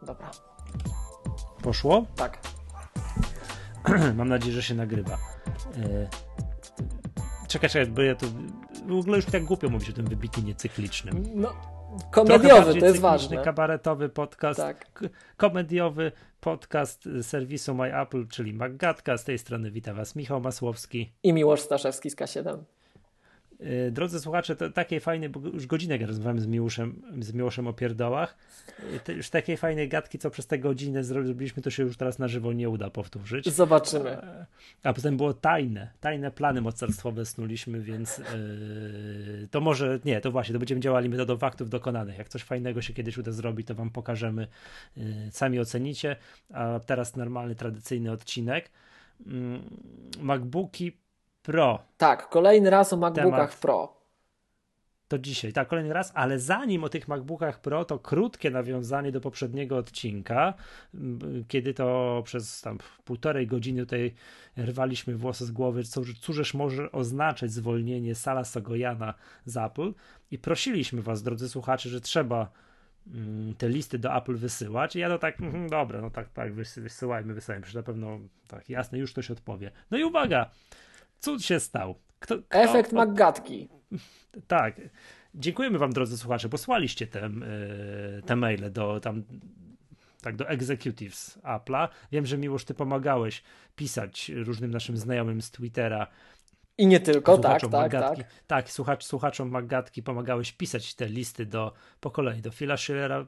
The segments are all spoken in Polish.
Dobra. Poszło? Tak. Mam nadzieję, że się nagrywa. Czekaj, bo ja to w ogóle już tak głupio mówić o tym wybitnie niecyklicznym. No, komediowy, to jest ważne. Kabaretowy podcast, tak. Komediowy podcast serwisu MyApple, czyli Maggatka. Z tej strony wita Was Michał Masłowski i Miłosz Staszewski z K7. Drodzy słuchacze, to takiej fajnej, bo już godzinę rozmawiamy z Miłoszem o pierdołach. Już takiej fajnej gadki, co przez tę godzinę zrobiliśmy, to się już teraz na żywo nie uda powtórzyć. Zobaczymy. A potem było tajne plany mocarstwowe snuliśmy, więc to może, nie, to właśnie, to będziemy działali metodą faktów dokonanych. Jak coś fajnego się kiedyś uda zrobić, to wam pokażemy, sami ocenicie. A teraz normalny, tradycyjny odcinek. MacBooki Pro. Tak, kolejny raz o MacBookach Pro. To dzisiaj, tak, kolejny raz, ale zanim o tych MacBookach Pro, to krótkie nawiązanie do poprzedniego odcinka, kiedy to przez tam 1,5 godziny tutaj rwaliśmy włosy z głowy, cóżeż może oznaczać zwolnienie Sala Sogojana z Apple i prosiliśmy was, drodzy słuchacze, że trzeba te listy do Apple wysyłać i ja to tak, dobra, no tak, wysyłajmy, przecież na pewno, tak, jasne, już ktoś odpowie. No i uwaga, cud się stał. Efekt Maggatki. Tak. Dziękujemy wam, drodzy słuchacze. Posłaliście te maile do executives Apple'a. Wiem, że Miłosz, ty pomagałeś pisać różnym naszym znajomym z Twittera. I nie tylko, tak. Tak, słuchaczom Maggatki pomagałeś pisać te listy po kolei do Phila Schillera,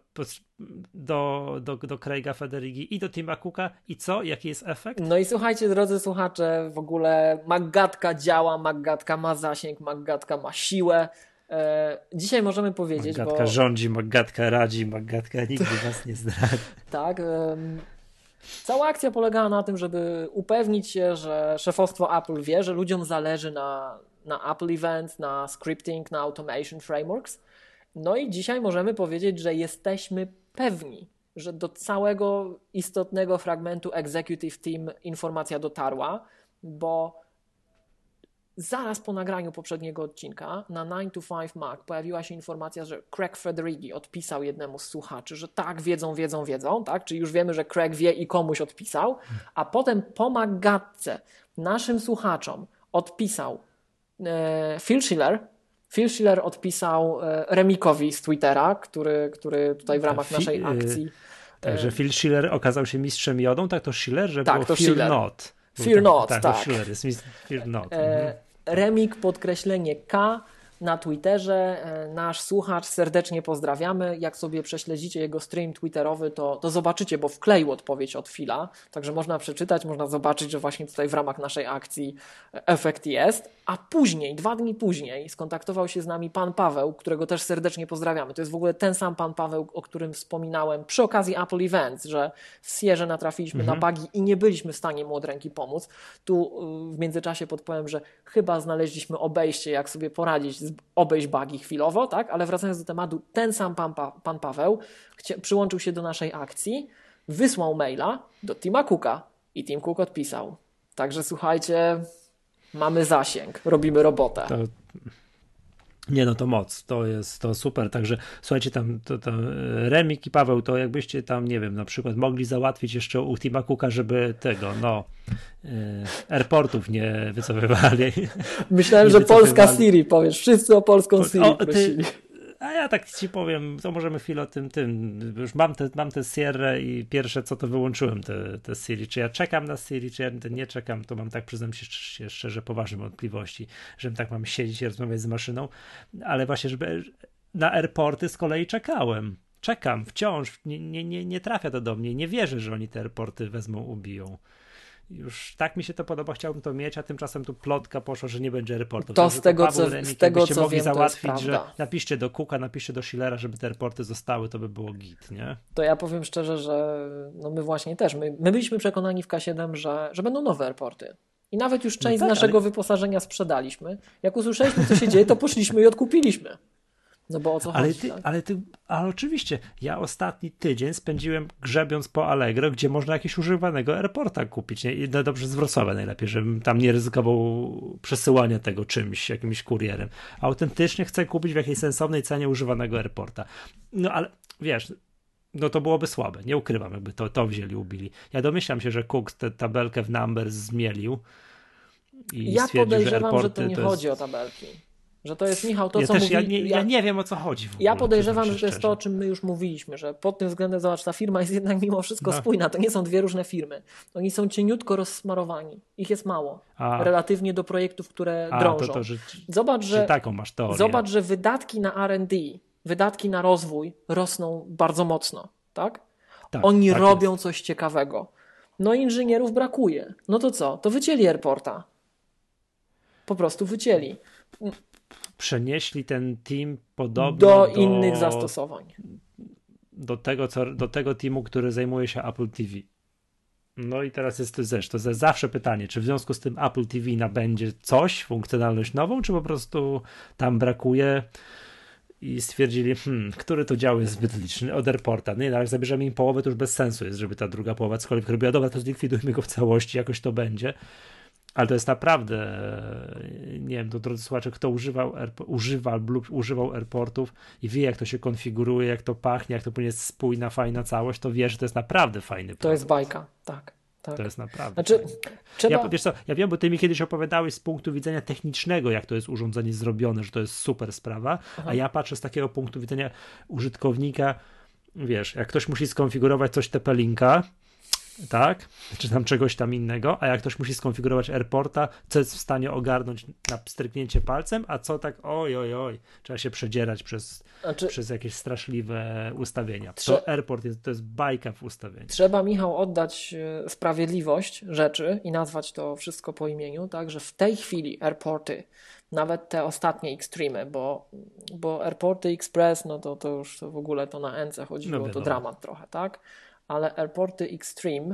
do Craiga Federighi i do Tima Cooka. I co? Jaki jest efekt? No i słuchajcie, drodzy słuchacze, w ogóle Maggatka działa, Maggatka ma zasięg, Maggatka ma siłę. Dzisiaj możemy powiedzieć, Maggatka rządzi, Maggatka radzi, Maggatka nigdy was nie zdradzi. Tak. Cała akcja polegała na tym, żeby upewnić się, że szefostwo Apple wie, że ludziom zależy na Apple Events, na scripting, na automation frameworks. No i dzisiaj możemy powiedzieć, że jesteśmy pewni, że do całego istotnego fragmentu Executive Team informacja dotarła, bo zaraz po nagraniu poprzedniego odcinka na 9to5 Mac pojawiła się informacja, że Craig Federighi odpisał jednemu z słuchaczy, że tak, wiedzą, tak? Czyli już wiemy, że Craig wie i komuś odpisał, a potem po Maggatce naszym słuchaczom odpisał Phil Schiller. Phil Schiller odpisał Remikowi z Twittera, który tutaj w ramach naszej akcji... Także Phil Schiller okazał się mistrzem jodą, tak to Schiller, że tak, było to Fear Schiller. Not. Fear Not, tak. Schiller jest Fear Not. Remik podkreślenie K na Twitterze. Nasz słuchacz serdecznie pozdrawiamy. Jak sobie prześledzicie jego stream twitterowy, to zobaczycie, bo wkleił odpowiedź od Phila. Także można przeczytać, można zobaczyć, że właśnie tutaj w ramach naszej akcji efekt jest. A później, 2 dni później skontaktował się z nami pan Paweł, którego też serdecznie pozdrawiamy. To jest w ogóle ten sam pan Paweł, o którym wspominałem przy okazji Apple Events, że w Sierze natrafiliśmy na bugi i nie byliśmy w stanie mu od ręki pomóc. Tu w międzyczasie podpowiem, że chyba znaleźliśmy obejście, jak sobie poradzić, obejść bugi chwilowo, tak? Ale wracając do tematu, ten sam pan Paweł przyłączył się do naszej akcji, wysłał maila do Tima Cooka i Tim Cook odpisał. Także słuchajcie, mamy zasięg, robimy robotę. Nie no, to moc, to super, także słuchajcie, tam Remik i Paweł, to jakbyście tam, nie wiem, na przykład mogli załatwić jeszcze u Tima Cooka, żeby airportów nie wycofywali. Myślałem, że polska Siri, powiesz, wszyscy o polską Siri prosili. A ja tak ci powiem, to możemy chwilę o tym, już mam tę Sierrę i pierwsze co to wyłączyłem te Siri, czy ja czekam na Siri, czy ja nie czekam, to mam tak, przyznam się szczerze, poważne wątpliwości, że tak mam siedzieć i rozmawiać z maszyną, ale właśnie, żeby na airporty z kolei czekam wciąż, nie trafia to do mnie, nie wierzę, że oni te airporty wezmą, ubiją. Już tak mi się to podoba, chciałbym to mieć, a tymczasem tu plotka poszła, że nie będzie reportów. To z tego, co mogli wiem, załatwić, to jest że prawda. napiszcie do Cooka, napiszcie do Schillera, żeby te reporty zostały, to by było git, nie? To ja powiem szczerze, że my właśnie też, my byliśmy przekonani w K7, że będą nowe reporty. I nawet już część z naszego wyposażenia sprzedaliśmy. Jak usłyszeliśmy, co się dzieje, to poszliśmy i odkupiliśmy. No bo o co chodzi? Ale oczywiście, ja ostatni tydzień spędziłem grzebiąc po Allegro, gdzie można jakiegoś używanego airporta kupić, nie? I dobrze z Wrocławia najlepiej, żebym tam nie ryzykował przesyłania tego czymś, jakimś kurierem. Autentycznie chcę kupić w jakiejś sensownej cenie używanego airporta. No ale wiesz, no to byłoby słabe. Nie ukrywam, jakby to wzięli, ubili. Ja domyślam się, że Cook tę tabelkę w Numbers zmielił i Ja stwierdził, że podejrzewam, airporty że to nie chodzi o tabelki. Że to jest, Michał, to ja co też, mówi... ja nie wiem, o co chodzi w ogóle. Ja podejrzewam, że to jest szczerze. to, o czym my już mówiliśmy, że pod tym względem, zobacz, ta firma jest jednak mimo wszystko spójna. To nie są dwie różne firmy. Oni są cieniutko rozsmarowani. Ich jest mało. Relatywnie do projektów, które drążą. Zobacz, że taką masz teorię. Zobacz, że wydatki na R&D, wydatki na rozwój rosną bardzo mocno. Tak? Oni robią coś ciekawego. No inżynierów brakuje. No to co? To wycięli airporta. Po prostu wycięli. Przenieśli ten team podobno do innych zastosowań. Do tego teamu, który zajmuje się Apple TV. No i teraz jest to zawsze pytanie, czy w związku z tym Apple TV nabędzie coś, funkcjonalność nową, czy po prostu tam brakuje i stwierdzili, który to dział jest zbyt liczny od airporta. No i jak zabierzemy im połowę, to już bez sensu jest, żeby ta druga połowa cokolwiek robiła. Dobra, to zlikwidujmy go w całości, jakoś to będzie. Ale to jest naprawdę, nie wiem, drodzy słuchacze, kto używał airportów i wie, jak to się konfiguruje, jak to pachnie, jak to powinien jest spójna, fajna całość, to wie, że to jest naprawdę fajny produkt. To jest bajka, tak. To jest naprawdę fajne. Ja wiem, bo ty mi kiedyś opowiadałeś z punktu widzenia technicznego, jak to jest urządzenie zrobione, że to jest super sprawa, a ja patrzę z takiego punktu widzenia użytkownika, wiesz, jak ktoś musi skonfigurować coś TP-Linka, tak, czy tam czegoś tam innego, a jak ktoś musi skonfigurować airporta, co jest w stanie ogarnąć na stryknięcie palcem, a co tak oj, trzeba się przedzierać przez jakieś straszliwe ustawienia. To airport to jest bajka w ustawieniu. Trzeba, Michał, oddać sprawiedliwość rzeczy i nazwać to wszystko po imieniu, tak, że w tej chwili airporty, nawet te ostatnie Extreme, bo airporty Express, no to już to w ogóle to na NC chodziło, to dramat trochę, tak? Ale airporty Extreme,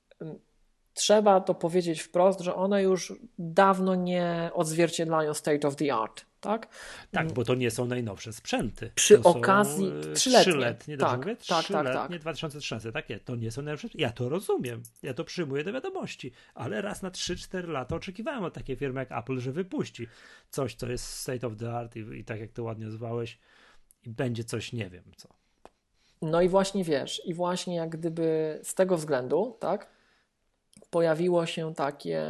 trzeba to powiedzieć wprost, że one już dawno nie odzwierciedlają state of the art, tak? Tak, bo to nie są najnowsze sprzęty. Przy okazji trzyletnie, tak, mówię? Trzyletnie, 2013, takie. To nie są najnowsze. Ja to rozumiem, ja to przyjmuję do wiadomości, ale raz na 3-4 lata oczekiwałem od takiej firmy jak Apple, że wypuści coś, co jest state of the art i tak jak to ładnie nazwałeś, i będzie coś, nie wiem co. No i właśnie wiesz, jak gdyby z tego względu, tak, pojawiło się takie,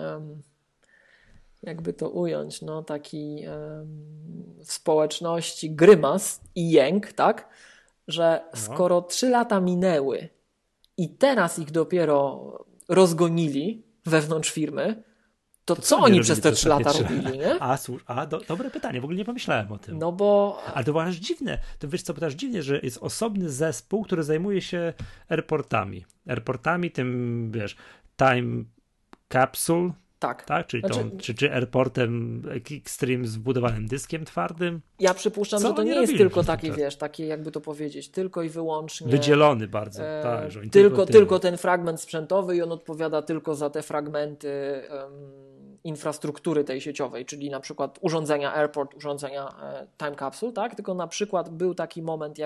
jakby to ująć, no taki w społeczności grymas i jęk, tak, że skoro 3 lata minęły i teraz ich dopiero rozgonili wewnątrz firmy, to co oni przez te 3 lata robili, nie? Dobre pytanie, w ogóle nie pomyślałem o tym. No bo... Ale to było aż dziwne, to wiesz co, to aż dziwnie, że jest osobny zespół, który zajmuje się airportami, tym, wiesz, time capsule, tak? Czyli czy airportem Extreme z wbudowanym dyskiem twardym. Ja przypuszczam, że to nie jest tylko takie, wiesz, takie jakby to powiedzieć, tylko i wyłącznie... Wydzielony bardzo, tak. Że tylko ten fragment sprzętowy i on odpowiada tylko za te fragmenty infrastruktury tej sieciowej, czyli na przykład urządzenia airport, urządzenia time capsule, tak? Tylko na przykład był taki moment,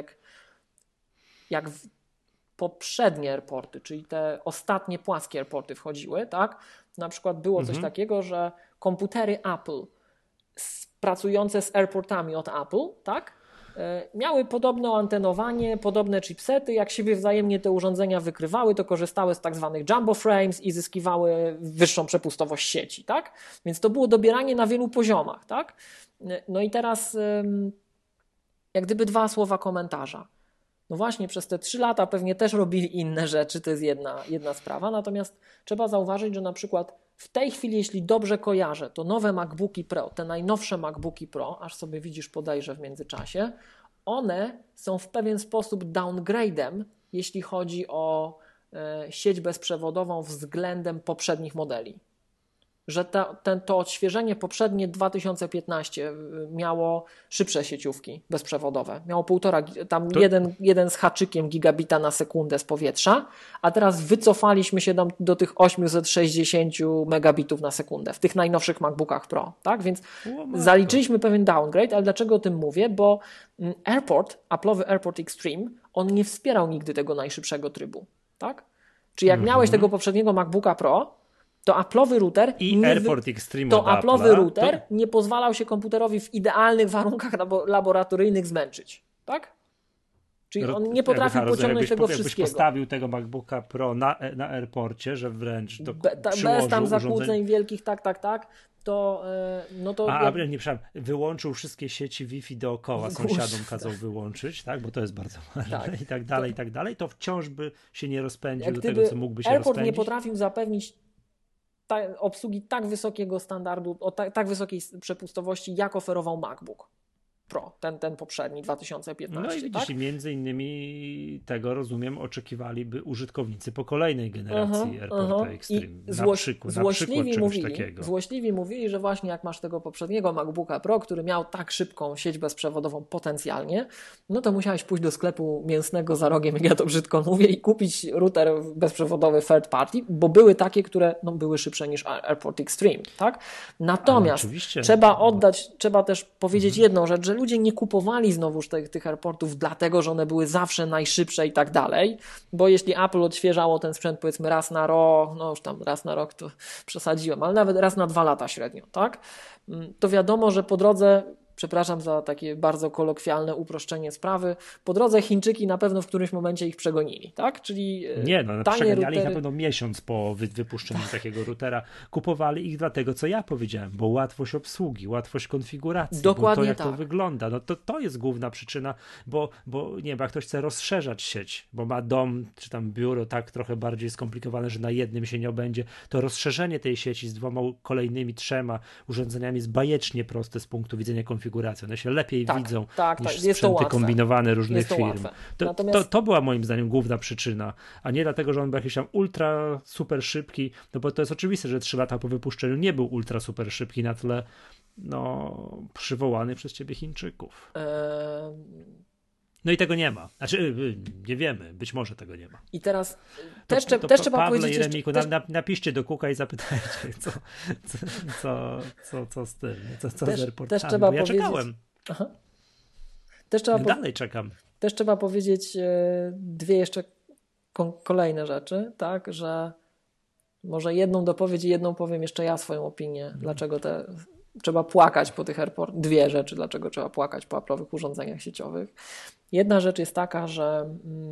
jak poprzednie airporty, czyli te ostatnie płaskie airporty wchodziły, tak? Na przykład było coś takiego, że komputery Apple pracujące z airportami od Apple, tak? Miały podobne antenowanie, podobne chipsety, jak siebie wzajemnie te urządzenia wykrywały, to korzystały z tak zwanych jumbo frames i zyskiwały wyższą przepustowość sieci, tak? Więc to było dobieranie na wielu poziomach, tak? No i teraz jak gdyby 2 słowa komentarza. No właśnie, przez te 3 lata pewnie też robili inne rzeczy, to jest jedna sprawa, natomiast trzeba zauważyć, że na przykład w tej chwili, jeśli dobrze kojarzę, to nowe MacBooki Pro, te najnowsze MacBooki Pro, aż sobie widzisz, podejrzę w międzyczasie, one są w pewien sposób downgrade'em, jeśli chodzi o sieć bezprzewodową względem poprzednich modeli. Że to odświeżenie poprzednie 2015 miało szybsze sieciówki bezprzewodowe. Miało 1,5, tam jeden z haczykiem gigabita na sekundę z powietrza, a teraz wycofaliśmy się do tych 860 megabitów na sekundę w tych najnowszych MacBookach Pro. Tak? Więc zaliczyliśmy pewien downgrade, ale dlaczego o tym mówię? Bo Apple'owy Airport Extreme, on nie wspierał nigdy tego najszybszego trybu. Tak? Czyli jak miałeś tego poprzedniego MacBooka Pro, to Apple'owy router, nie pozwalał się komputerowi w idealnych warunkach laboratoryjnych zmęczyć. Tak? Czyli on nie potrafił pociągnąć tego wszystkiego. Jakbyś postawił tego MacBooka Pro na airporcie, że wręcz to bez tam zakłóceń wielkich, tak, to no to... przepraszam, wyłączył wszystkie sieci Wi-Fi dookoła, sąsiadom kazał wyłączyć, tak, bo to jest bardzo ważne, tak, i tak dalej, to wciąż by się nie rozpędził do tego, co mógłby się Airport rozpędzić. nie potrafił zapewnić obsługi tak wysokiego standardu, o tak wysokiej przepustowości, jak oferował MacBook Pro, ten poprzedni, 2015. No i widzisz, i między innymi tego, rozumiem, oczekiwaliby użytkownicy po kolejnej generacji AirPorta Extreme. Na przykład czegoś takiego. Złośliwi mówili, że właśnie jak masz tego poprzedniego MacBooka Pro, który miał tak szybką sieć bezprzewodową potencjalnie, no to musiałeś pójść do sklepu mięsnego za rogiem, jak ja to brzydko mówię, i kupić router bezprzewodowy third party, bo były takie, które były szybsze niż AirPort Extreme, tak? Natomiast trzeba też powiedzieć jedną rzecz, że ludzie nie kupowali znowuż tych AirPortów dlatego, że one były zawsze najszybsze i tak dalej, bo jeśli Apple odświeżało ten sprzęt powiedzmy raz na rok, no już tam raz na rok to przesadziłem, ale nawet raz na 2 lata średnio, tak? To wiadomo, że po drodze, przepraszam za takie bardzo kolokwialne uproszczenie sprawy, po drodze Chińczyki na pewno w którymś momencie ich przegonili, tak? Czyli przeganiali ich na pewno miesiąc po wypuszczeniu takiego routera. Kupowali ich dlatego, co ja powiedziałem, bo łatwość obsługi, łatwość konfiguracji, dokładnie bo to jak to wygląda, no to jest główna przyczyna, bo nie wiem, jak ktoś chce rozszerzać sieć, bo ma dom, czy tam biuro tak trochę bardziej skomplikowane, że na jednym się nie obędzie, to rozszerzenie tej sieci z 2 kolejnymi 3 urządzeniami jest bajecznie proste z punktu widzenia konfiguracji. One się lepiej widzą niż sprzęty kombinowane różnych firm. To była moim zdaniem główna przyczyna, a nie dlatego, że on był jakiś tam ultra super szybki, no bo to jest oczywiste, że 3 lata po wypuszczeniu nie był ultra super szybki na tle przywołany przez ciebie Chińczyków. No i tego nie ma. Znaczy, nie wiemy, być może tego nie ma. I teraz też trzeba Pawle powiedzieć... i Remiku, napiszcie do Kuka i zapytajcie, co z tym, co z AirPortami, bo ja czekałem. Aha. Dalej czekam. Też trzeba powiedzieć 2 jeszcze kolejne rzeczy, tak, że może jedną dopowiedź i jedną powiem jeszcze ja swoją opinię, dlaczego trzeba płakać po tych AirPort. 2 rzeczy, dlaczego trzeba płakać po Apple'owych urządzeniach sieciowych. Jedna rzecz jest taka, że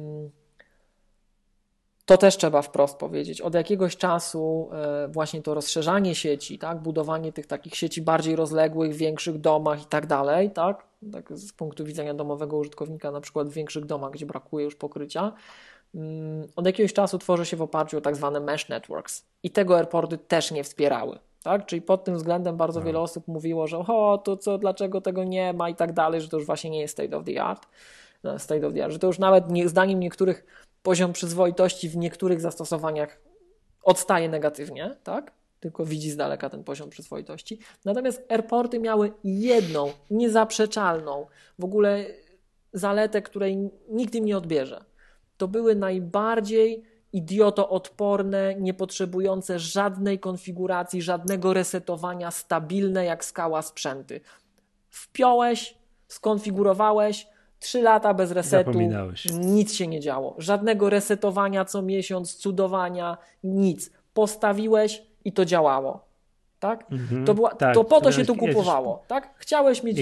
to też trzeba wprost powiedzieć. Od jakiegoś czasu właśnie to rozszerzanie sieci, tak, budowanie tych takich sieci bardziej rozległych, w większych domach i tak dalej, tak z punktu widzenia domowego użytkownika, na przykład w większych domach, gdzie brakuje już pokrycia, od jakiegoś czasu tworzy się w oparciu o tak zwane mesh networks i tego AirPorty też nie wspierały. Tak? Czyli pod tym względem bardzo wiele osób mówiło, że to co, dlaczego tego nie ma i tak dalej, że to już właśnie nie jest state of the art, że to już nawet zdaniem niektórych poziom przyzwoitości w niektórych zastosowaniach odstaje negatywnie, tak? Tylko widzi z daleka ten poziom przyzwoitości. Natomiast AirPorty miały jedną, niezaprzeczalną w ogóle zaletę, której nikt im nie odbierze. To były najbardziej idiotoodporne, niepotrzebujące żadnej konfiguracji, żadnego resetowania, stabilne jak skała sprzęty. Wpiąłeś, skonfigurowałeś, 3 lata bez resetu, nic się nie działo. Żadnego resetowania co miesiąc, cudowania, nic. Postawiłeś i to działało. Tak? To po to się tu kupowało. Tak? Chciałeś mieć...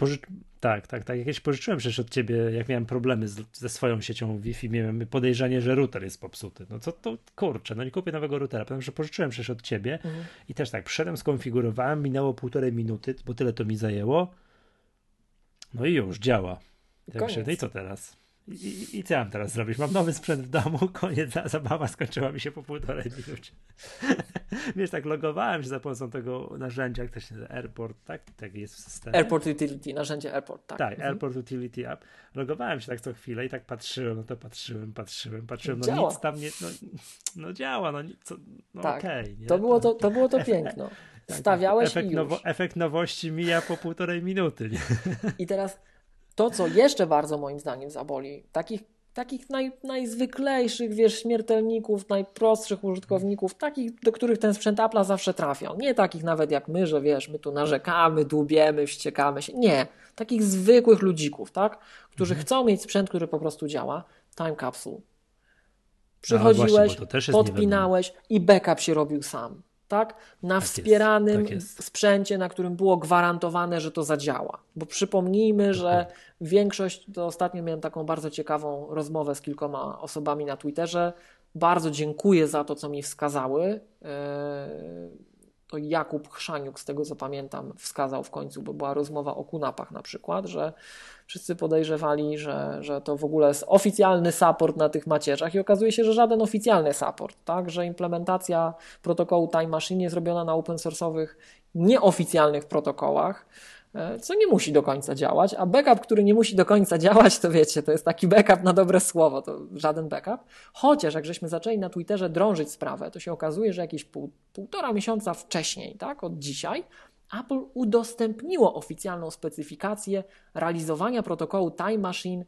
Jakieś pożyczyłem przecież od ciebie, jak miałem problemy ze swoją siecią Wi-Fi, miałem podejrzenie, że router jest popsuty. No co to, kurczę, nie kupię nowego routera. Potem, że pożyczyłem przecież od ciebie i też tak, przyszedłem, skonfigurowałem, minęło 1,5 minuty, bo tyle to mi zajęło. No i już, działa. No i co teraz? I co ja mam teraz zrobić? Mam nowy sprzęt w domu, koniec, zabawa skończyła mi się po 1,5 minucie. Wiesz, tak logowałem się za pomocą tego narzędzia, jak to się nazywa, AirPort, tak jest w systemie. AirPort Utility, narzędzie AirPort, tak. Tak, AirPort Utility App. Logowałem się tak co chwilę i tak patrzyłem, patrzyłem, działa. Nic tam nie, działa, tak. okej. Nie? To było to piękno. Stawiałeś i już. Efekt nowości mija po 1,5 minuty. Nie? I teraz to, co jeszcze bardzo moim zdaniem zaboli, takich najzwyklejszych, śmiertelników, najprostszych użytkowników, takich, do których ten sprzęt Apple'a zawsze trafia. Nie takich nawet jak my, że my tu narzekamy, dłubiemy, wściekamy się. Nie. Takich zwykłych ludzików, tak? Którzy chcą mieć sprzęt, który po prostu działa. Time Capsule. Przychodziłeś, podpinałeś i backup się robił sam. tak? Na Tak wspieranym jest. sprzęcie, na którym było gwarantowane, że to zadziała. Bo przypomnijmy, że większość, to ostatnio miałem taką bardzo ciekawą rozmowę z kilkoma osobami na Twitterze. Bardzo dziękuję za to, co mi wskazały. To Jakub Chrzaniuk, z tego co pamiętam, wskazał w końcu, bo była rozmowa o kunapach na przykład, że wszyscy podejrzewali, że to w ogóle jest oficjalny support na tych macierzach i okazuje się, że żaden oficjalny support, tak? Że implementacja protokołu Time Machine jest robiona na open source'owych, nieoficjalnych protokołach, co nie musi do końca działać, a backup, który nie musi do końca działać, to wiecie, to jest taki backup na dobre słowo, to żaden backup. Chociaż jak żeśmy zaczęli na Twitterze drążyć sprawę, to się okazuje, że jakieś półtora miesiąca wcześniej, tak, od dzisiaj, Apple udostępniło oficjalną specyfikację realizowania protokołu Time Machine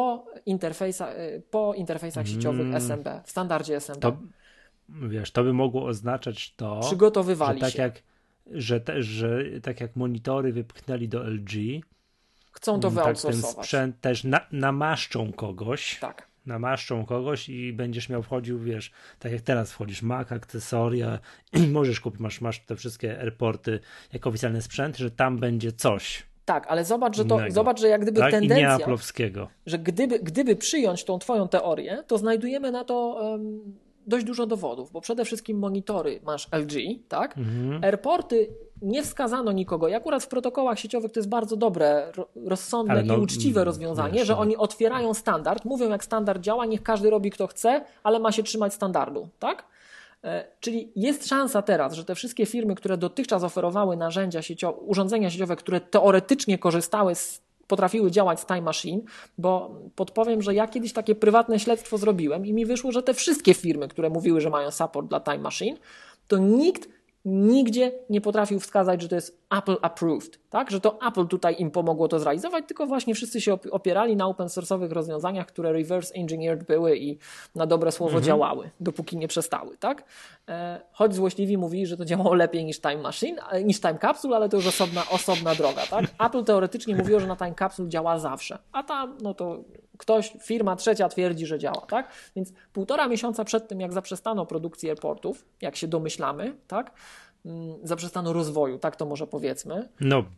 po interfejsach sieciowych SMB, w standardzie SMB. To, wiesz, to by mogło oznaczać to, Przygotowywali że się. Że tak jak monitory wypchnęli do LG, chcą to tak ten wyoutsourcować. sprzęt też namaszczą kogoś. Tak. Namaszczą kogoś i będziesz wchodził, wiesz, tak jak teraz wchodzisz, Mac, akcesoria i możesz kupić, masz te wszystkie airporty jako oficjalny sprzęt, że tam będzie coś. Tak, ale zobacz, że jak gdyby tak? tendencja, I nie Apple'owskiego. że gdyby przyjąć tą twoją teorię, to znajdujemy na to dość dużo dowodów, bo przede wszystkim monitory masz LG, tak? Airporty nie wskazano nikogo. I akurat w protokołach sieciowych to jest bardzo dobre, rozsądne i uczciwe rozwiązanie, że oni otwierają standard, mówią jak standard działa, niech każdy robi kto chce, ale ma się trzymać standardu, tak? Czyli jest szansa teraz, że te wszystkie firmy, które dotychczas oferowały narzędzia sieciowe, urządzenia sieciowe, które teoretycznie potrafiły działać z Time Machine, bo podpowiem, że ja kiedyś takie prywatne śledztwo zrobiłem i mi wyszło, że te wszystkie firmy, które mówiły, że mają support dla Time Machine, to nikt nigdzie nie potrafił wskazać, że to jest Apple approved, tak? Że to Apple tutaj im pomogło to zrealizować, tylko właśnie wszyscy się opierali na open source'owych rozwiązaniach, które reverse engineered były i na dobre słowo działały, dopóki nie przestały, tak? Choć złośliwi mówili, że to działało lepiej niż Time Machine, niż Time Capsule, ale to już osobna droga, tak? Apple teoretycznie mówiło, że na Time Capsule działa zawsze, a tam, no to firma trzecia twierdzi, że działa, tak? Więc 1,5 miesiąca przed tym, jak zaprzestano produkcji airportów, jak się domyślamy, tak? Zaprzestano rozwoju, tak to może powiedzmy,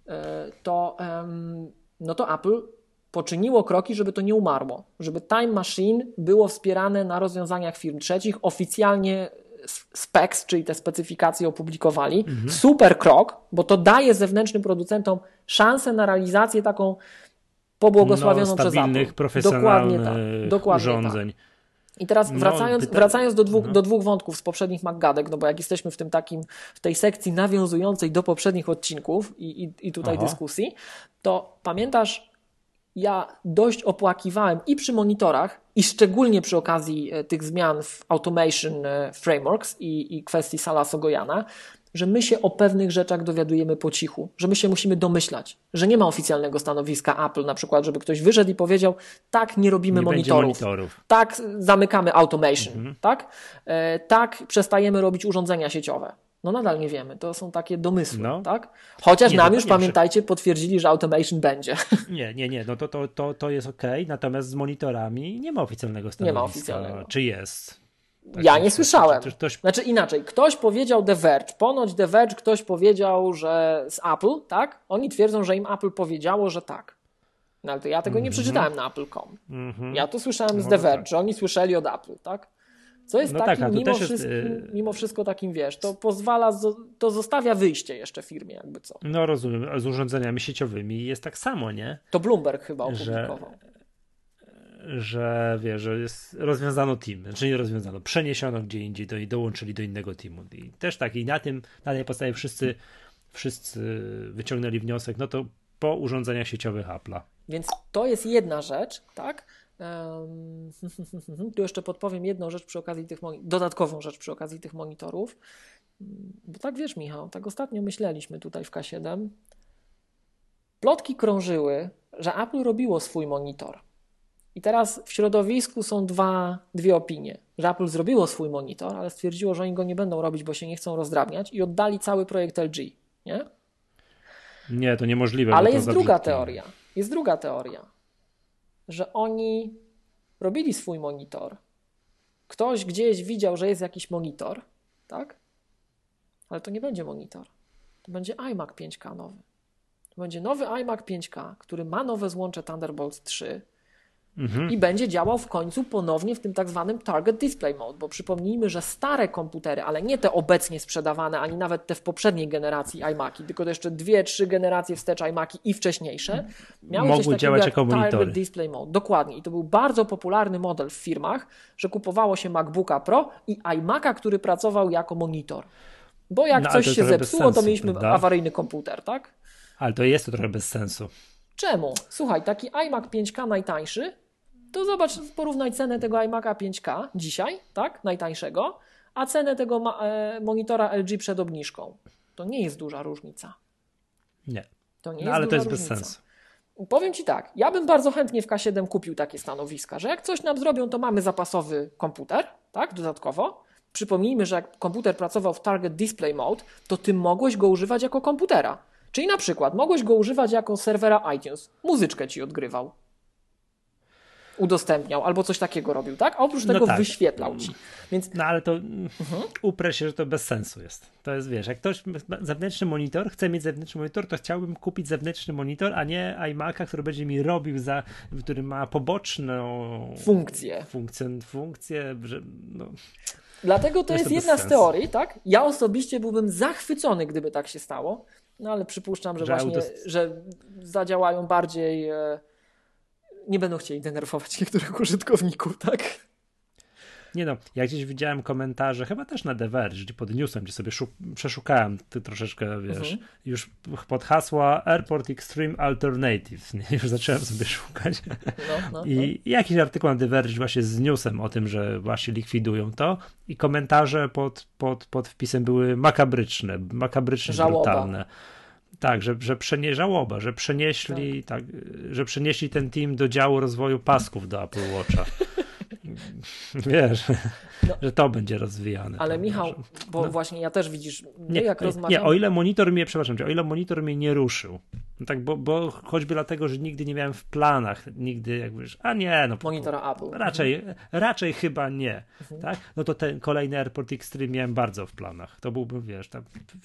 to Apple poczyniło kroki, żeby to nie umarło, żeby Time Machine było wspierane na rozwiązaniach firm trzecich, oficjalnie specs, czyli te specyfikacje opublikowali. Super krok, bo to daje zewnętrznym producentom szansę na realizację taką pobłogosławioną przez Apple. Stabilnych, profesjonalnych urządzeń. Tak. I teraz wracając do dwóch wątków z poprzednich MacGadek, no bo jak jesteśmy w tej sekcji nawiązującej do poprzednich odcinków i tutaj dyskusji, to pamiętasz, ja dość opłakiwałem i przy monitorach, i szczególnie przy okazji tych zmian w Automation Frameworks i kwestii Sala Sogojana, że my się o pewnych rzeczach dowiadujemy po cichu, że my się musimy domyślać, że nie ma oficjalnego stanowiska Apple, na przykład, żeby ktoś wyszedł i powiedział, tak, nie robimy monitorów, tak, zamykamy Automation, tak, przestajemy robić urządzenia sieciowe. No nadal nie wiemy, to są takie domysły, tak? Chociaż nam już, pamiętajcie, potwierdzili, że Automation będzie. Nie, no to jest okej, natomiast z monitorami nie ma oficjalnego stanowiska. Nie ma oficjalnego. Czy jest? Tak, ja nie słyszałem. Znaczy inaczej, ktoś powiedział The Verge, ponoć The Verge ktoś powiedział, że z Apple, tak? Oni twierdzą, że im Apple powiedziało, że tak. No ale to ja tego nie przeczytałem na Apple.com. Ja to słyszałem z The Verge, że oni słyszeli od Apple, tak? Co jest takim, mimo wszystko takim, wiesz, to pozwala, to zostawia wyjście jeszcze firmie, jakby co. No rozumiem, z urządzeniami sieciowymi jest tak samo, nie? To Bloomberg chyba opublikował. Że wiesz, że rozwiązano team, znaczy nie rozwiązano, przeniesiono gdzie indziej i dołączyli do innego teamu. I też tak, i na tej podstawie wszyscy wyciągnęli wniosek, no to po urządzeniach sieciowych Apple'a. Więc to jest jedna rzecz, tak? Tu jeszcze podpowiem jedną rzecz przy okazji dodatkową rzecz przy okazji tych monitorów. Bo tak wiesz, Michał, tak ostatnio myśleliśmy tutaj w K7. Plotki krążyły, że Apple robiło swój monitor. I teraz w środowisku są dwie opinie. Że Apple zrobiło swój monitor, ale stwierdziło, że oni go nie będą robić, bo się nie chcą rozdrabniać i oddali cały projekt LG. Nie? Nie, to niemożliwe. Ale jest druga teoria. Jest druga teoria. Że oni robili swój monitor. Ktoś gdzieś widział, że jest jakiś monitor, tak? Ale to nie będzie monitor. To będzie iMac 5K nowy. To będzie nowy iMac 5K, który ma nowe złącze Thunderbolt 3 i będzie działał w końcu ponownie w tym tak zwanym Target Display Mode, bo przypomnijmy, że stare komputery, ale nie te obecnie sprzedawane, ani nawet te w poprzedniej generacji iMaki, tylko to jeszcze 2-3 generacje wstecz iMaki i wcześniejsze, miały mogły coś takiego działać jak jako monitory. Target Display Mode. Dokładnie. I to był bardzo popularny model w firmach, że kupowało się MacBooka Pro i iMaca, który pracował jako monitor. Bo jak coś się zepsuło, sensu, to mieliśmy prawda? awaryjny komputer, tak? Ale to jest to trochę bez sensu. Czemu? Słuchaj, taki iMac 5K najtańszy, to zobacz, porównaj cenę tego iMac'a 5K dzisiaj, tak, najtańszego, a cenę tego monitora LG przed obniżką. To nie jest duża różnica. Nie. To nie No, jest ale duża to jest różnica. bez sensu. Powiem Ci tak, ja bym bardzo chętnie w K7 kupił takie stanowiska, że jak coś nam zrobią, to mamy zapasowy komputer, tak, dodatkowo. Przypomnijmy, że jak komputer pracował w Target Display Mode, to Ty mogłeś go używać jako komputera. Czyli na przykład mogłeś go używać jako serwera iTunes. Muzyczkę Ci odgrywał. Udostępniał albo coś takiego robił, tak? A oprócz tego wyświetlał Ci. Więc... No ale to uprę się, że to bez sensu jest. To jest, wiesz, jak ktoś zewnętrzny monitor, chce mieć zewnętrzny monitor, to chciałbym kupić zewnętrzny monitor, a nie iMac'a, który będzie mi robił, który ma poboczną funkcję, że no... Dlatego to jest jedna z teorii, tak? Ja osobiście byłbym zachwycony, gdyby tak się stało, no ale przypuszczam, że że zadziałają bardziej... Nie będą chcieli denerwować niektórych użytkowników, tak? Nie no, ja gdzieś widziałem komentarze, chyba też na The Verge, gdzie pod newsem, gdzie sobie przeszukałem troszeczkę, wiesz, już pod hasła Airport Extreme Alternative, nie? Już zacząłem sobie szukać. I jakiś artykuł na The Verge właśnie z newsem o tym, że właśnie likwidują to i komentarze pod wpisem były makabryczne, brutalne. Tak, żałoba, że przenieśli, że przenieśli ten team do działu rozwoju pasków do Apple Watcha. Wiesz, że to będzie rozwijane. Ale Michał, bo właśnie ja też widzisz, jak rozmawiamy... Nie, o ile monitor mnie nie ruszył, no tak, bo choćby dlatego, że nigdy nie miałem w planach, nigdy jakby, monitora Apple. Raczej chyba nie, tak? No to ten kolejny AirPort Extreme miałem bardzo w planach. To byłby, wiesz, tam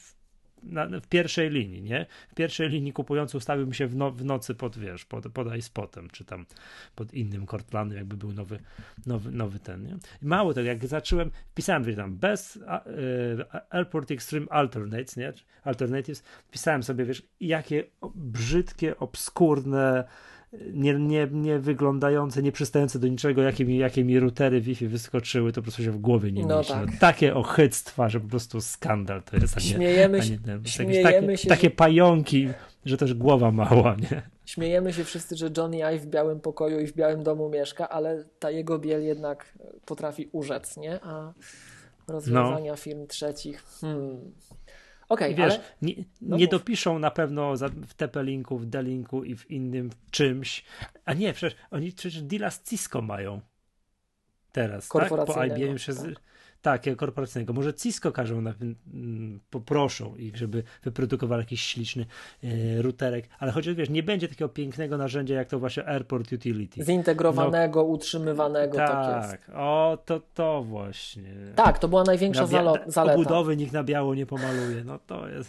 w pierwszej linii, nie? W pierwszej linii kupujący ustawiłbym się w nocy pod iSpotem, czy tam pod innym Cortlandem, jakby był nowy ten, nie? I mało tego, jak zacząłem, pisałem, że tam bez Airport Extreme Alternatives, pisałem sobie, wiesz, jakie brzydkie, obskurne, nie wyglądające, nie przystające do niczego, jakie mi routery Wi-Fi wyskoczyły, to po prostu się w głowie nie mieści. Tak. No, takie ochyctwa, że po prostu skandal to jest. Śmiejemy się. Takie pająki, że też głowa mała, nie? Śmiejemy się wszyscy, że Johnny Ive w białym pokoju i w białym domu mieszka, ale ta jego biel jednak potrafi urzec, nie? A rozwiązania firm trzecich... Okay, wiesz, ale... nie dopiszą na pewno w TP-Linku, w D-Linku i w innym czymś. A nie, przecież oni deala z Cisco mają teraz, tak? Po IBM takiego korporacyjnego. Może Cisco każą, poproszą ich, żeby wyprodukowali jakiś śliczny routerek, ale choć wiesz, nie będzie takiego pięknego narzędzia jak to właśnie Airport Utility. Zintegrowanego, utrzymywanego. Tak, jest. To właśnie. Tak, to była największa zaleta. Obudowy nikt na biało nie pomaluje, no to jest...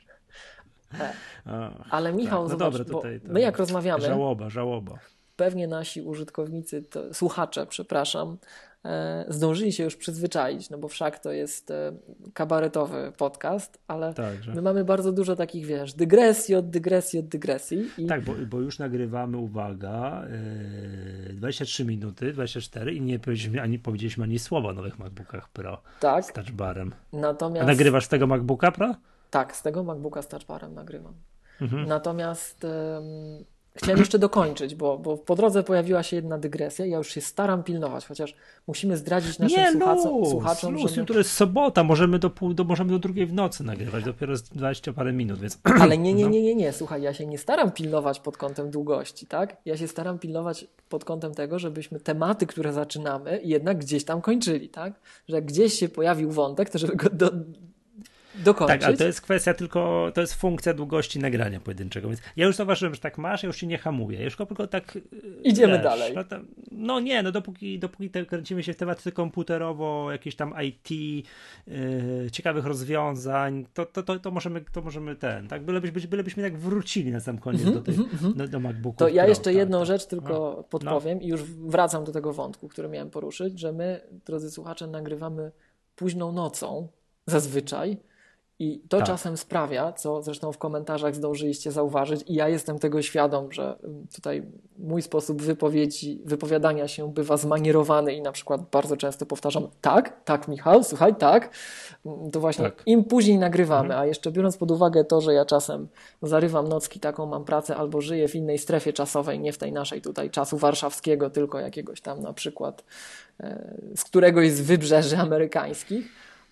Ale Michał, tak. zobacz, tutaj my jak rozmawiamy... Żałoba. Pewnie nasi użytkownicy, słuchacze, zdążyli się już przyzwyczaić, no bo wszak to jest kabaretowy podcast, ale my mamy bardzo dużo takich, wiesz, dygresji od dygresji. Tak, bo już nagrywamy, uwaga, 23 minuty, 24 i nie powiedzieliśmy ani słowa o nowych MacBookach Pro z Touch Barem. Natomiast... A nagrywasz z tego MacBooka Pro? Tak, z tego MacBooka z Touch Barem nagrywam. Natomiast... Chciałem jeszcze dokończyć, bo po drodze pojawiła się jedna dygresja i ja już się staram pilnować, chociaż musimy zdradzić naszym słuchaczom, że... to jest sobota, możemy do 2 w nocy nagrywać, dopiero z 20 parę minut, więc... Ale nie, słuchaj, ja się nie staram pilnować pod kątem długości, tak? Ja się staram pilnować pod kątem tego, żebyśmy tematy, które zaczynamy, jednak gdzieś tam kończyli, tak? Że jak gdzieś się pojawił wątek, to żeby go dokończyć. Tak, ale to jest kwestia tylko, to jest funkcja długości nagrania pojedynczego, więc ja już zauważyłem, że tak masz, ja już się nie hamuję, już tylko tak... Idziemy dalej. no nie, no dopóki kręcimy się w tematyce komputerowo, jakieś tam IT, ciekawych rozwiązań, to możemy tak, bylebyśmy tak wrócili na sam koniec do MacBooków To ja Pro, jeszcze jedną tak. rzecz tylko podpowiem i już wracam do tego wątku, który miałem poruszyć, że my, drodzy słuchacze, nagrywamy późną nocą zazwyczaj i to czasem sprawia, co zresztą w komentarzach zdążyliście zauważyć i ja jestem tego świadom, że tutaj mój sposób wypowiadania się bywa zmanierowany i na przykład bardzo często powtarzam tak Michał, słuchaj, tak. To właśnie im później nagrywamy, a jeszcze biorąc pod uwagę to, że ja czasem zarywam nocki, taką mam pracę albo żyję w innej strefie czasowej, nie w tej naszej tutaj czasu warszawskiego, tylko jakiegoś tam na przykład z któregoś z wybrzeży amerykańskich,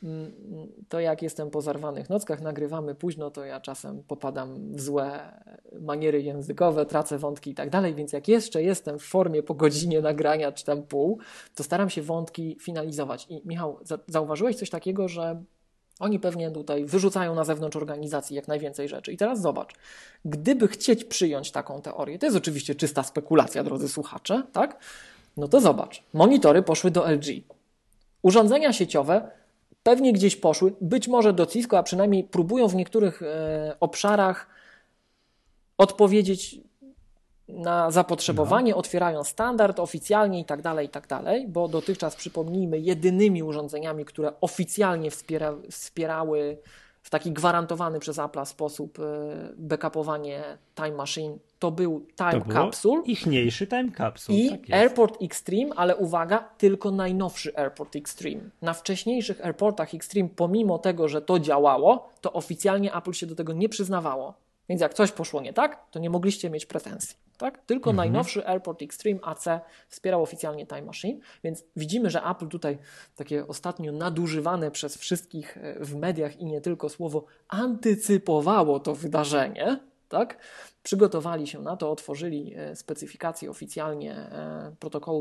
to jak jestem po zarwanych nockach, nagrywamy późno, to ja czasem popadam w złe maniery językowe, tracę wątki i tak dalej, więc jak jeszcze jestem w formie po godzinie nagrania czy tam pół, to staram się wątki finalizować. I Michał, zauważyłeś coś takiego, że oni pewnie tutaj wyrzucają na zewnątrz organizacji jak najwięcej rzeczy. I teraz zobacz, gdyby chcieć przyjąć taką teorię, to jest oczywiście czysta spekulacja, drodzy słuchacze, tak? No to zobacz, monitory poszły do LG. Urządzenia sieciowe pewnie gdzieś poszły, być może do Cisco, a przynajmniej próbują w niektórych obszarach odpowiedzieć na zapotrzebowanie, otwierają standard oficjalnie i tak dalej, bo dotychczas, przypomnijmy, jedynymi urządzeniami, które oficjalnie wspierały w taki gwarantowany przez Apple'a sposób backupowanie Time Machine, to był Time Capsule. Ichniejszy Time Capsule. I tak jest. AirPort Extreme, ale uwaga, tylko najnowszy AirPort Extreme. Na wcześniejszych AirPortach Extreme, pomimo tego, że to działało, to oficjalnie Apple się do tego nie przyznawało. Więc jak coś poszło nie tak, to nie mogliście mieć pretensji. Tak? Tylko najnowszy AirPort Extreme AC wspierał oficjalnie Time Machine, więc widzimy, że Apple tutaj takie ostatnio nadużywane przez wszystkich w mediach i nie tylko słowo antycypowało to wydarzenie, tak? Przygotowali się na to, otworzyli specyfikację oficjalnie protokołu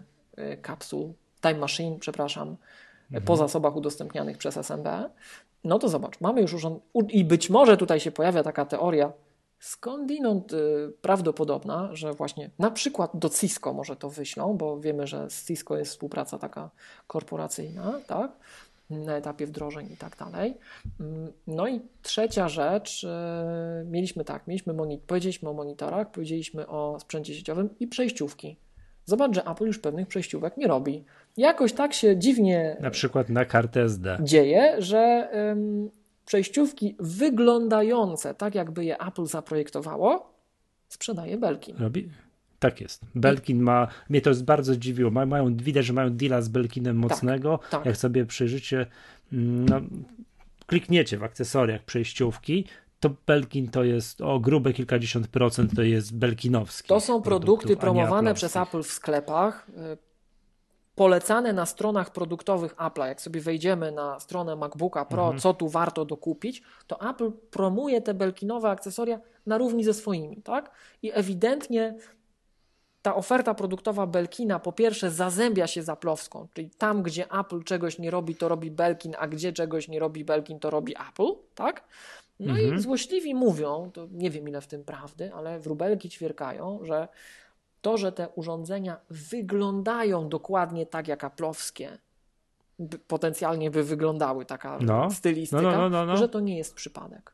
Time Machine, po zasobach udostępnianych przez SMB. No to zobacz, mamy już i być może tutaj się pojawia taka teoria skądinąd prawdopodobna, że właśnie na przykład do Cisco może to wyślą, bo wiemy, że z Cisco jest współpraca taka korporacyjna, tak? Na etapie wdrożeń i tak dalej. No i trzecia rzecz, powiedzieliśmy o monitorach, powiedzieliśmy o sprzęcie sieciowym i przejściówki. Zobacz, że Apple już pewnych przejściówek nie robi. Jakoś tak się dziwnie na przykład na kartę SD dzieje, że przejściówki wyglądające tak, jakby je Apple zaprojektowało, sprzedaje Belkin. Tak jest. Belkin mnie to bardzo dziwiło. Widać, że mają deala z Belkinem mocnego. Tak. Jak sobie przyjrzycie, klikniecie w akcesoriach przejściówki, to Belkin to jest o grube kilkadziesiąt procent, to jest belkinowski. To są produkty promowane przez Apple w sklepach, polecane na stronach produktowych Apple'a. Jak sobie wejdziemy na stronę MacBooka Pro, co tu warto dokupić, to Apple promuje te belkinowe akcesoria na równi ze swoimi, tak? I ewidentnie ta oferta produktowa Belkina po pierwsze zazębia się z Apple'owską, czyli tam, gdzie Apple czegoś nie robi, to robi Belkin, a gdzie czegoś nie robi Belkin, to robi Apple, tak? No i złośliwi mówią, to nie wiem ile w tym prawdy, ale wróbelki ćwierkają, że to, że te urządzenia wyglądają dokładnie tak jak Apple'owskie, potencjalnie by wyglądały, taka stylistyka, że to nie jest przypadek.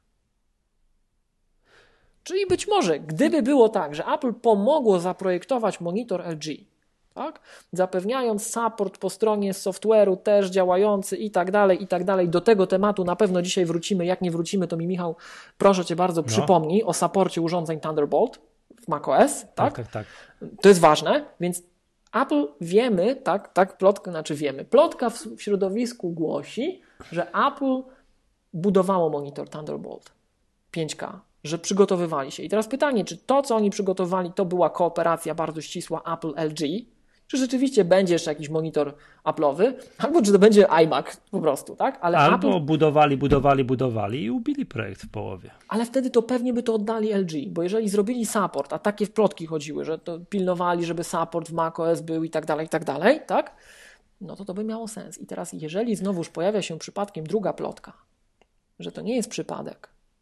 Czyli być może, gdyby było tak, że Apple pomogło zaprojektować monitor LG, tak? Zapewniając support po stronie software'u też działający i tak dalej, do tego tematu na pewno dzisiaj wrócimy, jak nie wrócimy, to mi Michał, proszę Cię bardzo, przypomnij o supporcie urządzeń Thunderbolt w macOS, tak? To jest ważne, więc Apple wiemy, plotka w środowisku głosi, że Apple budowało monitor Thunderbolt 5K, że przygotowywali się. I teraz pytanie, czy to, co oni przygotowali, to była kooperacja bardzo ścisła Apple-LG, czy rzeczywiście będzie jeszcze jakiś monitor Apple'owy, albo czy to będzie iMac po prostu, tak? Albo Apple budowali i ubili projekt w połowie. Ale wtedy to pewnie by to oddali LG, bo jeżeli zrobili support, a takie plotki chodziły, że to pilnowali, żeby support w macOS był i tak dalej, tak? No to by miało sens. I teraz jeżeli znowuż pojawia się przypadkiem druga plotka, że to nie jest przypadek,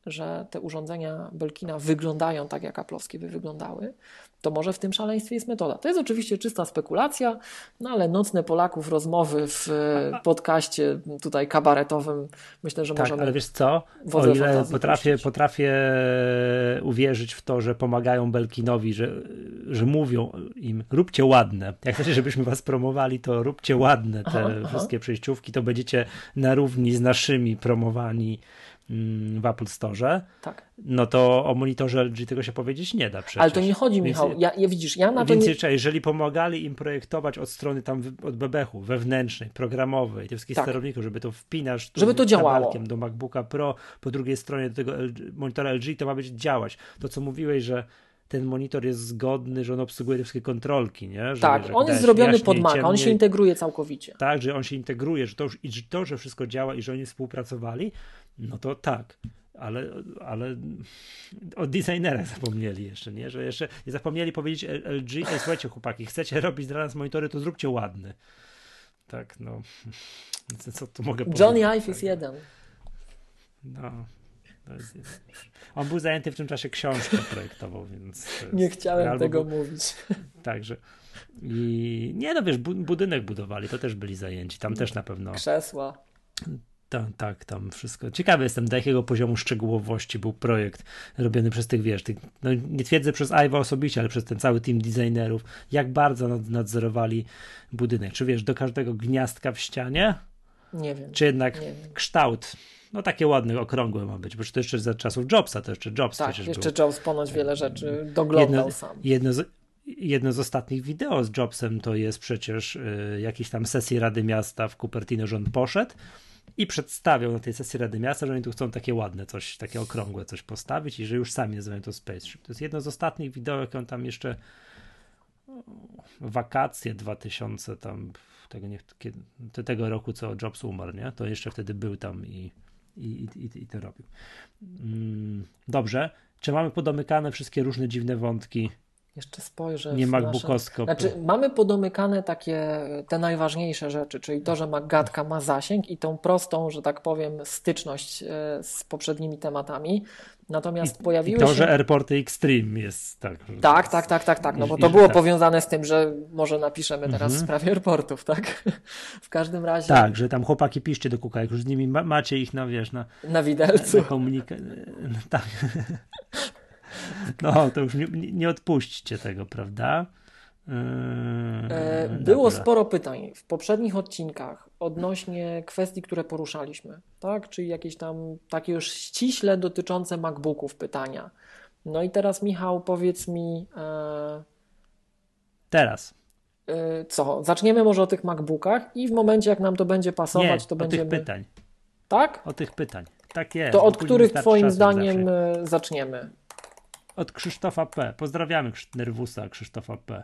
że te urządzenia Belkina wyglądają tak, jak Apple'owskie by wyglądały, to może w tym szaleństwie jest metoda. To jest oczywiście czysta spekulacja, no ale nocne Polaków rozmowy w podcaście tutaj kabaretowym, myślę, że Tak, możemy... ale wiesz co, o ile potrafię uwierzyć w to, że pomagają Belkinowi, że mówią im, róbcie ładne. Jak chcecie, żebyśmy was promowali, to róbcie ładne te wszystkie przejściówki, to będziecie na równi z naszymi promowani w Apple Store, tak. No to o monitorze LG tego się powiedzieć nie da przecież. Ale to nie chodzi, Michał, widzisz, ja na to nie... jeżeli pomagali im projektować od strony tam od bebechu, wewnętrznej, programowej, tych wszystkich sterowników, żeby to wpinasz żeby to działało do MacBooka Pro, po drugiej stronie do tego monitora LG, to ma być działać. To co mówiłeś, że ten monitor jest zgodny, że on obsługuje te wszystkie kontrolki, nie? Że, tak, on jest zrobiony pod Maca, on się integruje całkowicie. Tak, że on się integruje, że że wszystko działa i że oni współpracowali, no to tak. Ale o designerach zapomnieli jeszcze, nie? Że jeszcze nie zapomnieli powiedzieć LG, słuchajcie chłopaki, chcecie robić dla nas monitory, to zróbcie ładny. Tak, no. Co tu mogę powiedzieć? Johnny Ive jest jeden. No. On był zajęty w tym czasie książką projektował, więc... Nie chciałem tego mówić. Także... I nie no, wiesz, budynek budowali, to też byli zajęci, tam też na pewno... Krzesła. Tak, tam wszystko. Ciekawy jestem, do jakiego poziomu szczegółowości był projekt robiony przez tych, wiesz, no nie twierdzę przez Ive'a osobiście, ale przez ten cały team designerów, jak bardzo nadzorowali budynek. Czy wiesz, do każdego gniazdka w ścianie? Nie wiem. Czy jednak kształt, no takie ładne, okrągłe ma być, bo to jeszcze za czasów Jobsa, to jeszcze Jobs przecież jeszcze był. Jobs ponoć wiele rzeczy doglądał sam. Jedno z ostatnich wideo z Jobsem to jest przecież jakiejś tam sesji Rady Miasta w Cupertino, że on poszedł i przedstawiał na tej sesji Rady Miasta, że oni tu chcą takie ładne coś, takie okrągłe coś postawić i że już sami nazywają to Spaceship. To jest jedno z ostatnich wideo, jak on tam jeszcze wakacje 2000 tam tego roku, co Jobs umarł, nie? To jeszcze wtedy był tam i to robił. Dobrze. Czy mamy podomykane wszystkie różne dziwne wątki? Jeszcze spojrzę. Nie MacBookowsko. Znaczy, mamy podomykane te najważniejsze rzeczy, czyli to, że Maggatka ma zasięg i tą prostą, że tak powiem, styczność z poprzednimi tematami. Natomiast pojawiły się... że AirPorty Extreme jest tak. Tak. No bo to było powiązane z tym, że może napiszemy teraz w sprawie AirPortów, tak? W każdym razie... Tak, że tam chłopaki piszcie do Kuka, jak już z nimi macie ich na widelcu. Na komunikat. Tak. No, to już nie odpuśćcie tego, prawda? Było sporo pytań w poprzednich odcinkach odnośnie kwestii, które poruszaliśmy, tak? Czyli jakieś tam takie już ściśle dotyczące MacBooków pytania. No i teraz, Michał, powiedz mi... Teraz. Co? Zaczniemy może o tych MacBookach i w momencie, jak nam to będzie pasować, to będziemy... o tych pytań. Tak? O tych pytań. Tak jest. To od których twoim zdaniem zaczniemy? Od Krzysztofa P. Pozdrawiamy Nerwusa Krzysztofa P.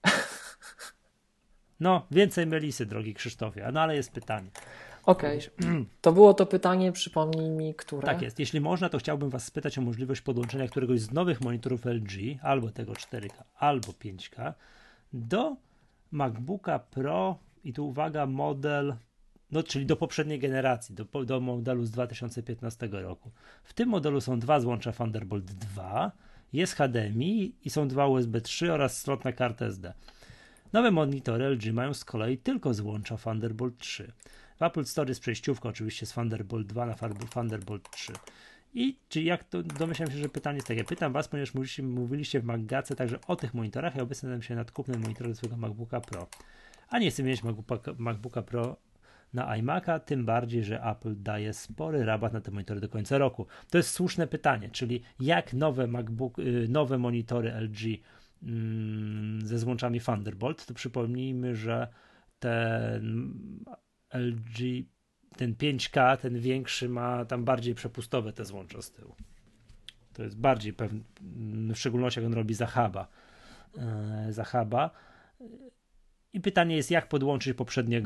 No, więcej Melisy, drogi Krzysztofie. No, ale jest pytanie. Okej. To było to pytanie, przypomnij mi, które? Tak jest. Jeśli można, to chciałbym was spytać o możliwość podłączenia któregoś z nowych monitorów LG, albo tego 4K, albo 5K, do MacBooka Pro i tu uwaga, model, no czyli do poprzedniej generacji, do modelu z 2015 roku. W tym modelu są dwa złącza Thunderbolt 2, jest HDMI i są dwa USB 3 oraz slot na kartę SD. Nowe monitory LG mają z kolei tylko złącza Thunderbolt 3. W Apple Store jest przejściówka oczywiście z Thunderbolt 2 na Thunderbolt 3. I czy jak to, domyślam się, że pytanie jest takie. Pytam was, ponieważ mówiliście w Maggace także o tych monitorach. Ja obecnie zastanawiam się nad kupnem monitora do swojego MacBooka Pro. A nie chcę mieć MacBooka Pro na iMac'a, tym bardziej, że Apple daje spory rabat na te monitory do końca roku. To jest słuszne pytanie, czyli jak nowe monitory LG ze złączami Thunderbolt, to przypomnijmy, że ten LG, ten 5K, ten większy ma tam bardziej przepustowe te złącza z tyłu. To jest bardziej pewne, w szczególności jak on robi za huba. I pytanie jest, jak podłączyć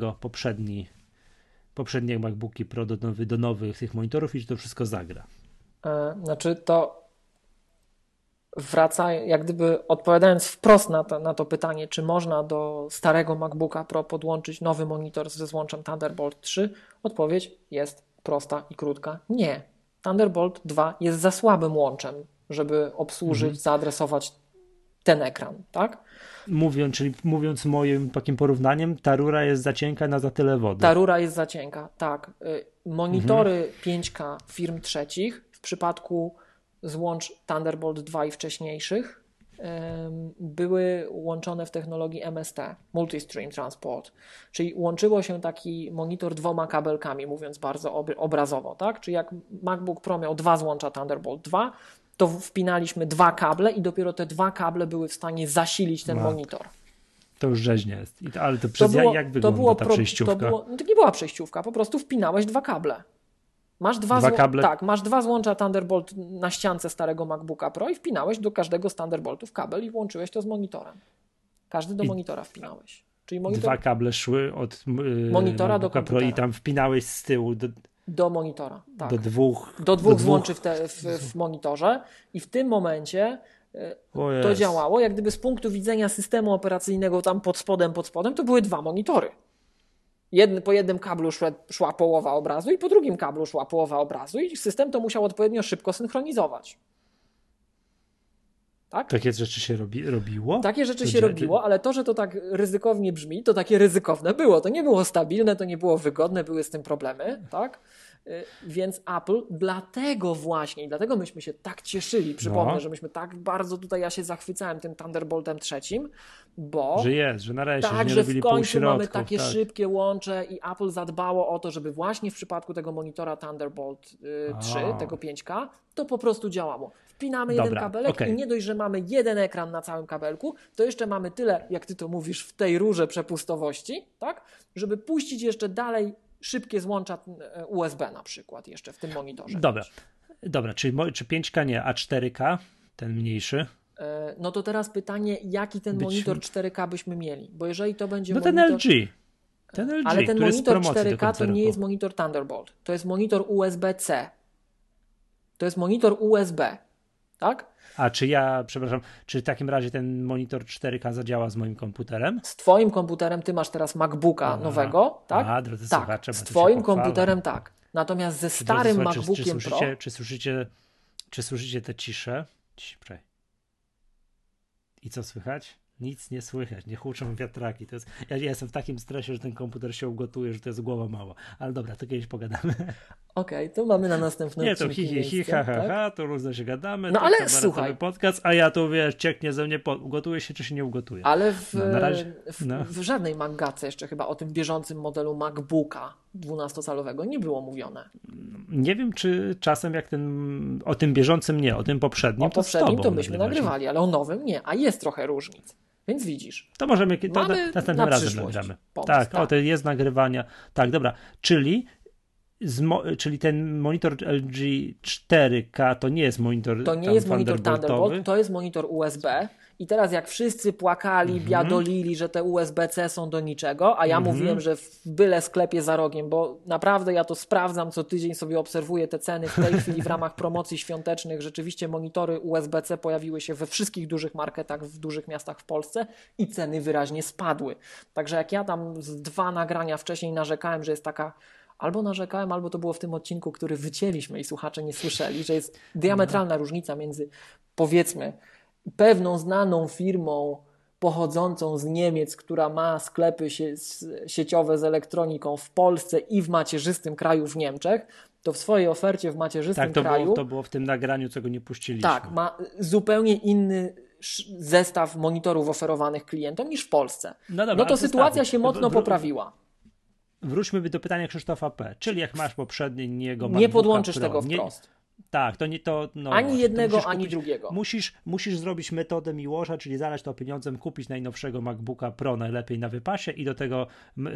poprzednie MacBooki Pro do nowych tych monitorów i czy to wszystko zagra. Znaczy to wraca, jak gdyby odpowiadając wprost na to pytanie, czy można do starego MacBooka Pro podłączyć nowy monitor ze złączem Thunderbolt 3, odpowiedź jest prosta i krótka. Nie. Thunderbolt 2 jest za słabym łączem, żeby obsłużyć, zaadresować ten ekran, tak? Mówiąc moim takim porównaniem, ta rura jest za cienka na za tyle wody. Ta rura jest za cienka, tak. Monitory 5K firm trzecich w przypadku złącz Thunderbolt 2 i wcześniejszych były łączone w technologii MST, Multi-Stream Transport, czyli łączyło się taki monitor 2 kabelkami, mówiąc bardzo obrazowo, tak? Czyli jak MacBook Pro miał 2 złącza Thunderbolt 2, to wpinaliśmy 2 kable i dopiero te 2 kable były w stanie zasilić ten monitor. To już rzeźnia jest. Ale to przez jak wygląda ta przejściówka? To nie była przejściówka, po prostu wpinałeś 2 kable. Masz masz 2 złącza Thunderbolt na ściance starego MacBooka Pro i wpinałeś do każdego z Thunderboltów kabel i włączyłeś to z monitorem. Każdy do monitora wpinałeś. Czyli 2 kable szły od monitora do komputera. Pro i tam wpinałeś z tyłu do monitora. Tak. Do dwóch złączy w monitorze i w tym momencie to działało, jak gdyby z punktu widzenia systemu operacyjnego tam pod spodem to były 2 monitory. Po jednym kablu szła połowa obrazu i po drugim kablu szła połowa obrazu i system to musiał odpowiednio szybko synchronizować. Tak? Takie rzeczy się robiło? Takie rzeczy się robiło, ale to, że to tak ryzykownie brzmi, to takie ryzykowne było. To nie było stabilne, to nie było wygodne, były z tym problemy, tak? Więc Apple dlatego myśmy się tak cieszyli, przypomnę, że myśmy tak bardzo tutaj, ja się zachwycałem tym Thunderboltem 3, bo że nareszcie, tak, że że w końcu mamy takie szybkie łącze i Apple zadbało o to, żeby właśnie w przypadku tego monitora Thunderbolt 3, tego 5K, to po prostu działało. Wpinamy jeden kabelek i nie dość, że mamy jeden ekran na całym kabelku, to jeszcze mamy tyle, jak ty to mówisz, w tej rurze przepustowości, tak, żeby puścić jeszcze dalej szybkie złącza USB na przykład jeszcze w tym monitorze. Dobra, czy 5K nie, a 4K, ten mniejszy? No to teraz pytanie, jaki ten monitor 4K byśmy mieli? Bo jeżeli to będzie monitor... Ten LG, ale ten monitor 4K to nie jest monitor Thunderbolt, to jest monitor USB-C. To jest monitor USB, tak? A czy w takim razie ten monitor 4K zadziała z moim komputerem? Z twoim komputerem, ty masz teraz MacBooka nowego, tak? Drodzy tak, słuchacze, z twoim komputerem tak. Natomiast ze starym MacBookiem Pro... Czy słyszycie tę ciszę? I co słychać? Nic nie słychać, nie huczą wiatraki. Ja jestem w takim stresie, że ten komputer się ugotuje, że to jest głowa mała. Ale dobra, to kiedyś pogadamy. Okej, to mamy na następne nie, to ha, to różne się gadamy. No ale słuchaj. Podcast, a ja tu, cieknie ze mnie, ugotuje się czy się nie ugotuje. Ale w żadnej MacGace jeszcze chyba o tym bieżącym modelu MacBooka 12-calowego nie było mówione. Nie wiem, czy czasem o tym bieżącym nie, o tym poprzednim. O poprzednim to myśmy nagrywali, ale o nowym nie, a jest trochę różnic. Więc widzisz. To możemy następnym razem nagramy. Tak, to jest nagrywania. Tak, dobra. Czyli ten monitor LG 4K to nie jest monitor To nie jest monitor Thunderbolt, to jest monitor USB. I teraz jak wszyscy płakali, biadolili, że te USB-C są do niczego, a ja mówiłem, że w byle sklepie za rogiem, bo naprawdę ja to sprawdzam co tydzień, sobie obserwuję te ceny. W tej chwili w ramach promocji świątecznych rzeczywiście monitory USB-C pojawiły się we wszystkich dużych marketach, w dużych miastach w Polsce i ceny wyraźnie spadły. Także jak ja tam z 2 nagrania wcześniej narzekałem, że jest taka... Albo narzekałem, albo to było w tym odcinku, który wycięliśmy i słuchacze nie słyszeli, że jest diametralna różnica między, powiedzmy, pewną znaną firmą pochodzącą z Niemiec, która ma sklepy sieciowe z elektroniką w Polsce i w macierzystym kraju w Niemczech, to w swojej ofercie w macierzystym kraju... to było w tym nagraniu, czego nie puściliśmy. Tak, ma zupełnie inny zestaw monitorów oferowanych klientom niż w Polsce. No to sytuacja się mocno poprawiła. Wróćmy do pytania Krzysztofa P. Czyli jak masz poprzednie nie podłączysz tego wprost. Tak, ani jednego, ani drugiego. Musisz zrobić metodę Miłosza, czyli zalać to pieniądzem, kupić najnowszego MacBooka Pro, najlepiej na wypasie i do tego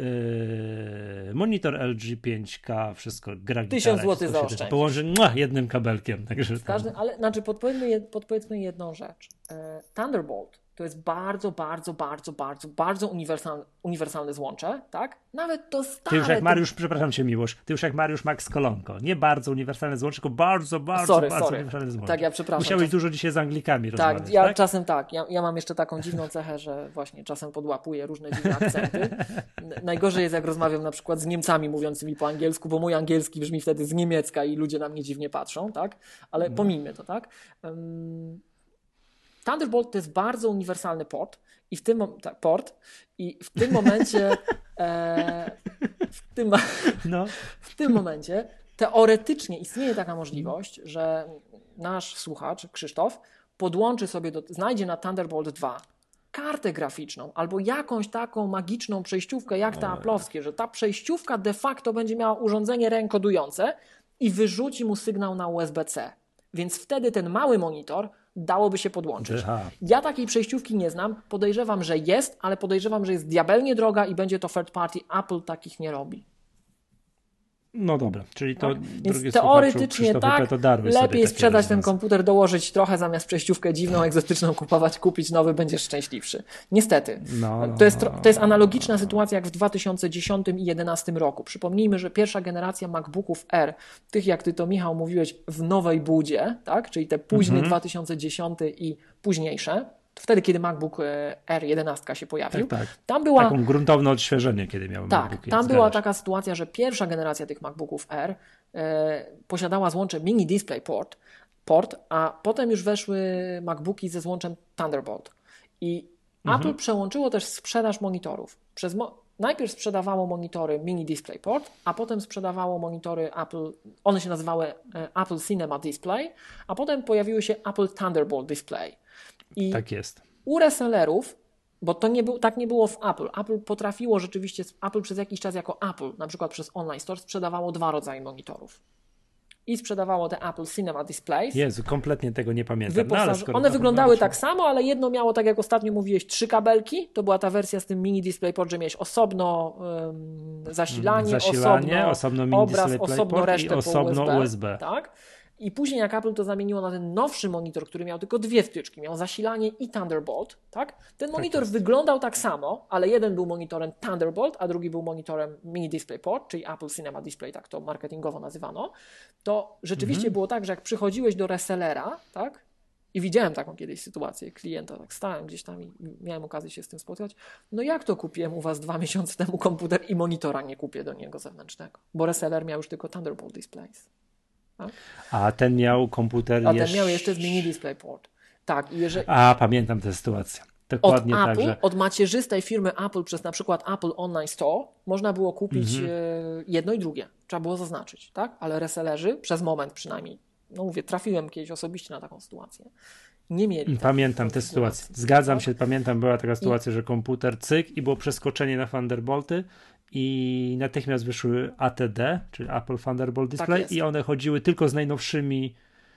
monitor LG 5K, wszystko gra 1000 zł zaoszczędzić. Połączy jednym kabelkiem. Także ale podpowiedzmy jedną rzecz. Thunderbolt to jest bardzo, bardzo, bardzo, bardzo, bardzo uniwersalne złącze, tak? Nawet to stare... Ty już jak Mariusz, przepraszam cię Miłosz, ty już jak Mariusz Max Kolonko. Nie bardzo uniwersalne złącze, tylko bardzo, bardzo, bardzo uniwersalne złącze. Tak, ja przepraszam. Musiałeś dużo dzisiaj z Anglikami rozmawiać, ja tak? czasem tak. Ja mam jeszcze taką dziwną cechę, że właśnie czasem podłapuję różne dziwne akcenty. Najgorzej jest, jak rozmawiam na przykład z Niemcami mówiącymi po angielsku, bo mój angielski brzmi wtedy z niemiecka i ludzie na mnie dziwnie patrzą, tak? Ale pomijmy to, tak? Thunderbolt to jest bardzo uniwersalny port i w tym momencie w tym momencie teoretycznie istnieje taka możliwość, że nasz słuchacz Krzysztof podłączy sobie, znajdzie na Thunderbolt 2 kartę graficzną albo jakąś taką magiczną przejściówkę jak te Apple'owskie, że ta przejściówka de facto będzie miała urządzenie reenkodujące i wyrzuci mu sygnał na USB-C. Więc wtedy ten mały monitor dałoby się podłączyć. Ja takiej przejściówki nie znam. Podejrzewam, że jest, ale podejrzewam, że jest diabelnie droga i będzie to third party. Apple takich nie robi. No dobra, czyli to Więc teoretycznie tak, lepiej sprzedać ten komputer, dołożyć trochę zamiast przejściówkę dziwną, egzotyczną kupić nowy, będziesz szczęśliwszy. Niestety. To jest analogiczna sytuacja jak w 2010 i 2011 roku. Przypomnijmy, że pierwsza generacja MacBooków Air, tych jak ty to Michał mówiłeś w nowej budzie, tak? Czyli te późne 2010 i późniejsze, wtedy, kiedy MacBook Air 11 się pojawił. Tak. Tam była... Taką gruntowne odświeżenie, kiedy miałem MacBooki. Tam była taka sytuacja, że pierwsza generacja tych MacBooków Air posiadała złącze Mini DisplayPort, a potem już weszły MacBooki ze złączem Thunderbolt. I Apple przełączyło też sprzedaż monitorów. Najpierw sprzedawało monitory Mini DisplayPort, a potem sprzedawało monitory Apple, one się nazywały Apple Cinema Display, a potem pojawiły się Apple Thunderbolt Display. I tak jest. U resellerów, bo to tak nie było w Apple. Apple potrafiło rzeczywiście, Apple przez jakiś czas jako Apple, na przykład przez Online Store, sprzedawało 2 rodzaje monitorów. I sprzedawało te Apple Cinema Displays. Jezu, kompletnie tego nie pamiętam. One wyglądały tak samo, ale jedno miało, tak jak ostatnio mówiłeś, 3 kabelki. To była ta wersja z tym Mini DisplayPort, że miałeś osobno zasilanie, osobno mini obraz, DisplayPort osobno resztę i osobno po USB. Tak? I później jak Apple to zamieniło na ten nowszy monitor, który miał tylko 2 wtyczki, miał zasilanie i Thunderbolt, tak? Ten monitor wyglądał tak samo, ale jeden był monitorem Thunderbolt, a drugi był monitorem Mini DisplayPort, czyli Apple Cinema Display, tak to marketingowo nazywano. To rzeczywiście było tak, że jak przychodziłeś do resellera, tak? I widziałem taką kiedyś sytuację klienta, tak stałem gdzieś tam i miałem okazję się z tym spotkać. No jak to kupiłem u was 2 miesiące temu komputer i monitora nie kupię do niego zewnętrznego, bo reseller miał już tylko Thunderbolt Displays. Tak? A ten miał komputer ten miał jeszcze z Mini DisplayPort. Tak, pamiętam tę sytuację. Dokładnie od Apple, tak, że... od macierzystej firmy Apple przez na przykład Apple Online Store można było kupić jedno i drugie. Trzeba było zaznaczyć, tak? Ale resellerzy przez moment przynajmniej, no mówię, trafiłem kiedyś osobiście na taką sytuację. Nie mieli. Pamiętam tę sytuację. Zgadzam się, pamiętam, była taka sytuacja, że komputer cyk i było przeskoczenie na Thunderbolty i natychmiast wyszły ATD, czyli Apple Thunderbolt Display i one chodziły tylko z najnowszymi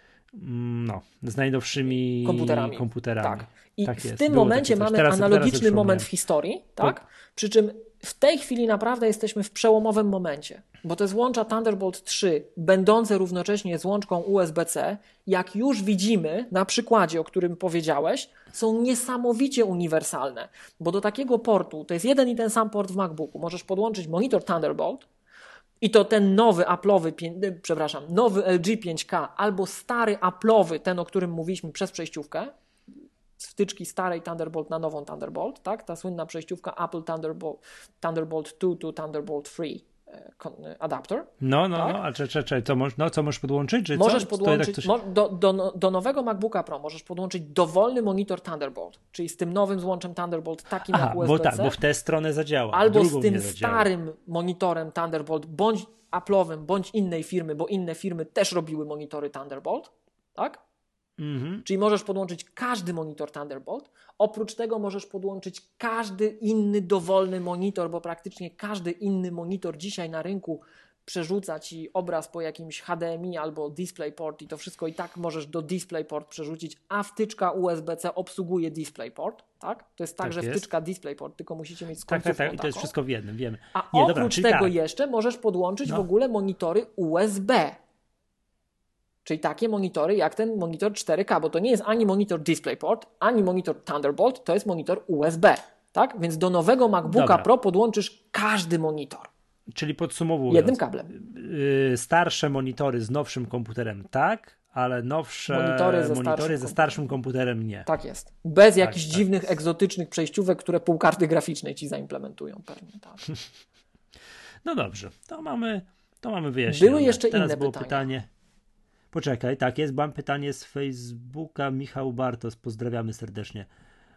komputerami. Tak. I w tym momencie mamy analogiczny moment w historii, tak? Przy czym w tej chwili naprawdę jesteśmy w przełomowym momencie, bo te złącza Thunderbolt 3, będące równocześnie złączką USB-C, jak już widzimy na przykładzie, o którym powiedziałeś, są niesamowicie uniwersalne, bo do takiego portu, to jest jeden i ten sam port w MacBooku, możesz podłączyć monitor Thunderbolt i to ten nowy nowy LG 5K albo stary Apple'owy, ten, o którym mówiliśmy przez przejściówkę, z wtyczki starej Thunderbolt na nową Thunderbolt, tak? Ta słynna przejściówka Apple Thunderbolt 2 to Thunderbolt 3 adapter. A co możesz podłączyć? Czy możesz podłączyć do nowego MacBooka Pro możesz podłączyć dowolny monitor Thunderbolt, czyli z tym nowym złączem Thunderbolt takim jak USB-C. Bo w tę stronę zadziała. Albo z tym starym monitorem Thunderbolt, bądź Apple'owym, bądź innej firmy, bo inne firmy też robiły monitory Thunderbolt, tak? Czyli możesz podłączyć każdy monitor Thunderbolt. Oprócz tego możesz podłączyć każdy inny dowolny monitor, bo praktycznie każdy inny monitor dzisiaj na rynku przerzuca ci obraz po jakimś HDMI albo DisplayPort i to wszystko i tak możesz do DisplayPort przerzucić, a wtyczka USB-C obsługuje DisplayPort, tak? To jest tak, że wtyczka DisplayPort, tylko musicie mieć z końcówką Tak, i to jest wszystko w jednym, wiemy. Oprócz tego jeszcze możesz podłączyć w ogóle monitory USB. Czyli takie monitory jak ten monitor 4K, bo to nie jest ani monitor DisplayPort, ani monitor Thunderbolt, to jest monitor USB. Tak? Więc do nowego MacBooka Pro podłączysz każdy monitor. Czyli podsumowując, jednym kablem. Starsze monitory z nowszym komputerem tak, ale nowsze monitory ze starszym komputerem nie. Tak jest. Bez jakichś dziwnych, egzotycznych przejściówek, które pół karty graficznej ci zaimplementują pewnie. Tak. No dobrze, to mamy wyjaśnione. Były jeszcze Teraz inne było pytania. Poczekaj, tak jest, mam pytanie z Facebooka, Michał Bartos, pozdrawiamy serdecznie.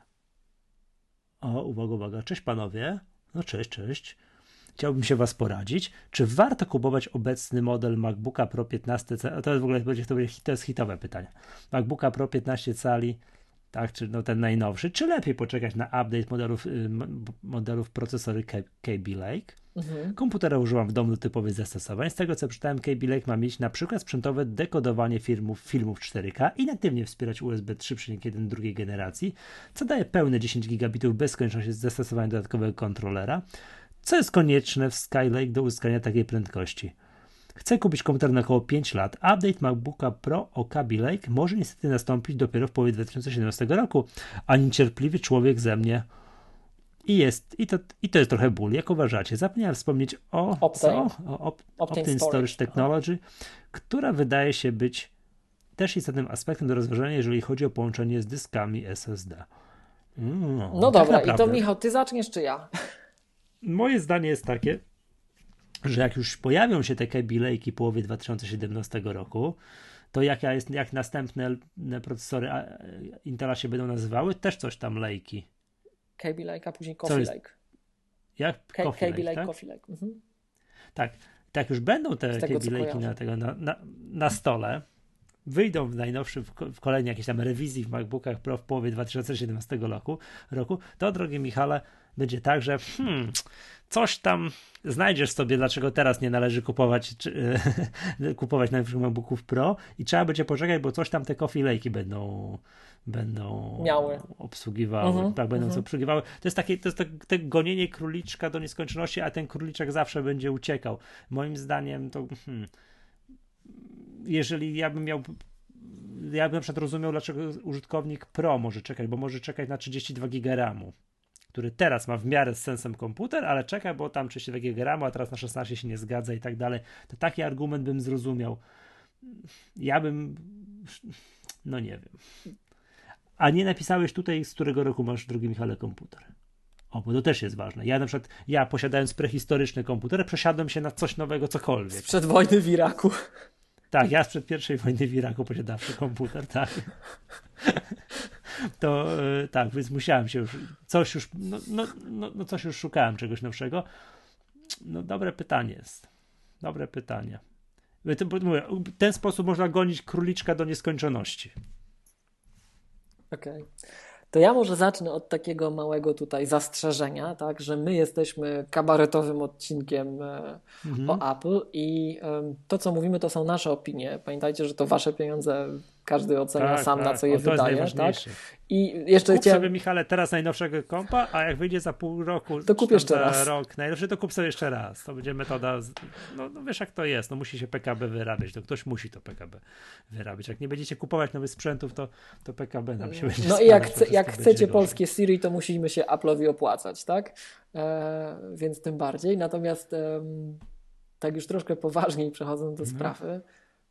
O, uwaga, cześć panowie. No cześć. Chciałbym się was poradzić, czy warto kupować obecny model MacBooka Pro 15 cali, to jest w ogóle to jest hitowe pytanie, MacBooka Pro 15 cali, tak, czy no ten najnowszy, czy lepiej poczekać na update modelów procesory Kaby Lake? Komputera używam w domu do typowych zastosowań. Z tego co czytałem, Kaby Lake ma mieć na przykład sprzętowe dekodowanie filmów 4K i natywnie wspierać USB 3.1 drugiej generacji, co daje pełne 10 gigabitów bez konieczności zastosowania dodatkowego kontrolera, co jest konieczne w Skylake do uzyskania takiej prędkości. Chcę kupić komputer na około 5 lat. Update MacBooka Pro o Kaby Lake może niestety nastąpić dopiero w połowie 2017 roku, a niecierpliwy człowiek ze mnie. I to jest trochę ból. Jak uważacie? Zapomniałem wspomnieć o Optane Storage Technology, która wydaje się być też istotnym aspektem do rozważenia, jeżeli chodzi o połączenie z dyskami SSD. No dobra, naprawdę. I to Michał, ty zaczniesz czy ja? Moje zdanie jest takie, że jak już pojawią się te Kaby Lake'i w połowie 2017 roku, to jak następne procesory Intela się będą nazywały, też coś tam Lake'i. Kaby Lake, a później Coffee Lake. Jak? Kaby Lake, tak? Coffee Lake. Mhm. Tak już będą te Kaby Lake'i na stole, wyjdą w kolejnej jakiejś tam rewizji w MacBookach Pro w połowie 2017 roku, to drogi Michale, będzie tak, że coś tam znajdziesz sobie, dlaczego teraz nie należy kupować najnowszych MacBooków Pro i trzeba będzie poczekać, bo coś tam te Coffee Lake'i będą miały obsługiwały. Tak, będą obsługiwały. To jest takie gonienie króliczka do nieskończoności, a ten króliczek zawsze będzie uciekał. Moim zdaniem to jeżeli ja bym na przykład rozumiał, dlaczego użytkownik Pro może czekać, bo może czekać na 32 GB RAM-u, który teraz ma w miarę z sensem komputer, ale czeka, bo tam 32 GB RAM-u, a teraz na 16 się nie zgadza i tak dalej. To taki argument bym zrozumiał. No nie wiem. A nie napisałeś tutaj, z którego roku masz, drogi Michale, komputer. O, bo to też jest ważne. Ja na przykład, posiadając prehistoryczny komputer, przesiadłem się na coś nowego, cokolwiek. Sprzed wojny w Iraku. Tak, ja sprzed pierwszej wojny w Iraku posiadawszy komputer, tak. To tak, więc musiałem się coś już szukałem czegoś nowszego. No dobre pytanie jest. Dobre pytanie. W ten sposób można gonić króliczka do nieskończoności. Okej. To ja może zacznę od takiego małego tutaj zastrzeżenia, tak, że my jesteśmy kabaretowym odcinkiem o Apple i to, co mówimy, to są nasze opinie. Pamiętajcie, że to wasze pieniądze, każdy ocenia sam, na co je wydaje. Tak? I jeszcze kup sobie, Michale, teraz najnowszego kompa, a jak wyjdzie za pół roku, to kup jeszcze raz. Rok najlepszy, to kup sobie jeszcze raz. To będzie metoda, no wiesz jak to jest, musi się PKB wyrabiać, to ktoś musi to PKB wyrabiać. Jak nie będziecie kupować nowych sprzętów, to PKB nam się będzie No i jak chcecie polskie Siri, to musimy się Apple'owi opłacać, tak? Więc tym bardziej. Natomiast tak już troszkę poważniej przechodząc do sprawy,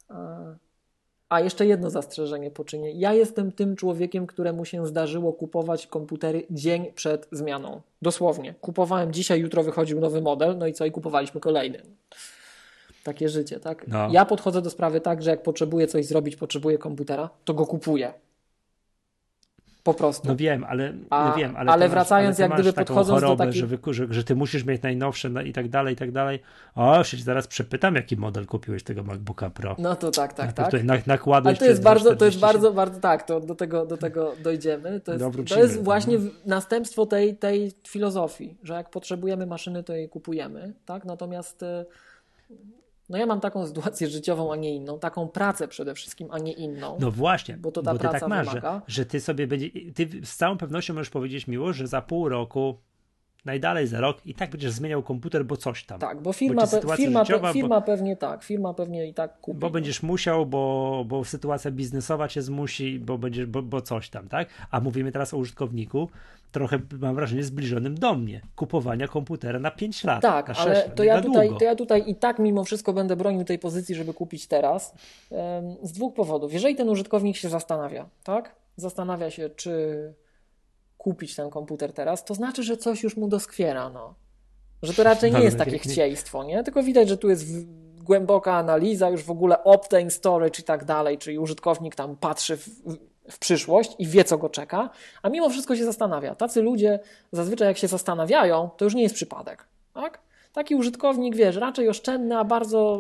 a jeszcze jedno zastrzeżenie poczynię. Ja jestem tym człowiekiem, któremu się zdarzyło kupować komputery dzień przed zmianą. Dosłownie. Kupowałem dzisiaj, jutro wychodził nowy model, no i co? I kupowaliśmy kolejny. Takie życie, tak? No. Ja podchodzę do sprawy tak, że jak potrzebuję coś zrobić, potrzebuję komputera, to go kupuję. Po prostu. No wiem, ale wracając, jak gdyby podchodząc chorobę, do takiej... że ty musisz mieć najnowsze i tak dalej. O, się zaraz przepytam, jaki model kupiłeś tego MacBooka Pro. No to tak. Nakładłeś. Ale to jest bardzo, tak, to do tego dojdziemy. To jest właśnie następstwo tej filozofii, że jak potrzebujemy maszyny, to jej kupujemy, tak? Natomiast ja mam taką sytuację życiową, a nie inną, taką pracę przede wszystkim, a nie inną. No właśnie, bo to ta praca tak masz, wymaga. że ty sobie ty z całą pewnością możesz powiedzieć, Miłosz, że za pół roku, najdalej za rok i tak będziesz zmieniał komputer, bo coś tam. Tak, bo firma pewnie i tak kupi. Bo będziesz musiał, bo sytuacja biznesowa cię zmusi, bo coś tam, tak? A mówimy teraz o użytkowniku, trochę mam wrażenie zbliżonym do mnie, kupowania komputera na 5 lat. Tak, na 6 ale lat, to ja tutaj i tak mimo wszystko będę bronił tej pozycji, żeby kupić teraz. Z 2 powodów. Jeżeli ten użytkownik się zastanawia, tak? Zastanawia się, czy kupić ten komputer teraz, to znaczy, że coś już mu doskwiera, no. Że to raczej nie jest takie chcieństwo, nie? Tylko widać, że tu jest głęboka analiza, już w ogóle Optane, storage i tak dalej, czyli użytkownik tam patrzy w przyszłość i wie, co go czeka, a mimo wszystko się zastanawia. Tacy ludzie zazwyczaj jak się zastanawiają, to już nie jest przypadek, tak? Taki użytkownik, wiesz, raczej oszczędny, a bardzo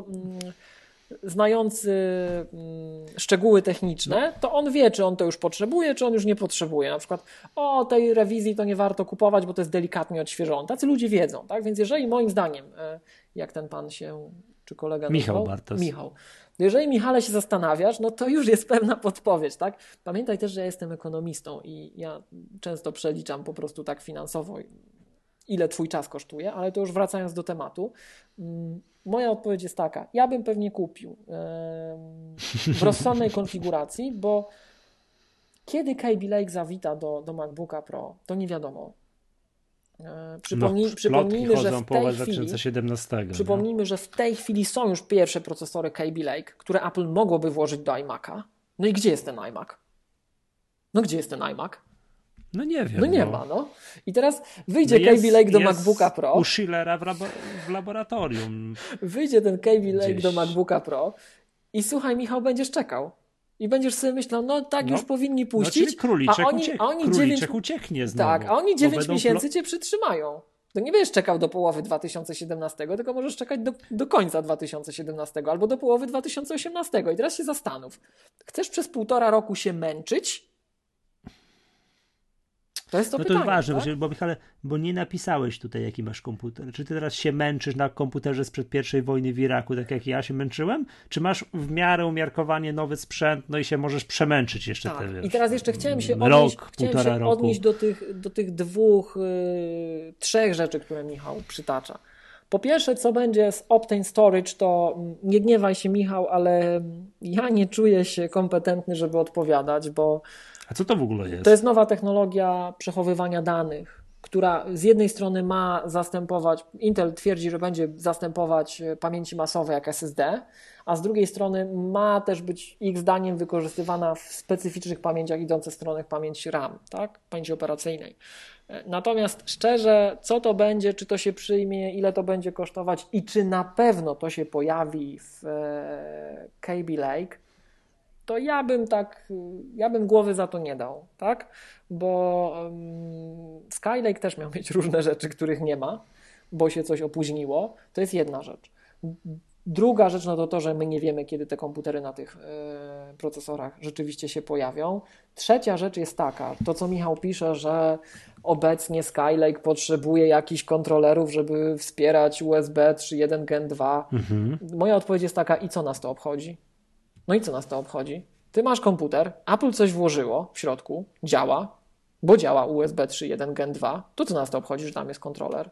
znający szczegóły techniczne, to on wie, czy on to już potrzebuje, czy on już nie potrzebuje. Na przykład, tej rewizji to nie warto kupować, bo to jest delikatnie odświeżone. Tacy ludzie wiedzą, tak? Więc jeżeli moim zdaniem, jak ten pan się, czy kolega Michał Bartos. Michał. Jeżeli, Michale, się zastanawiasz, no to już jest pewna podpowiedź, tak? Pamiętaj też, że ja jestem ekonomistą i ja często przeliczam po prostu tak finansowo, ile twój czas kosztuje, ale to już wracając do tematu. Moja odpowiedź jest taka, ja bym pewnie kupił w rozsądnej konfiguracji, bo kiedy Kaby Lake zawita do MacBooka Pro, to nie wiadomo. Przypomnijmy, że w tej chwili 2017, przypomnijmy, że w tej chwili są już pierwsze procesory Kaby Lake, które Apple mogłoby włożyć do iMac'a. No i gdzie jest ten iMac? No gdzie jest ten iMac? No nie wiem. No nie ma, no. I teraz wyjdzie Kaby Lake do MacBooka Pro. U Schillera w laboratorium. Wyjdzie ten Kaby Lake do MacBooka Pro i słuchaj, Michał, będziesz czekał. I będziesz sobie myślał, no tak już powinni puścić. Czyli króliczek ucieknie znowu. Tak, a oni 9 miesięcy cię przytrzymają. To nie będziesz czekał do połowy 2017, tylko możesz czekać do końca 2017 albo do połowy 2018. I teraz się zastanów. Chcesz przez 1,5 roku się męczyć? To jest to pytanie, to jest ważne, tak? bo Michale, bo nie napisałeś tutaj, jaki masz komputer. Czy ty teraz się męczysz na komputerze sprzed I wojny w Iraku, tak jak ja się męczyłem? Czy masz w miarę umiarkowanie nowy sprzęt, no i się możesz przemęczyć jeszcze tak. te, I teraz jeszcze chciałem się odnieść do tych 2, 3 rzeczy, które Michał przytacza. Po pierwsze, co będzie z Optane Storage, to nie gniewaj się, Michał, ale ja nie czuję się kompetentny, żeby odpowiadać, bo a co to w ogóle jest? To jest nowa technologia przechowywania danych, która z jednej strony ma zastępować, Intel twierdzi, że będzie zastępować pamięci masowe jak SSD, a z drugiej strony ma też być ich zdaniem wykorzystywana w specyficznych pamięciach idących w stronę pamięci RAM, tak? Pamięci operacyjnej. Natomiast szczerze, co to będzie, czy to się przyjmie, ile to będzie kosztować i czy na pewno to się pojawi w Kaby Lake, to ja bym głowy za to nie dał, tak? Bo Skylake też miał mieć różne rzeczy, których nie ma, bo się coś opóźniło. To jest jedna rzecz. Druga rzecz, no to, że my nie wiemy, kiedy te komputery na tych procesorach rzeczywiście się pojawią. Trzecia rzecz jest taka, to co Michał pisze, że obecnie Skylake potrzebuje jakichś kontrolerów, żeby wspierać USB 3.1 Gen 2. Moja odpowiedź jest taka, i co nas to obchodzi? No i co nas to obchodzi? Ty masz komputer, Apple coś włożyło w środku, działa, bo działa USB 3.1 Gen 2, to co nas to obchodzi, że tam jest kontroler?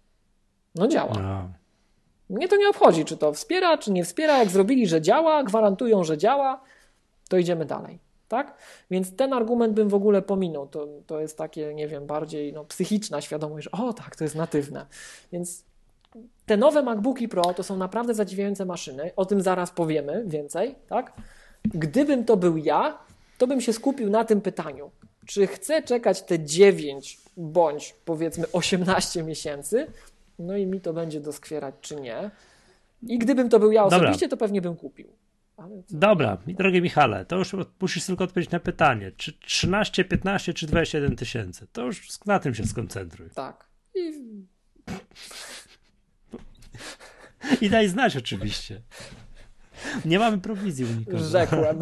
No działa. No. Mnie to nie obchodzi, czy to wspiera, czy nie wspiera. Jak zrobili, że działa, gwarantują, że działa, to idziemy dalej. Tak? Więc ten argument bym w ogóle pominął. To jest takie, nie wiem, bardziej psychiczna świadomość, że tak, to jest natywne. Więc te nowe MacBooki Pro to są naprawdę zadziwiające maszyny. O tym zaraz powiemy więcej. Tak? Gdybym to był ja, to bym się skupił na tym pytaniu. Czy chcę czekać te 9 bądź powiedzmy 18 miesięcy, no i mi to będzie doskwierać, czy nie. I gdybym to był ja osobiście, to pewnie bym kupił. Dobra, drogi Michale, to już musisz tylko odpowiedzieć na pytanie. Czy 13, 15 czy 21 tysięcy? To już na tym się skoncentruj. Tak. I daj znać oczywiście. Nie mamy prowizji u nikogo. Rzekłem.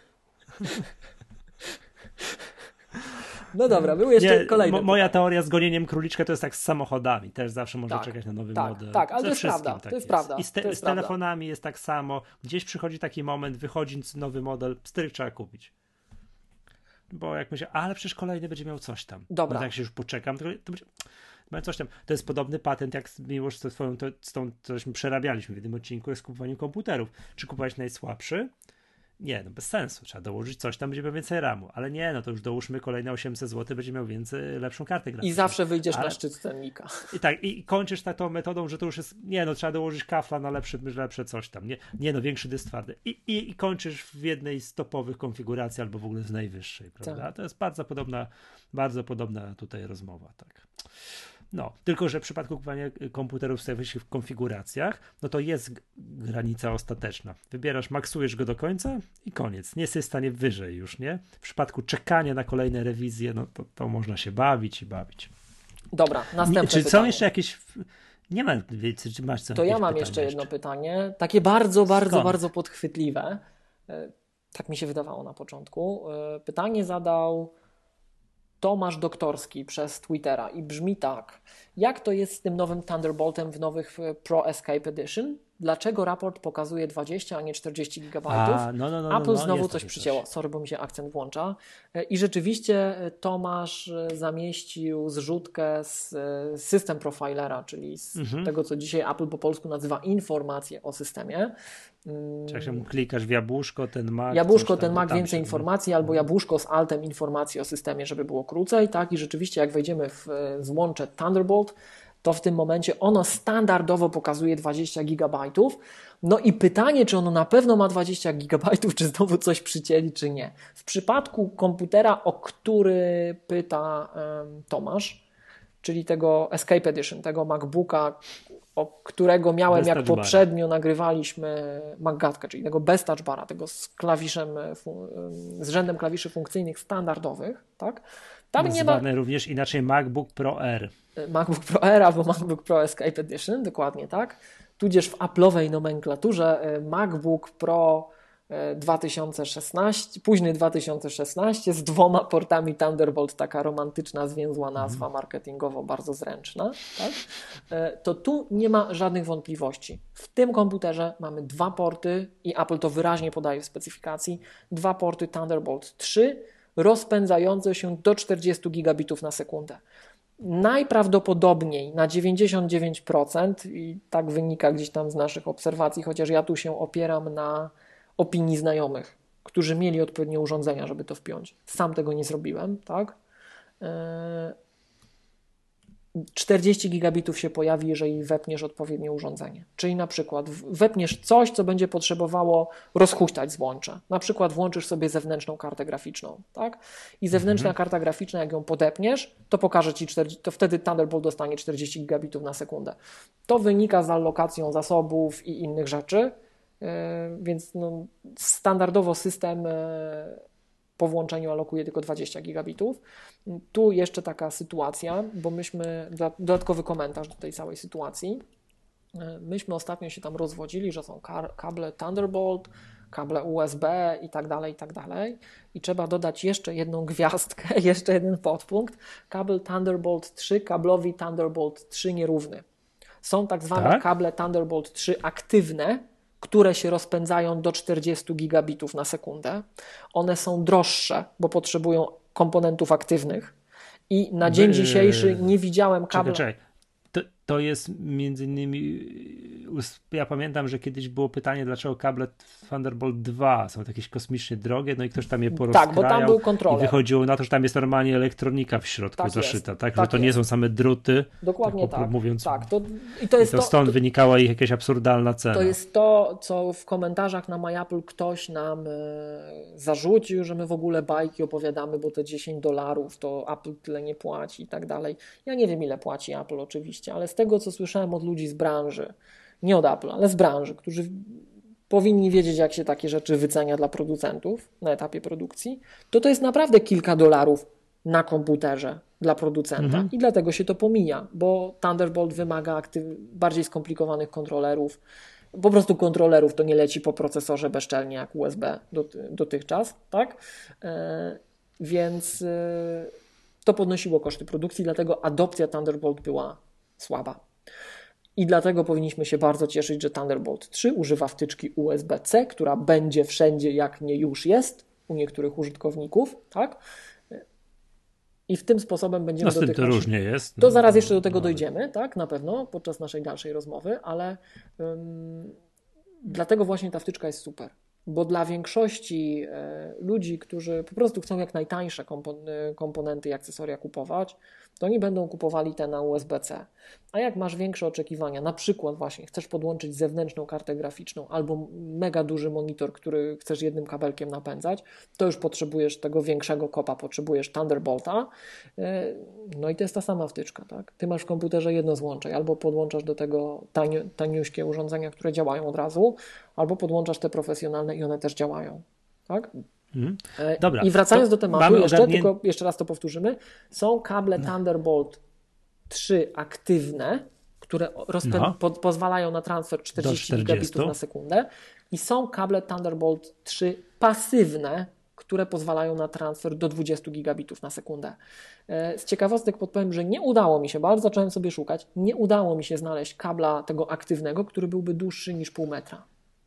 No dobra, był jeszcze kolejny. Moja teoria z gonieniem króliczka to jest tak z samochodami. Też zawsze można czekać na nowy model. Tak, ale to jest prawda. To jest prawda. I z telefonami jest tak samo. Gdzieś przychodzi taki moment, wychodzi nowy model, stryk trzeba kupić. Bo jak myślę, ale przecież kolejny będzie miał coś tam. Dobra. No tak się już poczekam, to będzie... Coś tam. To jest podobny patent, jak Miłosz z tą, cośmy przerabialiśmy w jednym odcinku, jest kupowaniem komputerów. Czy kupować najsłabszy? Nie, no bez sensu. Trzeba dołożyć coś, tam będzie miał więcej ramu. Ale nie, no to już dołóżmy kolejne 800 zł, będzie miał lepszą kartę graficzną. I zawsze wyjdziesz na szczyt cennika. I tak, i kończysz taką metodą, że to już jest, nie no, trzeba dołożyć kafla na lepsze coś tam. Nie no, większy dysk twardy. I kończysz w jednej z topowych konfiguracji albo w ogóle w najwyższej, prawda? Tak. To jest bardzo podobna tutaj rozmowa, tak. No, tylko że w przypadku kupowania komputerów w konfiguracjach, no to jest granica ostateczna. Wybierasz, maksujesz go do końca i koniec. Nie jesteś w stanie wyżej już, nie? W przypadku czekania na kolejne rewizje, no to można się bawić i bawić. Dobra, następne Czy pytanie. są jeszcze jakieś... Nie ma więcej, czy masz co? To ja mam jeszcze jedno pytanie, takie bardzo podchwytliwe. Tak mi się wydawało na początku. Pytanie zadał Tomasz Doktorski przez Twittera i brzmi tak. Jak to jest z tym nowym Thunderboltem w nowych Pro Escape Edition? Dlaczego raport pokazuje 20, a nie 40 GB? Apple znowu coś przycięło. Sorry, bo mi się akcent włącza. I rzeczywiście Tomasz zamieścił zrzutkę z System Profilera, czyli z tego, co dzisiaj Apple po polsku nazywa informacje o systemie. Jak się klikasz w jabłuszko, ten Mac. Jabłuszko, ten Mac, więcej informacji, albo jabłuszko z altem informacji o systemie, żeby było krócej. Tak? I rzeczywiście jak wejdziemy w złącze Thunderbolt, to w tym momencie ono standardowo pokazuje 20 GB. No i pytanie, czy ono na pewno ma 20 GB, czy znowu coś przycięli, czy nie. W przypadku komputera, o który pyta Tomasz, czyli tego Escape Edition, tego MacBooka, o którego miałem, jak poprzednio nagrywaliśmy MacGatkę, czyli tego bez touch bara, tego z klawiszem, z rzędem klawiszy funkcyjnych standardowych, tak? Tam nie ma również inaczej MacBook Pro R. MacBook Pro R albo MacBook Pro Escape Edition, dokładnie tak. Tudzież w Apple'owej nomenklaturze MacBook Pro 2016, późny 2016 z 2 portami Thunderbolt, taka romantyczna, zwięzła nazwa marketingowo, bardzo zręczna. Tak? To tu nie ma żadnych wątpliwości. W tym komputerze mamy 2 porty i Apple to wyraźnie podaje w specyfikacji, 2 porty Thunderbolt 3 rozpędzające się do 40 gigabitów na sekundę. Najprawdopodobniej na 99% i tak wynika gdzieś tam z naszych obserwacji, chociaż ja tu się opieram na opinii znajomych, którzy mieli odpowiednie urządzenia, żeby to wpiąć. Sam tego nie zrobiłem, tak? 40 gigabitów się pojawi, jeżeli wepniesz odpowiednie urządzenie. Czyli na przykład wepniesz coś, co będzie potrzebowało rozhuśtać złącze. Na przykład włączysz sobie zewnętrzną kartę graficzną, tak? I zewnętrzna karta graficzna, jak ją podepniesz, to pokaże Ci, to wtedy Thunderbolt dostanie 40 gigabitów na sekundę. To wynika z allokacją zasobów i innych rzeczy, więc no, standardowo system po włączeniu alokuje tylko 20 gigabitów. Tu jeszcze taka sytuacja, bo myśmy, dodatkowy komentarz do tej całej sytuacji, myśmy ostatnio się tam rozwodzili, że są kable Thunderbolt, kable USB i tak dalej. I trzeba dodać jeszcze jedną gwiazdkę, jeszcze jeden podpunkt. Kabel Thunderbolt 3, kablowi Thunderbolt 3 nierówny. Są tak zwane kable Thunderbolt 3 aktywne, które się rozpędzają do 40 gigabitów na sekundę. One są droższe, bo potrzebują komponentów aktywnych i na dzień dzisiejszy nie widziałem kabla. Czekaj. To jest między innymi, ja pamiętam, że kiedyś było pytanie, dlaczego kable Thunderbolt 2 są jakieś kosmicznie drogie, no i ktoś tam je porozkrajał. Tak, bo tam był kontroler. I wychodziło na to, że tam jest normalnie elektronika w środku zaszyta, tak? Że to nie są same druty. Dokładnie tak. Mówiąc, tak. To stąd wynikała ich jakaś absurdalna cena. To jest to, co w komentarzach na MyApple ktoś nam zarzucił, że my w ogóle bajki opowiadamy, bo te $10 to Apple tyle nie płaci i tak dalej. Ja nie wiem, ile płaci Apple oczywiście, ale z tego, co słyszałem od ludzi z branży, nie od Apple, ale z branży, którzy powinni wiedzieć, jak się takie rzeczy wycenia dla producentów na etapie produkcji, to jest naprawdę kilka dolarów na komputerze dla producenta i dlatego się to pomija, bo Thunderbolt wymaga bardziej skomplikowanych kontrolerów, po prostu kontrolerów, to nie leci po procesorze bezczelnie jak USB dotychczas, tak? Więc to podnosiło koszty produkcji, dlatego adopcja Thunderbolt była słaba. I dlatego powinniśmy się bardzo cieszyć, że Thunderbolt 3 używa wtyczki USB-C, która będzie wszędzie, jak nie już jest, u niektórych użytkowników, tak? I w tym sposobem będziemy z tym dotykać. to różnie jest. To zaraz jeszcze do tego dojdziemy, tak, na pewno, podczas naszej dalszej rozmowy, ale dlatego właśnie ta wtyczka jest super. Bo dla większości ludzi, którzy po prostu chcą jak najtańsze komponenty i akcesoria kupować, to oni będą kupowali te na USB-C. A jak masz większe oczekiwania, na przykład właśnie chcesz podłączyć zewnętrzną kartę graficzną albo mega duży monitor, który chcesz jednym kabelkiem napędzać, to już potrzebujesz tego większego kopa, potrzebujesz Thunderbolta. No i to jest ta sama wtyczka, tak? Ty masz w komputerze jedno złącze, albo podłączasz do tego taniuśkie urządzenia, które działają od razu, albo podłączasz te profesjonalne i one też działają, tak? Dobra, i wracając do tematu, tylko jeszcze raz to powtórzymy, są kable Thunderbolt 3 aktywne, które pozwalają na transfer 40 gigabitów na sekundę i są kable Thunderbolt 3 pasywne, które pozwalają na transfer do 20 gigabitów na sekundę. Z ciekawostek podpowiem, że nie udało mi się, bo zacząłem sobie szukać, nie udało mi się znaleźć kabla tego aktywnego, który byłby dłuższy niż pół metra.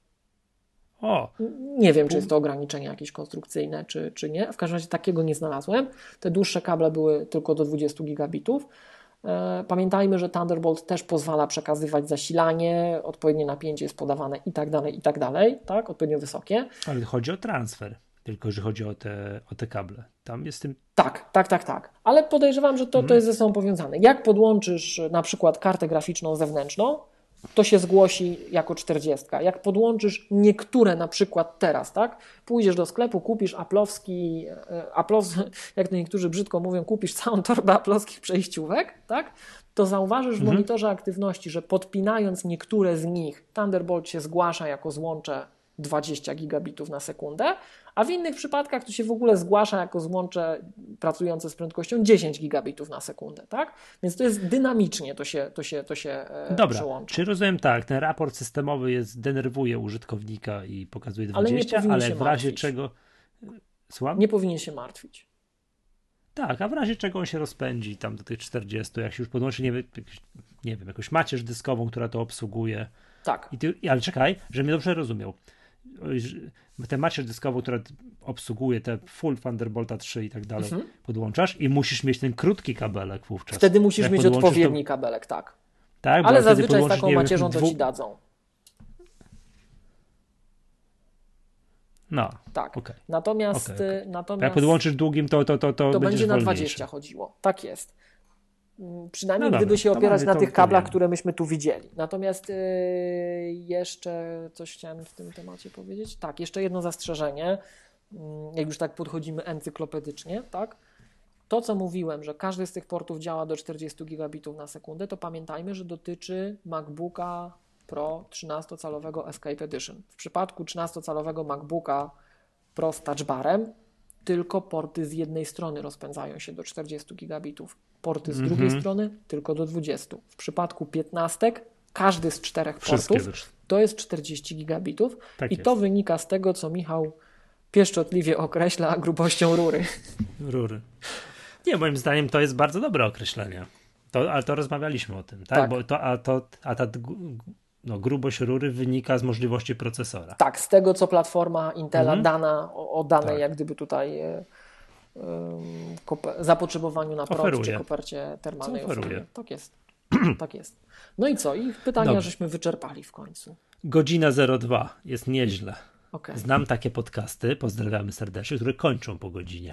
Nie wiem, czy jest to ograniczenie jakieś konstrukcyjne, czy nie. W każdym razie takiego nie znalazłem. Te dłuższe kable były tylko do 20 gigabitów. Pamiętajmy, że Thunderbolt też pozwala przekazywać zasilanie, odpowiednie napięcie jest podawane i tak dalej, tak? Odpowiednio wysokie. Ale chodzi o transfer, tylko że chodzi o te kable. Tam jest tym... Tak. Ale podejrzewam, że to jest ze sobą powiązane. Jak podłączysz na przykład kartę graficzną zewnętrzną, to się zgłosi jako 40. Jak podłączysz niektóre, na przykład teraz, tak? Pójdziesz do sklepu, kupisz aplowski, jak to niektórzy brzydko mówią, kupisz całą torbę aplowskich przejściówek, tak? To zauważysz w monitorze aktywności, że podpinając niektóre z nich, Thunderbolt się zgłasza jako złącze 20 gigabitów na sekundę, a w innych przypadkach to się w ogóle zgłasza jako złącze pracujące z prędkością 10 gigabitów na sekundę, tak? Więc to jest dynamicznie, to się Dobra, przełącza. czy rozumiem tak, ten raport systemowy denerwuje użytkownika i pokazuje 20, ale w razie czego... Słucham? Nie powinien się martwić. Tak, a w razie czego on się rozpędzi tam do tych 40, jak się już podłączy, nie wiem, jakąś macierz dyskową, która to obsługuje. Tak. Ale czekaj, żebym dobrze rozumiał. Tę macierz dyskową, która obsługuje te full Thunderbolta 3 i tak dalej, podłączasz i musisz mieć ten krótki kabelek wówczas. Wtedy musisz mieć odpowiedni kabelek, tak. Ale zazwyczaj z taką macierzą to ci dadzą. No, tak. Okay. Natomiast jak podłączysz długim, to będzie na 20 chodziło. Tak jest. Przynajmniej gdyby się opierać na tych kablach, które myśmy tu widzieli. Natomiast jeszcze coś chciałem w tym temacie powiedzieć. Tak, jeszcze jedno zastrzeżenie. Jak już tak podchodzimy encyklopedycznie, tak? To, co mówiłem, że każdy z tych portów działa do 40 gigabitów na sekundę, to pamiętajmy, że dotyczy MacBooka Pro 13-calowego Escape Edition. W przypadku 13-calowego MacBooka Pro z touchbarem tylko porty z jednej strony rozpędzają się do 40 gigabitów. Porty z drugiej strony tylko do 20. W przypadku 15 każdy z 4 portów to jest 40 gigabitów i to wynika z tego, co Michał pieszczotliwie określa grubością rury. Nie, moim zdaniem to jest bardzo dobre określenie. Ale to rozmawialiśmy o tym, tak? Bo ta grubość rury wynika z możliwości procesora. Tak, z tego, co platforma Intela o danej jak gdyby tutaj zapotrzebowaniu na prąd czy kopercie termalnej oferuje. Tak jest. No i co? I pytania żeśmy wyczerpali w końcu. Godzina 02. Jest nieźle. Okay. Znam takie podcasty, pozdrawiamy serdecznie, które kończą po godzinie.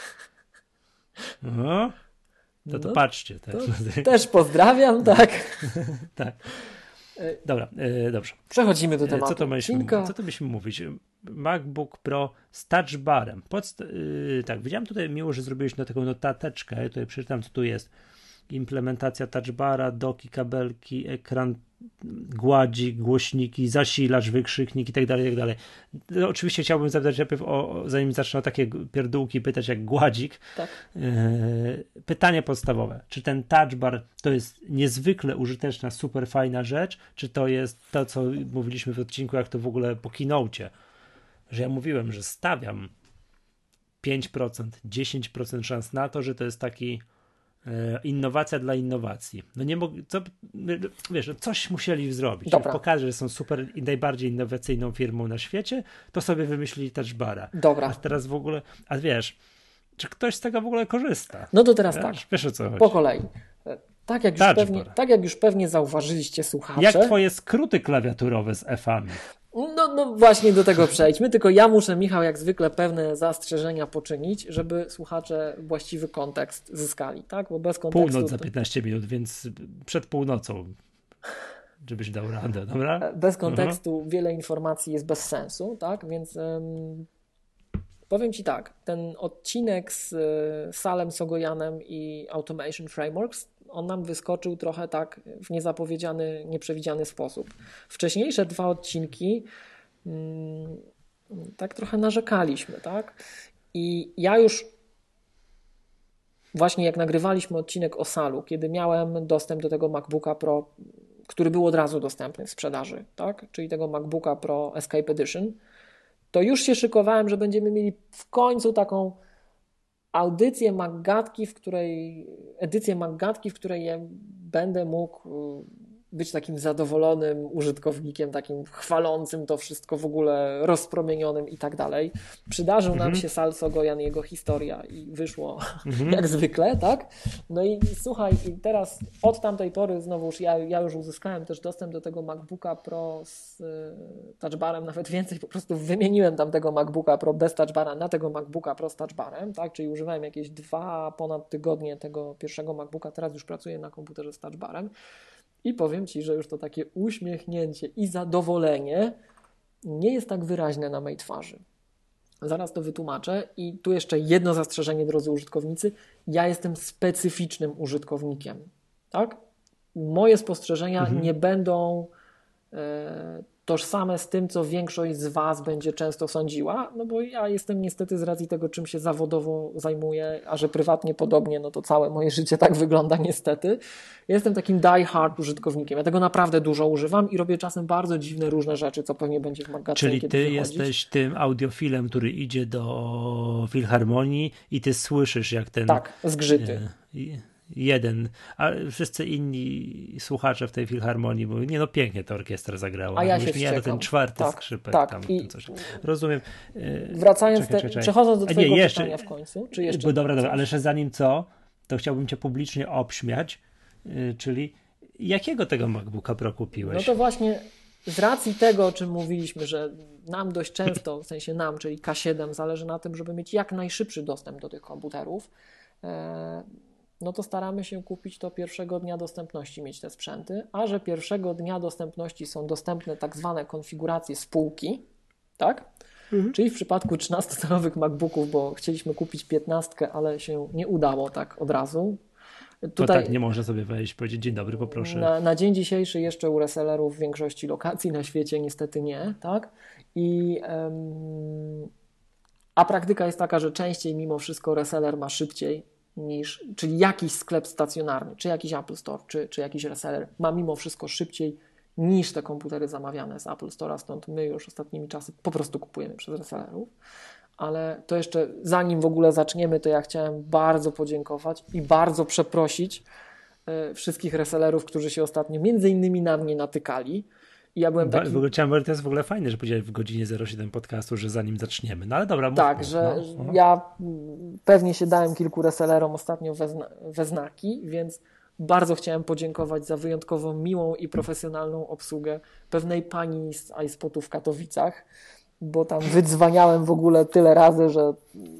To patrzcie. Też pozdrawiam, tak. Tak. Dobra, dobrze. Przechodzimy do tematu. Co to byśmy mówić? MacBook Pro z touch barem. Tak, widziałem tutaj, miło, że zrobiłeś taką notateczkę. Tutaj przeczytam, co tu jest. Implementacja touch bara, doki, kabelki, ekran, gładzik, głośniki, zasilacz, wykrzyknik i tak dalej. Oczywiście chciałbym zapytać najpierw, zanim zacznę o takie pierdółki pytać jak gładzik. Tak. Pytanie podstawowe. Czy ten touch bar to jest niezwykle użyteczna, super fajna rzecz, czy to jest to, co mówiliśmy w odcinku, jak to w ogóle po keynocie, że ja mówiłem, że stawiam 5%, 10% szans na to, że to jest taki innowacja dla innowacji. No nie mogę, wiesz, coś musieli zrobić. Pokażę, że są super i najbardziej innowacyjną firmą na świecie, to sobie wymyślili touch bara. Dobra. A teraz w ogóle, wiesz, czy ktoś z tego w ogóle korzysta. No to teraz tak, Wiesz o co chodzi. po kolei. Tak jak już pewnie zauważyliście, słuchacze. Jak twoje skróty klawiaturowe z F-ami? No właśnie do tego przejdźmy, tylko ja muszę, Michał, jak zwykle pewne zastrzeżenia poczynić, żeby słuchacze właściwy kontekst zyskali, tak? Bo bez kontekstu... Północ za 15 minut, więc przed północą, żebyś dał radę, dobra? Bez kontekstu wiele informacji jest bez sensu, tak? Więc powiem Ci tak, ten odcinek z Salem Sogoyanem i Automation Frameworks, on nam wyskoczył trochę tak w niezapowiedziany, nieprzewidziany sposób. Wcześniejsze 2 odcinki tak trochę narzekaliśmy, tak? I ja już właśnie jak nagrywaliśmy odcinek o Salu, kiedy miałem dostęp do tego MacBooka Pro, który był od razu dostępny w sprzedaży, tak? Czyli tego MacBooka Pro Escape Edition, to już się szykowałem, że będziemy mieli w końcu taką edycję Maggatki, w której ja będę mógł być takim zadowolonym użytkownikiem, takim chwalącym to wszystko w ogóle, rozpromienionym i tak dalej. Przydarzył nam się Sal Sogoyan, jego historia i wyszło jak zwykle, tak? No i słuchaj, i teraz od tamtej pory znowuż ja już uzyskałem też dostęp do tego MacBooka Pro z touchbarem, nawet więcej, po prostu wymieniłem tamtego MacBooka Pro bez touchbara na tego MacBooka Pro z touchbarem, tak? Czyli używałem jakieś 2 ponad tygodnie tego pierwszego MacBooka, teraz już pracuję na komputerze z touchbarem. I powiem Ci, że już to takie uśmiechnięcie i zadowolenie nie jest tak wyraźne na mojej twarzy. Zaraz to wytłumaczę i tu jeszcze jedno zastrzeżenie, drodzy użytkownicy. Ja jestem specyficznym użytkownikiem. Tak? Moje spostrzeżenia nie będą tożsame z tym, co większość z Was będzie często sądziła, no bo ja jestem niestety z racji tego, czym się zawodowo zajmuję, a że prywatnie podobnie, no to całe moje życie tak wygląda niestety. Ja jestem takim die-hard użytkownikiem. Ja tego naprawdę dużo używam i robię czasem bardzo dziwne różne rzeczy, co pewnie będzie w magazynie Czyli ty jesteś tym audiofilem, który idzie do filharmonii i ty słyszysz, jak ten... Tak, zgrzyty. Jeden, a wszyscy inni słuchacze w tej filharmonii mówią, nie no pięknie ta orkiestra zagrała. A ja się nie, ten 4. skrzypek tak. tam I coś. Rozumiem. Wracając, przechodząc do twojego pytania w końcu, czy jeszcze... Dobra, ale jeszcze zanim to chciałbym cię publicznie obśmiać, czyli jakiego tego MacBooka Pro kupiłeś? No to właśnie z racji tego, o czym mówiliśmy, że nam dość często, w sensie nam, czyli K7, zależy na tym, żeby mieć jak najszybszy dostęp do tych komputerów, no to staramy się kupić to pierwszego dnia dostępności, mieć te sprzęty, a że pierwszego dnia dostępności są dostępne tak zwane konfiguracje spółki, tak? Czyli w przypadku 13-calowych MacBooków, bo chcieliśmy kupić 15, ale się nie udało tak od razu. Tutaj tak nie można sobie wejść, powiedzieć dzień dobry, poproszę. Na dzień dzisiejszy jeszcze u resellerów w większości lokacji na świecie niestety nie, tak? A praktyka jest taka, że częściej mimo wszystko reseller ma szybciej czyli jakiś sklep stacjonarny, czy jakiś Apple Store, czy jakiś reseller ma mimo wszystko szybciej niż te komputery zamawiane z Apple Store'a, stąd my już ostatnimi czasy po prostu kupujemy przez resellerów. Ale to jeszcze zanim w ogóle zaczniemy, to ja chciałem bardzo podziękować i bardzo przeprosić wszystkich resellerów, którzy się ostatnio między innymi na mnie natykali. I ja byłem taki... W ogóle to jest w ogóle fajne, że powiedziałeś w godzinie 07 podcastu, że zanim zaczniemy. No ale dobra, tak, że ja pewnie się dałem kilku resellerom ostatnio we znaki, więc bardzo chciałem podziękować za wyjątkowo miłą i profesjonalną obsługę pewnej pani z iSpotu w Katowicach, bo tam wydzwaniałem w ogóle tyle razy, że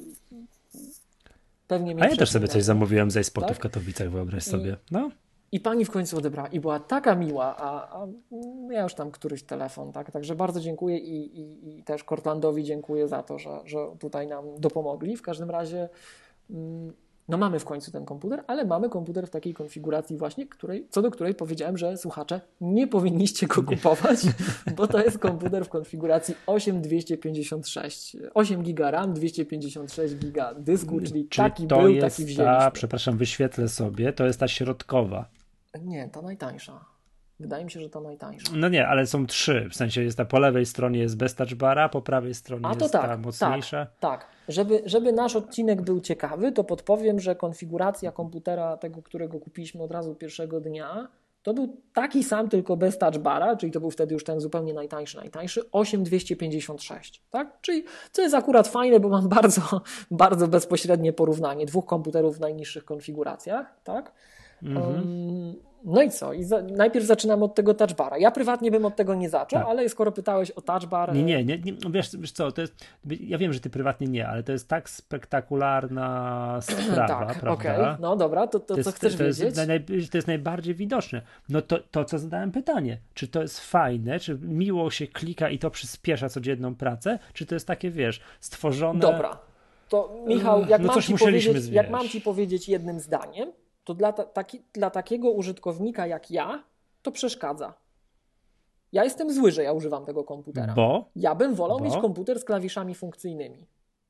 pewnie mnie... A ja też sobie coś zamówiłem z iSpotu tak? w Katowicach, wyobraź sobie. No. I pani w końcu odebrała i była taka miła, a ja już tam któryś telefon, tak? Także bardzo dziękuję i też Cortlandowi dziękuję za to, że tutaj nam dopomogli. W każdym razie no mamy w końcu ten komputer, ale mamy komputer w takiej konfiguracji właśnie, co do której powiedziałem, że słuchacze nie powinniście go kupować, bo to jest komputer w konfiguracji 8256. 8 GB RAM, 256 GB dysku, czyli taki był, taki wzięliśmy. Przepraszam, wyświetlę sobie, to jest ta środkowa. Nie, ta najtańsza. Wydaje mi się, że ta najtańsza. No nie, ale są 3. W sensie jest po lewej stronie jest bez touchbara, po prawej stronie jest ta mocniejsza. Tak. Żeby nasz odcinek był ciekawy, to podpowiem, że konfiguracja komputera, tego, którego kupiliśmy od razu pierwszego dnia, to był taki sam, tylko bez touch bara, czyli to był wtedy już ten zupełnie najtańszy, 8256, tak? Czyli co jest akurat fajne, bo mam bardzo, bardzo bezpośrednie porównanie dwóch komputerów w najniższych konfiguracjach, tak? No i co? Najpierw zaczynamy od tego touch bara. Ja prywatnie bym od tego nie zaczął, tak. Ale skoro pytałeś o touch bar... Nie. Wiesz co, to jest, ja wiem, że ty prywatnie nie, ale to jest tak spektakularna sprawa, tak, prawda? Okej. No dobra, to co chcesz wiedzieć? To jest najbardziej widoczne. No to, co zadałem pytanie, czy to jest fajne, czy miło się klika i to przyspiesza codzienną pracę, czy to jest takie, wiesz, stworzone... Dobra, to Michał, jak mam ci powiedzieć jednym zdaniem, to dla takiego użytkownika jak ja, to przeszkadza. Ja jestem zły, że ja używam tego komputera. Ja bym wolał mieć komputer z klawiszami funkcyjnymi.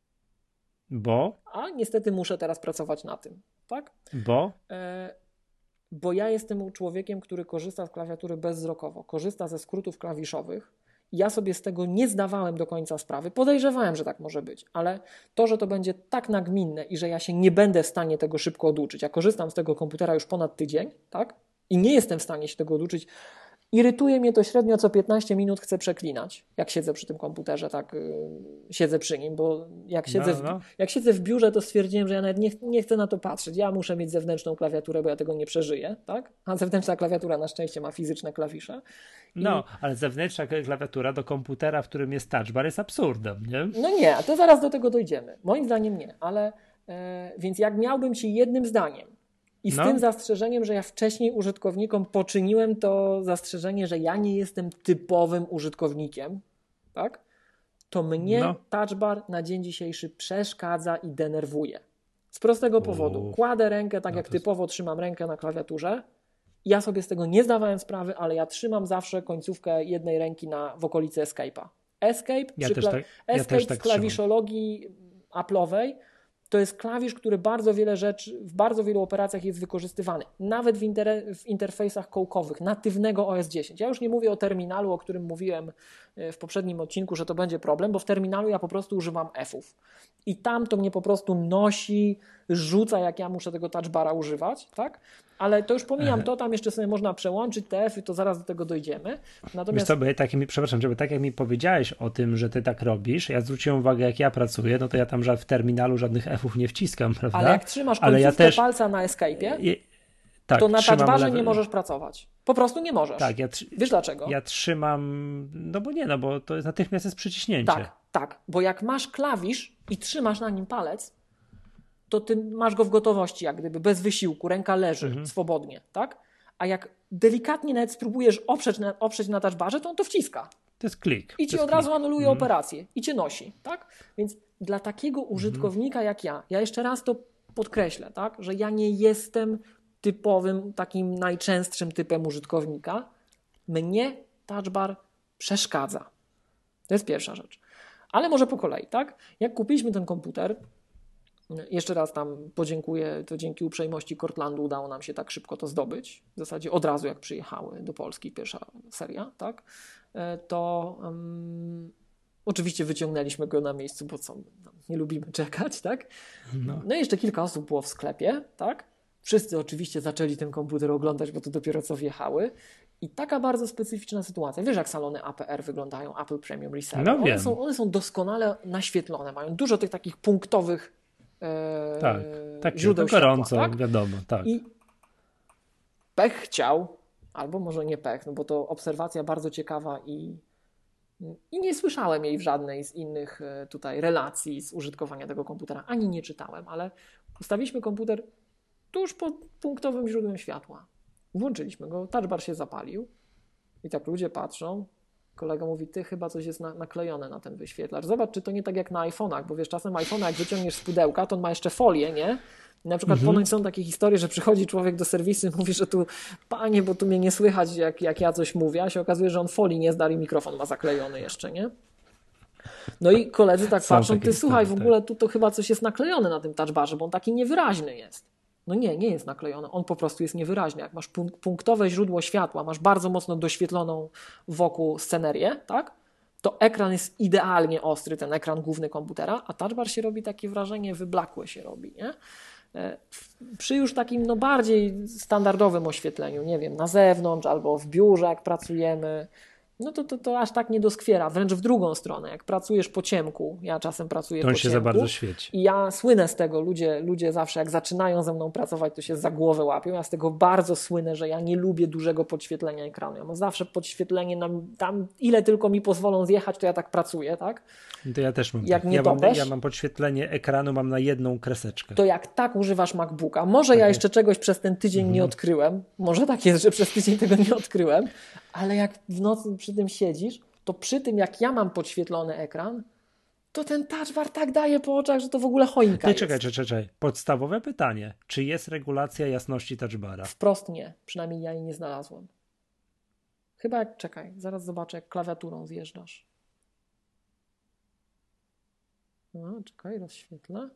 A niestety muszę teraz pracować na tym. Tak? Bo ja jestem człowiekiem, który korzysta z klawiatury bezwzrokowo, korzysta ze skrótów klawiszowych. Ja sobie z tego nie zdawałem do końca sprawy. Podejrzewałem, że tak może być, ale to, że to będzie tak nagminne i że ja się nie będę w stanie tego szybko oduczyć. Ja korzystam z tego komputera już ponad tydzień, tak? I nie jestem w stanie się tego oduczyć. Irytuje mnie to średnio co 15 minut chcę przeklinać, jak siedzę przy tym komputerze, tak siedzę przy nim, bo jak siedzę w biurze, to stwierdziłem, że ja nawet nie chcę na to patrzeć. Ja muszę mieć zewnętrzną klawiaturę, bo ja tego nie przeżyję, tak? A zewnętrzna klawiatura na szczęście ma fizyczne klawisze. Ale zewnętrzna klawiatura do komputera, w którym jest touch bar, jest absurdem, nie? No nie, a to zaraz do tego dojdziemy. Moim zdaniem nie, ale więc jak miałbym ci jednym zdaniem i z tym zastrzeżeniem, że ja wcześniej użytkownikom poczyniłem to zastrzeżenie, że ja nie jestem typowym użytkownikiem, tak? To mnie touch bar na dzień dzisiejszy przeszkadza i denerwuje. Z prostego powodu. Kładę rękę tak jak typowo trzymam rękę na klawiaturze. Ja sobie z tego nie zdawałem sprawy, ale ja trzymam zawsze końcówkę jednej ręki w okolicy Escape'a. Escape z klawiszologii Apple'owej to jest klawisz, który w bardzo wielu operacjach jest wykorzystywany. Nawet w interfejsach kołkowych, natywnego OS X. Ja już nie mówię o terminalu, o którym mówiłem w poprzednim odcinku, że to będzie problem, bo w terminalu ja po prostu używam F-ów. I tam to mnie po prostu nosi, rzuca, jak ja muszę tego touch bara używać, tak? Ale to już pomijam to, tam jeszcze sobie można przełączyć te F-y, to zaraz do tego dojdziemy. Natomiast... Przepraszam, tak jak mi powiedziałeś o tym, że ty tak robisz, ja zwróciłem uwagę, jak ja pracuję, no to ja tam w terminalu żadnych F-ów nie wciskam, prawda? Ale jak trzymasz końcówkę palca na Escape'ie, to na touch barze nie możesz pracować. Po prostu nie możesz. Tak, wiesz dlaczego? Ja trzymam, bo to natychmiast jest przyciśnięcie. Tak, bo jak masz klawisz i trzymasz na nim palec, to ty masz go w gotowości, jak gdyby bez wysiłku, ręka leży swobodnie, tak? A jak delikatnie nawet spróbujesz oprzeć na touch barze, to on to wciska. To jest klik. I ci od razu anuluje operację i cię nosi, tak? Więc dla takiego użytkownika jak ja jeszcze raz to podkreślę, tak? Że ja nie jestem typowym, takim najczęstszym typem użytkownika. Mnie touch bar przeszkadza. To jest pierwsza rzecz. Ale może po kolei, tak? Jak kupiliśmy ten komputer, jeszcze raz tam podziękuję, to dzięki uprzejmości Cortlandu udało nam się tak szybko to zdobyć. W zasadzie od razu jak przyjechały do Polski pierwsza seria, tak? To oczywiście wyciągnęliśmy go na miejscu, bo nie lubimy czekać, tak? No i jeszcze kilka osób było w sklepie, tak? Wszyscy oczywiście zaczęli ten komputer oglądać, bo to dopiero co wjechały. I taka bardzo specyficzna sytuacja. Wiesz, jak salony APR wyglądają, Apple Premium Reseller? One są doskonale naświetlone, mają dużo tych takich punktowych źródeł gorąco, światła, tak? Wiadomo, tak. I pech chciał, albo może nie pech, bo to obserwacja bardzo ciekawa i nie słyszałem jej w żadnej z innych tutaj relacji z użytkowania tego komputera, ani nie czytałem, ale ustawiliśmy komputer tuż pod punktowym źródłem światła. Włączyliśmy go, touch bar się zapalił i tak ludzie patrzą. Kolega mówi, ty chyba coś jest naklejone na ten wyświetlacz. Zobacz, czy to nie tak jak na iPhone'ach, bo wiesz, czasem iPhone'a jak wyciągniesz z pudełka, to on ma jeszcze folię, nie? I na przykład ponoć są takie historie, że przychodzi człowiek do serwisu i mówi, że tu, panie, bo tu mnie nie słychać, jak ja coś mówię, a się okazuje, że on folii nie zdarł i mikrofon ma zaklejony jeszcze, nie? No i koledzy tak patrzą, ty słuchaj, w ogóle tu to chyba coś jest naklejone na tym touch barze, bo on taki niewyraźny jest. No nie jest naklejony, on po prostu jest niewyraźny. Jak masz punktowe źródło światła, masz bardzo mocno doświetloną wokół scenerię, tak? To ekran jest idealnie ostry, ten ekran główny komputera, a touch bar się robi takie wrażenie, wyblakłe się robi, nie? Przy już takim bardziej standardowym oświetleniu, nie wiem, na zewnątrz albo w biurze jak pracujemy, no to aż tak nie doskwiera, wręcz w drugą stronę. Jak pracujesz po ciemku, ja czasem pracuję To po on się ciemku za bardzo świeci. i ja słynę z tego, ludzie zawsze jak zaczynają ze mną pracować, to się za głowę łapią. Ja z tego bardzo słynę, że ja nie lubię dużego podświetlenia ekranu. Ja mam zawsze podświetlenie, tam ile tylko mi pozwolą zjechać, to ja tak pracuję, tak? To ja też mam. Jak tak. nie Ja mam podświetlenie ekranu, mam na jedną kreseczkę. To jak tak używasz MacBooka, może ja jeszcze czegoś przez ten tydzień nie odkryłem, może tak jest, że przez tydzień tego nie odkryłem, ale jak w nocy przy tym siedzisz, to przy tym jak ja mam podświetlony ekran, to ten touch bar tak daje po oczach, że to w ogóle choinka jest. Czekaj. Podstawowe pytanie. Czy jest regulacja jasności touchbara? Wprost nie. Przynajmniej ja jej nie znalazłem. Chyba jak, czekaj, zaraz zobaczę, jak klawiaturą zjeżdżasz. No, czekaj, rozświetlę.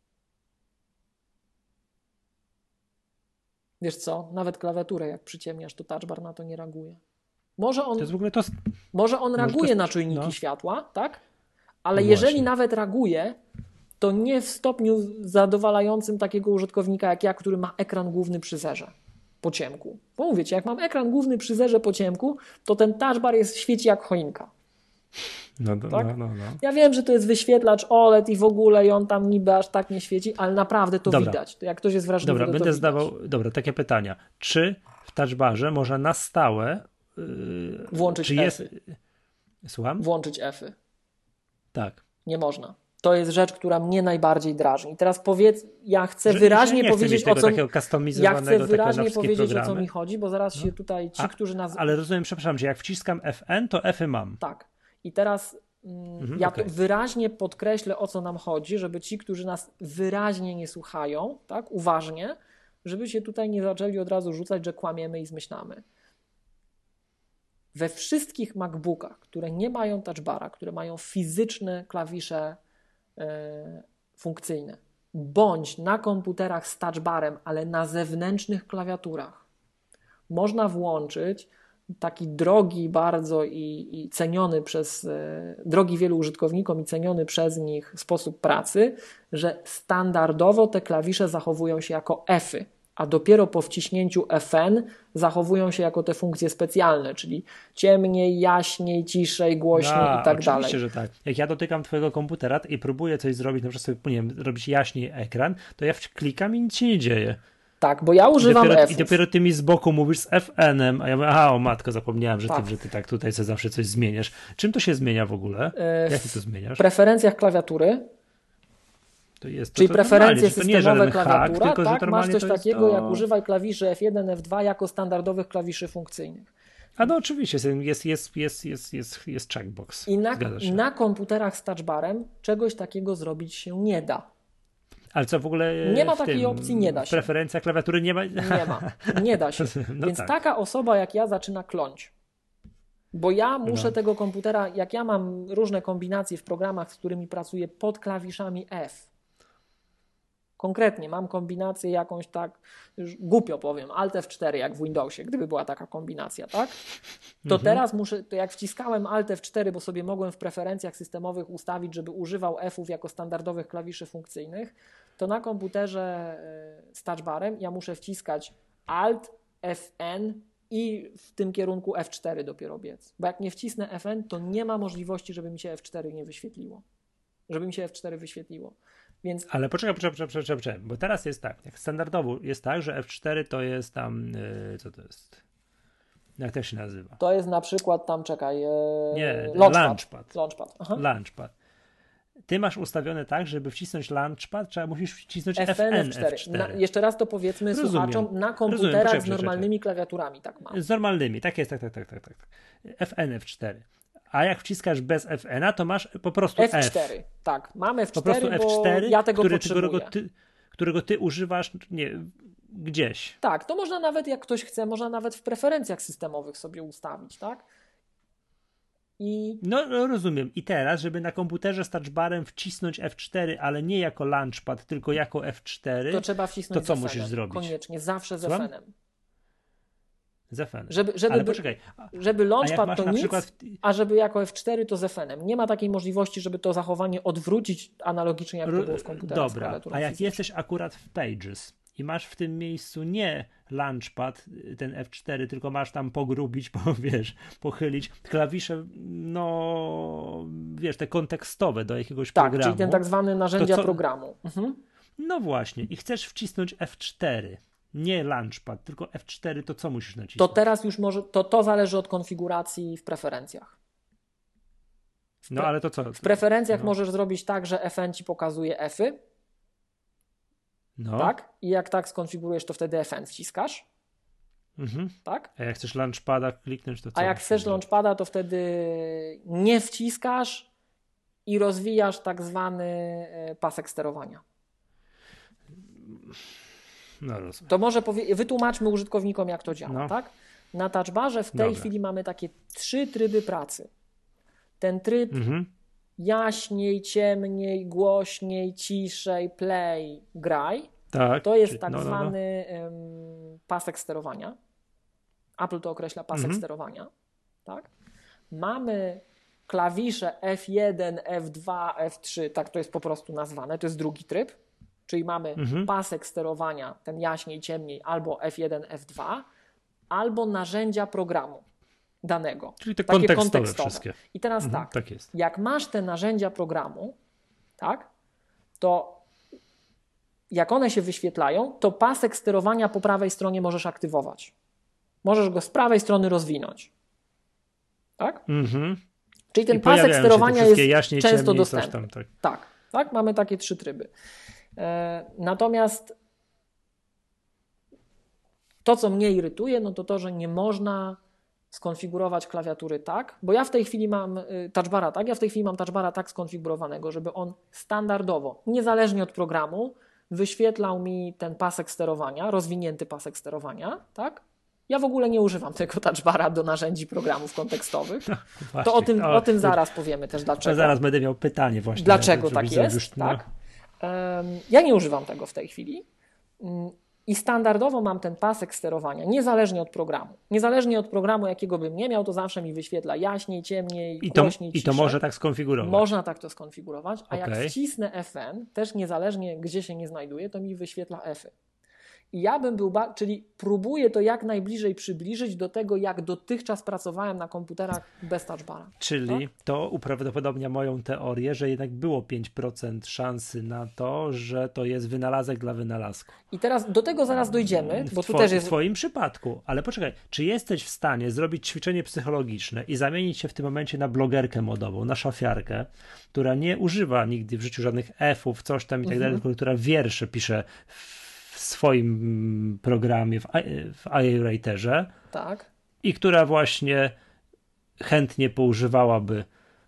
Wiesz co, nawet klawiaturę jak przyciemniasz, to touch bar na to nie reaguje. Może on, To jest w ogóle to... może on reaguje to... na czujniki no. światła, tak? Ale No jeżeli właśnie. nawet reaguje, to nie w stopniu zadowalającym takiego użytkownika jak ja, który ma ekran główny przy zerze po ciemku. Bo mówię ci, jak mam ekran główny przy zerze po ciemku, to ten touch bar świeci jak choinka. Tak? No. Ja wiem, że to jest wyświetlacz OLED i w ogóle i on tam niby aż tak nie świeci, ale naprawdę to widać. To jak ktoś jest wrażliwy, Dobra, to będę widać. zdawał. Dobra, takie pytania. Czy w touchbarze można na stałe włączyć czy F-y? jest... Słucham? Włączyć F-y. Tak. Nie można. To jest rzecz, która mnie najbardziej drażni. I teraz powiedz, ja chcę wyraźnie powiedzieć o co mi chodzi, bo zaraz się tutaj ci, którzy nas... Ale rozumiem, przepraszam, że jak wciskam FN, to F-y mam. Tak. I teraz to wyraźnie podkreślę, o co nam chodzi, żeby ci, którzy nas wyraźnie nie słuchają, tak, uważnie, żeby się tutaj nie zaczęli od razu rzucać, że kłamiemy i zmyślamy. We wszystkich MacBookach, które nie mają touchbara, które mają fizyczne klawisze funkcyjne, bądź na komputerach z touchbarem, ale na zewnętrznych klawiaturach, można włączyć taki drogi bardzo i ceniony drogi wielu użytkownikom i ceniony przez nich sposób pracy, że standardowo te klawisze zachowują się jako F-y, a dopiero po wciśnięciu FN zachowują się jako te funkcje specjalne, czyli ciemniej, jaśniej, ciszej, głośniej i tak dalej. Oczywiście, że tak. Jak ja dotykam twojego komputera i próbuję coś zrobić, na przykład sobie, nie wiem, robić jaśniej ekran, to ja klikam i nic się nie dzieje. Tak, bo ja używam F-ów. I dopiero ty mi z boku mówisz z FN-em, a ja mówię, o matko, zapomniałem, że ty tak tutaj sobie zawsze coś zmieniasz. Czym to się zmienia w ogóle? Jak ty to zmieniasz? W preferencjach klawiatury. Czyli preferencje systemowe klawiatura, tak, masz coś takiego jak używaj klawiszy F1, F2 jako standardowych klawiszy funkcyjnych. A no oczywiście, jest checkbox. I na komputerach z touchbarem czegoś takiego zrobić się nie da. Ale co w ogóle nie ma takiej opcji, nie da się. W preferencjach klawiatury nie ma? Nie da się. Więc taka osoba jak ja zaczyna kląć. Bo ja muszę tego komputera, jak ja mam różne kombinacje w programach, z którymi pracuję pod klawiszami F. Konkretnie mam kombinację jakąś tak, już głupio powiem, Alt F4 jak w Windowsie, gdyby była taka kombinacja, tak? To teraz to jak wciskałem Alt F4, bo sobie mogłem w preferencjach systemowych ustawić, żeby używał F-ów jako standardowych klawiszy funkcyjnych, to na komputerze z touchbarem ja muszę wciskać Alt, Fn i w tym kierunku F4 dopiero biec. Bo jak nie wcisnę Fn, to nie ma możliwości, żeby mi się F4 nie wyświetliło. Żeby mi się F4 wyświetliło. Więc... Ale poczekaj, bo teraz jest tak, jak standardowo jest tak, że F4 to jest tam, co to jest? Jak to się nazywa? To jest na przykład tam, Launchpad. Launchpad. Ty masz ustawione tak, żeby wcisnąć Launchpad, musisz wcisnąć F4. Jeszcze raz to powiedzmy słuchaczom, na komputerach z normalnymi klawiaturami tak mam. Z normalnymi, tak jest, tak. FN, F4. A jak wciskasz bez Fn, to masz po prostu F4. Tak, mam F4, po prostu F4, bo ja tego potrzebuję. Którego ty używasz gdzieś. Tak, to można nawet, jak ktoś chce, można nawet w preferencjach systemowych sobie ustawić, tak? No rozumiem. I teraz, żeby na komputerze z touchbarem wcisnąć F4, ale nie jako launchpad, tylko jako F4, to trzeba wcisnąć to co musisz zrobić? Koniecznie, zawsze z F-em. Z FN. Ale poczekaj. Żeby Launchpad to nic, przykład... a żeby jako F4 to z FN-em. Nie ma takiej możliwości, żeby to zachowanie odwrócić analogicznie jak to było w komputerach. Dobra, a jak jesteś akurat w Pages i masz w tym miejscu nie Launchpad, ten F4, tylko masz tam pogrubić, pochylić klawisze, te kontekstowe do jakiegoś programu. Tak, czyli ten tak zwany narzędzia programu. No właśnie, i chcesz wcisnąć F4, nie Launchpad, tylko F4, to co musisz nacisnąć? To teraz już to zależy od konfiguracji w preferencjach. Ale to co? W preferencjach możesz zrobić tak, że FN ci pokazuje F-y. Tak? I jak tak skonfigurujesz, to wtedy FN wciskasz. Tak? A jak chcesz Launchpada kliknąć, to co? A jak chcesz Launchpada, to wtedy nie wciskasz i rozwijasz tak zwany pasek sterowania. No rozumiem. To może wytłumaczmy użytkownikom, jak to działa. Tak? Na touchbarze w tej chwili mamy takie 3 tryby pracy. Ten tryb jaśniej, ciemniej, głośniej, ciszej, play, graj. Tak, to jest tak zwany pasek sterowania. Apple to określa pasek sterowania. Tak? Mamy klawisze F1, F2, F3, tak to jest po prostu nazwane, to jest drugi tryb. Czyli mamy pasek sterowania, ten jaśniej, ciemniej, albo F1, F2, albo narzędzia programu danego. Czyli te kontekstowe wszystkie. I teraz tak jest. Jak masz te narzędzia programu, tak, to jak one się wyświetlają, to pasek sterowania po prawej stronie możesz aktywować. Możesz go z prawej strony rozwinąć. Tak? Czyli ten pasek sterowania jest jaśniej, często dostępny. Tam, tak, mamy takie 3 tryby. Natomiast to, co mnie irytuje, to, że nie można skonfigurować klawiatury tak, bo ja w tej chwili mam touchbara tak skonfigurowanego, żeby on standardowo, niezależnie od programu, wyświetlał mi ten pasek sterowania, rozwinięty pasek sterowania, tak? Ja w ogóle nie używam tego touchbara do narzędzi programów kontekstowych. No, właśnie, to o tym zaraz powiemy też dlaczego. Ja zaraz będę miał pytanie właśnie. Dlaczego tak jest? Tak? Ja nie używam tego w tej chwili. I standardowo mam ten pasek sterowania, niezależnie od programu. Niezależnie od programu, jakiego bym nie miał, to zawsze mi wyświetla jaśniej, ciemniej, głośniej, ciszej. I to może tak skonfigurować. Można tak to skonfigurować, a jak wcisnę FN, też niezależnie gdzie się nie znajduje, to mi wyświetla F-y. I ja bym czyli próbuję to jak najbliżej przybliżyć do tego, jak dotychczas pracowałem na komputerach bez touchbara. Czyli to uprawdopodobnia moją teorię, że jednak było 5% szansy na to, że to jest wynalazek dla wynalazku. I teraz do tego zaraz dojdziemy, bo tu też jest... W twoim przypadku, ale poczekaj, czy jesteś w stanie zrobić ćwiczenie psychologiczne i zamienić się w tym momencie na blogerkę modową, na szafiarkę, która nie używa nigdy w życiu żadnych F-ów, coś tam i tak dalej, która wiersze pisze w swoim programie, w iWriterze, tak, i która właśnie chętnie poużywałaby,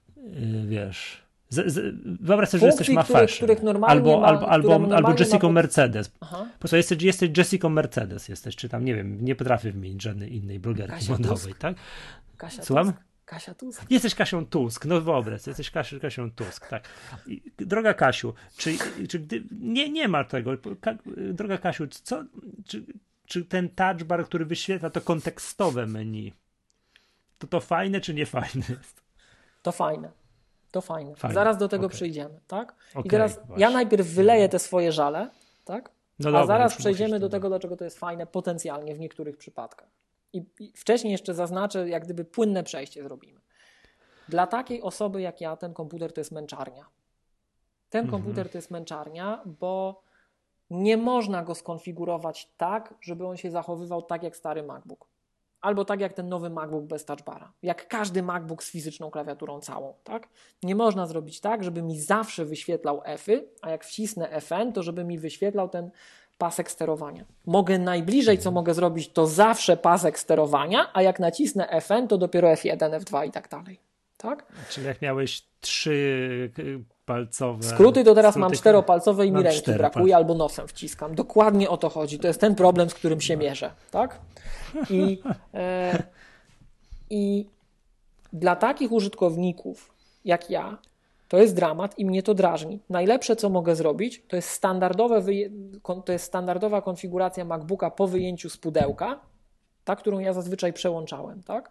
wyobraź sobie, że jesteś fashion, albo Jessica Mercedes. Po prostu jesteś Jessica Mercedes, czy tam, nie wiem, nie potrafię wymienić żadnej innej blogerki modowej, tak? Kasia Tusk. Jesteś Kasią Tusk, no wyobraź, jesteś Kasią Tusk, tak. Droga Kasiu, czy gdy nie ma tego, droga Kasiu, czy ten touchbar, który wyświetla to kontekstowe menu, to fajne czy nie fajne jest? To fajne. Zaraz do tego przyjdziemy, tak? I teraz ja najpierw wyleję te swoje żale, tak? A zaraz przejdziemy do tego, dlaczego to jest fajne potencjalnie w niektórych przypadkach. I wcześniej jeszcze zaznaczę, jak gdyby płynne przejście zrobimy. Dla takiej osoby jak ja ten komputer to jest męczarnia. Ten komputer to jest męczarnia, bo nie można go skonfigurować tak, żeby on się zachowywał tak jak stary MacBook. Albo tak jak ten nowy MacBook bez touchbara. Jak każdy MacBook z fizyczną klawiaturą całą. Tak? Nie można zrobić tak, żeby mi zawsze wyświetlał F-y, a jak wcisnę FN, to żeby mi wyświetlał ten pasek sterowania. Mogę najbliżej, co mogę zrobić, to zawsze pasek sterowania, a jak nacisnę FN, to dopiero F1, F2 i tak dalej. Tak? Czyli jak miałeś 3 palcowe... Skróty to teraz mam 4-palcowe i mi ręki brakuje, albo nosem wciskam. Dokładnie o to chodzi. To jest ten problem, z którym się mierzę. Tak? I dla takich użytkowników jak ja, to jest dramat i mnie to drażni. Najlepsze, co mogę zrobić, to jest standardowa konfiguracja MacBooka po wyjęciu z pudełka, ta, którą ja zazwyczaj przełączałem, tak?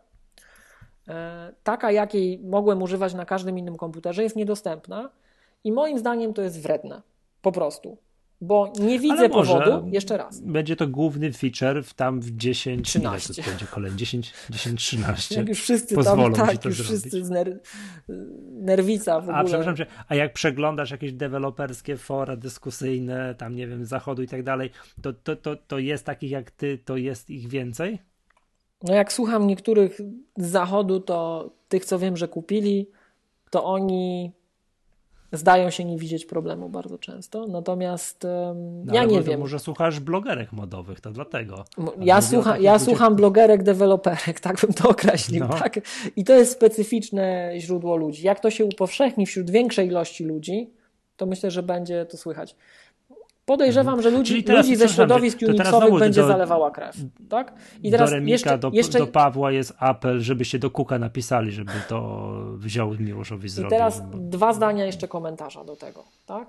Taka, jakiej mogłem używać na każdym innym komputerze, jest niedostępna i moim zdaniem to jest wredne, po prostu. Bo nie widzę powodu, jeszcze raz. Będzie to główny feature w 10, 13. Ile to będzie kolejny? 10, 13. Jak już wszyscy pozwolą tam, ci to już zrobić. Wszyscy nerwica w ogóle. A przepraszam cię, a jak przeglądasz jakieś deweloperskie fora dyskusyjne, tam nie wiem, z zachodu i tak dalej, to jest takich jak ty, to jest ich więcej? No jak słucham niektórych z zachodu, to tych, co wiem, że kupili, to oni zdają się nie widzieć problemu bardzo często, natomiast ja nie wiem. Może słuchasz blogerek modowych, to dlatego. Ja słucham blogerek, deweloperek, tak bym to określił. No. Tak? I to jest specyficzne źródło ludzi. Jak to się upowszechni wśród większej ilości ludzi, to myślę, że będzie to słychać. Podejrzewam, że ludzi ze środowisk Unixowych będzie zalewała krew. Tak? I teraz do Remika, do Pawła jest apel, żebyście do Kuka napisali, żeby to wziął Miłoszowi zrobił. I teraz 2 zdania jeszcze komentarza do tego. Tak?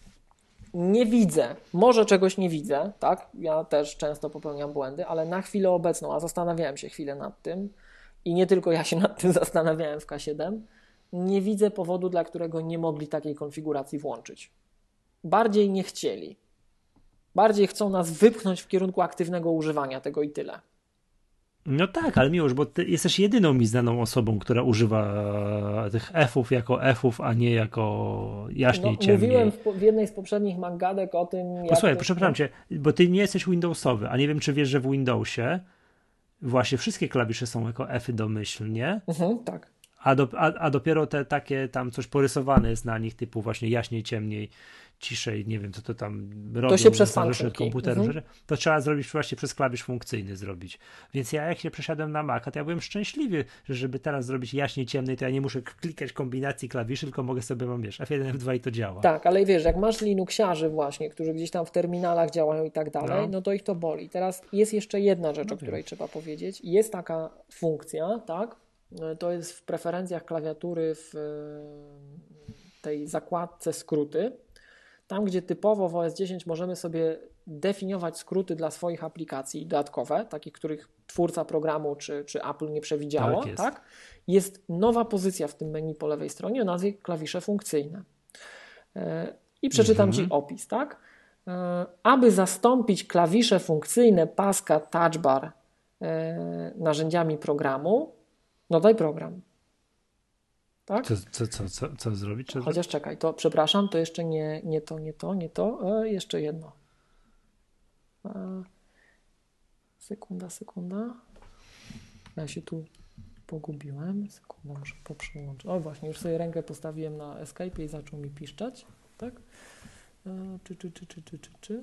Nie widzę, może czegoś nie widzę, tak? Ja też często popełniam błędy, ale na chwilę obecną, a zastanawiałem się chwilę nad tym i nie tylko ja się nad tym zastanawiałem w K7, nie widzę powodu, dla którego nie mogli takiej konfiguracji włączyć. Bardziej nie chcieli. Bardziej chcą nas wypchnąć w kierunku aktywnego używania tego i tyle. No tak, ale Miłosz, bo ty jesteś jedyną mi znaną osobą, która używa tych F-ów jako F-ów, a nie jako jaśniej, ciemniej. Mówiłem w jednej z poprzednich Maggadek o tym, jak... Posłuchaj, przepraszam cię, bo ty nie jesteś Windowsowy, a nie wiem, czy wiesz, że w Windowsie właśnie wszystkie klawisze są jako F-y domyślnie. Tak. A dopiero te takie tam coś porysowane jest na nich, typu właśnie jaśniej, ciemniej, ciszej, nie wiem co to tam robią. To się przez komputer, to trzeba zrobić właśnie przez klawisz funkcyjny zrobić. Więc ja jak się przesiadłem na Maca, to ja byłem szczęśliwy, że żeby teraz zrobić jaśniej, ciemniej, to ja nie muszę klikać kombinacji klawiszy, tylko mogę sobie, wiesz, F1, F2 i to działa. Tak, ale wiesz, jak masz Linuxiarzy właśnie, którzy gdzieś tam w terminalach działają i tak dalej, no to ich to boli. Teraz jest jeszcze jedna rzecz, o której trzeba powiedzieć. Jest taka funkcja, tak? To jest w preferencjach klawiatury w tej zakładce skróty. Tam, gdzie typowo w OS 10 możemy sobie definiować skróty dla swoich aplikacji dodatkowe, takich, których twórca programu czy Apple nie przewidziało, tak? Jest nowa pozycja w tym menu po lewej stronie o nazwie klawisze funkcyjne. I przeczytam Ci opis, tak? Aby zastąpić klawisze funkcyjne paska touch bar narzędziami programu, no daj program. Tak? Co zrobić? Chociaż czekaj, to przepraszam, to jeszcze nie to. Jeszcze jedno. Sekunda. Ja się tu pogubiłem. Sekunda, muszę poprzełączyć. O właśnie, już sobie rękę postawiłem na escape i zaczął mi piszczeć. Tak? Czy.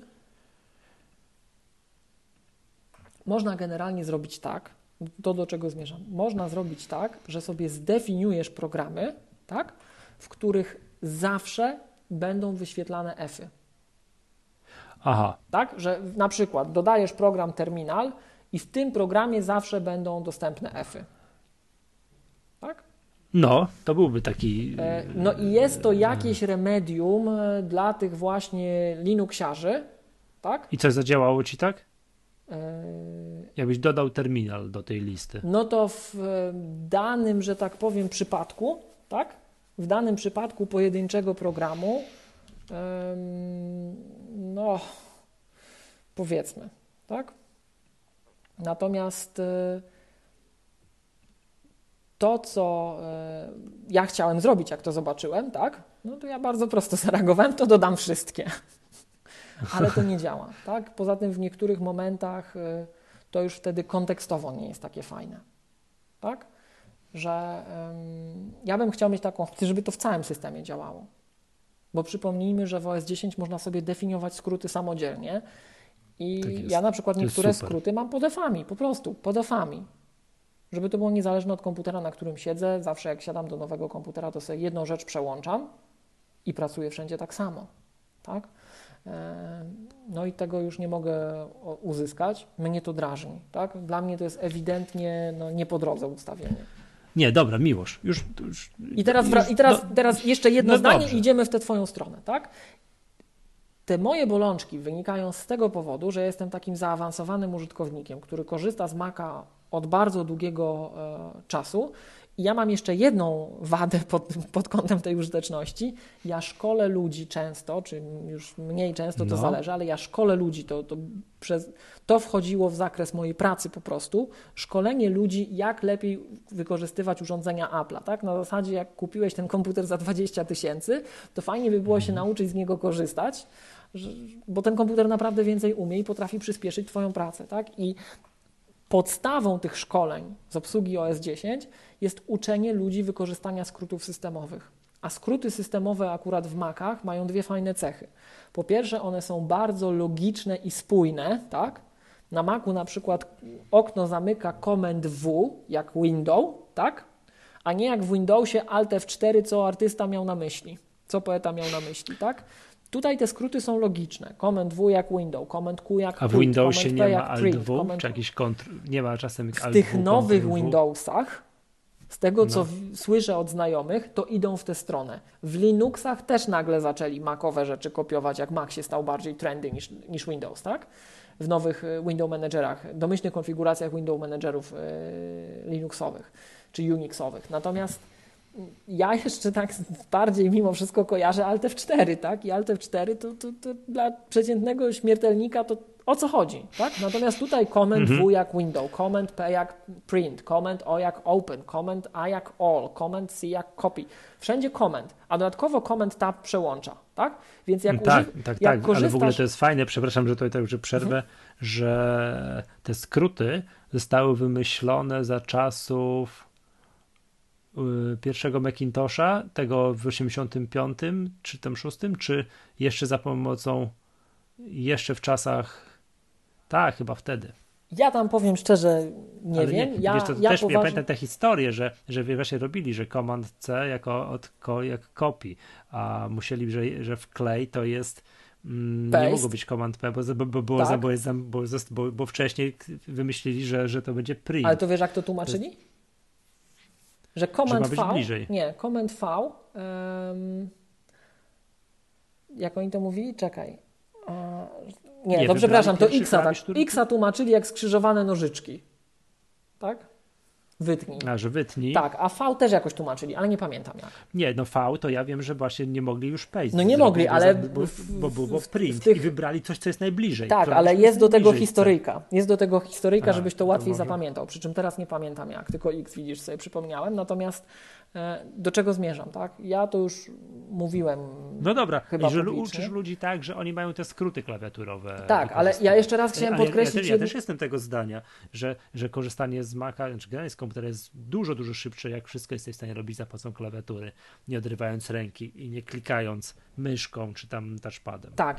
Można generalnie zrobić tak, to do czego zmierzam. Można zrobić tak, że sobie zdefiniujesz programy, tak, w których zawsze będą wyświetlane F-y. Aha. Tak, że na przykład dodajesz program terminal i w tym programie zawsze będą dostępne F-y. Tak? No, to byłby taki... No i jest to jakieś remedium dla tych właśnie Linuxiarzy, tak? I co, zadziałało Ci tak? Jakbyś dodał terminal do tej listy. No to w danym, że tak powiem, przypadku, tak? W danym przypadku pojedynczego programu, no powiedzmy, tak? Natomiast to, co ja chciałem zrobić, jak to zobaczyłem, tak? No to ja bardzo prosto zareagowałem, to dodam wszystkie. Ale to nie działa, tak? Poza tym w niektórych momentach to już wtedy kontekstowo nie jest takie fajne, tak? Że ja bym chciał mieć taką opcję, żeby to w całym systemie działało. Bo przypomnijmy, że w OS 10 można sobie definiować skróty samodzielnie i tak ja na przykład niektóre skróty mam podefami, po prostu podefami. Żeby to było niezależne od komputera, na którym siedzę, zawsze jak siadam do nowego komputera, to sobie jedną rzecz przełączam i pracuję wszędzie tak samo, tak? No i tego już nie mogę uzyskać. Mnie to drażni, tak? Dla mnie to jest ewidentnie nie po drodze ustawienie. Nie, dobra, Miłosz. Teraz jeszcze jedno zdanie i idziemy w tę twoją stronę, tak? te moje bolączki wynikają z tego powodu, że jestem takim zaawansowanym użytkownikiem, który korzysta z Maca od bardzo długiego czasu. I ja mam jeszcze jedną wadę pod kątem tej użyteczności. Ja szkolę ludzi często, czy już mniej często, to zależy, ale ja szkolę ludzi, to wchodziło w zakres mojej pracy po prostu. Szkolenie ludzi, jak lepiej wykorzystywać urządzenia Apple'a. Tak? Na zasadzie, jak kupiłeś ten komputer za 20 000, to fajnie by było się nauczyć z niego korzystać, bo ten komputer naprawdę więcej umie i potrafi przyspieszyć Twoją pracę. Tak? I podstawą tych szkoleń z obsługi OS X jest uczenie ludzi wykorzystania skrótów systemowych. A skróty systemowe akurat w Macach mają dwie fajne cechy. Po pierwsze, one są bardzo logiczne i spójne. Tak? Na Macu na przykład okno zamyka Command W jak window, tak? A nie jak w Windowsie Alt F4, co artysta miał na myśli, co poeta miał na myśli. Tak? Tutaj te skróty są logiczne. Command W jak window, Command Q jak A w quit, Windowsie Command P nie ma jak Alt print, W, Command... czy jakiś nie ma czasem W Alt tych W, nowych Ctrl W? Windowsach, z tego co słyszę od znajomych, to idą w tę stronę. W Linuxach też nagle zaczęli macowe rzeczy kopiować, jak Mac się stał bardziej trendy niż Windows, tak? W nowych window managerach, domyślnych konfiguracjach window managerów Linuxowych czy Unixowych. Natomiast ja jeszcze tak bardziej mimo wszystko kojarzę Alt F4, tak? I Alt F4 to dla przeciętnego śmiertelnika to o co chodzi, tak? Natomiast tutaj Command W jak window, Command P jak print, Command O jak open, Command A jak all, Command C jak copy. Wszędzie Command, a dodatkowo Command Tab przełącza, tak? Więc jak tak, korzystasz... ale w ogóle to jest fajne, przepraszam, że tutaj już przerwę, że te skróty zostały wymyślone za czasów pierwszego Macintosha, tego w 85 czy tam 6, czy jeszcze za pomocą, jeszcze w czasach, tak, chyba wtedy. Ja tam powiem szczerze, nie wiem. Ja pamiętam tę historię, że właśnie robili, że Command C jak copy, a musieli, że wklej to jest nie mogło być Command P, bo wcześniej wymyślili, że to będzie print. Ale to wiesz, jak to tłumaczyli? Że Command V, Command V, jak oni to mówili? Czekaj. Przepraszam, to X-a tłumaczyli jak skrzyżowane nożyczki. Tak? Wytnij. A, że wytnij. Tak, a V też jakoś tłumaczyli, ale nie pamiętam jak. Nie, no V to ja wiem, że właśnie nie mogli już paste. No nie mogli, ale... Bo było print i wybrali coś, co jest najbliżej. Tak, ale jest do tego historyjka. Jest do tego historyjka, żebyś to łatwiej zapamiętał. Przy czym teraz nie pamiętam jak, tylko X, widzisz, sobie przypomniałem. Natomiast do czego zmierzam, tak? Ja to już mówiłem. No dobra, chyba że uczysz ludzi tak, że oni mają te skróty klawiaturowe. Tak, ale ja jeszcze raz chciałem podkreślić... Ja też jestem tego zdania, że korzystanie z Maca, czy generalnie z komputera jest dużo, dużo szybsze, jak wszystko jesteś w stanie robić za pomocą klawiatury, nie odrywając ręki i nie klikając myszką, czy tam touchpadem. Tak,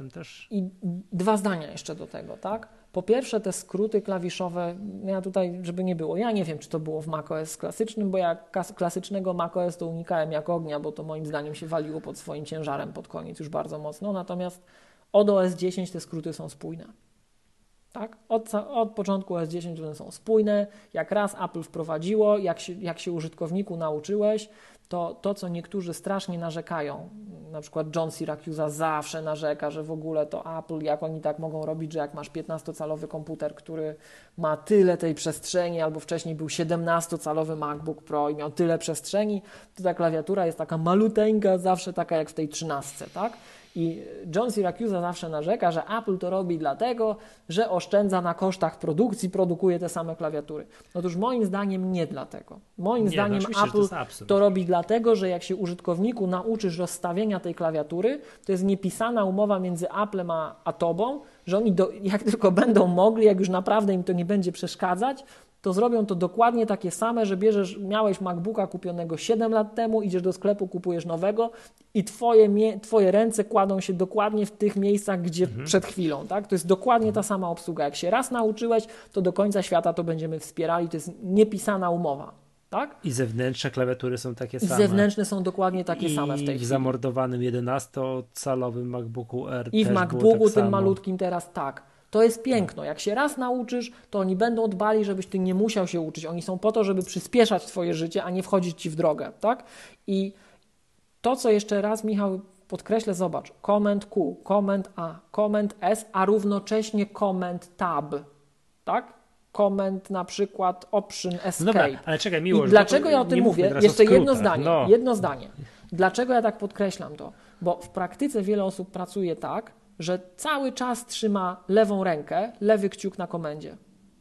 i dwa zdania jeszcze do tego, tak? Po pierwsze te skróty klawiszowe, ja tutaj, żeby nie było, ja nie wiem, czy to było w macOS klasycznym, bo ja klasycznego macOS to unikałem jak ognia, bo to moim zdaniem się waliło pod swoim ciężarem pod koniec już bardzo mocno, natomiast od OS X te skróty są spójne. Tak? Od początku OS X one są spójne, jak raz Apple wprowadziło, jak się użytkowniku nauczyłeś, to co niektórzy strasznie narzekają, na przykład John Siracusa zawsze narzeka, że w ogóle to Apple, jak oni tak mogą robić, że jak masz 15-calowy komputer, który ma tyle tej przestrzeni, albo wcześniej był 17-calowy MacBook Pro i miał tyle przestrzeni, to ta klawiatura jest taka maluteńka, zawsze taka jak w tej 13, tak? I John Siracusa zawsze narzeka, że Apple to robi dlatego, że oszczędza na kosztach produkcji, produkuje te same klawiatury. Otóż moim zdaniem nie dlatego. Moim zdaniem Apple to robi dlatego, że jak się użytkowniku nauczysz rozstawienia tej klawiatury, to jest niepisana umowa między Applem a tobą, że oni jak tylko będą mogli, jak już naprawdę im to nie będzie przeszkadzać, to zrobią to dokładnie takie same, że miałeś MacBooka kupionego 7 lat temu, idziesz do sklepu, kupujesz nowego i twoje ręce kładą się dokładnie w tych miejscach, gdzie przed chwilą. Tak? To jest dokładnie ta sama obsługa. Jak się raz nauczyłeś, to do końca świata to będziemy wspierali. To jest niepisana umowa. Tak? I zewnętrzne klawiatury są takie same. I zewnętrzne są dokładnie takie same w tej chwili. I w zamordowanym 11-calowym MacBooku R i w MacBooku tym malutkim teraz tak. To jest piękno. Jak się raz nauczysz, to oni będą dbali, żebyś ty nie musiał się uczyć. Oni są po to, żeby przyspieszać twoje życie, a nie wchodzić ci w drogę. Tak? I to, co jeszcze raz, Michał, podkreślę, zobacz, Command Q, Command A, Command S, a równocześnie Command Tab, tak? Command na przykład Option Escape. No dobra, ale czekaj, Miłosz, I dlaczego ja o tym mówię? Jeszcze jedno zdanie. Dlaczego ja tak podkreślam to? Bo w praktyce wiele osób pracuje tak, że cały czas trzyma lewą rękę, lewy kciuk na komendzie.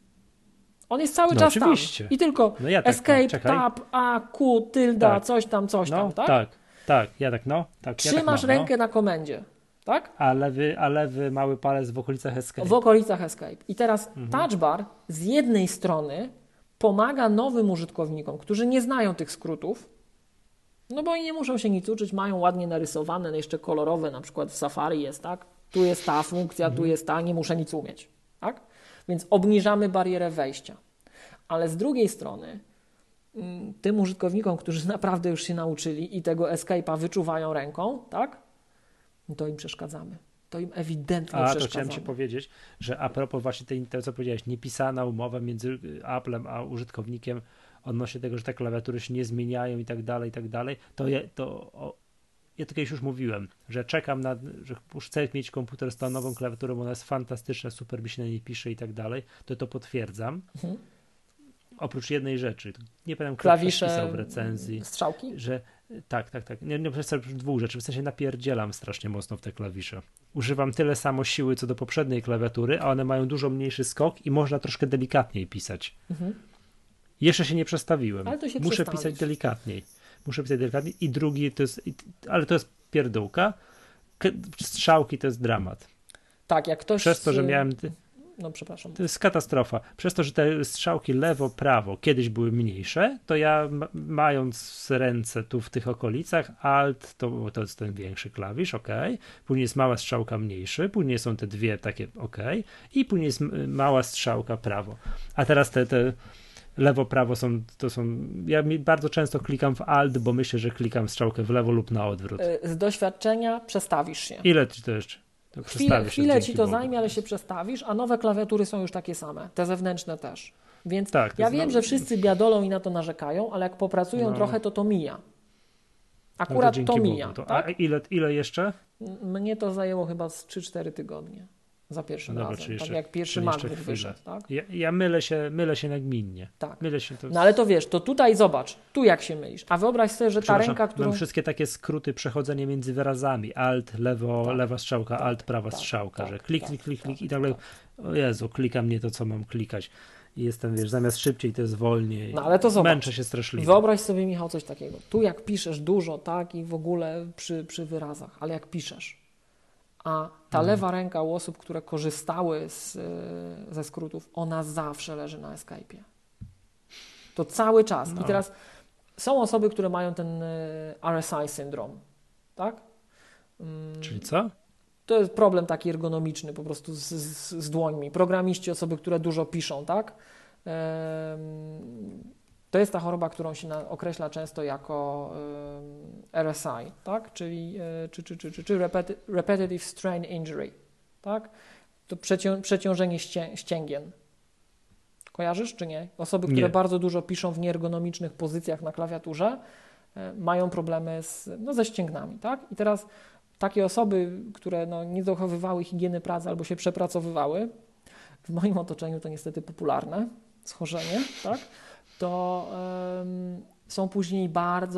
On jest cały czas oczywiście. Tam. I tylko Escape, Tab, A, Q, tylda, tak. coś tam, tak? Tak, ja tak, Trzymasz rękę na komendzie, tak? A lewy mały palec w okolicach Escape. W okolicach Escape. I teraz touch bar z jednej strony pomaga nowym użytkownikom, którzy nie znają tych skrótów, no bo i nie muszą się nic uczyć, mają ładnie narysowane, jeszcze kolorowe, na przykład w Safari jest, tak? Tu jest ta funkcja, tu jest ta, nie muszę nic umieć, tak? Więc obniżamy barierę wejścia. Ale z drugiej strony tym użytkownikom, którzy naprawdę już się nauczyli i tego escape'a wyczuwają ręką, tak? To im przeszkadzamy. To im ewidentnie przeszkadzamy. To chciałem Ci powiedzieć, że a propos właśnie tego, co powiedziałeś, niepisana umowa między Applem a użytkownikiem odnośnie tego, że te klawiatury się nie zmieniają i tak dalej, ja to kiedyś już mówiłem, że czekam że już chcę mieć komputer z tą nową klawiaturą, bo ona jest fantastyczna, super mi się na niej pisze i tak dalej, to potwierdzam. Oprócz jednej rzeczy, nie pamiętam, kto pisał w recenzji, strzałki? Że tak. Nie oprócz dwóch rzeczy, w sensie napierdzielam strasznie mocno w te klawisze. Używam tyle samo siły co do poprzedniej klawiatury, a one mają dużo mniejszy skok i można troszkę delikatniej pisać. Jeszcze się nie przestawiłem. Ale to się Muszę pisać delikatniej. I drugi ale to jest pierdółka. Strzałki to jest dramat. Tak, jak ktoś... Przez to, że miałem... No przepraszam. To jest katastrofa. Przez to, że te strzałki lewo, prawo kiedyś były mniejsze, to ja mając ręce tu w tych okolicach, Alt to jest ten większy klawisz, ok. Później jest mała strzałka mniejszy, później są te dwie takie ok. I później jest mała strzałka prawo. A teraz te lewo, prawo to są... Ja bardzo często klikam w Alt, bo myślę, że klikam strzałkę w lewo lub na odwrót. Z doświadczenia przestawisz się. Ile ci to jeszcze? Chwilę ci to zajmie, ale się przestawisz, a nowe klawiatury są już takie same, te zewnętrzne też. Więc ja wiem, że wszyscy biadolą i na to narzekają, ale jak popracują trochę, to mija. Akurat to mija. Tak? Tak? A ile jeszcze? Mnie to zajęło chyba z 3-4 tygodnie za pierwszym razem. Tak jak pierwszy MacBook wyszedł. Tak? Ja mylę się nagminnie. Tak. Mylę się No ale to wiesz, to tutaj zobacz, tu jak się mylisz. A wyobraź sobie, że ta ręka, którą... Mam wszystkie takie skróty, przechodzenie między wyrazami. Alt, lewa strzałka, Alt, prawa strzałka, że klik i tak dalej. O Jezu, klikam nie to, co mam klikać. I jestem, wiesz, zamiast szybciej to jest wolniej. No ale to zobacz. Męczę się straszliwie. Wyobraź sobie, Michał, coś takiego. Tu jak piszesz dużo, tak, i w ogóle przy wyrazach, ale jak piszesz, a ta lewa ręka u osób, które korzystały ze skrótów, ona zawsze leży na Escape'ie. To cały czas. I teraz są osoby, które mają ten RSI syndrom, tak? Czyli co? To jest problem taki ergonomiczny po prostu z dłońmi. Programiści, osoby, które dużo piszą, tak? To jest ta choroba, którą się określa często jako RSI, tak? Czyli Repetitive Strain Injury, tak? To przeciążenie ścięgien. Kojarzysz czy nie? Osoby, które bardzo dużo piszą w nieergonomicznych pozycjach na klawiaturze, mają problemy ze ścięgnami, tak? I teraz takie osoby, które nie dochowywały higieny pracy albo się przepracowywały, w moim otoczeniu to niestety popularne schorzenie, tak? To są później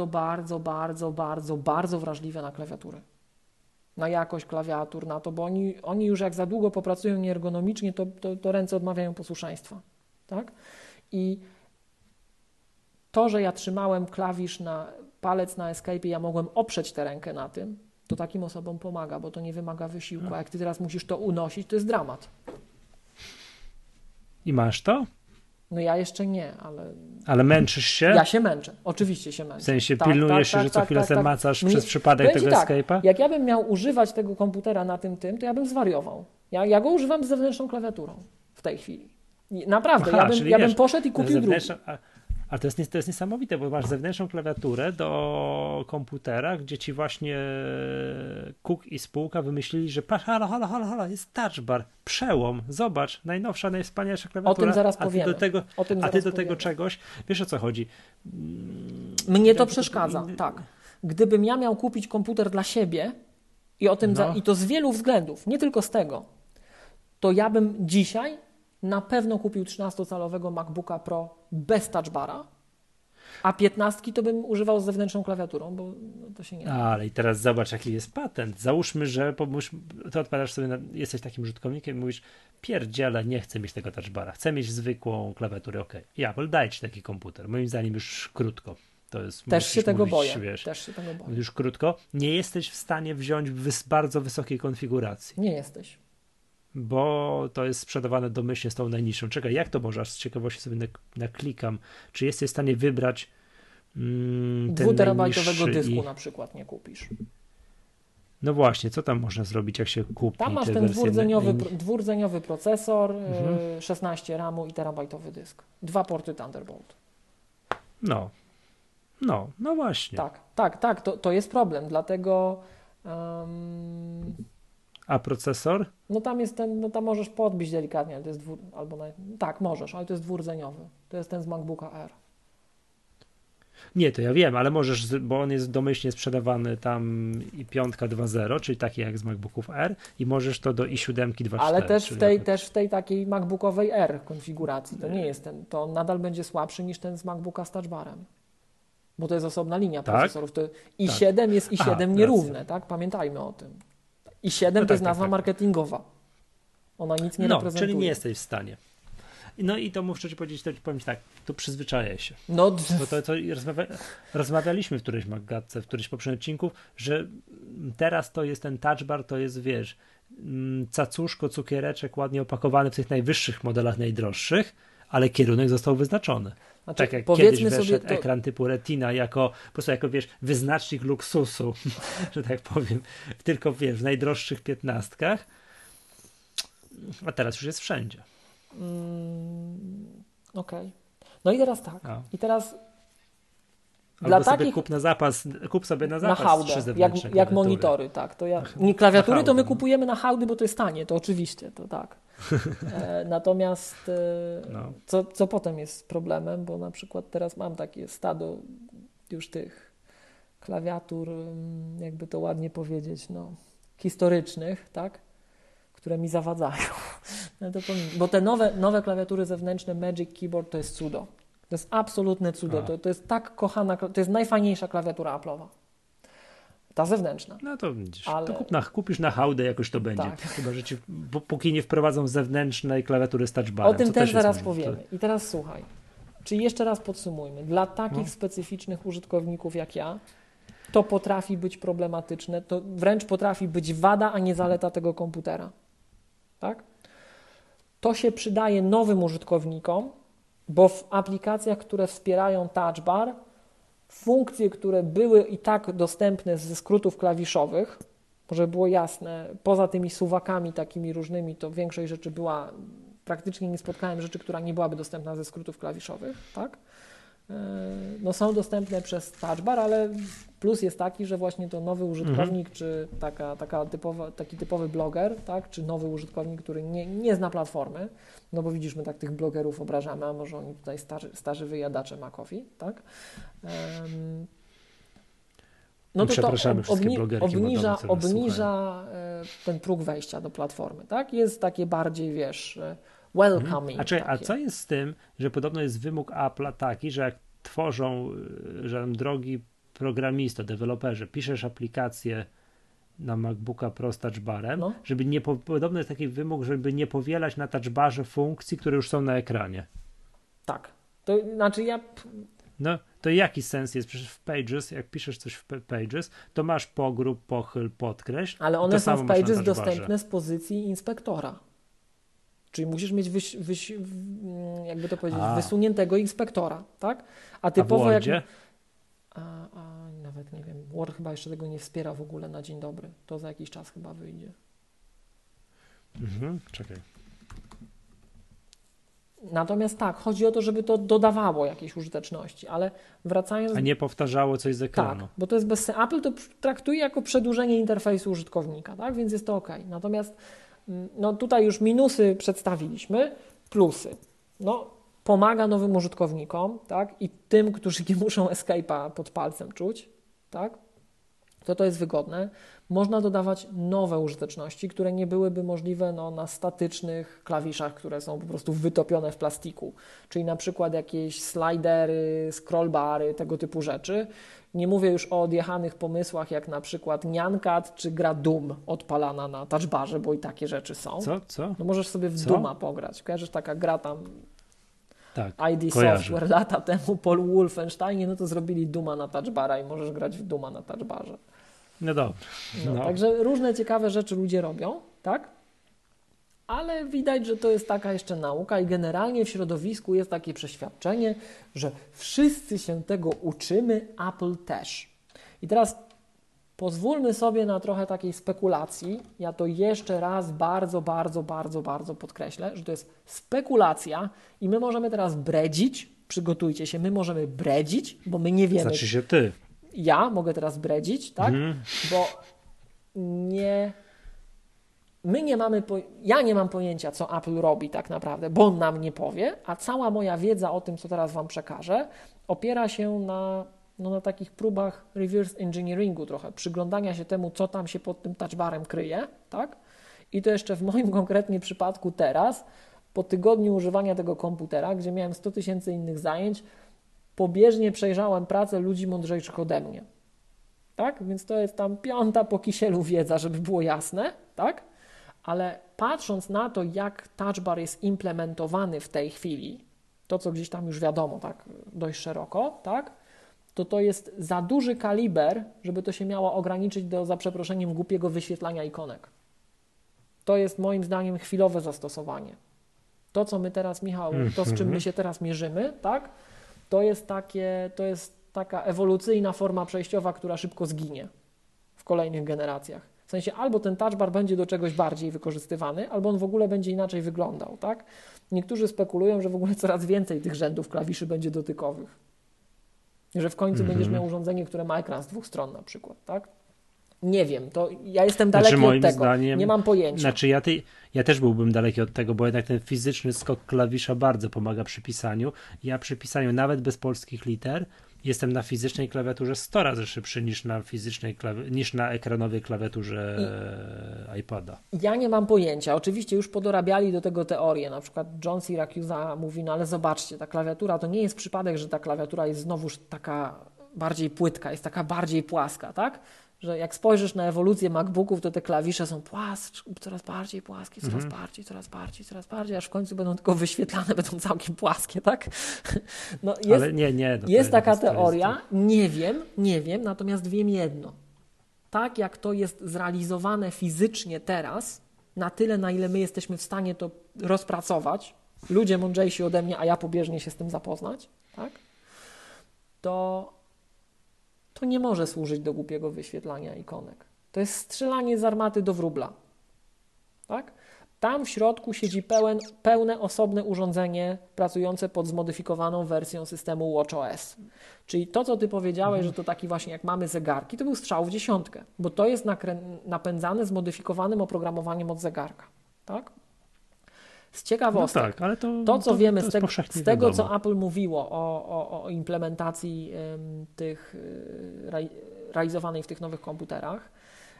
bardzo wrażliwe na klawiatury. Na jakość klawiatur, na to, bo oni już jak za długo popracują nieergonomicznie, to ręce odmawiają posłuszeństwa. Tak? I to, że ja trzymałem klawisz palec na Escape'ie, ja mogłem oprzeć tę rękę na tym, to takim osobom pomaga, bo to nie wymaga wysiłku. A jak ty teraz musisz to unosić, to jest dramat. I masz to? No ja jeszcze nie, ale... Ale męczysz się? Ja się męczę, oczywiście się męczę. W sensie pilnujesz się, że co chwilę sobie macasz przez przypadek tego Escape'a? Jak ja bym miał używać tego komputera na tym, to ja bym zwariował. Ja go używam z zewnętrzną klawiaturą w tej chwili. Naprawdę, ja bym poszedł i kupił drugi. Ale to jest niesamowite, bo masz zewnętrzną klawiaturę do komputera, gdzie ci właśnie Cook i spółka wymyślili, że halo, jest touch bar, przełom, zobacz, najnowsza, najwspanialsza klawiatura. O tym zaraz powiemy. A ty do tego czegoś, wiesz o co chodzi? Mnie to przeszkadza, tak. Gdybym ja miał kupić komputer dla siebie, I to z wielu względów, nie tylko z tego. To ja bym dzisiaj na pewno kupił 13-calowego MacBooka Pro bez touchbara, a 15 to bym używał z zewnętrzną klawiaturą, bo to się nie da. Ale i teraz zobacz, jaki jest patent. Załóżmy, że ty odpadasz sobie, jesteś takim użytkownikiem i mówisz, pierdziele, nie chcę mieć tego touchbara, chcę mieć zwykłą klawiaturę, okej. I Apple daje ci taki komputer. Moim zdaniem już krótko. To jest, Też się tego boję. Wiesz, Też się tego boję. już krótko. Nie jesteś w stanie wziąć bardzo wysokiej konfiguracji. Nie jesteś. Bo to jest sprzedawane domyślnie z tą najniższą. Czekaj, jak to można? Z ciekawości sobie naklikam. Czy jesteś w stanie wybrać 2-terabajtowego dysku na przykład nie kupisz. No właśnie, co tam można zrobić, jak się kupi? Tam masz ten dwurdzeniowy procesor, 16 RAMu i terabajtowy dysk. 2 porty Thunderbolt. No właśnie. Tak, to jest problem, dlatego... A procesor? No tam jest tam możesz podbić delikatnie, ale to jest tak, możesz, ale to jest dwurdzeniowy. To jest ten z MacBooka Air. Nie, to ja wiem, ale możesz, bo on jest domyślnie sprzedawany tam i 5 2.0, czyli taki jak z MacBooków Air i możesz to do i7 2.4. Ale też w tej takiej MacBookowej Air konfiguracji. To nie jest to nadal będzie słabszy niż ten z MacBooka z touchbarem. Bo to jest osobna linia procesorów. To i7 jest i7 nierówne, tak? Pamiętajmy o tym. i7 to jest nazwa marketingowa. Ona nic nie reprezentuje. Czyli nie jesteś w stanie. No i to muszę ci powiedzieć, powiem ci tak, to przyzwyczaję się. Bo rozmawialiśmy w którejś magatce, w którymś poprzednim odcinku, że teraz to jest ten touch bar, to jest, wiesz, cacuszko, cukiereczek ładnie opakowany w tych najwyższych modelach, najdroższych, ale kierunek został wyznaczony. Znaczy, tak jak kiedyś wyszedł ekran typu Retina jako, po prostu jako, wiesz, wyznacznik luksusu, że tak powiem, tylko, wiesz, w najdroższych 15, a teraz już jest wszędzie. Okej. No i teraz tak. I teraz albo dla sobie takich... kup sobie na zapas na hałdę, jak monitory, tak. To nie klawiatury to my kupujemy na hałdy, bo to jest tanie, to oczywiście, to tak. Natomiast co potem jest problemem, bo na przykład teraz mam takie stado już tych klawiatur, jakby to ładnie powiedzieć, historycznych, tak? Które mi zawadzają. Bo te nowe klawiatury zewnętrzne Magic Keyboard to jest cudo. To jest absolutne cudo. To jest tak kochana, to jest najfajniejsza klawiatura Apple'owa. Ta zewnętrzna. No to widzisz, to kupisz na hałdę, jakoś to będzie. Tak. Chyba, że póki nie wprowadzą zewnętrznej klawiatury z touchbarem. O tym też zaraz powiemy. I teraz słuchaj. Czyli jeszcze raz podsumujmy. Dla takich specyficznych użytkowników jak ja, to potrafi być problematyczne, to wręcz potrafi być wada, a nie zaleta tego komputera. Tak? To się przydaje nowym użytkownikom, bo w aplikacjach, które wspierają touch bar, funkcje, które były i tak dostępne ze skrótów klawiszowych, żeby było jasne, poza tymi suwakami takimi różnymi, to większość rzeczy była, praktycznie nie spotkałem rzeczy, która nie byłaby dostępna ze skrótów klawiszowych, tak? Są dostępne przez touch bar, ale plus jest taki, że właśnie to nowy użytkownik, czy taki typowy bloger, tak, czy nowy użytkownik, który nie zna platformy, no bo widzisz, my tak tych blogerów obrażamy, a może oni tutaj starzy wyjadacze McAfee, tak? No to obniża ten próg wejścia do platformy, tak? Jest takie bardziej, wiesz, welcoming. A co jest z tym, że podobno jest wymóg Apple'a taki, że jak tworzą, że drogi programisto, deweloperze, piszesz aplikację na MacBooka Pro z touchbarem, żeby podobno jest taki wymóg, żeby nie powielać na touchbarze funkcji, które już są na ekranie. Tak. To znaczy No, to jaki sens jest? Przecież w Pages, jak piszesz coś w Pages, to masz pogrób, pochyl, podkreśl. Ale one są w Pages dostępne z pozycji inspektora. Czyli musisz mieć jakby to powiedzieć, wysuniętego inspektora, tak? A typowo w Wordzie? Nawet nie wiem, Word chyba jeszcze tego nie wspiera w ogóle na dzień dobry. To za jakiś czas chyba wyjdzie. Czekaj. Natomiast tak, chodzi o to, żeby to dodawało jakiejś użyteczności, ale wracając... A nie powtarzało coś z ekranu. Tak, bo to jest bez sensu. Apple to traktuje jako przedłużenie interfejsu użytkownika, tak? Więc jest to ok. Natomiast tutaj już minusy przedstawiliśmy, plusy. Pomaga nowym użytkownikom, tak? I tym, którzy nie muszą Escape'a pod palcem czuć, tak? to jest wygodne. Można dodawać nowe użyteczności, które nie byłyby możliwe na statycznych klawiszach, które są po prostu wytopione w plastiku. Czyli na przykład jakieś slidery, scrollbary, tego typu rzeczy. Nie mówię już o odjechanych pomysłach, jak na przykład Nyancat czy gra Doom odpalana na touchbarze, bo i takie rzeczy są. Co? No możesz sobie w Dooma pograć. Kojarzysz, taka gra tam Tak, ID kojarzę. Software lata temu po Wolfensteinie, no to zrobili Dooma na touchbara i możesz grać w Dooma na touchbarze. No dobrze. No. Także różne ciekawe rzeczy ludzie robią, tak? Ale widać, że to jest taka jeszcze nauka i generalnie w środowisku jest takie przeświadczenie, że wszyscy się tego uczymy, Apple też. I teraz pozwólmy sobie na trochę takiej spekulacji. Ja to jeszcze raz bardzo podkreślę, że to jest spekulacja i my możemy teraz bredzić, przygotujcie się, my możemy bredzić, bo my nie wiemy. Znaczy się ty. Ja mogę teraz bredzić, tak? Bo ja nie mam pojęcia, co Apple robi tak naprawdę, bo on nam nie powie, a cała moja wiedza o tym, co teraz Wam przekażę, opiera się na takich próbach reverse engineeringu trochę, przyglądania się temu, co tam się pod tym touchbarem kryje, tak? I to jeszcze w moim konkretnie przypadku teraz, po tygodniu używania tego komputera, gdzie miałem 100 000 innych zajęć, pobieżnie przejrzałem pracę ludzi mądrzejszych ode mnie. Tak? Więc to jest tam 5. po kisielu wiedza, żeby było jasne, tak? Ale patrząc na to, jak Touch Bar jest implementowany w tej chwili, to co gdzieś tam już wiadomo, tak dość szeroko, tak? To jest za duży kaliber, żeby to się miało ograniczyć do, za przeproszeniem, głupiego wyświetlania ikonek. To jest moim zdaniem chwilowe zastosowanie. To, co my teraz, Michał, to z czym my się teraz mierzymy, tak? To jest taka ewolucyjna forma przejściowa, która szybko zginie w kolejnych generacjach. W sensie albo ten touch bar będzie do czegoś bardziej wykorzystywany, albo on w ogóle będzie inaczej wyglądał, tak? Niektórzy spekulują, że w ogóle coraz więcej tych rzędów klawiszy będzie dotykowych. Że w końcu będziesz miał urządzenie, które ma ekran z 2 stron na przykład, tak? Nie wiem, to ja jestem daleki od tego, zdaniem, nie mam pojęcia. Znaczy ja też byłbym daleki od tego, bo jednak ten fizyczny skok klawisza bardzo pomaga przy pisaniu. Ja przy pisaniu nawet bez polskich liter jestem na fizycznej klawiaturze 100 razy szybszy niż na ekranowej klawiaturze iPada. Ja nie mam pojęcia. Oczywiście już podorabiali do tego teorie. Na przykład John Siracusa mówi, no ale zobaczcie, ta klawiatura to nie jest przypadek, że ta klawiatura jest znowuż taka bardziej płytka, jest taka bardziej płaska, tak? Że jak spojrzysz na ewolucję MacBooków, to te klawisze są coraz bardziej płaskie, coraz bardziej, aż w końcu będą tylko wyświetlane, będą całkiem płaskie, tak? No jest, ale nie. Jest taka teoria, nie wiem, natomiast wiem jedno. Tak jak to jest zrealizowane fizycznie teraz, na tyle, na ile my jesteśmy w stanie to rozpracować, ludzie mądrzejsi ode mnie, a ja pobieżnie się z tym zapoznać, tak? To nie może służyć do głupiego wyświetlania ikonek. To jest strzelanie z armaty do wróbla. Tak? Tam w środku siedzi pełne osobne urządzenie pracujące pod zmodyfikowaną wersją systemu WatchOS. Czyli to, co Ty powiedziałeś, że to taki właśnie jak mamy zegarki, to był strzał w dziesiątkę, bo to jest napędzane zmodyfikowanym oprogramowaniem od zegarka. Tak? Z ciekawostek, no tak, ale to co wiemy z tego, wiadomo. co Apple mówiło o implementacji tych realizowanej w tych nowych komputerach,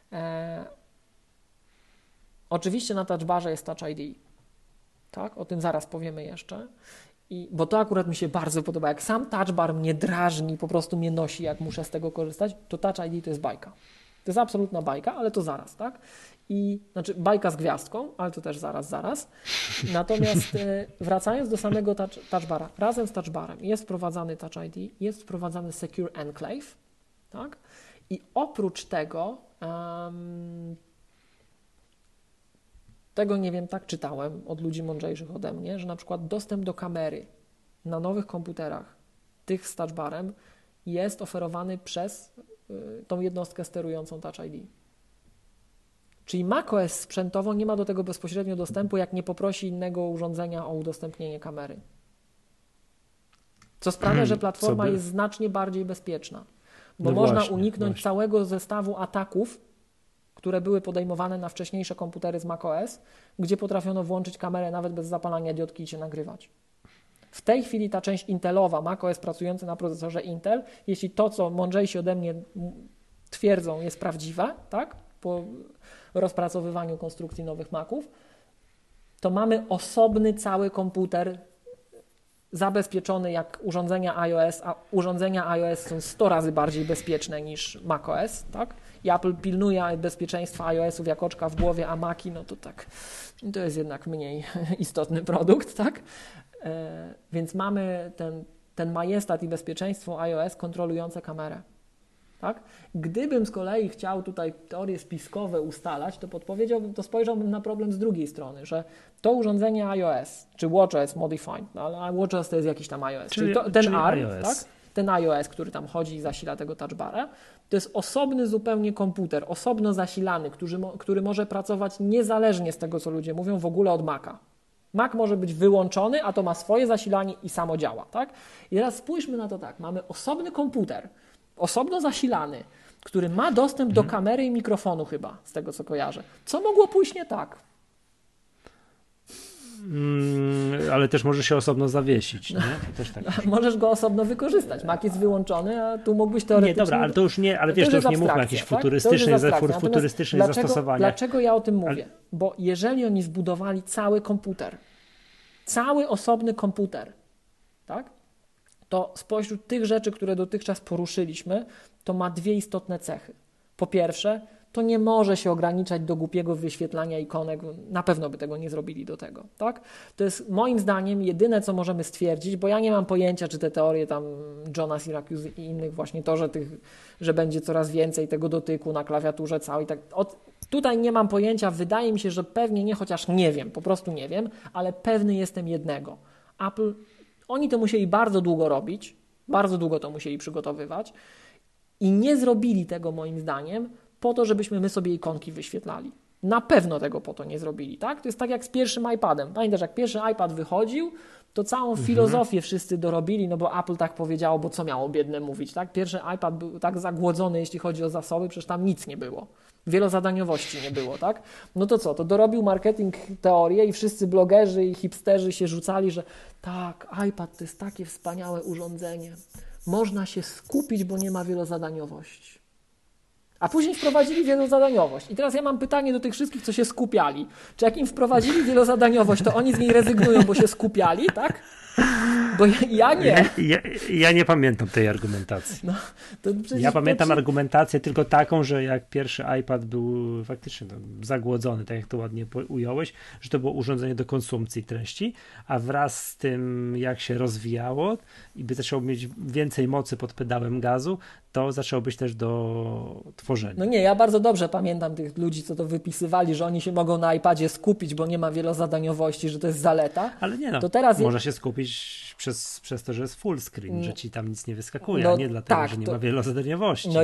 oczywiście na Touch Barze jest Touch ID, tak? O tym zaraz powiemy jeszcze, bo to akurat mi się bardzo podoba. Jak sam Touch Bar mnie drażni, po prostu mnie nosi, jak muszę z tego korzystać, to Touch ID to jest bajka. To jest absolutna bajka, ale to zaraz, tak? Znaczy bajka z gwiazdką, ale to też zaraz. Natomiast wracając do samego Touch Bara, razem z Touch Barem jest wprowadzany Touch ID, jest wprowadzany Secure Enclave, tak? I oprócz tego, tego nie wiem, tak czytałem od ludzi mądrzejszych ode mnie, że na przykład dostęp do kamery na nowych komputerach, tych z Touch Barem, jest oferowany przez tą jednostkę sterującą Touch ID. Czyli macOS sprzętowo nie ma do tego bezpośrednio dostępu, jak nie poprosi innego urządzenia o udostępnienie kamery. Co sprawia, że platforma jest znacznie bardziej bezpieczna, bo można uniknąć całego zestawu ataków, które były podejmowane na wcześniejsze komputery z macOS, gdzie potrafiono włączyć kamerę nawet bez zapalania diodki i się nagrywać. W tej chwili ta część intelowa, macOS pracujący na procesorze Intel, jeśli to, co mądrzejsi ode mnie twierdzą jest prawdziwe, tak? Po rozpracowywaniu konstrukcji nowych Maców, to mamy osobny cały komputer zabezpieczony jak urządzenia iOS, a urządzenia iOS są 100 razy bardziej bezpieczne niż macOS, tak? I Apple pilnuje bezpieczeństwa iOS-ów jak oczka w głowie, a Maci, no to tak, to jest jednak mniej istotny produkt, tak? Więc mamy ten majestat i bezpieczeństwo iOS kontrolujące kamerę. Tak? Gdybym z kolei chciał tutaj teorie spiskowe ustalać, to spojrzałbym na problem z drugiej strony, że to urządzenie iOS, czy WatchOS Modified, no ale WatchOS to jest jakiś tam iOS, czyli ten ARM, tak? Ten iOS, który tam chodzi i zasila tego touchbara, to jest osobny zupełnie komputer, osobno zasilany, który może pracować niezależnie z tego, co ludzie mówią, w ogóle od Maca. Mac może być wyłączony, a to ma swoje zasilanie i samo działa. Tak? I teraz spójrzmy na to tak, mamy osobny komputer, osobno zasilany, który ma dostęp do kamery i mikrofonu chyba, z tego co kojarzę. Co mogło pójść nie tak? Ale też możesz się osobno zawiesić, nie? Też tak. Możesz go osobno wykorzystać. Mac jest wyłączony, a tu mógłbyś teoretycznie... Nie, dobra, ale to już nie, ale wiesz, to już nie mówmy o jakichś futurystycznych zastosowaniach. Dlaczego ja o tym mówię? Bo jeżeli oni zbudowali cały komputer, cały osobny komputer, tak? To spośród tych rzeczy, które dotychczas poruszyliśmy, to ma dwie istotne cechy. Po pierwsze, to nie może się ograniczać do głupiego wyświetlania ikonek, na pewno by tego nie zrobili do tego. Tak? To jest moim zdaniem jedyne, co możemy stwierdzić, bo ja nie mam pojęcia, czy te teorie tam Johna Syracuse i innych właśnie to, że będzie coraz więcej tego dotyku na klawiaturze całej. Tak, tutaj nie mam pojęcia, wydaje mi się, że pewnie nie, chociaż nie wiem, po prostu nie wiem, ale pewny jestem jednego. Apple, oni to musieli bardzo długo robić, bardzo długo to musieli przygotowywać i nie zrobili tego moim zdaniem po to, żebyśmy my sobie ikonki wyświetlali. Na pewno tego po to nie zrobili, tak? To jest tak jak z pierwszym iPadem. Pamiętasz, jak pierwszy iPad wychodził, to całą filozofię wszyscy dorobili, no bo Apple tak powiedziało, bo co miało biedne mówić, tak? Pierwszy iPad był tak zagłodzony, jeśli chodzi o zasoby, przecież tam nic nie było. Wielozadaniowości nie było, tak? No to co? To dorobił marketing teorię i wszyscy blogerzy i hipsterzy się rzucali, że tak, iPad to jest takie wspaniałe urządzenie. Można się skupić, bo nie ma wielozadaniowości. A później wprowadzili wielozadaniowość. I teraz ja mam pytanie do tych wszystkich, co się skupiali. Czy jak im wprowadzili wielozadaniowość, to oni z niej rezygnują, bo się skupiali, tak? Bo ja nie. Ja nie pamiętam tej argumentacji. No, ja pamiętam argumentację tylko taką, że jak pierwszy iPad był faktycznie zagłodzony, tak jak to ładnie ująłeś, że to było urządzenie do konsumpcji treści, a wraz z tym, jak się rozwijało i by zaczęło mieć więcej mocy pod pedałem gazu, to zaczęło być też do tworzenia. No nie, ja bardzo dobrze pamiętam tych ludzi, co to wypisywali, że oni się mogą na iPadzie skupić, bo nie ma wielozadaniowości, że to jest zaleta. Ale nie, no, to teraz można się skupić przez to, że jest full screen, że ci tam nic nie wyskakuje, a nie dlatego, że nie ma wielozadaniowości. No i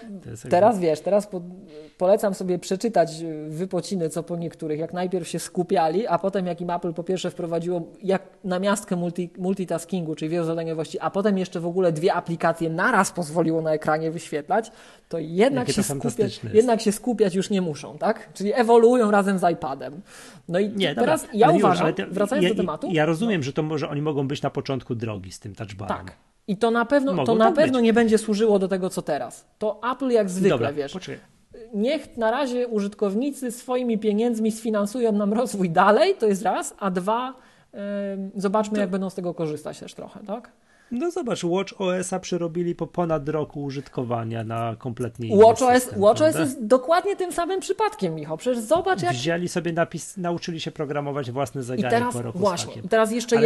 teraz polecam sobie przeczytać wypociny, co po niektórych, jak najpierw się skupiali, a potem jak im Apple po pierwsze wprowadziło jak namiastkę multitaskingu, czyli wielozadaniowości, a potem jeszcze w ogóle dwie aplikacje naraz pozwoliło na ekranie wyświetlać, to jednak się skupiać już nie muszą, tak? Czyli ewoluują razem z iPadem. No i teraz dobra, ja uważam, wracając do tematu. Ja rozumiem, że oni mogą być na początku drogi z tym touchbarem. Tak. I to na pewno nie będzie służyło do tego, co teraz. To Apple jak zwykle, dobra, wiesz. Poczekaj. Niech na razie użytkownicy swoimi pieniędzmi sfinansują nam rozwój dalej, to jest raz, a dwa, zobaczmy, jak będą z tego korzystać też trochę, tak? No zobacz, WatchOS-a przyrobili po ponad roku użytkowania na kompletnie inny system. WatchOS jest dokładnie tym samym przypadkiem, Michał. Przecież zobacz jak... Wzięli sobie nauczyli się programować własne zegarek po roku właśnie, z hakiem. I teraz jeszcze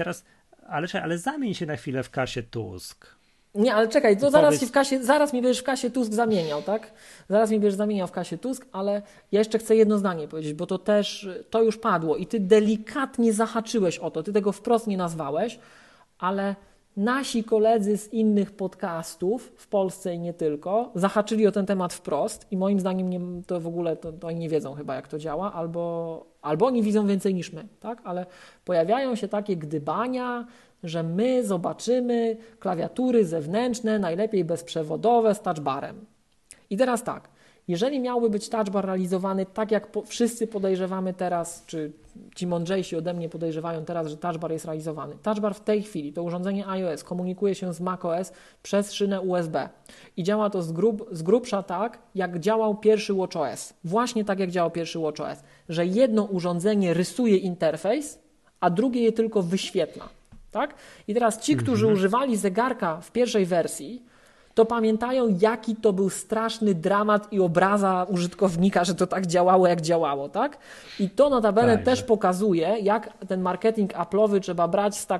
ale zamień się na chwilę w kasie Tusk. Nie, ale czekaj, to zaraz mi będziesz w kasie Tusk zamieniał, tak? Zaraz mi będziesz zamieniał w kasie Tusk, ale ja jeszcze chcę jedno zdanie powiedzieć, bo to już padło i ty delikatnie zahaczyłeś o to, ty tego wprost nie nazwałeś, ale nasi koledzy z innych podcastów w Polsce i nie tylko zahaczyli o ten temat wprost i moim zdaniem to w ogóle to oni nie wiedzą chyba, jak to działa, albo oni widzą więcej niż my, tak? Ale pojawiają się takie gdybania, że my zobaczymy klawiatury zewnętrzne, najlepiej bezprzewodowe z touchbarem. I teraz tak, jeżeli miałby być touch bar realizowany tak jak wszyscy podejrzewamy teraz, czy ci mądrzejsi ode mnie podejrzewają teraz, że touch bar jest realizowany. Touch bar w tej chwili, to urządzenie iOS komunikuje się z macOS przez szynę USB i działa to z grubsza tak, jak działał pierwszy watchOS. Właśnie tak jak działał pierwszy watchOS, że jedno urządzenie rysuje interfejs, a drugie je tylko wyświetla. Tak? I teraz ci, którzy używali zegarka w pierwszej wersji, to pamiętają, jaki to był straszny dramat i obraza użytkownika, że to tak działało, jak działało, tak? I to notabene też pokazuje, jak ten marketing Apple'owy trzeba brać z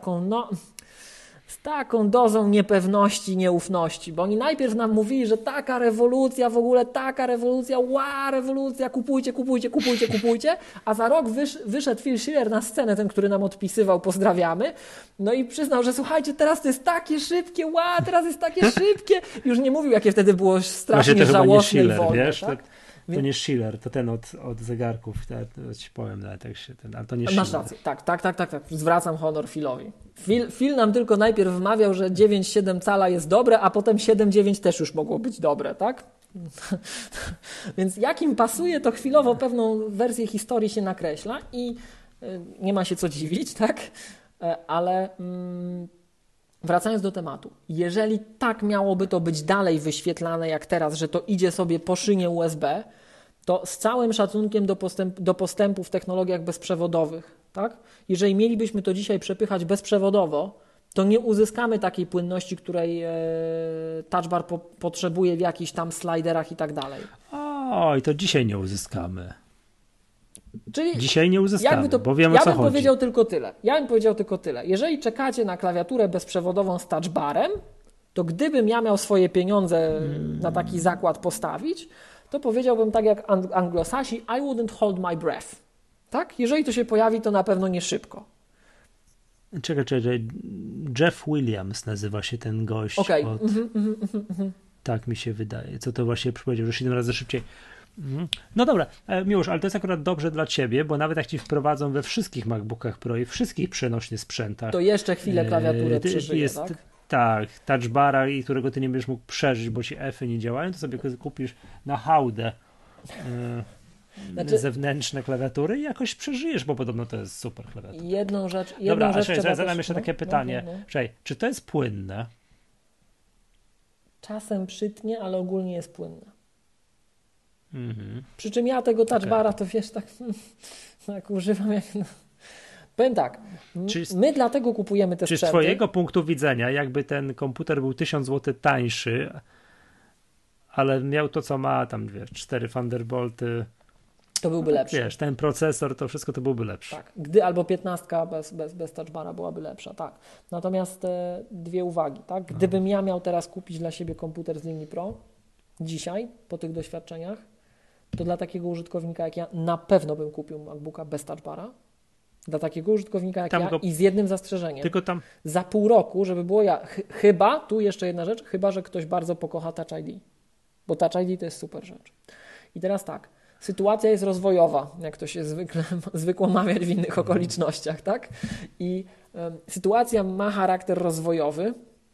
taką dozą niepewności, nieufności, bo oni najpierw nam mówili, że taka rewolucja, w ogóle taka rewolucja, rewolucja, kupujcie, a za rok wyszedł Phil Schiller na scenę, ten, który nam odpisywał, pozdrawiamy, no i przyznał, że słuchajcie, teraz to jest takie szybkie, teraz jest takie szybkie, już nie mówił, jakie wtedy było strasznie żałosne i wolne, wiesz, tak? To nie Schiller, to ten od zegarków, to ci powiem nawet, jak się ale to nie Schiller. Masz rację, tak, zwracam honor Philowi. Phil nam tylko najpierw wmawiał, że 9,7 cala jest dobre, a potem 7,9 też już mogło być dobre, tak? Więc jak im pasuje, to chwilowo pewną wersję historii się nakreśla i nie ma się co dziwić, tak? Ale wracając do tematu, jeżeli tak miałoby to być dalej wyświetlane jak teraz, że to idzie sobie po szynie USB, to z całym szacunkiem do postępu w technologiach bezprzewodowych, tak? Jeżeli mielibyśmy to dzisiaj przepychać bezprzewodowo, to nie uzyskamy takiej płynności, której touch bar potrzebuje w jakichś tam sliderach i tak dalej. Oj, to dzisiaj nie uzyskamy. Czyli dzisiaj nie uzyskamy, bo wiem, o co chodzi. Ja bym powiedział tylko tyle. Jeżeli czekacie na klawiaturę bezprzewodową z touch barem, to gdybym ja miał swoje pieniądze na taki zakład postawić, to powiedziałbym tak jak anglosasi, I wouldn't hold my breath. Tak? Jeżeli to się pojawi, to na pewno nie szybko. Czekaj. Jeff Williams nazywa się ten gość. Okay. Tak mi się wydaje. Co to właśnie powiedział, że 7 razy szybciej. No dobra, Miłosz, ale to jest akurat dobrze dla ciebie, bo nawet jak ci wprowadzą we wszystkich MacBookach Pro i wszystkich przenośnych sprzętach, to jeszcze chwilę klawiaturę przeżyje, tak? Tak, touch bara, i którego ty nie będziesz mógł przeżyć, bo ci F-y nie działają, to sobie kupisz na hałdę zewnętrzne klawiatury i jakoś przeżyjesz, bo podobno to jest super klawiatura. Jedną rzecz zadam jeszcze takie pytanie. Czy to jest płynne? Czasem przytnie, ale ogólnie jest płynne. Przy czym ja tego touch bara to wiesz, tak używam jak... Powiem tak, my dlatego kupujemy te sprzęty. Czy z twojego punktu widzenia, jakby ten komputer był 1000 zł tańszy, ale miał to, co ma, tam 4 Thunderbolty, to byłby lepszy. Wiesz, ten procesor, to wszystko to byłby lepszy. Tak, albo 15 bez touch bara byłaby lepsza, tak. Natomiast dwie uwagi, tak. Gdybym ja miał teraz kupić dla siebie komputer z linii Pro, dzisiaj, po tych doświadczeniach, to dla takiego użytkownika jak ja na pewno bym kupił MacBooka bez touch bara. Dla takiego użytkownika jak ja i z jednym zastrzeżeniem. Tylko tam... Za pół roku, żeby było chyba, tu jeszcze jedna rzecz, chyba że ktoś bardzo pokocha Touch ID. Bo Touch ID to jest super rzecz. I teraz tak, sytuacja jest rozwojowa, jak to się zwykło mawiać w innych okolicznościach, tak? I sytuacja ma charakter rozwojowy.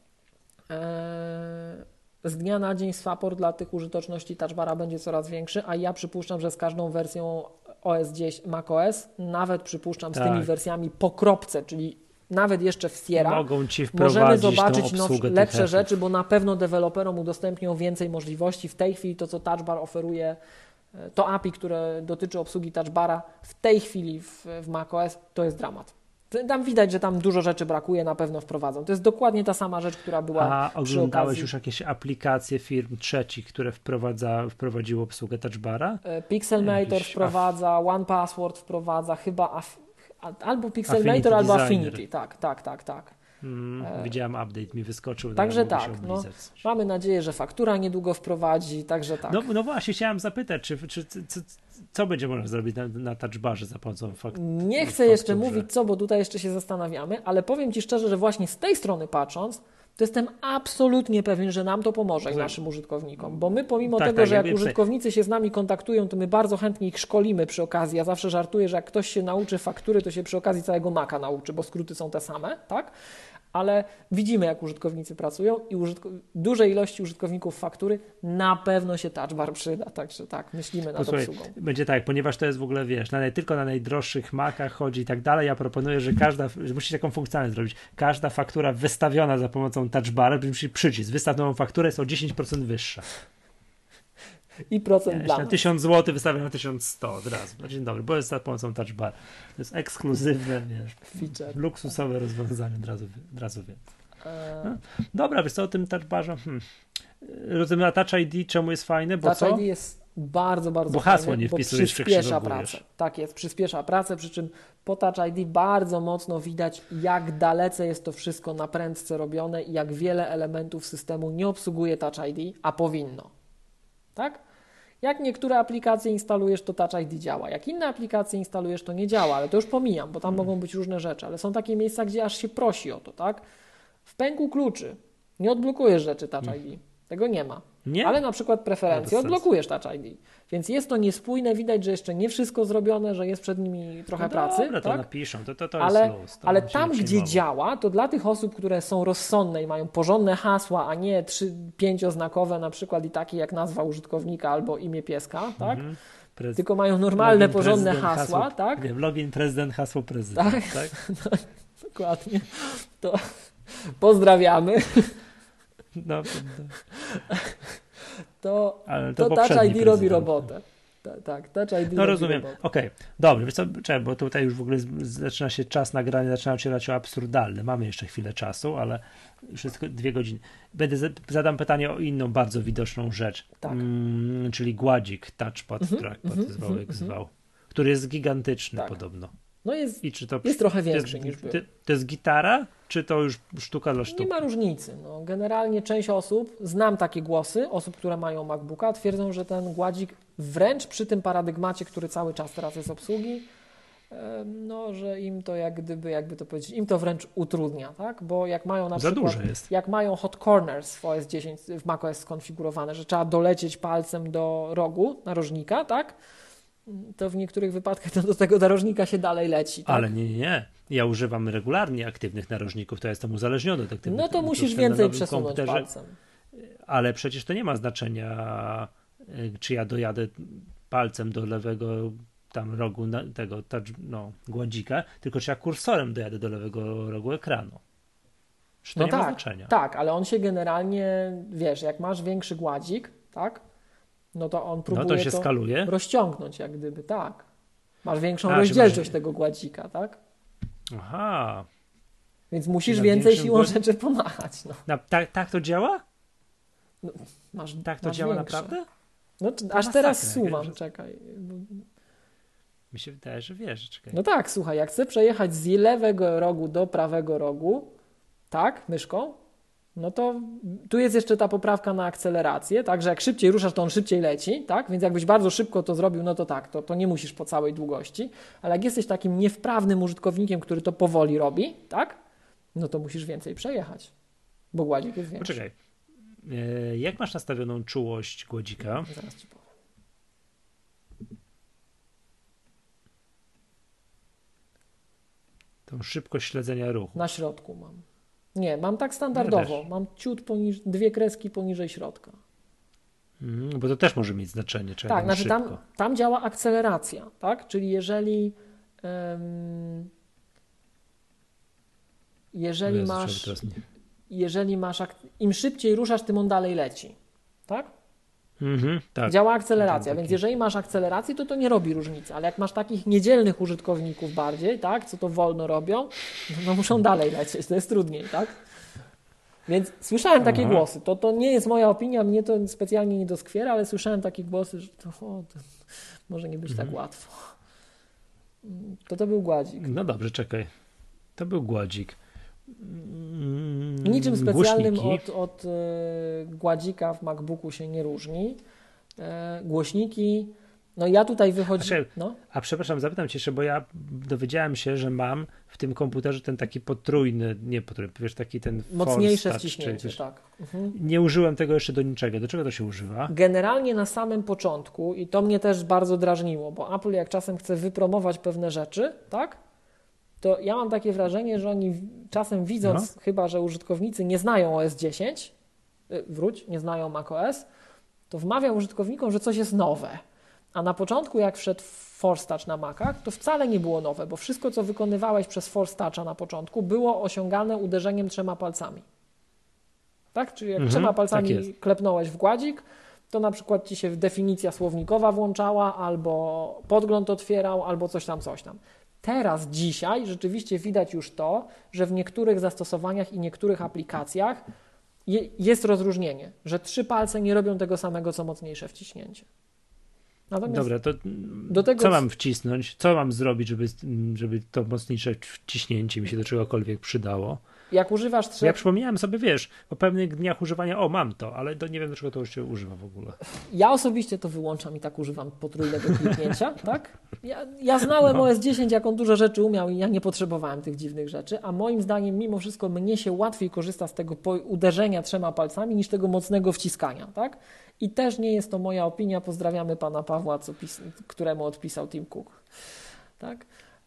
Z dnia na dzień support dla tych użyteczności touch bara będzie coraz większy, a ja przypuszczam, że z każdą wersją OS 10, macOS, nawet przypuszczam z tymi wersjami po kropce, czyli nawet jeszcze w Sierra, możemy zobaczyć lepsze rzeczy, bo na pewno deweloperom udostępnią więcej możliwości. W tej chwili to, co touch bar oferuje, to API, które dotyczy obsługi touch bara, w tej chwili w macOS to jest dramat. Tam widać, że tam dużo rzeczy brakuje, na pewno wprowadzą. To jest dokładnie ta sama rzecz, która była przy okazji. A oglądałeś już jakieś aplikacje firm trzecich, które wprowadziły obsługę touch bara? Pixelmator wprowadza, OnePassword wprowadza, chyba albo Pixelmator, albo Affinity. Tak. Widziałem update, mi wyskoczył. Także tak, mamy nadzieję, że faktura niedługo wprowadzi, także tak. No właśnie, chciałem zapytać, co będzie można zrobić na touch barze za pomocą faktury? Nie chcę jeszcze mówić co, bo tutaj jeszcze się zastanawiamy, ale powiem Ci szczerze, że właśnie z tej strony patrząc, to jestem absolutnie pewien, że nam to pomoże i naszym użytkownikom, bo my pomimo tego, że jak użytkownicy się z nami kontaktują, to my bardzo chętnie ich szkolimy przy okazji. Ja zawsze żartuję, że jak ktoś się nauczy faktury, to się przy okazji całego Maca nauczy, bo skróty są te same, tak? ale widzimy, jak użytkownicy pracują i dużej ilości użytkowników faktury na pewno się touch bar przyda, także tak, myślimy nad obsługą. Będzie tak, ponieważ to jest w ogóle, wiesz, tylko na najdroższych Macach chodzi i tak dalej, ja proponuję, że musicie taką funkcjonalność zrobić, każda faktura wystawiona za pomocą touch bara, czyli przycisk, wystaw nową fakturę, jest o 10% wyższa. I procent dla nas. 1000 zł wystawiam na 1100 od razu. No, dzień dobry, bo jest za pomocą touch bar. To jest ekskluzywne, wiesz, feature, luksusowe rozwiązanie, od razu wiem. No. Dobra, wiesz co o tym touch barze? Rozumiem, na Touch ID czemu jest fajne? Bo Touch ID jest bardzo, bardzo bo fajne, hasło nie wpisujesz, przyspiesza pracę. Tak jest, przyspiesza pracę, przy czym po Touch ID bardzo mocno widać, jak dalece jest to wszystko na prędce robione i jak wiele elementów systemu nie obsługuje Touch ID, a powinno. Tak? Jak niektóre aplikacje instalujesz, to Touch ID działa. Jak inne aplikacje instalujesz, to nie działa, ale to już pomijam, bo tam mogą być różne rzeczy, ale są takie miejsca, gdzie aż się prosi o to, tak? W pęku kluczy nie odblokujesz rzeczy Touch ID. Tego nie ma. Nie? Ale na przykład preferencje odblokujesz Touch ID. Więc jest to niespójne, widać, że jeszcze nie wszystko zrobione, że jest przed nimi trochę pracy. Dobra, tak? To napiszą, to ale, jest luz. Ale tam, gdzie działa, to dla tych osób, które są rozsądne i mają porządne hasła, a nie 5-znakowe na przykład i takie jak nazwa użytkownika albo imię pieska, tak? Tylko mają normalne, porządne hasła, tak? Nie, login prezydent, hasło prezydent. Tak? No, dokładnie. To pozdrawiamy. No, to Touch ID robi robotę. Tak, Touch ID robi rozumiem. Okej, dobrze, wiesz co, bo tutaj już w ogóle zaczyna się czas nagrania, zaczyna się raczej absurdalny. Mamy jeszcze chwilę czasu, ale już jest 2 godziny. Zadam pytanie o inną bardzo widoczną rzecz, tak. Czyli gładzik, touchpad, trackpad, zwał jak zwał, który jest gigantyczny podobno. No jest trochę większy niż był. To jest gitara, czy to już sztuka dla sztuki? Nie ma różnicy. No, generalnie część osób, znam takie głosy, osób, które mają MacBooka, twierdzą, że ten gładzik wręcz przy tym paradygmacie, który cały czas teraz jest obsługi, no, że im to jakby to powiedzieć, im to wręcz utrudnia, tak? Bo jak mają na przykład, jak mają hot corners w OS 10, w macOS skonfigurowane, że trzeba dolecieć palcem do rogu narożnika, tak? To w niektórych wypadkach to do tego narożnika się dalej leci. Tak? Ale nie. Ja używam regularnie aktywnych narożników, to jestem uzależniony od aktywnych. No to musisz więcej przesunąć palcem. Ale przecież to nie ma znaczenia, czy ja dojadę palcem do lewego tam rogu tego gładzika, tylko czy ja kursorem dojadę do lewego rogu ekranu. Czy to nie ma znaczenia? Tak, ale on się generalnie, wiesz, jak masz większy gładzik, tak? No to on próbuje to się skaluje? Rozciągnąć, jak gdyby, tak. Masz większą rozdzielczość tego gładzika, tak? Aha. Więc musisz więcej siłą rzeczy pomachać. No. Tak to działa? No, tak to działa większe. Naprawdę? No, aż teraz sumam, czekaj. Mi się wydaje, że wiesz, czekaj. No tak, słuchaj, jak chcę przejechać z lewego rogu do prawego rogu, tak, myszką, no to tu jest jeszcze ta poprawka na akcelerację, tak, że jak szybciej ruszasz, to on szybciej leci, tak, więc jakbyś bardzo szybko to zrobił, no to tak, to nie musisz po całej długości, ale jak jesteś takim niewprawnym użytkownikiem, który to powoli robi, tak, no to musisz więcej przejechać, bo gładzik jest większy. Poczekaj, jak masz nastawioną czułość gładzika? Zaraz ci powiem. Tą szybkość śledzenia ruchu. Na środku mam. Nie, mam tak standardowo. Mam ciut 2 kreski poniżej środka. Bo to też może mieć znaczenie. Tak, znaczy tam działa akceleracja, tak? Czyli jeżeli masz, im szybciej ruszasz, tym on dalej leci, tak? Tak. Działa akceleracja, więc jeżeli masz akcelerację, to nie robi różnicy, ale jak masz takich niedzielnych użytkowników bardziej, tak, co to wolno robią, no muszą dalej lecieć, to jest trudniej, tak? Więc słyszałem takie głosy, to nie jest moja opinia, mnie to specjalnie nie doskwiera, ale słyszałem takie głosy, że to może nie być tak łatwo. To był gładzik. No dobrze, czekaj. To był gładzik. Niczym specjalnym od gładzika w MacBooku się nie różni. Głośniki, no ja tutaj wychodzi... A przepraszam, zapytam cię jeszcze, bo ja dowiedziałem się, że mam w tym komputerze ten taki potrójny, wiesz, taki ten mocniejsze ściśnięcie, tak. Nie użyłem tego jeszcze do niczego. Do czego to się używa? Generalnie na samym początku, i to mnie też bardzo drażniło, bo Apple jak czasem chce wypromować pewne rzeczy, tak? to ja mam takie wrażenie, że oni czasem widząc, chyba że użytkownicy nie znają OS 10, nie znają macOS, to wmawiam użytkownikom, że coś jest nowe. A na początku, jak wszedł Force Touch na Macach, to wcale nie było nowe, bo wszystko, co wykonywałeś przez Force Toucha na początku, było osiągane uderzeniem 3 palcami. Tak? Czyli jak 3 palcami tak klepnąłeś w gładzik, to na przykład ci się definicja słownikowa włączała, albo podgląd otwierał, albo coś tam. Teraz, dzisiaj rzeczywiście widać już to, że w niektórych zastosowaniach i niektórych aplikacjach jest rozróżnienie, że 3 palce nie robią tego samego, co mocniejsze wciśnięcie. Natomiast dobra, to do tego, co mam wcisnąć? Co mam zrobić, żeby to mocniejsze wciśnięcie mi się do czegokolwiek przydało? jak używasz 3... Ja przypomniałem sobie, wiesz, po pewnych dniach używania, mam to, ale nie wiem, do czego to już się używa w ogóle. Ja osobiście to wyłączam i tak używam potrójnego kliknięcia, tak? Ja znałem OS 10, jak on dużo rzeczy umiał i ja nie potrzebowałem tych dziwnych rzeczy, a moim zdaniem mimo wszystko mnie się łatwiej korzysta z tego uderzenia 3 palcami niż tego mocnego wciskania, tak? I też nie jest to moja opinia. Pozdrawiamy pana Pawła, któremu odpisał Tim Cook. Tak?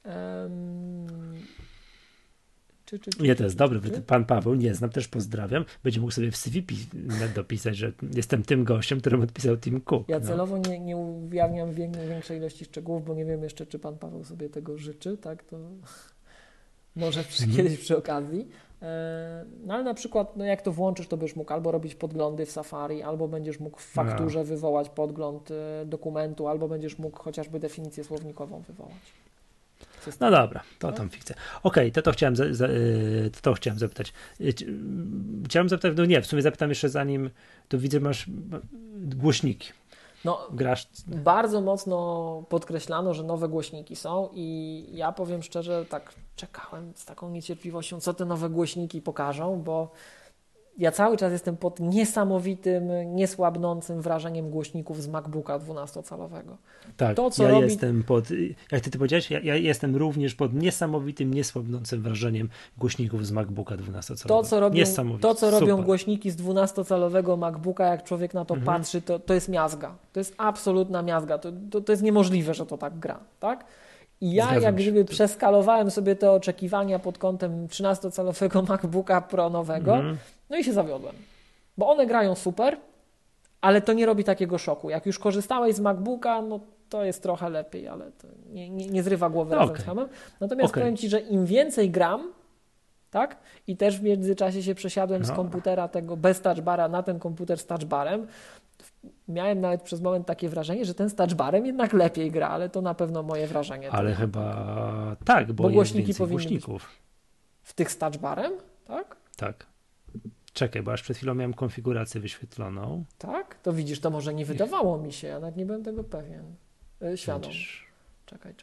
Nie, to jest dobry. Pan Paweł, nie znam, też pozdrawiam. Będzie mógł sobie w CV dopisać, że jestem tym gościem, którym odpisał Tim Cook. Ja celowo nie ujawniam większej ilości szczegółów, bo nie wiem jeszcze, czy pan Paweł sobie tego życzy. Tak? To może kiedyś przy okazji. No ale na przykład, jak to włączysz, to będziesz mógł albo robić podglądy w Safari, albo będziesz mógł w fakturze wywołać podgląd dokumentu, albo będziesz mógł chociażby definicję słownikową wywołać. No dobra, to tam fikcja. Okej, to chciałem zapytać. Chciałem zapytać, w sumie zapytam jeszcze zanim, to widzę, masz głośniki. No, grasz. Bardzo mocno podkreślano, że nowe głośniki są i ja powiem szczerze, tak czekałem z taką niecierpliwością, co te nowe głośniki pokażą, bo ja cały czas jestem pod niesamowitym, niesłabnącym wrażeniem głośników z MacBooka 12-calowego. Tak, jestem pod, jak ty powiedziałeś, ja jestem również pod niesamowitym, niesłabnącym wrażeniem głośników z MacBooka 12-calowego. To, co robią głośniki z 12-calowego MacBooka, jak człowiek na to patrzy, to jest miazga. To jest absolutna miazga. To jest niemożliwe, że to tak gra. Tak? I ja jak gdyby przeskalowałem sobie te oczekiwania pod kątem 13-calowego MacBooka Pro nowego, no i się zawiodłem. Bo one grają super, ale to nie robi takiego szoku. Jak już korzystałeś z MacBooka, no to jest trochę lepiej, ale to nie zrywa głowy razem z hamem. Natomiast powiem Ci, że im więcej gram, tak? I też w międzyczasie się przesiadłem z komputera tego bez touchbara na ten komputer z touchbarem. Miałem nawet przez moment takie wrażenie, że ten z touchbarem jednak lepiej gra, ale to na pewno moje wrażenie. Ale chyba tak, bo głośniki powinny głośników. Być w tych z touchbarem, tak? Tak. Czekaj, bo aż przed chwilą miałem konfigurację wyświetloną. Tak? To widzisz, to może nie wydawało mi się, ja nawet nie byłem tego pewien. Świadom. Czekaj.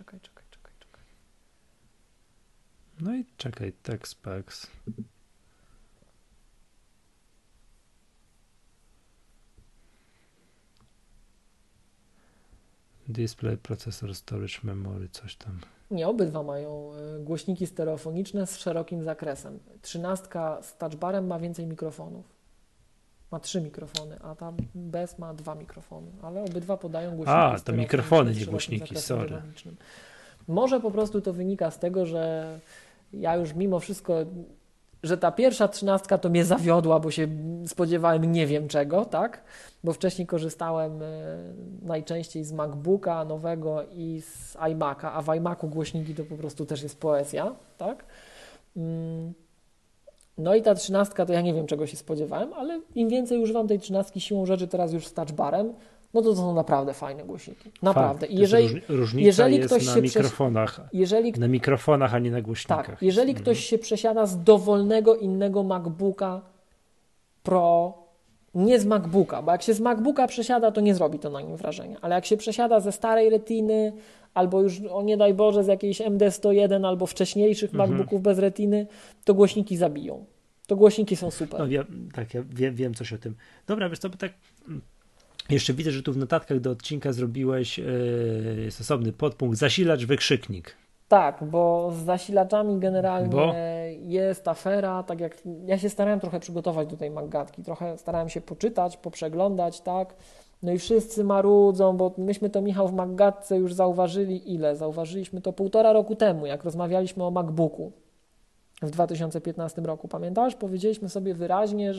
No i czekaj, text specs. Display, procesor, storage, memory, coś tam. Nie, obydwa mają głośniki stereofoniczne z szerokim zakresem. 13 z touchbarem ma więcej mikrofonów. Ma 3 mikrofony, a ta bez ma 2 mikrofony, ale obydwa podają głośniki to mikrofony, nie głośniki, sorry. Może po prostu to wynika z tego, że ja już mimo wszystko, że ta pierwsza 13 to mnie zawiodła, bo się spodziewałem nie wiem czego, tak? Bo wcześniej korzystałem najczęściej z MacBooka nowego i z iMac'a, a w iMac'u głośniki to po prostu też jest poezja, tak? No i ta 13 to ja nie wiem czego się spodziewałem, ale im więcej używam tej 13 siłą rzeczy teraz już z touchbarem, no to są naprawdę fajne głośniki. Naprawdę. I różnica jest ktoś na mikrofonach. Na mikrofonach, a nie na głośnikach. Tak, jeżeli ktoś się przesiada z dowolnego innego MacBooka Pro, nie z MacBooka, bo jak się z MacBooka przesiada, to nie zrobi to na nim wrażenia, ale jak się przesiada ze starej retiny, albo już, o nie daj Boże, z jakiejś MD101 albo wcześniejszych MacBooków bez retiny, to głośniki zabiją. To głośniki są super. No, ja wiem coś o tym. Dobra, wiesz co, by tak... Jeszcze widzę, że tu w notatkach do odcinka zrobiłeś jest osobny podpunkt zasilacz, wykrzyknik. Tak, bo z zasilaczami generalnie jest afera, tak jak ja się starałem trochę przygotować do tej Maggatki, trochę starałem się poczytać, poprzeglądać, tak, No i wszyscy marudzą, bo myśmy to, Michał, w Maggatce już zauważyli ile? Zauważyliśmy to 1,5 roku temu, jak rozmawialiśmy o MacBooku w 2015 roku. Pamiętasz? Powiedzieliśmy sobie wyraźnie,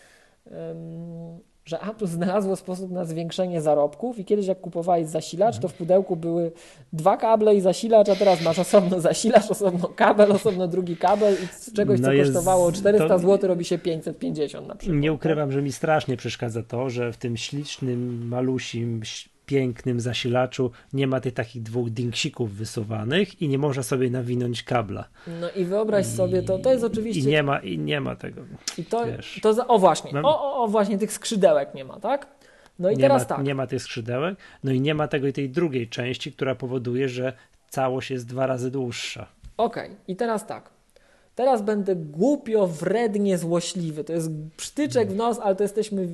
że Apple znalazło sposób na zwiększenie zarobków i kiedyś jak kupowałeś zasilacz, to w pudełku były 2 kable i zasilacz, a teraz masz osobno zasilacz, osobno kabel, osobno drugi kabel i z czegoś, co kosztowało 400 zł, robi się 550 na przykład. Nie ukrywam, że mi strasznie przeszkadza to, że w tym ślicznym, malusim, pięknym zasilaczu nie ma tych takich 2 dinksików wysuwanych i nie można sobie nawinąć kabla. No i wyobraź sobie, to jest oczywiście... I nie ma tego. I o właśnie, właśnie tych skrzydełek nie ma, tak? No i teraz tak. Nie ma tych skrzydełek, no i nie ma tego i tej drugiej części, która powoduje, że całość jest 2 razy dłuższa. Okej, i teraz tak. Teraz będę głupio, wrednie złośliwy. To jest psztyczek w nos, ale to jesteśmy...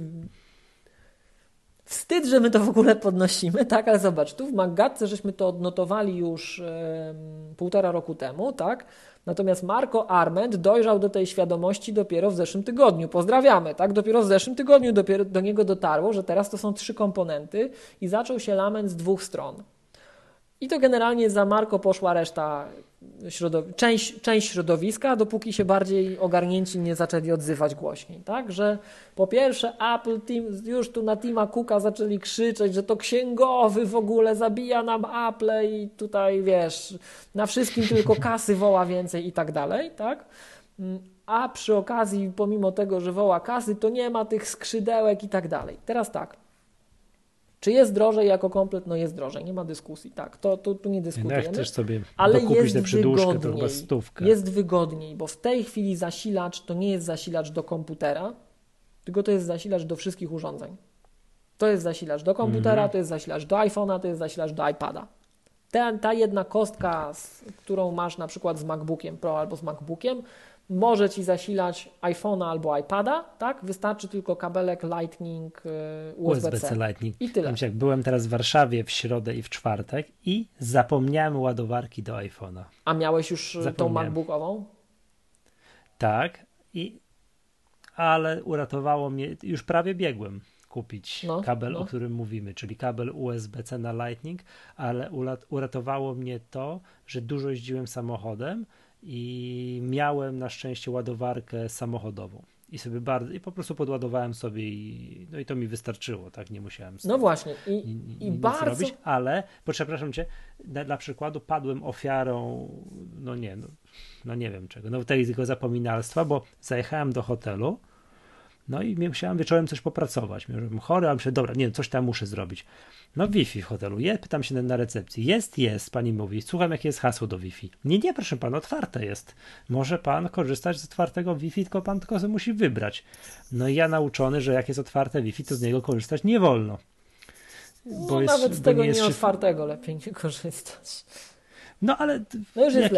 Wstyd, że my to w ogóle podnosimy, tak? Ale zobacz, tu w Maggatce żeśmy to odnotowali już 1,5 roku temu, tak? Natomiast Marco Arment dojrzał do tej świadomości dopiero w zeszłym tygodniu. Pozdrawiamy, tak? Dopiero w zeszłym tygodniu do niego dotarło, że teraz to są 3 komponenty i zaczął się lament z 2 stron. I to generalnie za Marco poszła reszta, część środowiska, dopóki się bardziej ogarnięci nie zaczęli odzywać głośniej. Tak? Że po pierwsze Apple Team, już tu na Tima Cooka zaczęli krzyczeć, że to księgowy w ogóle zabija nam Apple i tutaj wiesz, na wszystkim tylko kasy woła więcej i tak dalej. Tak? A przy okazji, pomimo tego, że woła kasy, to nie ma tych skrzydełek i tak dalej. Teraz tak. Czy jest drożej jako komplet? No jest drożej, nie ma dyskusji, tak, tu nie dyskutujemy. Jak chcesz sobie ale dokupić tę przedłużkę, to chyba 100. Jest wygodniej, bo w tej chwili zasilacz to nie jest zasilacz do komputera, tylko to jest zasilacz do wszystkich urządzeń. To jest zasilacz do komputera, to jest zasilacz do iPhone'a, to jest zasilacz do iPada. Ta jedna kostka, którą masz na przykład z MacBookiem Pro albo z MacBookiem, może Ci zasilać iPhone'a albo iPada, tak? Wystarczy tylko kabelek Lightning, USB-C. Lightning. I tyle. Jak byłem teraz w Warszawie w środę i w czwartek i zapomniałem ładowarki do iPhone'a. A miałeś już tą MacBookową? Tak, ale uratowało mnie, już prawie biegłem kupić kabel, o którym mówimy, czyli kabel USB-C na Lightning, ale uratowało mnie to, że dużo jeździłem samochodem i miałem na szczęście ładowarkę samochodową i po prostu podładowałem sobie i to mi wystarczyło, tak, nie musiałem no właśnie i nic bardzo robić, ale, bo przepraszam cię, dla przykładu padłem ofiarą nie wiem czego, tego zapominalstwa, bo zajechałem do hotelu, no i musiałem wieczorem coś popracować. Byłem chory, ale myślę, dobra, coś tam muszę zrobić. No Wi-Fi w hotelu. Pytam się na recepcji. Jest, pani mówi. Słucham, jakie jest hasło do Wi-Fi. Nie, proszę pana, otwarte jest. Może pan korzystać z otwartego Wi-Fi, tylko pan sobie musi wybrać. No i ja nauczony, że jak jest otwarte Wi-Fi, to z niego korzystać nie wolno. Nawet z tego nieotwartego lepiej nie korzystać. No ale już jest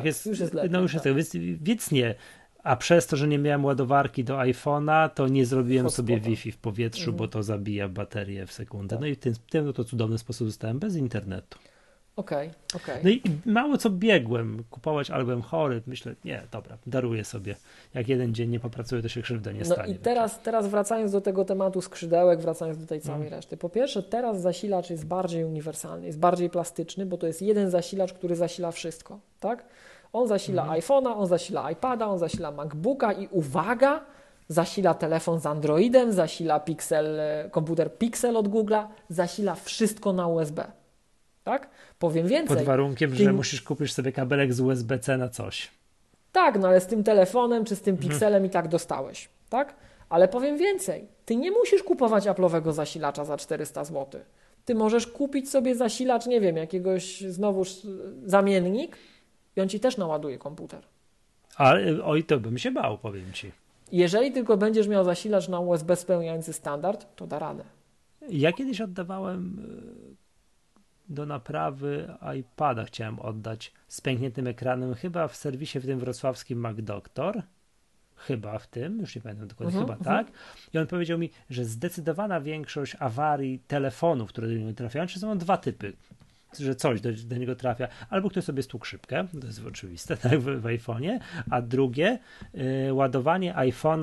więc nie. A przez to, że nie miałem ładowarki do iPhone'a, to nie zrobiłem sobie Wi-Fi w powietrzu, bo to zabija baterię w sekundę. Tak. No i w tym to cudowny sposób zostałem bez internetu. Okej. No i mało co biegłem kupować, ale byłem chory. Myślę, nie, dobra, daruję sobie. Jak jeden dzień nie popracuję, to się krzywda nie stanie. No i teraz wracając do tego tematu skrzydełek, wracając do tej całej reszty. Po pierwsze, teraz zasilacz jest bardziej uniwersalny, jest bardziej plastyczny, bo to jest jeden zasilacz, który zasila wszystko, tak? On zasila iPhone'a, on zasila iPada, on zasila MacBooka i uwaga, zasila telefon z Androidem, zasila komputer Pixel od Google'a, zasila wszystko na USB. Tak? Powiem więcej. Pod warunkiem, że musisz kupić sobie kabelek z USB-C na coś. Tak, ale z tym telefonem czy z tym Pixelem i tak dostałeś. Tak? Ale powiem więcej. Ty nie musisz kupować Apple'owego zasilacza za 400 zł. Ty możesz kupić sobie zasilacz, nie wiem, jakiegoś znowuż zamiennik, i on ci też naładuje komputer. Ale to bym się bał, powiem ci. Jeżeli tylko będziesz miał zasilacz na USB spełniający standard, to da radę. Ja kiedyś oddawałem do naprawy iPada, chciałem oddać z pękniętym ekranem, chyba w serwisie w tym wrocławskim MacDoctor. Chyba w tym, już nie pamiętam dokładnie, tak. I on powiedział mi, że zdecydowana większość awarii telefonów, które do niego trafiają, czy są 2 typy. Że coś do niego trafia, albo ktoś sobie stłukł szybkę, to jest oczywiste, tak, w iPhone'ie, a drugie, ładowanie iPhone'a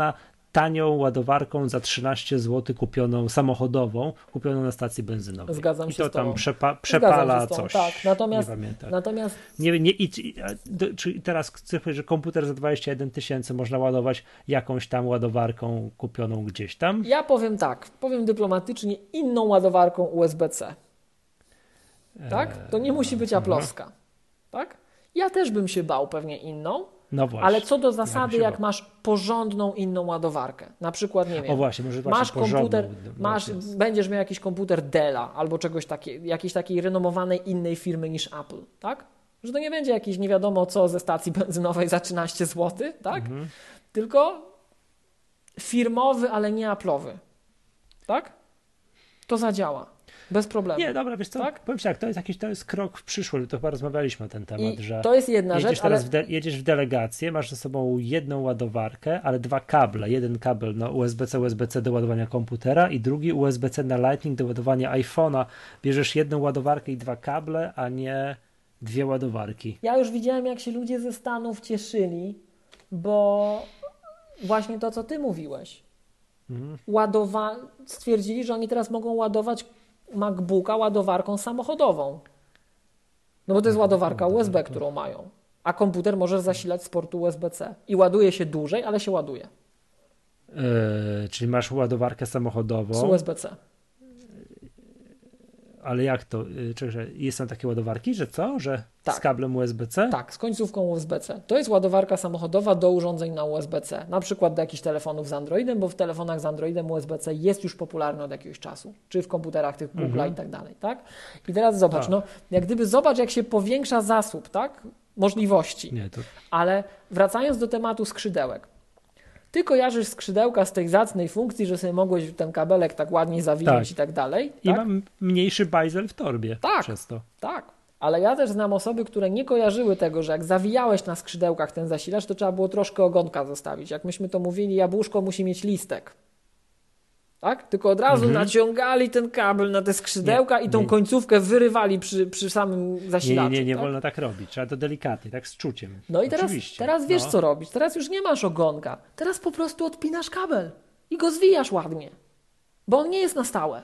tanią ładowarką za 13 zł kupioną na stacji benzynowej. Zgadzam się I to z tobą. tam przepala coś. Tak, natomiast, nie pamiętam. natomiast Czy teraz chcę powiedzieć, że komputer za 21 000 można ładować jakąś tam ładowarką kupioną gdzieś tam? ja powiem tak, powiem dyplomatycznie, inną ładowarką USB-C. Tak? To nie musi być aplowska. Tak? Ja też bym się bał pewnie inną, No właśnie. ale co do zasady, Ja jak masz porządną inną ładowarkę, na przykład, nie wiem, O właśnie, może masz komputer, porządną, będziesz miał jakiś komputer Della albo czegoś takiego, jakiejś takiej renomowanej innej firmy niż Apple, tak? Że to nie będzie jakiś nie wiadomo co ze stacji benzynowej za 13 zł, tak? Tylko firmowy, ale nie Apple'owy, tak? To zadziała. Bez problemu. Nie, dobra, wiesz co, tak? powiem ci tak, to jest krok w przyszłość, to chyba rozmawialiśmy o ten temat, że to jest jedna jedziesz rzecz, teraz ale... jedziesz w delegację, masz ze sobą jedną ładowarkę, ale dwa kable, jeden kabel na USB-C do ładowania komputera i drugi USB-C na Lightning do ładowania iPhone'a. Bierzesz jedną ładowarkę i dwa kable, a nie dwie ładowarki. Ja już widziałem, jak się ludzie ze Stanów cieszyli, bo właśnie to, co ty mówiłeś. Stwierdzili, że oni teraz mogą ładować MacBooka ładowarką samochodową. No bo to jest ładowarka USB, którą mają. A komputer możesz zasilać z portu USB-C. I ładuje się dłużej, ale się ładuje. Czyli masz ładowarkę samochodową. Z USB-C. Ale jak to? Czekaj, są takie ładowarki, że co? Że tak. Z kablem USB-C? Tak, z końcówką USB-C. To jest ładowarka samochodowa do urządzeń na USB-C. Na przykład do jakichś telefonów z Androidem, bo w telefonach z Androidem USB-C jest już popularny od jakiegoś czasu. Czy w komputerach tych Google'a i tak dalej, tak? I teraz zobacz, zobacz, jak się powiększa zasób, tak? Możliwości. Nie, to... Ale wracając do tematu skrzydełek. Ty kojarzysz skrzydełka z tej zacnej funkcji, że sobie mogłeś ten kabelek tak ładnie zawinąć i tak dalej. I mam mniejszy bajzel w torbie przez to. Tak, ale ja też znam osoby, które nie kojarzyły tego, że jak zawijałeś na skrzydełkach ten zasilacz, to trzeba było troszkę ogonka zostawić. Jak myśmy to mówili, jabłuszko musi mieć listek. Tak? Tylko od razu naciągali ten kabel na te skrzydełka i tą końcówkę wyrywali przy samym zasilaczu. Nie wolno tak robić. Trzeba to delikatnie, tak z czuciem. No i teraz wiesz, co robić. Teraz już nie masz ogonka. Teraz po prostu odpinasz kabel i go zwijasz ładnie. Bo on nie jest na stałe.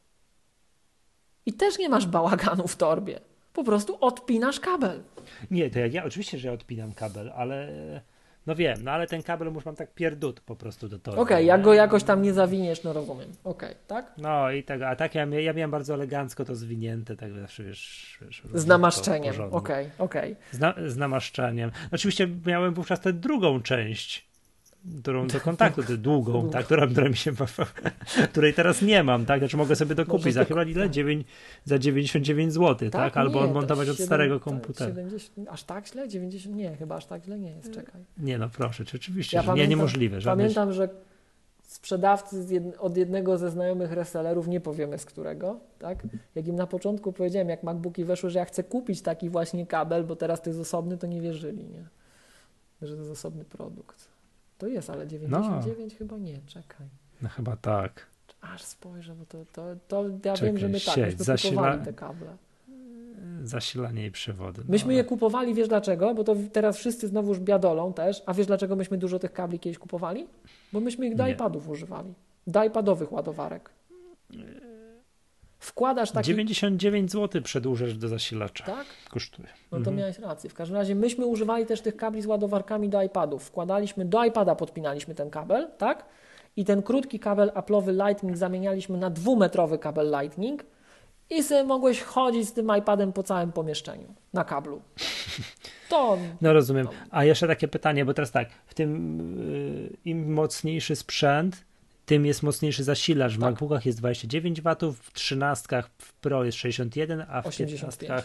I też nie masz bałaganu w torbie. Po prostu odpinasz kabel. Nie, to ja oczywiście, że ja odpinam kabel, ale... No wiem, ale ten kabel już mam tak pierdut po prostu do torby. Okej, jak go jakoś tam nie zawiniesz, no rozumiem. Okej, tak? No i tego, a tak ja miałem bardzo elegancko to zwinięte, tak zawsze wiesz z namaszczeniem, okej. Z namaszczeniem. Oczywiście miałem wówczas tę drugą część, którą do kontaktu, tę długą, tak, która mi się, której teraz nie mam, tak, znaczy mogę sobie dokupić za chyba ile? Za 99 zł, tak? Albo odmontować od starego komputera. 70, aż tak źle? 90? Nie, chyba aż tak źle nie jest, czekaj. Nie no, proszę, czy oczywiście, że niemożliwe. Pamiętam, że sprzedawcy od jednego ze znajomych resellerów, nie powiemy z którego, tak? Jak im na początku powiedziałem, jak MacBooki weszły, że ja chcę kupić taki właśnie kabel, bo teraz to jest osobny, to nie wierzyli, nie? Że to jest osobny produkt. To jest, ale 99 chyba nie, czekaj. No chyba tak. Aż spojrzę, bo to ja czekaj, wiem, że my myśmy kupowali te kable. Zasilanie i przewody. Myśmy je kupowali, wiesz dlaczego? Bo to teraz wszyscy znowuż biadolą też. A wiesz dlaczego myśmy dużo tych kabli kiedyś kupowali? Bo myśmy ich do iPadów używali. Do iPadowych ładowarek. Wkładasz taki... 99 zł przedłużasz do zasilacza. Tak? Kosztuje. No to miałeś rację. W każdym razie myśmy używali też tych kabli z ładowarkami do iPadów. Wkładaliśmy, do iPada podpinaliśmy ten kabel, tak? I ten krótki kabel Apple'owy Lightning zamienialiśmy na 2-metrowy kabel Lightning i sobie mogłeś chodzić z tym iPadem po całym pomieszczeniu na kablu. To... No rozumiem. A jeszcze takie pytanie, bo teraz tak, w tym im mocniejszy sprzęt, tym jest mocniejszy zasilacz. W MacBookach jest 29 W, w 13 w Pro jest 61, a w 15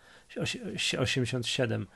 87.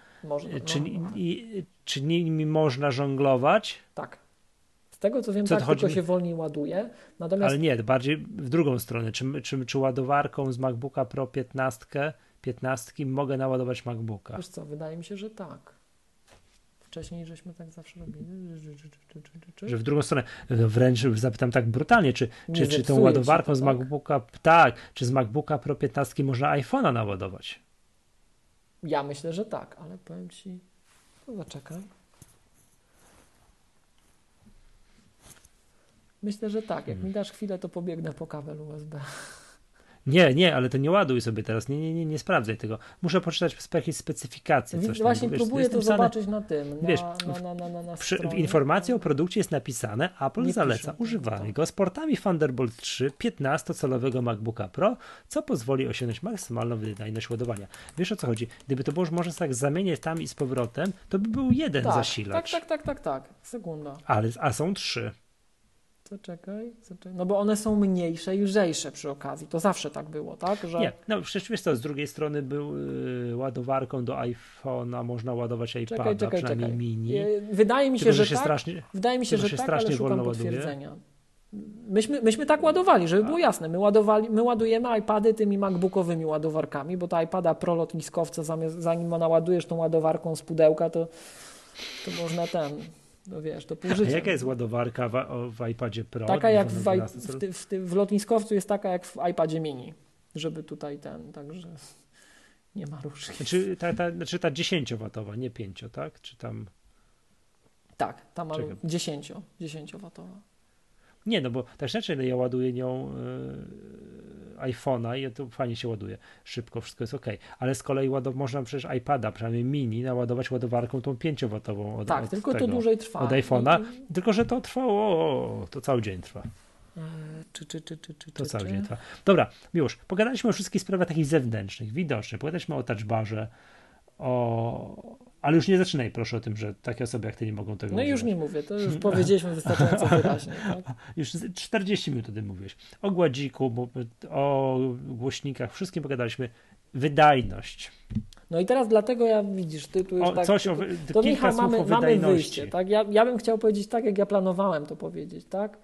Czy nimi można żonglować? Tak. Z tego co wiem, tylko się wolniej ładuje. Natomiast... Ale nie, bardziej w drugą stronę. Czy ładowarką z MacBooka Pro 15 mogę naładować MacBooka? Wiesz co, wydaje mi się, że tak. Wcześniej żeśmy tak zawsze robili. Że w drugą stronę. Wręcz zapytam tak brutalnie, czy tą ładowarką z MacBooka, czy z MacBooka Pro 15 można iPhone'a naładować? Ja myślę, że tak, ale powiem Ci, zaczekaj. Myślę, że tak. Jak mi dasz chwilę, to pobiegnę po kabel USB. Nie, ale to nie ładuj sobie teraz, nie sprawdzaj tego. Muszę poczytać jakieś specyfikacje. Coś Właśnie tam, próbuję to zobaczyć na tym, wiesz, na w stronie. informacji o produkcie jest napisane, Apple Nie zaleca pisze, używanie go z portami Thunderbolt 3 15-calowego MacBooka Pro, co pozwoli osiągnąć maksymalną wydajność ładowania. Wiesz o co chodzi? Gdyby to było można tak zamieniać tam i z powrotem, to by był jeden zasilacz. Tak. Sekunda. A są 3. Czekaj. No bo one są mniejsze i lżejsze przy okazji. To zawsze tak było, tak? Że... Nie, no przecież wiesz co, z drugiej strony był ładowarką do iPhone'a, można ładować iPada, przynajmniej mini. Wydaje mi się, tylko, że się tak. strasznie, Wydaje mi się, że tak, strasznie ale szukam wolno potwierdzenia. Myśmy tak ładowali, żeby było jasne. My ładujemy iPady tymi MacBookowymi ładowarkami, bo to iPada Pro lotniskowce, zanim naładujesz tą ładowarką z pudełka, to można no wiesz, to pół życia. A jaka jest ładowarka w iPadzie Pro? Taka jak w lotniskowcu jest taka jak w iPadzie mini, żeby tutaj także nie ma różnicy. Znaczy ta 10W, nie 5, tak? Czy tam... Tak, ta ma 10W. Nie, no bo tak szczerze, ja ładuję nią iPhone'a i to fajnie się ładuje. Szybko, wszystko jest ok. Ale z kolei można przecież iPada, przynajmniej mini, naładować ładowarką tą 5W. Tak, tylko to dłużej trwa. Od iPhone'a, tylko że to trwało, to cały dzień trwa. To cały dzień trwa. Dobra, Miłosz, pogadaliśmy o wszystkich sprawach takich zewnętrznych, widocznych. Pogadaliśmy o touch barze, ale już nie zaczynaj proszę o tym, że takie osoby jak ty nie mogą tego używać. Już nie mówię, to już powiedzieliśmy wystarczająco wyraźnie. Tak? Już 40 minut o tym mówiłeś. O gładziku, o głośnikach, wszystkim pogadaliśmy. Wydajność. No i teraz dlatego widzisz, ty tu już to Michał, mamy wyjście. Tak? Ja bym chciał powiedzieć tak, jak ja planowałem to powiedzieć. Tak?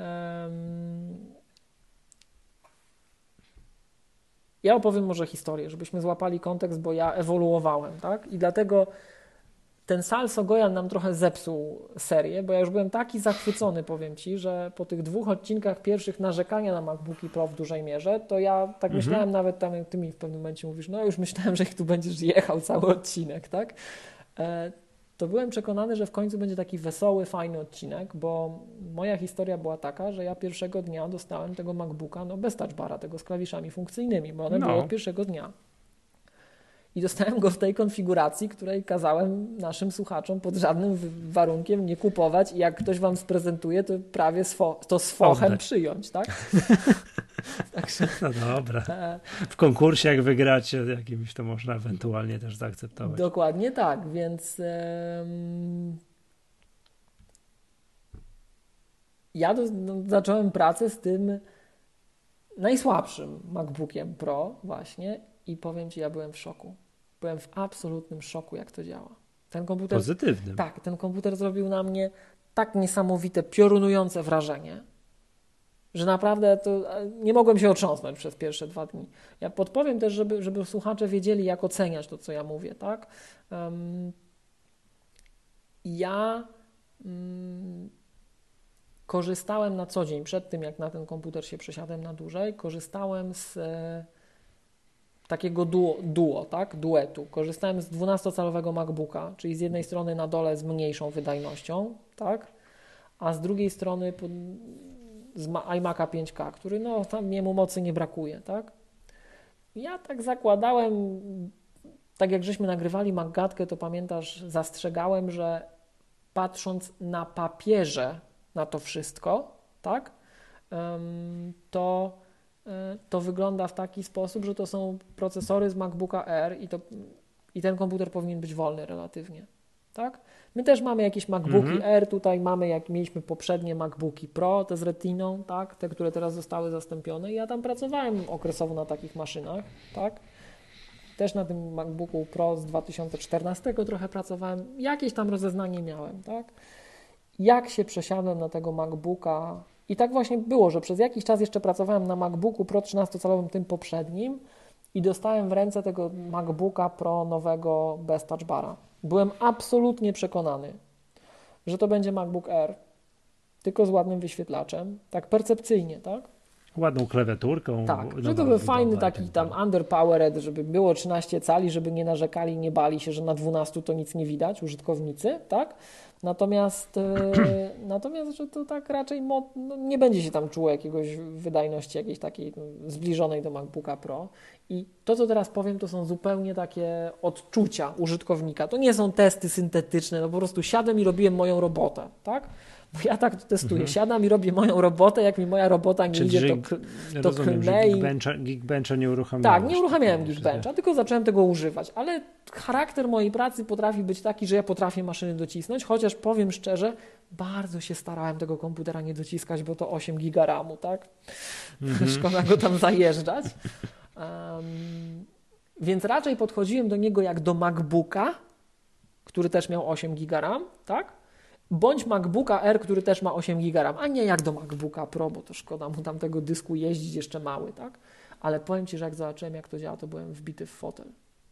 Ja opowiem może historię, żebyśmy złapali kontekst, bo ja ewoluowałem, tak? I dlatego ten Salso Gojan nam trochę zepsuł serię, bo ja już byłem taki zachwycony, powiem Ci, że po tych 2 odcinkach pierwszych narzekania na MacBooki Pro w dużej mierze, to ja tak myślałem nawet tam, jak Ty mi w pewnym momencie mówisz, no już myślałem, że tu będziesz jechał cały odcinek, tak? To byłem przekonany, że w końcu będzie taki wesoły, fajny odcinek, bo moja historia była taka, że ja pierwszego dnia dostałem tego MacBooka, bez touch bara, tego z klawiszami funkcyjnymi, bo one były od pierwszego dnia. I dostałem go w tej konfiguracji, której kazałem naszym słuchaczom pod żadnym warunkiem nie kupować i jak ktoś Wam sprezentuje, to prawie to z fochem przyjąć, tak? Także, no dobra. W konkursie jak wygracie jakimś, to można ewentualnie też zaakceptować. Dokładnie tak, więc ja zacząłem pracę z tym najsłabszym MacBookiem Pro właśnie i powiem Ci, ja byłem w szoku. Byłem w absolutnym szoku, jak to działa. Ten komputer, pozytywnym. Tak, ten komputer zrobił na mnie tak niesamowite, piorunujące wrażenie, że naprawdę to nie mogłem się otrząsnąć przez pierwsze 2 dni. Ja podpowiem też, żeby słuchacze wiedzieli, jak oceniać to, co ja mówię, tak? Ja korzystałem na co dzień, przed tym jak na ten komputer się przesiadłem na dłużej, korzystałem z takiego duetu. Korzystałem z 12-calowego MacBooka, czyli z jednej strony na dole z mniejszą wydajnością, tak? A z drugiej strony z iMac'a 5K, który tam jemu mocy nie brakuje, tak? Ja tak zakładałem, tak jak żeśmy nagrywali Maggatkę, to pamiętasz, zastrzegałem, że patrząc na papierze na to wszystko, tak? To wygląda w taki sposób, że to są procesory z MacBooka Air i ten komputer powinien być wolny relatywnie, tak? My też mamy jakieś MacBooki Air, tutaj mieliśmy poprzednie MacBooki Pro, te z Retiną, tak? Te, które teraz zostały zastąpione i ja tam pracowałem okresowo na takich maszynach, tak? Też na tym MacBooku Pro z 2014 trochę pracowałem, jakieś tam rozeznanie miałem, tak? Jak się przesiadłem na tego MacBooka i tak właśnie było, że przez jakiś czas jeszcze pracowałem na MacBooku Pro 13-calowym, tym poprzednim i dostałem w ręce tego MacBooka Pro nowego bez touch bara. Byłem absolutnie przekonany, że to będzie MacBook Air, tylko z ładnym wyświetlaczem, tak percepcyjnie, tak? Ładną klawiaturką. Tak, że to był fajny taki tam underpowered, żeby było 13 cali, żeby nie narzekali, nie bali się, że na 12 to nic nie widać, użytkownicy, tak? Natomiast, że to tak raczej nie będzie się tam czuło jakiegoś wydajności jakiejś takiej zbliżonej do MacBooka Pro. I to, co teraz powiem, to są zupełnie takie odczucia użytkownika. To nie są testy syntetyczne, no po prostu siadłem i robiłem moją robotę, tak? Bo ja tak to testuję. Siadam i robię moją robotę, jak mi moja robota nie idzie, to klnę i... Geekbencha nie uruchamiałeś. Tak, nie uruchamiałem Geekbencha, tylko zacząłem tego używać. Ale charakter mojej pracy potrafi być taki, że ja potrafię maszyny docisnąć, chociaż powiem szczerze, bardzo się starałem tego komputera nie dociskać, bo to 8 giga RAMu, tak? Szkoda go tam zajeżdżać. Więc raczej podchodziłem do niego jak do MacBooka, który też miał 8 giga RAM, tak? Bądź MacBooka Air, który też ma 8 giga RAM, a nie jak do MacBooka Pro, bo to szkoda mu tam tego dysku jeździć, jeszcze mały, tak? Ale powiem Ci, że jak zobaczyłem, jak to działa, to byłem wbity w fotel.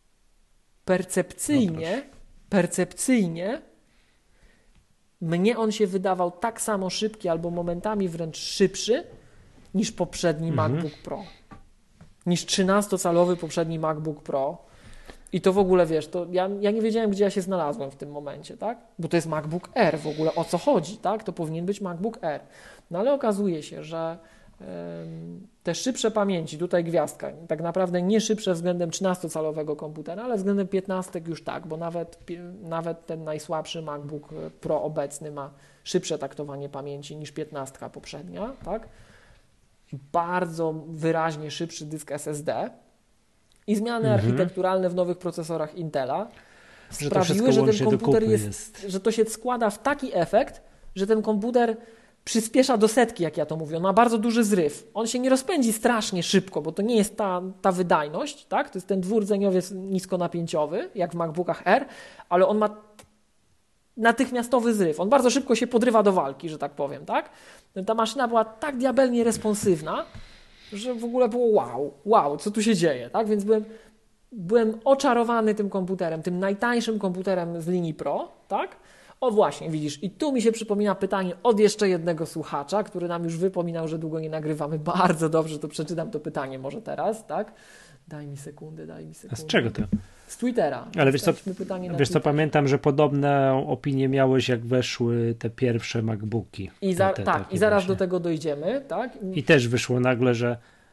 Percepcyjnie mnie on się wydawał tak samo szybki, albo momentami wręcz szybszy niż poprzedni MacBook Pro. Niż 13-calowy poprzedni MacBook Pro. I to w ogóle, wiesz, to ja nie wiedziałem, gdzie ja się znalazłem w tym momencie, tak? Bo to jest MacBook Air w ogóle, o co chodzi, tak? To powinien być MacBook Air. No ale okazuje się, że te szybsze pamięci, tutaj gwiazdka, tak naprawdę nie szybsze względem 13-calowego komputera, ale względem 15 już tak, bo nawet ten najsłabszy MacBook Pro obecny ma szybsze taktowanie pamięci niż 15 poprzednia, tak? Bardzo wyraźnie szybszy dysk SSD. I zmiany architekturalne w nowych procesorach Intela sprawiły, że ten komputer że to się składa w taki efekt, że ten komputer przyspiesza do setki, jak ja to mówię. On ma bardzo duży zryw. On się nie rozpędzi strasznie szybko, bo to nie jest ta wydajność, tak? To jest ten dwurdzeniowiec niskonapięciowy, jak w MacBookach Air, ale on ma natychmiastowy zryw. On bardzo szybko się podrywa do walki, że tak powiem, tak? Ta maszyna była tak diabelnie responsywna, że w ogóle było wow, co tu się dzieje, tak? Więc byłem oczarowany tym komputerem, tym najtańszym komputerem z linii Pro, tak? O właśnie, widzisz, i tu mi się przypomina pytanie od jeszcze jednego słuchacza, który nam już wypominał, że długo nie nagrywamy. Bardzo dobrze, to przeczytam to pytanie może teraz, tak? Daj mi sekundę. A z czego to? Z Twittera. Ale wiesz co, pamiętam, że podobne opinie miałeś, jak weszły te pierwsze MacBooki. I zaraz do tego dojdziemy, tak? I też wyszło nagle, że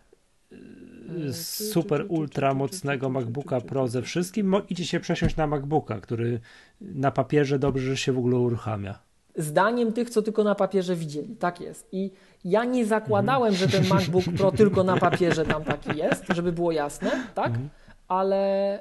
super ultra mocnego MacBooka Pro ze wszystkim idzie się przesiąść na MacBooka, który na papierze dobrze, że się w ogóle uruchamia. Zdaniem tych, co tylko na papierze widzieli. Tak jest. I ja nie zakładałem, że ten MacBook Pro tylko na papierze tam taki jest, żeby było jasne, tak? Ale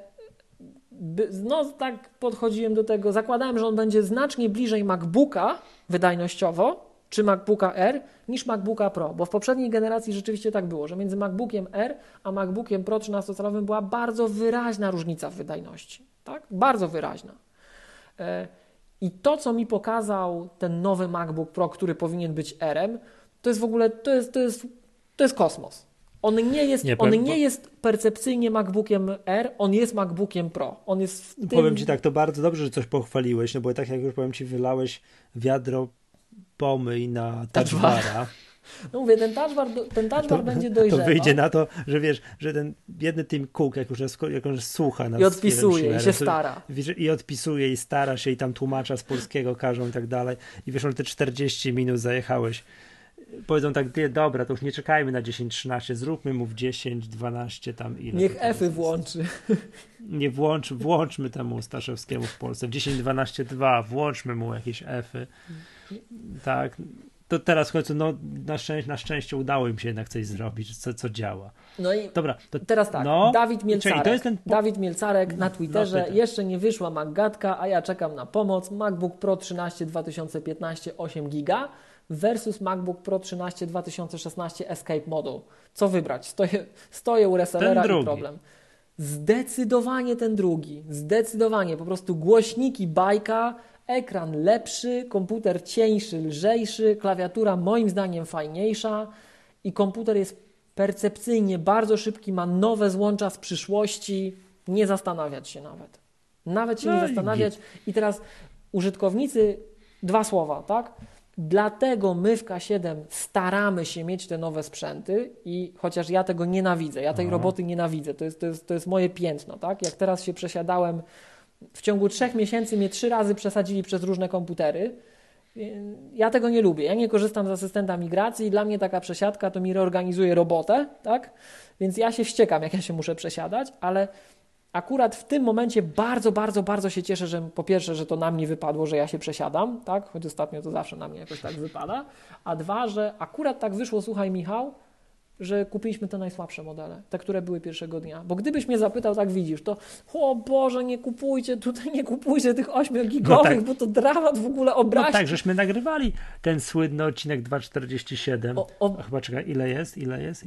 tak podchodziłem do tego. Zakładałem, że on będzie znacznie bliżej MacBooka wydajnościowo, czy MacBooka Air, niż MacBooka Pro, bo w poprzedniej generacji rzeczywiście tak było, że między MacBookiem Air a MacBookiem Pro 13-calowym była bardzo wyraźna różnica w wydajności. Tak? Bardzo wyraźna. I to, co mi pokazał ten nowy MacBook Pro, który powinien być Airem, to jest w ogóle, to jest kosmos. On nie jest percepcyjnie MacBookiem Air, on jest MacBookiem Pro. On jest w tym... Powiem Ci tak, to bardzo dobrze, że coś pochwaliłeś, no bo tak jak już powiem Ci, wylałeś wiadro pomyj na touchbara. No mówię, ten touchbar będzie dojrzewał. To wyjdzie na to, że wiesz, że ten biedny Tim Cook, jak już słucha nas. I odpisuje, i się stara. I odpisuje, i stara się, i tam tłumacza z polskiego każą i tak dalej. I wiesz, że te 40 minut zajechałeś. Powiedzą tak, nie, dobra, to już nie czekajmy na 10-13, zróbmy mu w 10, 12 tam ile. Niech F-y włączy. Nie włączmy temu Staszewskiemu w Polsce. 10, 12, 2, włączmy mu jakieś F-y. Tak. To teraz w końcu, no na szczęście udało im się jednak coś zrobić, co działa. No i dobra, to teraz tak, no, Dawid Mielcarek na Twitterze, jeszcze nie wyszła Maggatka, a ja czekam na pomoc. MacBook Pro 13 2015 8 giga versus MacBook Pro 13 2016 Escape Model. Co wybrać? Stoję u resellera i problem. Zdecydowanie ten drugi. Zdecydowanie. Po prostu głośniki bajka, ekran lepszy, komputer cieńszy, lżejszy, klawiatura moim zdaniem fajniejsza i komputer jest percepcyjnie bardzo szybki, ma nowe złącza z przyszłości. Nie zastanawiać się nawet. Nawet się nie zastanawiać. I teraz użytkownicy, 2 słowa, tak? Dlatego my w K7 staramy się mieć te nowe sprzęty i chociaż ja tego nienawidzę, ja tej roboty nienawidzę, to jest moje piętno, tak? Jak teraz się przesiadałem, w ciągu 3 miesięcy mnie 3 razy przesadzili przez różne komputery. Ja tego nie lubię. Ja nie korzystam z asystenta migracji i dla mnie taka przesiadka to mi reorganizuje robotę, tak? Więc ja się wściekam, jak ja się muszę przesiadać, ale akurat w tym momencie bardzo, bardzo, bardzo się cieszę, że po pierwsze, że to na mnie wypadło, że ja się przesiadam, tak? Choć ostatnio to zawsze na mnie jakoś tak wypada, a dwa, że akurat tak wyszło, słuchaj Michał, że kupiliśmy te najsłabsze modele, te, które były pierwszego dnia. Bo gdybyś mnie zapytał, tak widzisz, to o Boże, nie kupujcie tych 8-gigowych, no tak. bo to dramat w ogóle obraźki. No tak, żeśmy nagrywali ten słynny odcinek 247. Chyba czekaj, ile jest?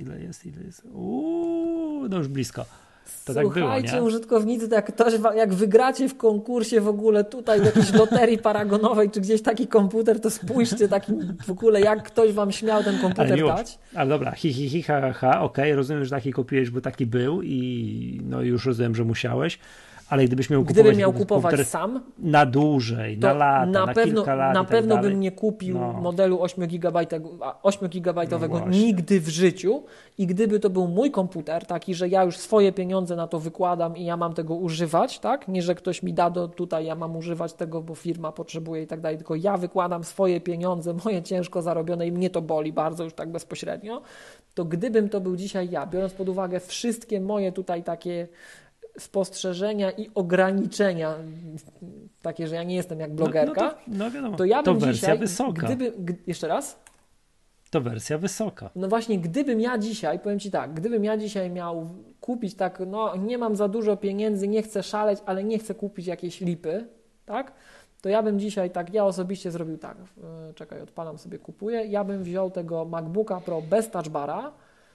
No już blisko. To Słuchajcie, tak było, nie? użytkownicy, jak wygracie w konkursie w ogóle tutaj w jakiejś loterii paragonowej, czy gdzieś taki komputer, to spójrzcie taki w ogóle, jak ktoś wam śmiał ten komputer dać. Ale dobra, ha, okej, rozumiem, że taki kupiłeś, bo taki był i no już rozumiem, że musiałeś, ale gdybym miał kupować sam, na dłużej, na lata, na kilka lat na pewno tak bym nie kupił modelu 8-gigabajtowego nigdy w życiu i gdyby to był mój komputer, taki, że ja już swoje pieniądze na to wykładam i ja mam tego używać, tak? Nie, że ktoś mi da tutaj, ja mam używać tego, bo firma potrzebuje i tak dalej, tylko ja wykładam swoje pieniądze, moje ciężko zarobione i mnie to boli bardzo już tak bezpośrednio, to gdybym to był dzisiaj ja, biorąc pod uwagę wszystkie moje tutaj takie spostrzeżenia i ograniczenia, takie, że ja nie jestem jak blogerka, wiadomo, to ja bym to wersja dzisiaj, wysoka. Jeszcze raz? To wersja wysoka. No właśnie, gdybym ja dzisiaj, powiem Ci tak, gdybym ja dzisiaj miał kupić tak, nie mam za dużo pieniędzy, nie chcę szaleć, ale nie chcę kupić jakiejś lipy, tak? To ja bym dzisiaj tak, ja osobiście zrobił tak, czekaj, odpalam sobie, kupuję, ja bym wziął tego MacBooka Pro bez Touch Bara,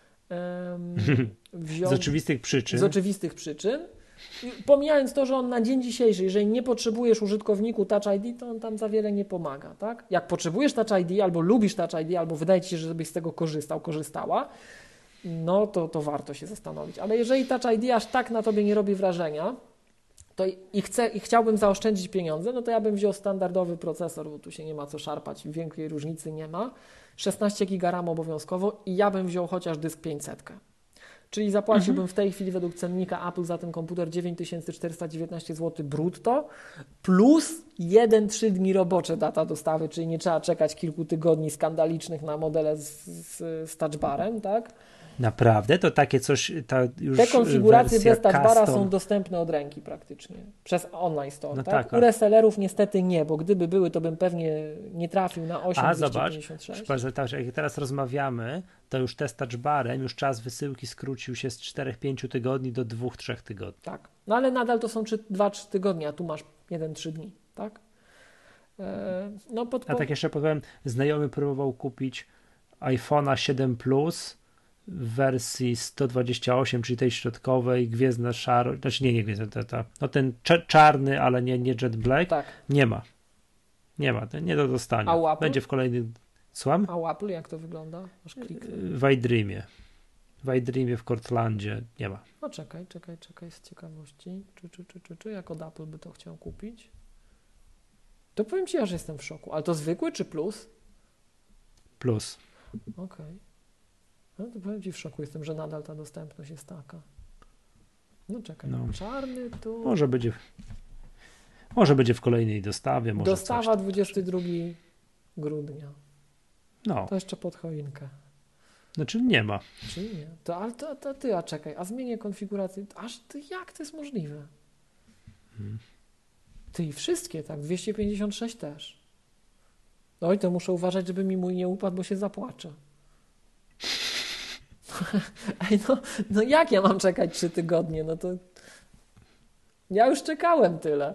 z oczywistych przyczyn. I pomijając to, że on na dzień dzisiejszy, jeżeli nie potrzebujesz użytkowniku Touch ID, to on tam za wiele nie pomaga, tak? Jak potrzebujesz Touch ID, albo lubisz Touch ID, albo wydaje Ci się, żebyś z tego korzystała, no to warto się zastanowić. Ale jeżeli Touch ID aż tak na Tobie nie robi wrażenia, to chciałbym zaoszczędzić pieniądze, no to ja bym wziął standardowy procesor, bo tu się nie ma co szarpać, większej różnicy nie ma. 16 GB RAM obowiązkowo i ja bym wziął chociaż dysk 500. Czyli zapłaciłbym w tej chwili według cennika Apple za ten komputer 9419 zł brutto plus 1-3 dni robocze data dostawy, czyli nie trzeba czekać kilku tygodni skandalicznych na modele z touchbarem, tak? Naprawdę? To takie coś, już te konfiguracje bez touchbara custom są dostępne od ręki praktycznie, przez online store. No tak? U resellerów niestety nie, bo gdyby były, to bym pewnie nie trafił na 8256. Zobacz, jak teraz rozmawiamy, to już test touchbarem, już czas wysyłki skrócił się z 4-5 tygodni do 2-3 tygodni. Tak, no ale nadal to są 2-3 tygodnie, a tu masz 1-3 dni, tak? A tak jeszcze powiem, znajomy próbował kupić iPhone'a 7 Plus w wersji 128, czyli tej środkowej, gwiezdna szaro, znaczy nie gwiezdna, no ten czarny, ale nie Jet Black, tak. Nie ma, nie do dostania. A u Apple? Będzie w kolejnym, słucham? A u Apple jak to wygląda? Masz klik? W iDreamie w Cortlandzie nie ma. No czekaj, z ciekawości, czy jak od Apple by to chciał kupić? To powiem Ci, że jestem w szoku, ale to zwykły czy plus? Plus. Okej. No to powiem Ci, w szoku jestem, że nadal ta dostępność jest taka. No czekaj, czarny tu... Może będzie w kolejnej dostawie. Może dostawa 22 grudnia. No. To jeszcze pod choinkę. Znaczy nie ma. Czyli nie. Ale ty, a czekaj, a zmienię konfigurację. Jak to jest możliwe? Ty i wszystkie, tak? 256 też. Oj, to muszę uważać, żeby mi mój nie upadł, bo się zapłaczę. Ej, no jak ja mam czekać 3 tygodnie? No to ja już czekałem tyle.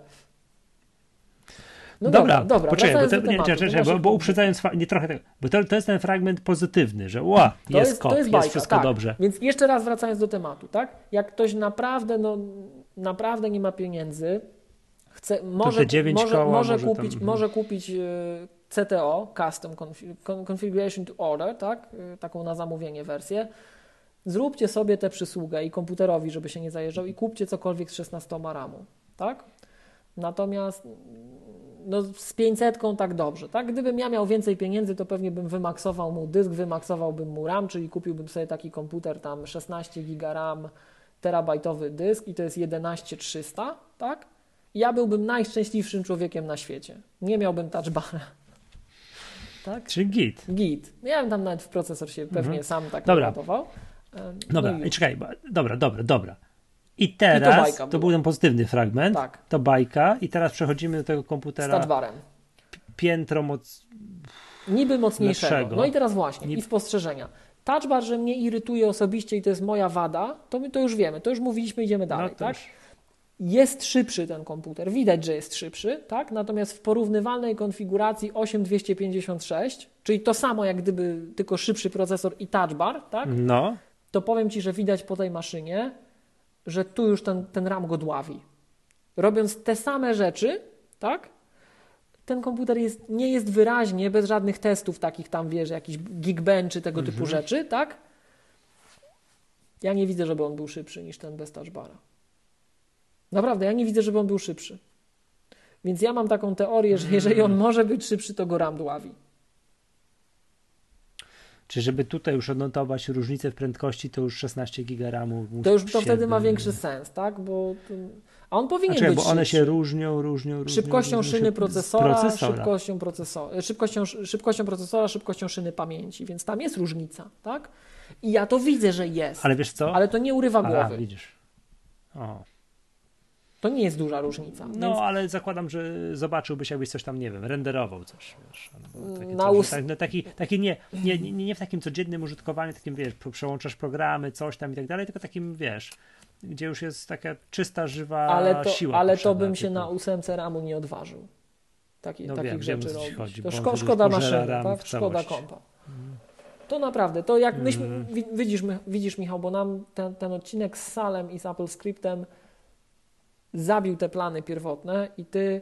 No dobra. Poczekaj, bo uprzedzając, nie trochę tego, bo to jest ten fragment pozytywny, że jest bajka, wszystko tak. Dobrze. Więc jeszcze raz wracając do tematu, tak? Jak ktoś naprawdę nie ma pieniędzy, może kupić CTO, Custom Configuration to Order, tak? Taką na zamówienie wersję. Zróbcie sobie tę przysługę i komputerowi, żeby się nie zajeżdżał i kupcie cokolwiek z 16 RAMu, tak? Natomiast no z 500 tak dobrze, tak? Gdybym ja miał więcej pieniędzy, to pewnie bym wymaksował mu dysk, wymaksowałbym mu RAM, czyli kupiłbym sobie taki komputer tam 16 giga RAM, terabajtowy dysk i to jest 11300, tak? Ja byłbym najszczęśliwszym człowiekiem na świecie. Nie miałbym touchbara. Tak? Czy git. Git. Ja bym tam nawet w procesor się pewnie sam tak ładował. Dobra, no i czekaj, dobra. I teraz, to był ten pozytywny fragment, tak. To bajka i teraz przechodzimy do tego komputera. Z touchbarem. Piętro niby mocniejszego. lepszego. No i teraz właśnie, i spostrzeżenia. Touchbar, że mnie irytuje osobiście i to jest moja wada, to my to już wiemy, to już mówiliśmy, idziemy dalej, tak? Jest szybszy ten komputer, widać, że jest szybszy, tak? Natomiast w porównywalnej konfiguracji 8256, czyli to samo jak gdyby tylko szybszy procesor i touchbar, tak? No. To powiem Ci, że widać po tej maszynie, że tu już ten RAM go dławi. Robiąc te same rzeczy, tak? Ten komputer nie jest wyraźnie, bez żadnych testów takich tam, wiesz, jakiś Geekbench tego typu rzeczy, tak? Ja nie widzę, żeby on był szybszy niż ten bez touchbara. Naprawdę, ja nie widzę, żeby on był szybszy. Więc ja mam taką teorię, że jeżeli on może być szybszy, to go RAM dławi. Czy żeby tutaj już odnotować różnicę w prędkości, to już 16 giga RAMu. To wtedy ma większy sens, tak? A on powinien być bo one się różnią. Szybkością szyny procesora, szybkością procesora, szybkością szyny pamięci, więc tam jest różnica, tak? I ja to widzę, że jest. Ale wiesz co? Ale to nie urywa głowy. Widzisz. O. To nie jest duża różnica. No, więc... ale zakładam, że zobaczyłbyś, jakbyś coś tam, nie wiem, renderował coś, wiesz. Taki nie w takim codziennym użytkowaniu, takim, wiesz, przełączasz programy, coś tam i tak dalej, tylko takim, wiesz, gdzie już jest taka czysta, żywa siła. Ale to bym się na 8 RAM nie odważył. Takich rzeczy robić. To szkoda maszyny, tak? Szkoda kompa. To naprawdę, to jak myśmy, widzisz Michał, bo nam ten odcinek z Salem i z Apple Scriptem zabił te plany pierwotne i ty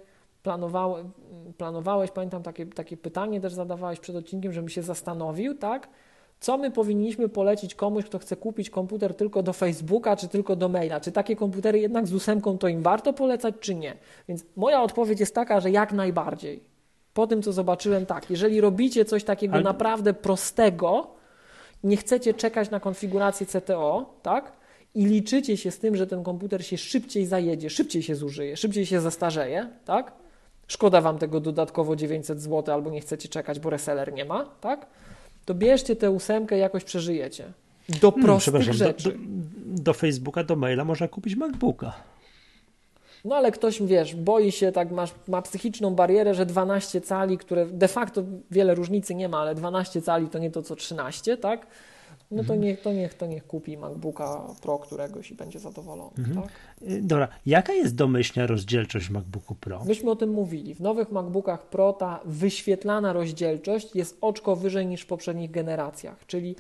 planowałeś, pamiętam takie pytanie też zadawałeś przed odcinkiem, żebym się zastanowił, tak? Co my powinniśmy polecić komuś, kto chce kupić komputer tylko do Facebooka, czy tylko do maila? Czy takie komputery jednak z 8 to im warto polecać, czy nie? Więc moja odpowiedź jest taka, że jak najbardziej. Po tym, co zobaczyłem, tak, jeżeli robicie coś takiego naprawdę prostego, nie chcecie czekać na konfigurację CTO, tak? I liczycie się z tym, że ten komputer się szybciej zajedzie, szybciej się zużyje, szybciej się zestarzeje, tak? Szkoda wam tego dodatkowo 900 zł, albo nie chcecie czekać, bo reseller nie ma, tak? To bierzcie tę 8 i jakoś przeżyjecie. Do prostych rzeczy. Do Facebooka, do maila można kupić MacBooka. No ale ktoś, wiesz, boi się, tak ma psychiczną barierę, że 12 cali, które de facto wiele różnicy nie ma, ale 12 cali to nie to co 13, tak? No to niech kupi MacBooka Pro któregoś i będzie zadowolony. Tak? Dobra, jaka jest domyślna rozdzielczość w MacBooku Pro? Myśmy o tym mówili. W nowych MacBookach Pro ta wyświetlana rozdzielczość jest oczko wyżej niż w poprzednich generacjach. Czyli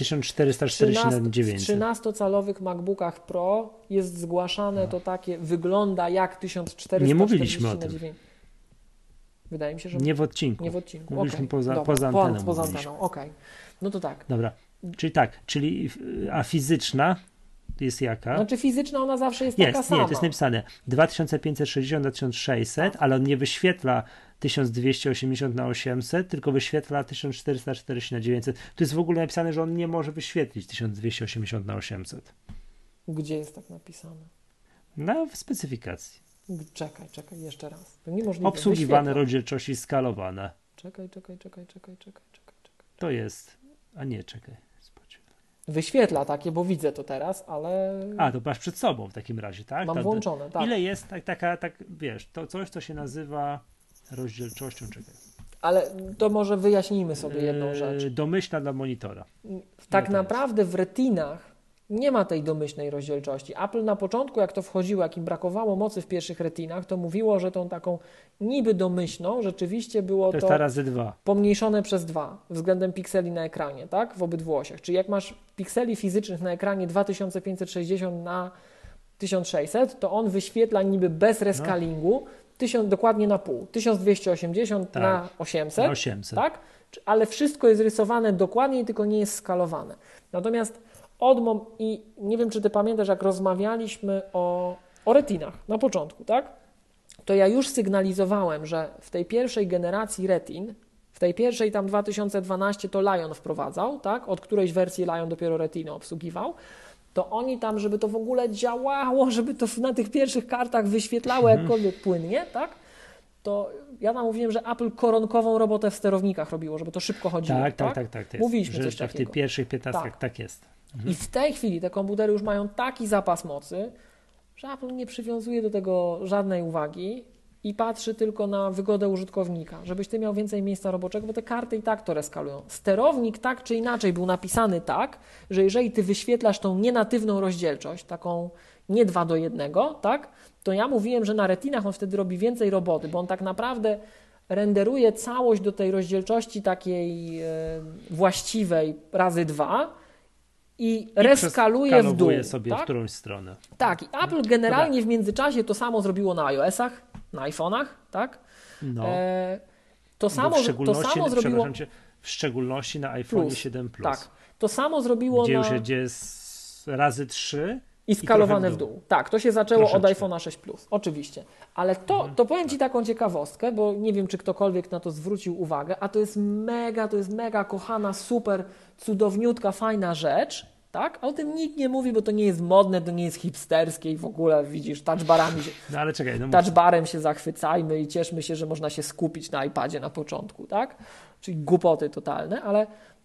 1440x900. W 13-calowych MacBookach Pro jest zgłaszane to takie, wygląda jak 1440x900. Nie mówiliśmy o tym. Wydaje mi się, że... Nie w odcinku. Mówiliśmy poza anteną. Poza anteną, okej. No to tak. Dobra. A fizyczna jest jaka? Znaczy fizyczna ona zawsze jest taka sama. Nie, to jest napisane 2560 na 1600, ale on nie wyświetla 1280 na 800, tylko wyświetla 1440 na 900. Tu jest w ogóle napisane, że on nie może wyświetlić 1280 na 800. Gdzie jest tak napisane? W specyfikacji. Czekaj, jeszcze raz. To niemożliwe. Obsługiwane rozdzielczości skalowane. Czekaj. To jest... A nie, czekaj. Wyświetla takie, bo widzę to teraz, ale... To masz przed sobą w takim razie, tak? Mam włączone, tak. Ile jest wiesz, to coś, co się nazywa rozdzielczością, czekaj. Ale to może wyjaśnijmy sobie jedną rzecz. Domyślna dla monitora. Tak naprawdę w retinach nie ma tej domyślnej rozdzielczości. Apple na początku, jak to wchodziło, jak im brakowało mocy w pierwszych retinach, to mówiło, że tą taką niby domyślną rzeczywiście było to razy 2. Pomniejszone przez 2 względem pikseli na ekranie, tak? W obydwu osiach. Czyli jak masz pikseli fizycznych na ekranie 2560 na 1600, to on wyświetla niby bez rescalingu dokładnie na pół. 1280 na 800. Na 800. Tak? Ale wszystko jest rysowane dokładnie, tylko nie jest skalowane. Natomiast i nie wiem, czy ty pamiętasz, jak rozmawialiśmy o retinach na początku, tak? to ja już sygnalizowałem, że w tej pierwszej generacji retin, w tej pierwszej tam 2012 to Lion wprowadzał, tak? Od którejś wersji Lion dopiero retiny obsługiwał, to oni tam, żeby to w ogóle działało, żeby to na tych pierwszych kartach wyświetlało jakkolwiek płynnie, tak? To ja tam mówiłem, że Apple koronkową robotę w sterownikach robiło, żeby to szybko chodziło. Tak. Mówiliśmy coś w takiego. tych pierwszych 15 tak jest. I w tej chwili te komputery już mają taki zapas mocy, że Apple nie przywiązuje do tego żadnej uwagi i patrzy tylko na wygodę użytkownika, żebyś ty miał więcej miejsca roboczego, bo te karty i tak to reskalują. Sterownik tak czy inaczej był napisany tak, że jeżeli ty wyświetlasz tą nienatywną rozdzielczość, taką nie 2:1, tak, to ja mówiłem, że na retinach on wtedy robi więcej roboty, bo on tak naprawdę renderuje całość do tej rozdzielczości takiej właściwej razy 2 i reskaluje w dół. Sobie tak? w którąś stronę. Tak, i Apple generalnie w międzyczasie to samo zrobiło na iOS-ach, na iPhone'ach, tak? No. To samo zrobiło... W szczególności na iPhone 7 Plus. Tak, to samo zrobiło gdzie już jest razy 3 i skalowane w dół. Tak, to się zaczęło od iPhone'a 6 Plus, oczywiście. Ale to powiem Ci taką ciekawostkę, bo nie wiem, czy ktokolwiek na to zwrócił uwagę, a to jest mega kochana, super, cudowniutka, fajna rzecz, tak? A o tym nikt nie mówi, bo to nie jest modne, to nie jest hipsterskie i w ogóle, widzisz, touchbarami się... No ale czekaj, touchbarem się zachwycajmy i cieszmy się, że można się skupić na iPadzie na początku, tak? Czyli głupoty totalne, ale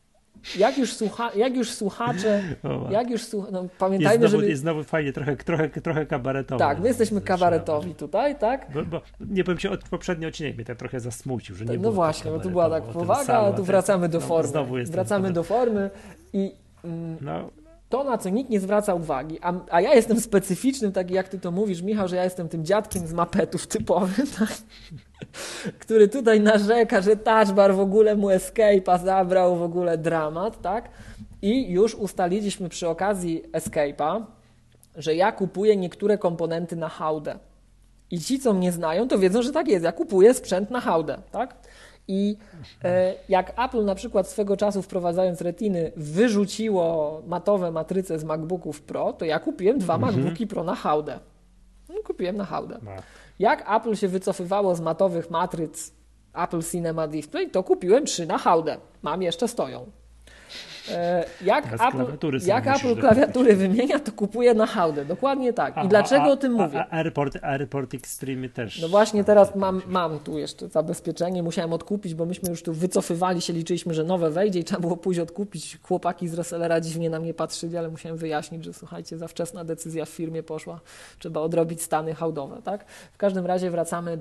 pamiętajmy, że... Jest znowu fajnie, trochę kabaretowo. Tak, my jesteśmy kabaretowi tutaj, tak? Bo nie powiem Ci, poprzedni odcinek mnie tak trochę zasmucił, że nie było. No właśnie, bo tu była tak powaga, a tu wracamy do formy. Wracamy do formy i to, na co nikt nie zwraca uwagi, a ja jestem specyficznym, tak jak Ty to mówisz, Michał, że ja jestem tym dziadkiem z mapetów typowym, tak? Który tutaj narzeka, że touchbar w ogóle mu Escape'a zabrał, w ogóle dramat, tak? I już ustaliliśmy przy okazji Escape'a, że ja kupuję niektóre komponenty na hałdę. I ci, co mnie znają, to wiedzą, że tak jest. Ja kupuję sprzęt na hałdę, tak? I jak Apple na przykład swego czasu wprowadzając retiny wyrzuciło matowe matryce z MacBooków Pro, to ja kupiłem 2 MacBooki Pro na hałdę. Kupiłem na hałdę. Jak Apple się wycofywało z matowych matryc Apple Cinema Display, to kupiłem 3 na hałdę. Mam, jeszcze stoją. Jak Apple klawiatury wymienia, to kupuje na hałdę. Dokładnie tak. I dlaczego o tym mówię? AirPort Extreme też. No właśnie teraz mam tu jeszcze zabezpieczenie. Musiałem odkupić, bo myśmy już tu wycofywali się, liczyliśmy, że nowe wejdzie i trzeba było pójść odkupić. Chłopaki z Resellera dziwnie na mnie patrzyli, ale musiałem wyjaśnić, że słuchajcie, za wczesna decyzja w firmie poszła. Trzeba odrobić stany hałdowe. Tak? W każdym razie wracamy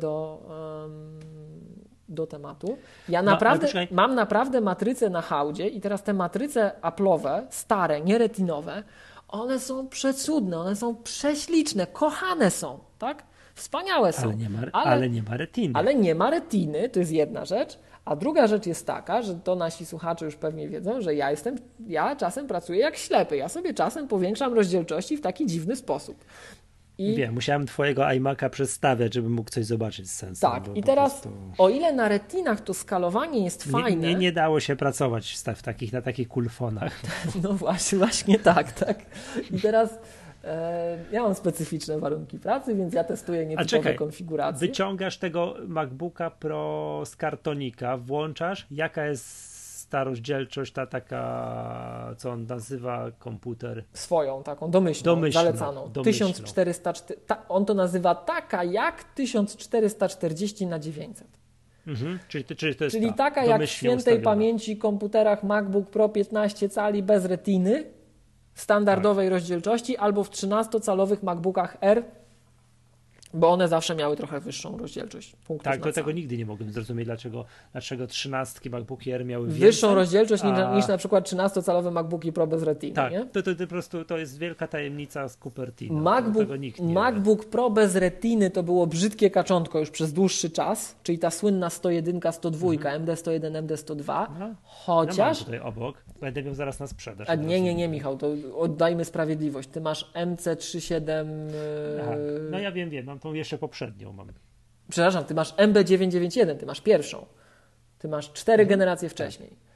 do tematu. Ja mam naprawdę matryce na hałdzie i teraz te matryce Apple'owe, stare, nie retinowe, one są przecudne, one są prześliczne, kochane są, tak? Wspaniałe są. Ale nie ma retiny. Ale nie ma retiny, to jest jedna rzecz. A druga rzecz jest taka, że to nasi słuchacze już pewnie wiedzą, że ja czasem pracuję jak ślepy. Ja sobie czasem powiększam rozdzielczości w taki dziwny sposób. Wiem, musiałem twojego iMac'a przestawiać, żeby mógł coś zobaczyć z sensem. Tak, i teraz o ile na retinach to skalowanie jest fajne... Nie dało się pracować na takich kulfonach. No właśnie tak. I teraz ja mam specyficzne warunki pracy, więc ja testuję nietypowe konfiguracje. Wyciągasz tego MacBooka Pro z kartonika, włączasz, jaka jest ta rozdzielczość, ta taka, co on nazywa komputer? Swoją, taką domyślną. Zalecaną. 1400, on to nazywa taka jak 1440x900. Czyli taka jak w świętej pamięci komputerach MacBook Pro 15 cali bez retiny w standardowej rozdzielczości albo w 13-calowych MacBookach R, bo one zawsze miały trochę wyższą rozdzielczość punktów. Tak, do tego nigdy nie mogłem zrozumieć, dlaczego 13 MacBooki R miały wyższą rozdzielczość niż na przykład 13-calowe MacBooki Pro bez retiny. Tak, nie? To po prostu to jest wielka tajemnica z Cupertino. MacBook Pro bez retiny to było brzydkie kaczątko już przez dłuższy czas, czyli ta słynna 101, 102, MD101, MD102, chociaż... Ja mam tutaj obok, będę miał zaraz na sprzedaż. Nie, Michał, to oddajmy sprawiedliwość. Ty masz MC37... No ja wiem, mam tą jeszcze poprzednią. Przepraszam, ty masz MB991, ty masz pierwszą. Ty masz 4 generacje wcześniej.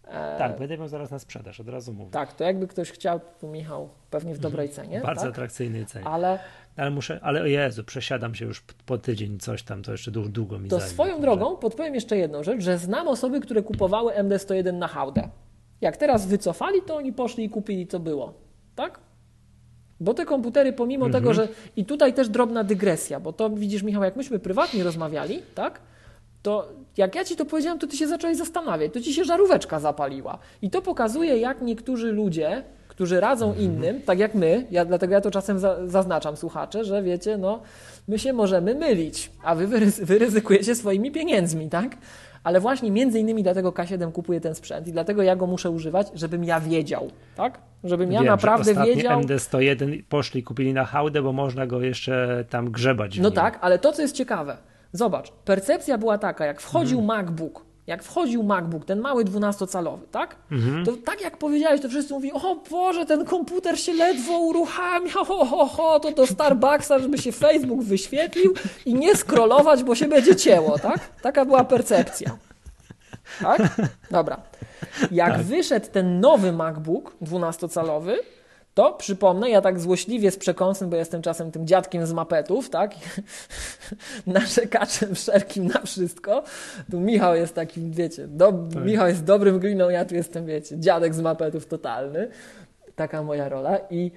Tak, będę miał zaraz na sprzedaż, od razu mówię. Tak, to jakby ktoś chciał, to Michał pewnie w dobrej cenie. Bardzo tak? atrakcyjnej cenie. Ale o Jezu, przesiadam się już po tydzień, coś tam, to jeszcze długo mi zajmie. To swoją drogą podpowiem jeszcze jedną rzecz, że znam osoby, które kupowały MD-101 na hałdę. Jak teraz wycofali, to oni poszli i kupili, co było. Tak? Bo te komputery, pomimo tego, że... I tutaj też drobna dygresja, bo to widzisz, Michał, jak myśmy prywatnie rozmawiali, tak? To jak ja ci to powiedziałem, to ty się zacząłeś zastanawiać, to ci się żaróweczka zapaliła. I to pokazuje, jak niektórzy ludzie, którzy radzą innym, tak jak my, dlatego ja to czasem zaznaczam, słuchacze, że wiecie, no, my się możemy mylić, a wy ryzykujecie swoimi pieniędzmi, tak? Ale właśnie między innymi dlatego K7 kupuje ten sprzęt i dlatego ja go muszę używać, żebym ja wiedział, tak? Żebym ja naprawdę wiedział. MD-101 poszli, kupili na hałdę, bo można go jeszcze tam grzebać. No tak, ale to, co jest ciekawe, zobacz, percepcja była taka, jak wchodził MacBook, ten mały 12-calowy, tak? To tak jak powiedziałeś, to wszyscy mówili, o Boże, ten komputer się ledwo uruchamia, to do Starbucksa, żeby się Facebook wyświetlił i nie scrollować, bo się będzie cięło, tak? Taka była percepcja. Tak? Dobra. Jak wyszedł ten nowy MacBook 12-calowy, to przypomnę, ja tak złośliwie z przekąsem, bo jestem czasem tym dziadkiem z mapetów, tak? Narzekaczem wszelkim na wszystko. Tu Michał jest takim, wiecie, Michał jest dobrym gliną, ja tu jestem, wiecie, dziadek z mapetów totalny. Taka moja rola. I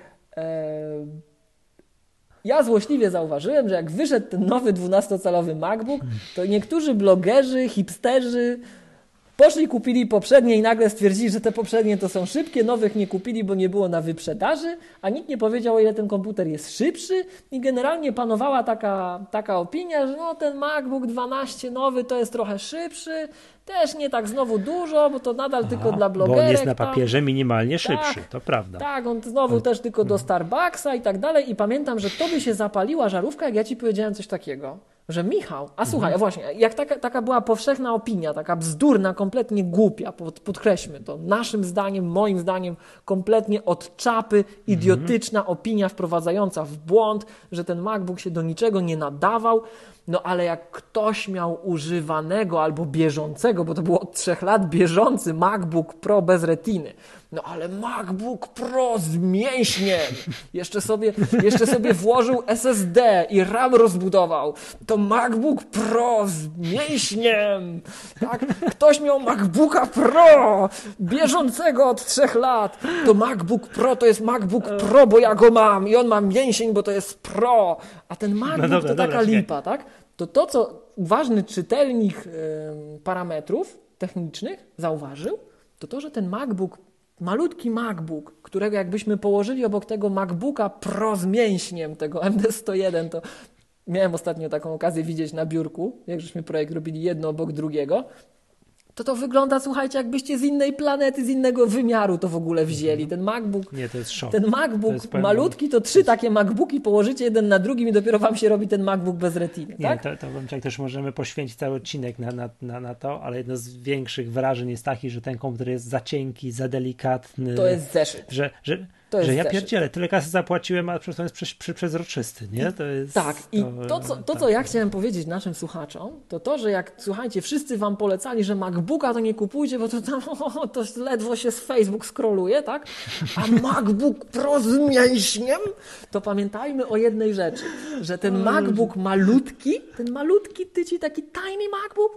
ja złośliwie zauważyłem, że jak wyszedł ten nowy 12-calowy MacBook, to niektórzy blogerzy, hipsterzy poszli, kupili poprzednie i nagle stwierdzili, że te poprzednie to są szybkie, nowych nie kupili, bo nie było na wyprzedaży, a nikt nie powiedział, o ile ten komputer jest szybszy i generalnie panowała taka opinia, że no ten MacBook 12 nowy to jest trochę szybszy, też nie tak znowu dużo, bo to nadal tylko dla blogerek. Bo on jest na papierze minimalnie szybszy, tak, to prawda. Tak, on znowu też tylko do Starbucksa i tak dalej i pamiętam, że to by się zapaliła żarówka, jak ja ci powiedziałem coś takiego. Że Michał, słuchaj, właśnie, jak taka była powszechna opinia, taka bzdurna, kompletnie głupia, podkreślmy to, naszym zdaniem, moim zdaniem, kompletnie od czapy, idiotyczna opinia wprowadzająca w błąd, że ten MacBook się do niczego nie nadawał, no ale jak ktoś miał używanego albo bieżącego, bo to było od 3 lat bieżący MacBook Pro bez retiny, no ale MacBook Pro z mięśniem, jeszcze sobie włożył SSD i RAM rozbudował, to MacBook Pro z mięśniem, tak? Ktoś miał MacBooka Pro bieżącego od 3 lat, to MacBook Pro to jest MacBook Pro, bo ja go mam i on ma mięsień, bo to jest Pro, a ten MacBook to taka lipa, tak? To, co uważny czytelnik parametrów technicznych zauważył, to, że ten MacBook, malutki MacBook, którego jakbyśmy położyli obok tego MacBooka Pro z mięśniem, tego MD-101, to miałem ostatnio taką okazję widzieć na biurku, jak żeśmy projekt robili jedno obok drugiego, to wygląda, słuchajcie, jakbyście z innej planety, z innego wymiaru to w ogóle wzięli. Ten MacBook, nie, to jest szok. Ten MacBook malutki, to 3 takie MacBooki położycie jeden na drugim i dopiero wam się robi ten MacBook bez retiny. Nie, tak? to też możemy poświęcić cały odcinek na to, ale jedno z większych wrażeń jest taki, że ten komputer jest za cienki, za delikatny. To jest zeszyt. Że ja pierdzielę, tyle kasy zapłaciłem, a przecież to jest przezroczysty, nie? To jest, tak, i co ja chciałem powiedzieć naszym słuchaczom, to, że jak, słuchajcie, wszyscy wam polecali, że MacBooka to nie kupujcie, bo to tam to ledwo się z Facebook scrolluje, tak? A MacBook Pro z mięśniem, to pamiętajmy o jednej rzeczy, że ten MacBook malutki, taki tiny MacBook,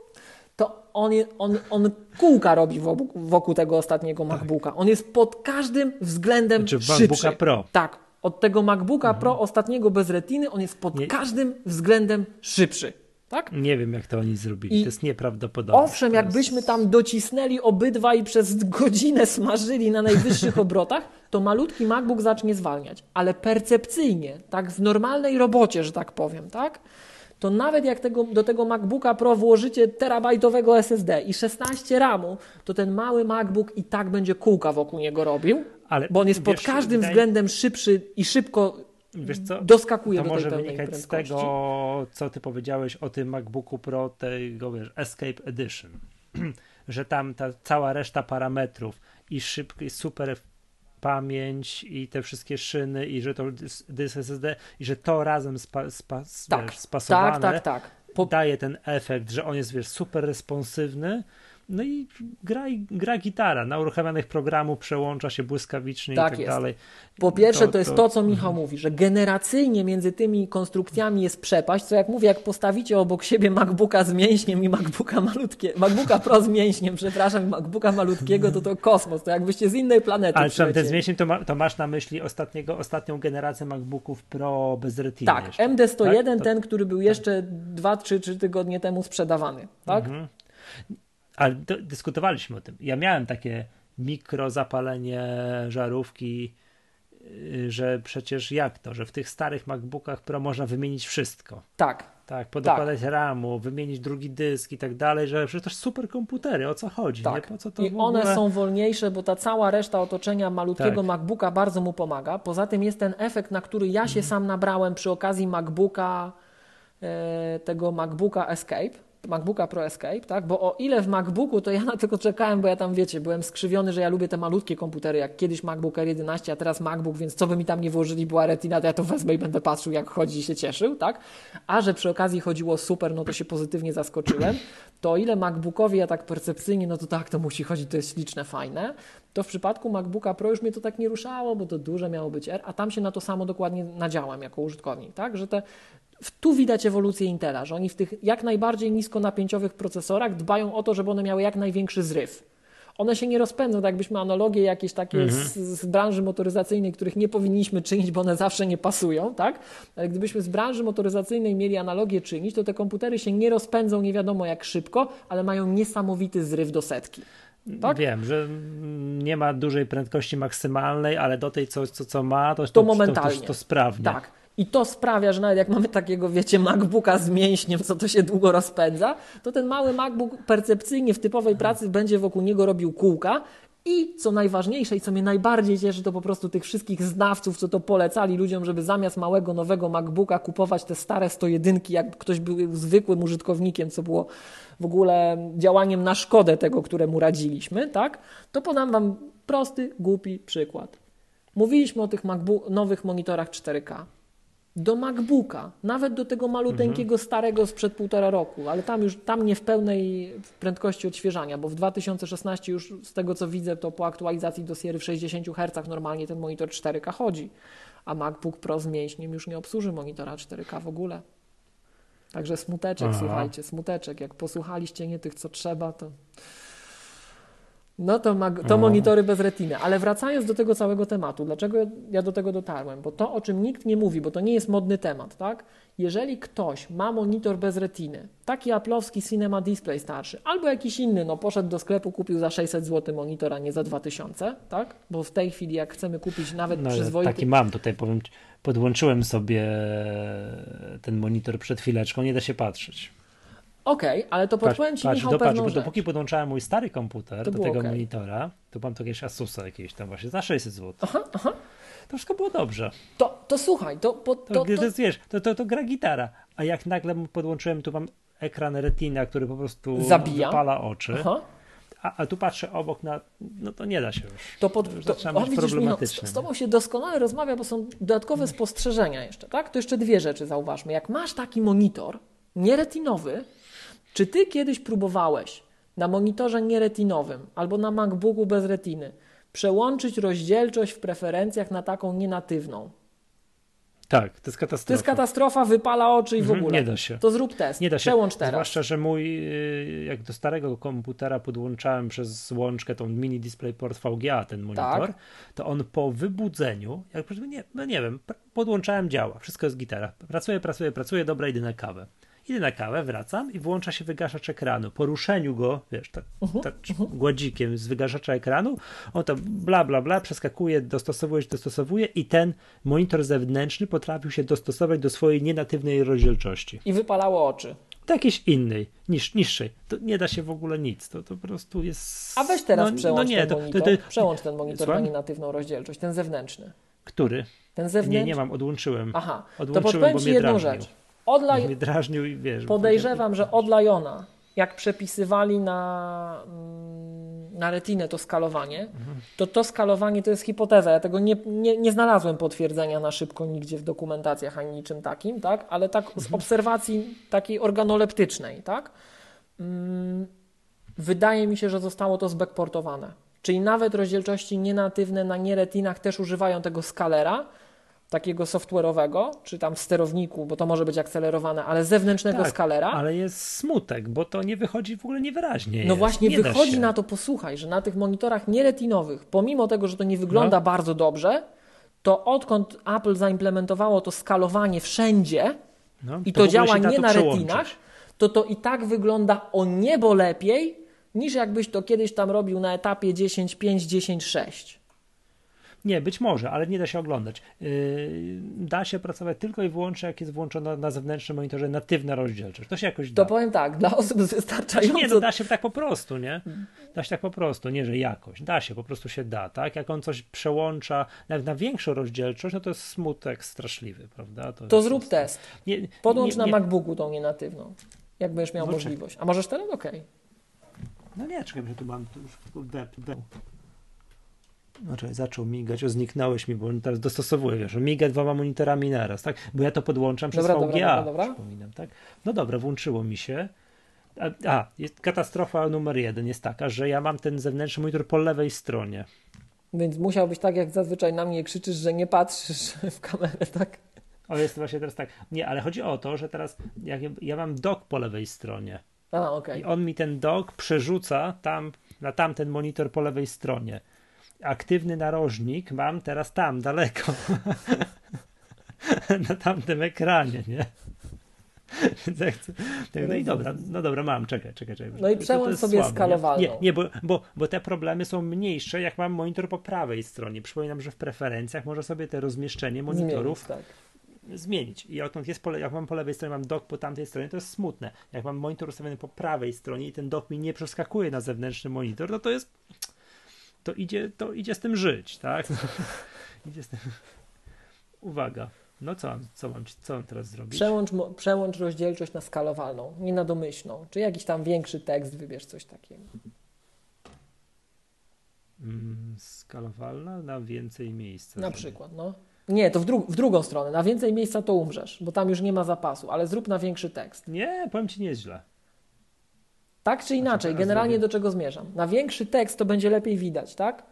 to on kółka robi wokół tego ostatniego MacBooka. On jest pod każdym względem szybszy. MacBooka Pro. Tak, od tego MacBooka Pro ostatniego bez retiny, on jest pod każdym względem szybszy. Tak? Nie wiem, jak to oni zrobili. To jest nieprawdopodobne. Owszem, jakbyśmy tam docisnęli obydwa i przez godzinę smażyli na najwyższych obrotach, to malutki MacBook zacznie zwalniać. Ale percepcyjnie, tak w normalnej robocie, że tak powiem, tak? To nawet jak do tego MacBooka Pro włożycie terabajtowego SSD i 16 RAMu, to ten mały MacBook i tak będzie kółka wokół niego robił, bo on jest pod każdym względem szybszy i szybko doskakuje do tej pełnej prędkości. To może wynikać z tego, co ty powiedziałeś o tym MacBooku Pro, tego Escape Edition, że tam ta cała reszta parametrów i super pamięć i te wszystkie szyny i że to dysk SSD i że to razem spasowane tak. daje ten efekt, że on jest super responsywny No i gra gitara, na uruchamianych programu przełącza się błyskawicznie Tak i tak jest. dalej. Po pierwsze to jest to, co Michał mówi, że generacyjnie między tymi konstrukcjami jest przepaść, co jak mówię, jak postawicie obok siebie MacBooka z mięśniem i MacBooka Pro z mięśniem, przepraszam, i MacBooka malutkiego, to kosmos, to jakbyście z innej planety Ale przylecieli. ten z mięśniem to masz na myśli ostatnią generację MacBooków Pro bez retiny. Tak, jeszcze, MD101, tak? ten, który był jeszcze 2-3 tygodnie temu sprzedawany, tak? Ale dyskutowaliśmy o tym. Ja miałem takie mikrozapalenie żarówki, że przecież jak to, że w tych starych MacBookach Pro można wymienić wszystko. Tak, podokładać ramu, wymienić drugi dysk i tak dalej, że przecież to super komputery, o co chodzi? Tak. Nie? Po co to I w ogóle... one są wolniejsze, bo ta cała reszta otoczenia malutkiego Tak. MacBooka bardzo mu pomaga. Poza tym jest ten efekt, na który ja się sam nabrałem przy okazji tego MacBooka Escape, MacBooka Pro Escape, tak? Bo o ile w MacBooku to ja na tylko czekałem, bo ja tam wiecie, byłem skrzywiony, że ja lubię te malutkie komputery, jak kiedyś MacBook Air 11, a teraz MacBook, więc co by mi tam nie włożyli, była Retina, to ja to wezmę i będę patrzył, jak chodzi i się cieszył, tak? A że przy okazji chodziło super, no to się pozytywnie zaskoczyłem. To o ile MacBookowi ja tak percepcyjnie, no to tak, to musi chodzić, to jest śliczne, fajne, to w przypadku MacBooka Pro już mnie to tak nie ruszało, bo to duże miało być R, a tam się na to samo dokładnie nadziałam jako użytkownik, tak? Że tu widać ewolucję Intela, że oni w tych jak najbardziej niskonapięciowych procesorach dbają o to, żeby one miały jak największy zryw. One się nie rozpędzą, tak jakbyśmy analogie jakieś takie z branży motoryzacyjnej, których nie powinniśmy czynić, bo one zawsze nie pasują, tak? Ale gdybyśmy z branży motoryzacyjnej mieli analogię czynić, to te komputery się nie rozpędzą nie wiadomo jak szybko, ale mają niesamowity zryw do setki. Tak? Wiem, że nie ma dużej prędkości maksymalnej, ale do tej, co ma, to momentalnie. To sprawnie. Tak. I to sprawia, że nawet jak mamy takiego, wiecie, MacBooka z mięśniem, co to się długo rozpędza, to ten mały MacBook percepcyjnie w typowej pracy będzie wokół niego robił kółka i co najważniejsze i co mnie najbardziej cieszy, to po prostu tych wszystkich znawców, co to polecali ludziom, żeby zamiast małego, nowego MacBooka kupować te stare 101, jak ktoś był zwykłym użytkownikiem, co było w ogóle działaniem na szkodę tego, któremu radziliśmy, tak? To podam Wam prosty, głupi przykład. Mówiliśmy o tych nowych monitorach 4K. Do MacBooka, nawet do tego maluteńkiego starego sprzed 1,5 roku, ale tam nie w pełnej prędkości odświeżania, bo w 2016 już z tego co widzę, to po aktualizacji do Sierry w 60 Hz normalnie ten monitor 4K chodzi, a MacBook Pro z mięśniem już nie obsłuży monitora 4K w ogóle. Także smuteczek, słuchajcie, smuteczek. Jak posłuchaliście nie tych co trzeba, to... No to monitory bez retiny. Ale wracając do tego całego tematu, dlaczego ja do tego dotarłem? Bo to, o czym nikt nie mówi, bo to nie jest modny temat, tak? Jeżeli ktoś ma monitor bez retiny, taki aplowski Cinema Display starszy, albo jakiś inny, no poszedł do sklepu, kupił za 600 zł monitor, a nie za 2000, tak? Bo w tej chwili jak chcemy kupić nawet przyzwoity... Taki mam tutaj, powiem, podłączyłem sobie ten monitor przed chwileczką, nie da się patrzeć. Okej, ale to podpowiem Ci, Michał, pewną rzecz. Dopóki podłączałem mój stary komputer do tego monitora, to mam to jakieś Asusa jakieś tam właśnie za 600 zł. To wszystko było dobrze. To słuchaj, to gra gitara. A jak nagle podłączyłem, tu mam ekran Retina, który po prostu wypala oczy. A tu patrzę obok no to nie da się już. Zaczyna być problematyczne. Z Tobą się doskonale rozmawia, bo są dodatkowe spostrzeżenia jeszcze, tak? To jeszcze dwie rzeczy zauważmy. Jak masz taki monitor nieretinowy, czy Ty kiedyś próbowałeś na monitorze nieretinowym albo na MacBooku bez retiny przełączyć rozdzielczość w preferencjach na taką nienatywną? Tak, to jest katastrofa. To jest katastrofa, wypala oczy i w ogóle. Nie da się. To zrób test, nie da się. Przełącz teraz. Zwłaszcza, że jak do starego komputera podłączałem przez łączkę tą mini DisplayPort VGA ten monitor, to on po wybudzeniu, nie wiem, podłączałem, działa, wszystko jest gitara. Pracuję, dobra, idę na kawę. Idę na kawę, wracam i włącza się wygaszacz ekranu. Po ruszeniu go, wiesz, gładzikiem z wygaszacza ekranu, on to bla, bla, bla, przeskakuje, dostosowuje i ten monitor zewnętrzny potrafił się dostosować do swojej nienatywnej rozdzielczości. I wypalało oczy. Do jakiejś innej, niższej. To nie da się w ogóle nic. To po prostu jest... A weź teraz przełącz ten monitor. Przełącz ten monitor na nienatywną rozdzielczość, ten zewnętrzny. Który? Ten zewnętrzny? Nie mam, odłączyłem. Aha, to podpowiem Ci jedną rzecz. Mnie drażnił i wiesz... Podejrzewam, że od Liona, jak przepisywali na retinę to skalowanie, to skalowanie to jest hipoteza. Ja tego nie znalazłem potwierdzenia na szybko nigdzie w dokumentacjach ani niczym takim, tak? Ale tak z obserwacji takiej organoleptycznej, tak? wydaje mi się, że zostało to zbackportowane. Czyli nawet rozdzielczości nienatywne na nieretinach też używają tego skalera, takiego software'owego, czy tam w sterowniku, bo to może być akcelerowane, ale zewnętrznego skalera. Ale jest smutek, bo to nie wychodzi w ogóle niewyraźnie. No właśnie wychodzi na to, posłuchaj, że na tych monitorach nieretinowych, pomimo tego, że to nie wygląda bardzo dobrze, to odkąd Apple zaimplementowało to skalowanie wszędzie i to działa nie na retinach, to i tak wygląda o niebo lepiej, niż jakbyś to kiedyś tam robił na etapie 10.5, 10.6. Nie, być może, ale nie da się oglądać. Da się pracować tylko i wyłącznie, jak jest włączona na zewnętrznym monitorze natywna rozdzielczość. To się jakoś da. To powiem tak, dla osób wystarczająco... Nie, no da się tak po prostu, nie? Da się tak po prostu, nie, że jakoś. Da się, po prostu się da, tak? Jak on coś przełącza na większą rozdzielczość, no to jest smutek straszliwy, prawda? To zrób test. Podłącz na MacBooku tą nienatywną, jak będziesz miał możliwość. A możesz teraz? Okej. No nie, czekaj, że tu mam już Znaczy, zaczął migać, zniknąłeś mi, bo on teraz dostosowuje, wiesz, miga 2 monitorami naraz, tak? Bo ja to podłączam przez VGA, przypominam, tak? No dobra, włączyło mi się. Jest katastrofa numer 1 jest taka, że ja mam ten zewnętrzny monitor po lewej stronie. Więc musiałbyś tak, jak zazwyczaj na mnie krzyczysz, że nie patrzysz w kamerę, tak? O, jest właśnie teraz tak. Nie, ale chodzi o to, że teraz ja mam dock po lewej stronie. Okay. I on mi ten dock przerzuca na tamten monitor po lewej stronie. Aktywny narożnik mam teraz tam, daleko. Na tamtym ekranie, nie? Więc ja chcę, no i dobra, mam, czekaj. No i przełącz sobie słabe, skalowalną. Nie, bo te problemy są mniejsze, jak mam monitor po prawej stronie. Przypominam, że w preferencjach można sobie te rozmieszczenie monitorów zmienić. I odtąd jak mam po lewej stronie, mam dock po tamtej stronie, to jest smutne. Jak mam monitor ustawiony po prawej stronie i ten dock mi nie przeskakuje na zewnętrzny monitor, no to jest... To idzie z tym żyć, tak? Idzie z tym... Uwaga. No co mam teraz zrobić? Przełącz rozdzielczość na skalowalną, nie na domyślną. Czy jakiś tam większy tekst, wybierz coś takiego. Skalowalna na więcej miejsca. Na przykład, no. Nie, to w drugą stronę. Na więcej miejsca to umrzesz, bo tam już nie ma zapasu, ale zrób na większy tekst. Nie, powiem ci, nie jest źle. Tak czy inaczej, generalnie do czego zmierzam? Na większy tekst to będzie lepiej widać, tak?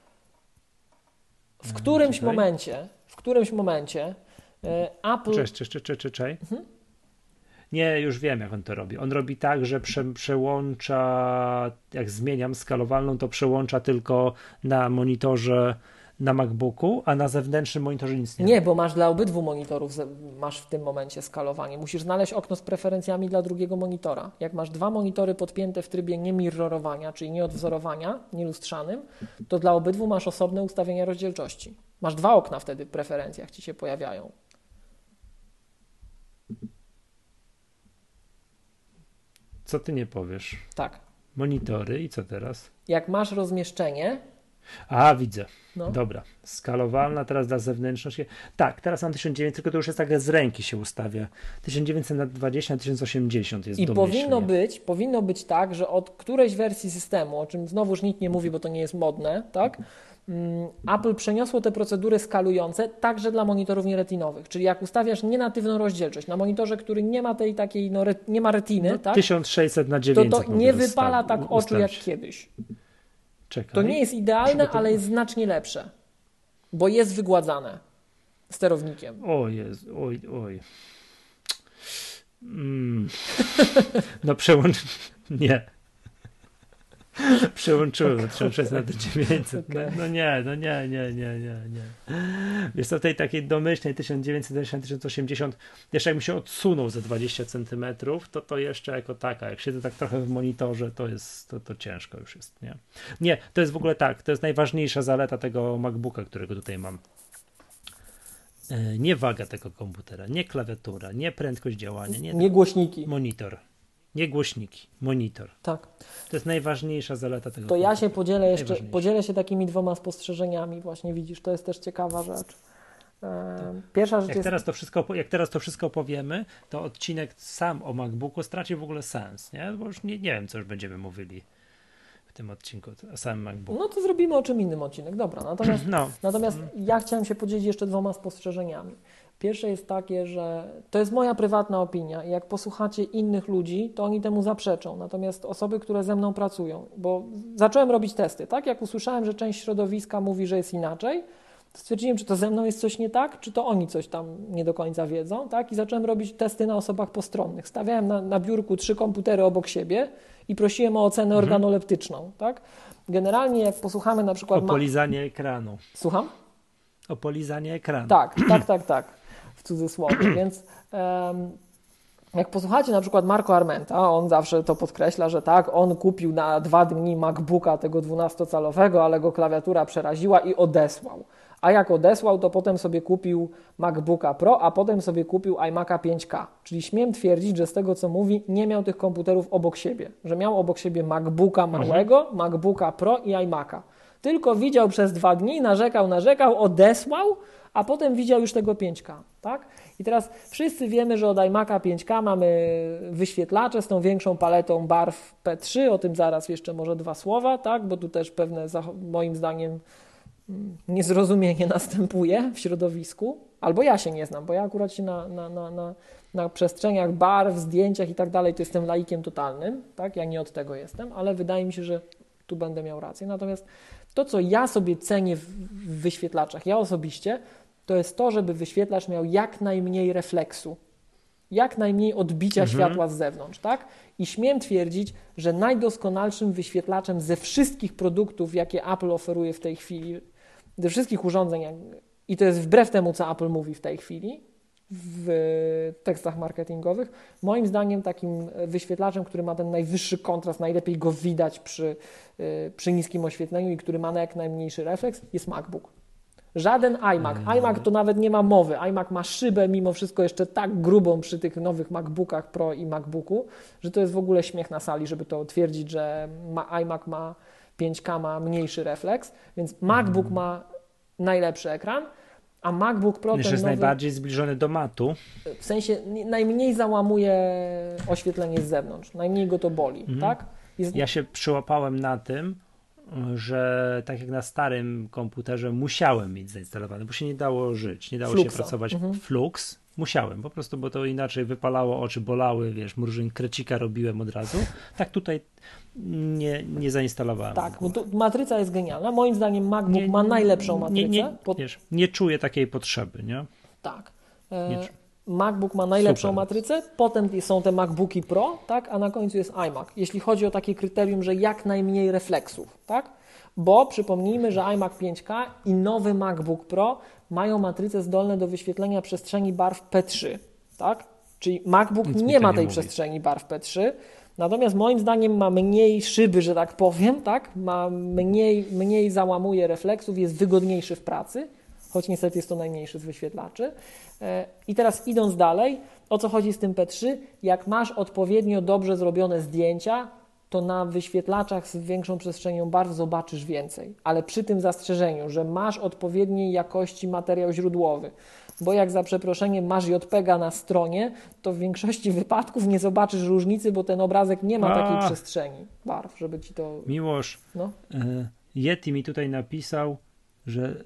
W którymś momencie Apple... Cześć. Nie, już wiem, jak on to robi. On robi tak, że przełącza, jak zmieniam skalowalną, to przełącza tylko na monitorze na MacBooku, a na zewnętrznym monitorze nic nie ma. Nie, bo masz dla obydwu monitorów, masz w tym momencie skalowanie. Musisz znaleźć okno z preferencjami dla drugiego monitora. Jak masz 2 monitory podpięte w trybie nie mirrorowania, czyli nie odwzorowania, nie lustrzanym, to dla obydwu masz osobne ustawienia rozdzielczości. Masz 2 okna wtedy w preferencjach ci się pojawiają. Co ty nie powiesz? Tak. Monitory i co teraz? Jak masz rozmieszczenie... Widzę. No. Dobra. Skalowalna teraz dla zewnętrzności. Tak, teraz mam 1900, tylko to już jest tak z ręki się ustawia. 1900 na 20 na 1080 jest domyślnie. I powinno być tak, że od którejś wersji systemu, o czym znowuż nikt nie mówi, bo to nie jest modne, tak? Apple przeniosło te procedury skalujące także dla monitorów nieretinowych. Czyli jak ustawiasz nienatywną rozdzielczość na monitorze, który nie ma tej takiej, nie ma retiny, tak? 1600 na 900 to nie wypala tak oczu jak kiedyś. Czekaj. To nie jest idealne, ale jest znacznie lepsze, bo jest wygładzane sterownikiem. Oj. No przełącz... Nie. Przełączyłem na 1600 na 900. Okay. No nie. Wiesz co, w tej takiej domyślnej 1920 na 1080, jeszcze jakbym się odsunął ze 20 cm, to jeszcze jako taka, jak siedzę tak trochę w monitorze, to ciężko już jest, nie? Nie, to jest w ogóle tak, to jest najważniejsza zaleta tego MacBooka, którego tutaj mam. Nie waga tego komputera, nie klawiatura, nie prędkość działania, nie głośniki. Monitor. Nie głośniki, monitor. Tak. To jest najważniejsza zaleta tego. To ja się podzielę się takimi 2 spostrzeżeniami. Właśnie widzisz, to jest też ciekawa rzecz. Pierwsza rzecz jak teraz to wszystko powiemy, to odcinek sam o MacBooku straci w ogóle sens, nie? Bo już nie wiem, co już będziemy mówili w tym odcinku o samym MacBooku. No to zrobimy o czym innym odcinek, dobra. Natomiast ja chciałem się podzielić jeszcze 2 spostrzeżeniami. Pierwsze jest takie, że to jest moja prywatna opinia i jak posłuchacie innych ludzi, to oni temu zaprzeczą. Natomiast osoby, które ze mną pracują, bo zacząłem robić testy, tak? Jak usłyszałem, że część środowiska mówi, że jest inaczej, to stwierdziłem, czy to ze mną jest coś nie tak, czy to oni coś tam nie do końca wiedzą, tak? I zacząłem robić testy na osobach postronnych. Stawiałem na biurku 3 komputery obok siebie i prosiłem o ocenę organoleptyczną, tak? Generalnie jak posłuchamy na przykład... O polizanie ekranu. Słucham? O polizanie ekranu. Tak, w cudzysłowie, więc jak posłuchacie na przykład Marco Armenta, on zawsze to podkreśla, że tak, on kupił na 2 dni MacBooka tego 12-calowego, ale go klawiatura przeraziła i odesłał. A jak odesłał, to potem sobie kupił MacBooka Pro, a potem sobie kupił iMac'a 5K. Czyli śmiem twierdzić, że z tego co mówi, nie miał tych komputerów obok siebie. Że miał obok siebie MacBooka małego, MacBooka Pro i iMac'a. Tylko widział przez 2 dni, narzekał, odesłał, a potem widział już tego 5K, tak? I teraz wszyscy wiemy, że od iMac'a 5K mamy wyświetlacze z tą większą paletą barw P3, o tym zaraz jeszcze może 2 słowa, tak? Bo tu też pewne, moim zdaniem, niezrozumienie następuje w środowisku, albo ja się nie znam, bo ja akurat się na przestrzeniach barw, zdjęciach i tak dalej, to jestem laikiem totalnym, tak? Ja nie od tego jestem, ale wydaje mi się, że tu będę miał rację. Natomiast to, co ja sobie cenię w wyświetlaczach, ja osobiście, to jest to, żeby wyświetlacz miał jak najmniej refleksu, jak najmniej odbicia światła z zewnątrz, tak? I śmiem twierdzić, że najdoskonalszym wyświetlaczem ze wszystkich produktów, jakie Apple oferuje w tej chwili, ze wszystkich urządzeń, i to jest wbrew temu, co Apple mówi w tej chwili, w tekstach marketingowych, moim zdaniem takim wyświetlaczem, który ma ten najwyższy kontrast, najlepiej go widać przy niskim oświetleniu i który ma jak najmniejszy refleks, jest MacBook. Żaden iMac. iMac to nawet nie ma mowy. iMac ma szybę mimo wszystko jeszcze tak grubą przy tych nowych MacBookach Pro i MacBooku, że to jest w ogóle śmiech na sali, żeby to twierdzić, że iMac ma 5K ma mniejszy refleks, więc MacBook ma najlepszy ekran, a MacBook Pro jest nowy, najbardziej zbliżony do matu. w sensie najmniej załamuje oświetlenie z zewnątrz, najmniej go to boli, tak? Ja się przyłapałem na tym, że tak jak na starym komputerze musiałem mieć zainstalowane, bo się nie dało żyć, nie dało się pracować Flux. Musiałem po prostu, bo to inaczej wypalało, oczy bolały, wiesz, mrużyn krecika robiłem od razu. Tak tutaj nie zainstalowałem. Tak, bo tu matryca jest genialna. Moim zdaniem MacBook ma najlepszą matrycę. Nie czuję takiej potrzeby, nie? Tak. MacBook ma najlepszą matrycę, potem są te MacBooki Pro, tak, a na końcu jest iMac. Jeśli chodzi o takie kryterium, że jak najmniej refleksów, tak? Bo przypomnijmy, że iMac 5K i nowy MacBook Pro mają matryce zdolne do wyświetlenia przestrzeni barw P3, tak? Czyli MacBook nie ma tej przestrzeni barw P3, natomiast moim zdaniem ma mniej szyby, że tak powiem, tak? Ma mniej załamuje refleksów, jest wygodniejszy w pracy, choć niestety jest to najmniejszy z wyświetlaczy. I teraz idąc dalej, o co chodzi z tym P3? Jak masz odpowiednio dobrze zrobione zdjęcia, to na wyświetlaczach z większą przestrzenią barw zobaczysz więcej, ale przy tym zastrzeżeniu, że masz odpowiedniej jakości materiał źródłowy, bo jak za przeproszeniem masz JPEGa na stronie, to w większości wypadków nie zobaczysz różnicy, bo ten obrazek nie ma takiej przestrzeni barw, żeby ci to... Miłosz, Yeti mi tutaj napisał, że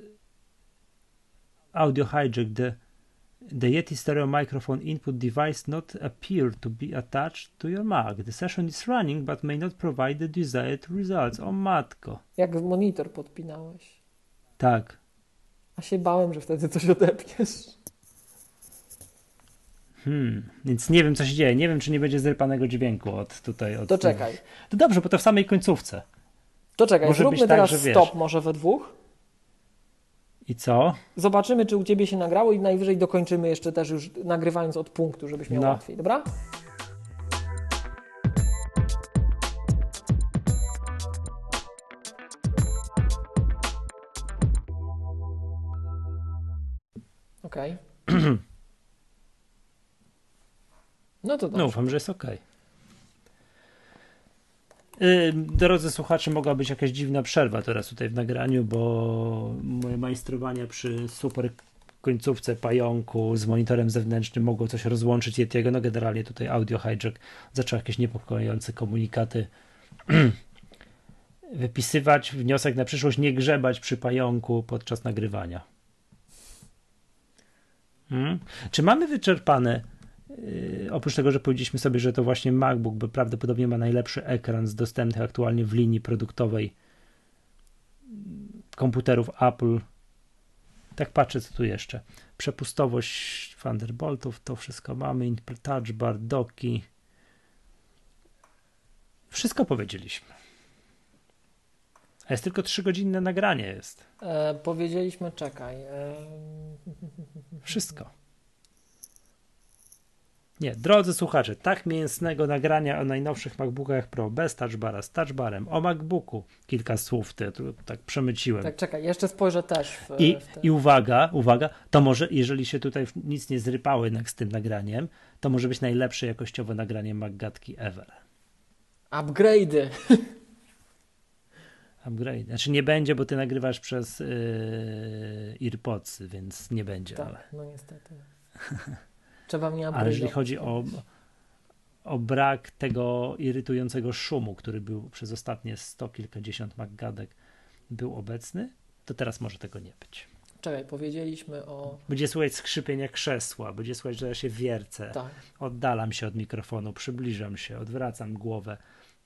audio hijack, the Yeti stereo microphone input device not appear to be attached to your Mac. The session is running, but may not provide the desired results. O matko. Jak w monitor podpinałeś. Tak. A się bałem, że wtedy coś odepniesz. Więc nie wiem, co się dzieje. Nie wiem, czy nie będzie zrypanego dźwięku To czekaj. To dobrze, bo to w samej końcówce. To czekaj, może zróbmy teraz tak, stop może we dwóch. I co? Zobaczymy, czy u Ciebie się nagrało i najwyżej dokończymy jeszcze też już nagrywając od punktu, żebyś miał łatwiej, dobra? Okej. No to dobrze. No ufam, że jest okej. Drodzy słuchacze, mogła być jakaś dziwna przerwa teraz tutaj w nagraniu, bo moje majstrowania przy super końcówce pająku z monitorem zewnętrznym mogło coś rozłączyć Yetiego. No generalnie tutaj audio hijack zaczął jakieś niepokojące komunikaty wypisywać. Wniosek na przyszłość: nie grzebać przy pająku podczas nagrywania. Czy mamy wyczerpane, oprócz tego, że powiedzieliśmy sobie, że to właśnie MacBook, bo prawdopodobnie ma najlepszy ekran z dostępnych aktualnie w linii produktowej komputerów Apple. Tak patrzę, co tu jeszcze. Przepustowość Thunderboltów, to wszystko mamy. Input Touch Bar, doki. Wszystko powiedzieliśmy. A jest tylko 3-godzinne nagranie jest. Powiedzieliśmy, czekaj. Wszystko. Nie, drodzy słuchacze, tak mięsnego nagrania o najnowszych MacBookach Pro bez Touch Bara, z Touch Barem, o MacBooku kilka słów tak przemyciłem. Tak, czekaj, jeszcze spojrzę też. I uwaga, to może, jeżeli się tutaj nic nie zrypało jednak z tym nagraniem, to może być najlepsze jakościowe nagranie MacGatki ever. Upgrade'y. Upgrade. Znaczy nie będzie, bo ty nagrywasz przez AirPodsy, więc nie będzie. Tak, ale... no niestety. Trzeba mnie upgrade'ować. Ale jeżeli chodzi o brak tego irytującego szumu, który był przez ostatnie 100 kilkadziesiąt MacGadek był obecny, to teraz może tego nie być. Czekaj, powiedzieliśmy o... Będzie słychać skrzypienia krzesła, będzie słychać, że ja się wiercę, tak. Oddalam się od mikrofonu, przybliżam się, odwracam głowę,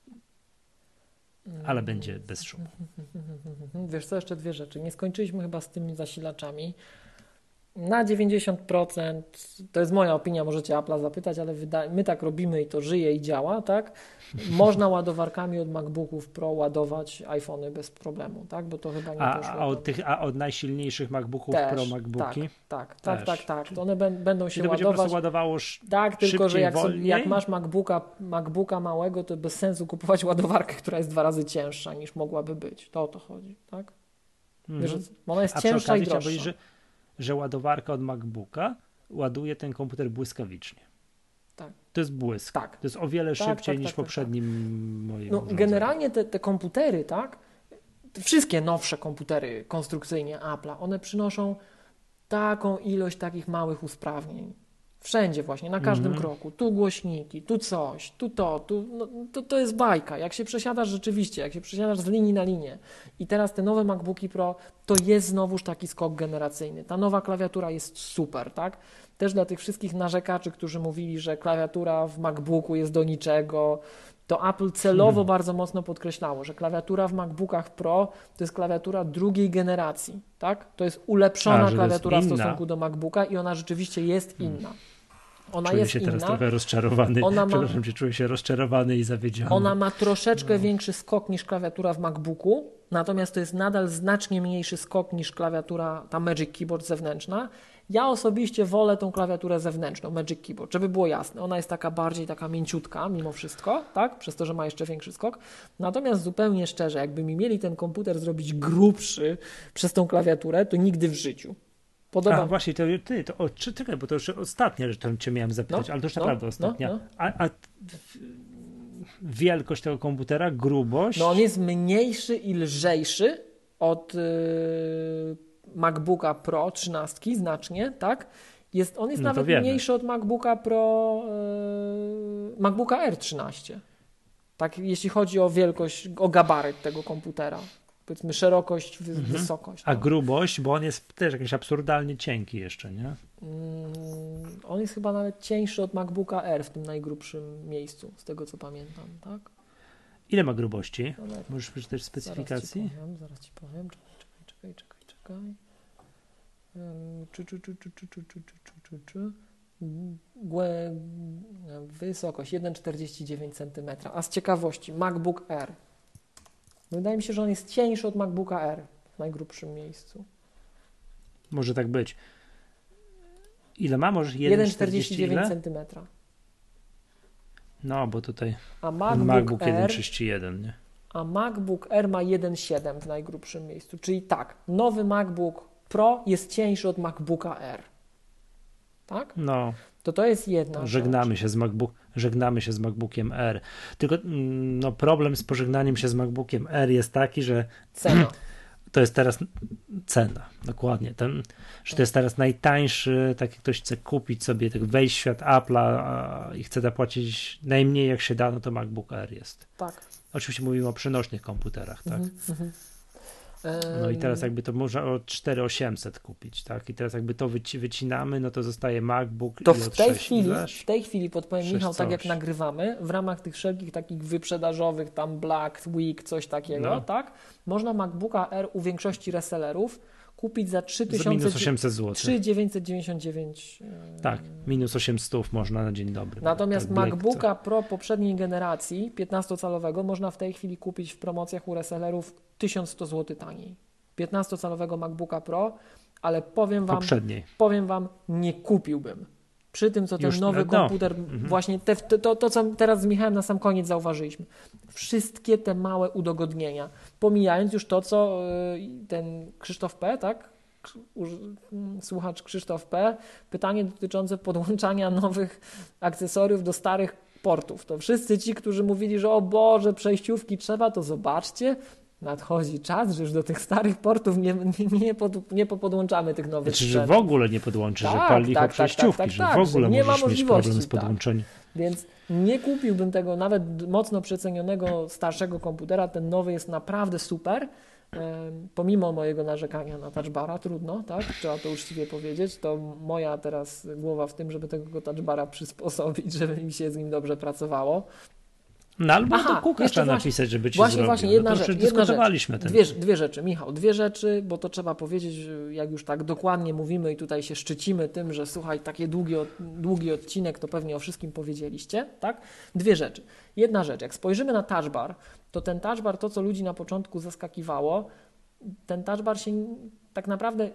ale będzie bez szumu. Wiesz co, jeszcze dwie rzeczy. Nie skończyliśmy chyba z tymi zasilaczami. Na 90%, to jest moja opinia, możecie Apple'a zapytać, ale my tak robimy i to żyje i działa, tak? Można ładowarkami od MacBooków Pro ładować iPhony bez problemu, tak? Bo to chyba nie poszło. A od najsilniejszych MacBooków też, Pro MacBooki? Tak. To one będą się ładować. To będzie ładowało tak, tylko że wolniej? jak masz MacBooka małego, to bez sensu kupować ładowarkę, która jest 2 razy cięższa niż mogłaby być. To o to chodzi, tak? Wiesz, ona jest cięższa i droższa. Że ładowarka od MacBooka ładuje ten komputer błyskawicznie. Tak. To jest błysk. Tak. To jest o wiele szybciej niż poprzednim moim urządzeniu. Generalnie te komputery, tak? Wszystkie nowsze komputery konstrukcyjnie Apple'a, one przynoszą taką ilość takich małych usprawnień. Wszędzie właśnie, na każdym kroku. Tu głośniki, tu coś, tu to, to jest bajka. Jak się przesiadasz z linii na linię i teraz te nowe MacBooki Pro, to jest znowuż taki skok generacyjny. Ta nowa klawiatura jest super, tak? Też dla tych wszystkich narzekaczy, którzy mówili, że klawiatura w MacBooku jest do niczego, to Apple celowo bardzo mocno podkreślało, że klawiatura w MacBookach Pro to jest klawiatura drugiej generacji, tak? To jest ulepszona klawiatura w stosunku do MacBooka i ona rzeczywiście jest inna. Ona czuję jest się inna. Teraz trochę rozczarowany. Przepraszam cię, czuję się rozczarowany i zawiedziony. Ona ma troszeczkę większy skok niż klawiatura w MacBooku, natomiast to jest nadal znacznie mniejszy skok niż klawiatura, ta Magic Keyboard zewnętrzna. Ja osobiście wolę tą klawiaturę zewnętrzną, Magic Keyboard, żeby było jasne. Ona jest taka mięciutka mimo wszystko, tak? Przez to, że ma jeszcze większy skok. Natomiast zupełnie szczerze, jakby mi mieli ten komputer zrobić grubszy przez tą klawiaturę, to nigdy w życiu. Właśnie, czekaj, bo to już ostatnia rzecz, którą cię miałem zapytać, ale to już naprawdę ostatnia. A wielkość tego komputera, grubość? No on jest mniejszy i lżejszy od MacBooka Pro 13 znacznie, tak? On jest nawet mniejszy od MacBooka Pro, MacBooka Air 13. Tak, jeśli chodzi o wielkość, o gabaryt tego komputera. Powiedzmy szerokość, wysokość. A grubość, bo on jest też jakiś absurdalnie cienki jeszcze, nie? On jest chyba nawet cieńszy od MacBooka Air w tym najgrubszym miejscu, z tego co pamiętam, tak? Ile ma grubości? Możesz przeczytać specyfikacji? Zaraz ci powiem. Czekaj. Wysokość 1,49 cm. A z ciekawości MacBook Air. Wydaje mi się, że on jest cieńszy od MacBooka Air w najgrubszym miejscu. Może tak być. Ile ma? Może 1,49 cm. No, bo tutaj MacBook 1,31, nie? A MacBook Air ma 1,7 w najgrubszym miejscu. Czyli tak, nowy MacBook Pro jest cieńszy od MacBooka Air. Tak? No. To jest jedna Żegnamy się z MacBookiem Air. Tylko problem z pożegnaniem się z MacBookiem Air jest taki, że cena. To jest teraz cena, dokładnie. Że to jest teraz najtańszy, tak jak ktoś chce kupić sobie, wejść w świat Apple'a i chce zapłacić najmniej jak się da, no to MacBook Air jest. Tak. Oczywiście mówimy o przenośnych komputerach, tak? No i teraz jakby to można o 4800 kupić, tak? I teraz jakby to wycinamy, no to zostaje MacBook To i od 6 w tej chwili podpowiem, Michał, tak jak coś. nagrywamy, w ramach tych wszelkich takich wyprzedażowych, tam Black Week, coś takiego, No. tak? Można MacBooka R u większości resellerów kupić za Za minus 800 zł. 3,999. Tak, minus 800 można na dzień dobry. Natomiast tak, Blake, MacBooka Pro poprzedniej generacji, 15-calowego, można w tej chwili kupić w promocjach u resellerów 1100 zł taniej. 15-calowego MacBooka Pro, ale powiem wam, nie kupiłbym. Przy tym, co ten Już nowy no. komputer, właśnie to, co teraz z Michałem na sam koniec zauważyliśmy. Wszystkie te małe udogodnienia, pomijając już to, co ten Krzysztof P., tak? Słuchacz Krzysztof P., pytanie dotyczące podłączania nowych akcesoriów do starych portów. To wszyscy ci, którzy mówili, że o Boże, przejściówki trzeba, to zobaczcie, nadchodzi czas, że już do tych starych portów nie podłączamy tych nowych Znaczy, że sprzętów. w ogóle nie podłączysz, Tak, że pal licho tak, przejściówki, tak, że tak, w ogóle że nie ma możesz mieć problem z możliwości, podłączeniem. Więc nie kupiłbym tego nawet mocno przecenionego starszego komputera. Ten nowy jest naprawdę super. Pomimo mojego narzekania na touchbara, trudno, tak? Trzeba to uczciwie powiedzieć. To moja teraz głowa w tym, żeby tego touchbara przysposobić, żeby mi się z nim dobrze pracowało. No albo do Kuka trzeba napisać, żeby ci zrobił. Właśnie, jedna rzecz. Dyskutowaliśmy ten. Dwie rzeczy, Michał, dwie rzeczy, bo to trzeba powiedzieć, jak już tak dokładnie mówimy i tutaj się szczycimy tym, że słuchaj, taki długi odcinek, to pewnie o wszystkim powiedzieliście, tak? Dwie rzeczy. Jedna rzecz, jak spojrzymy na touchbar, to ten touchbar, to co ludzi na początku zaskakiwało, ten touchbar się tak naprawdę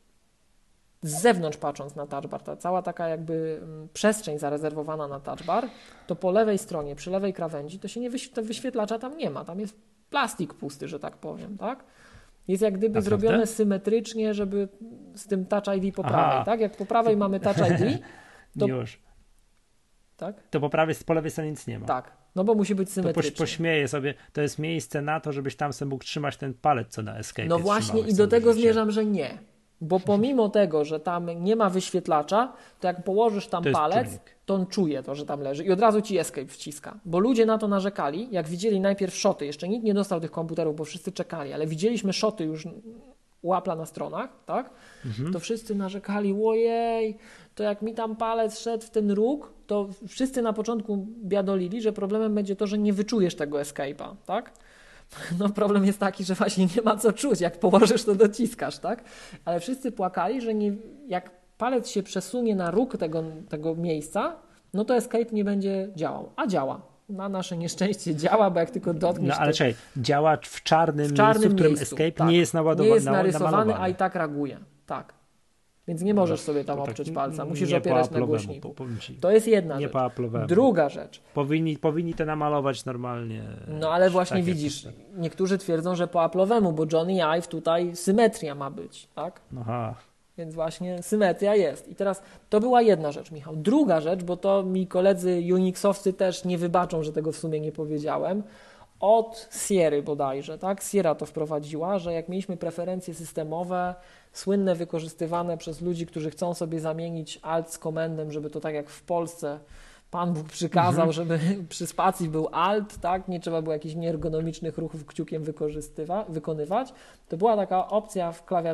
z zewnątrz patrząc na touchbar, ta cała taka jakby przestrzeń zarezerwowana na touchbar, to po lewej stronie, przy lewej krawędzi, to się to wyświetlacza tam nie ma. Tam jest plastik pusty, że tak powiem, tak? Jest jak gdyby zrobione symetrycznie, żeby z tym Touch ID po prawej, tak? Jak po prawej mamy Touch ID, to... Już. Tak? To po lewej stronie nic nie ma. Tak, no bo musi być symetrycznie. To pośmieję sobie, to jest miejsce na to, żebyś tam sobie mógł trzymać ten palec, co na escape. No właśnie i do tego zmierzam, że nie. Bo pomimo tego, że tam nie ma wyświetlacza, to jak położysz tam palec, to on czuje to, że tam leży i od razu ci escape wciska. Bo ludzie na to narzekali, jak widzieli najpierw szoty, jeszcze nikt nie dostał tych komputerów, bo wszyscy czekali, ale widzieliśmy szoty już u Apple'a na stronach, tak? To wszyscy narzekali, ojej, to jak mi tam palec szedł w ten róg, to wszyscy na początku biadolili, że problemem będzie to, że nie wyczujesz tego escape'a, tak? No problem jest taki, że właśnie nie ma co czuć, jak położysz to dociskasz, tak? Ale wszyscy płakali, że jak palec się przesunie na róg tego miejsca, no to escape nie będzie działał, a działa. Na nasze nieszczęście działa, bo jak tylko dotkniesz... No ale czekaj, działa w czarnym miejscu, w którym escape tak. nie jest naładowany. Nie jest narysowany, a i tak reaguje, tak. Więc nie możesz sobie tam obciąć palca, musisz opierać na głośniku. To jest jedna rzecz. Druga rzecz. Powinni to namalować normalnie. No ale właśnie widzisz, niektórzy twierdzą, że po Apple'owemu, bo Johnny Ive tutaj symetria ma być, tak? Aha. Więc właśnie symetria jest. I teraz to była jedna rzecz, Michał. Druga rzecz, bo to mi koledzy Unixowcy też nie wybaczą, że tego w sumie nie powiedziałem. Od Sierry bodajże, tak? Sierra to wprowadziła, że jak mieliśmy preferencje systemowe, słynne, wykorzystywane przez ludzi, którzy chcą sobie zamienić alt z komendem, żeby to tak jak w Polsce Pan Bóg przykazał, żeby przy spacji był alt, tak? Nie trzeba było jakichś nieergonomicznych ruchów kciukiem wykonywać. To była taka opcja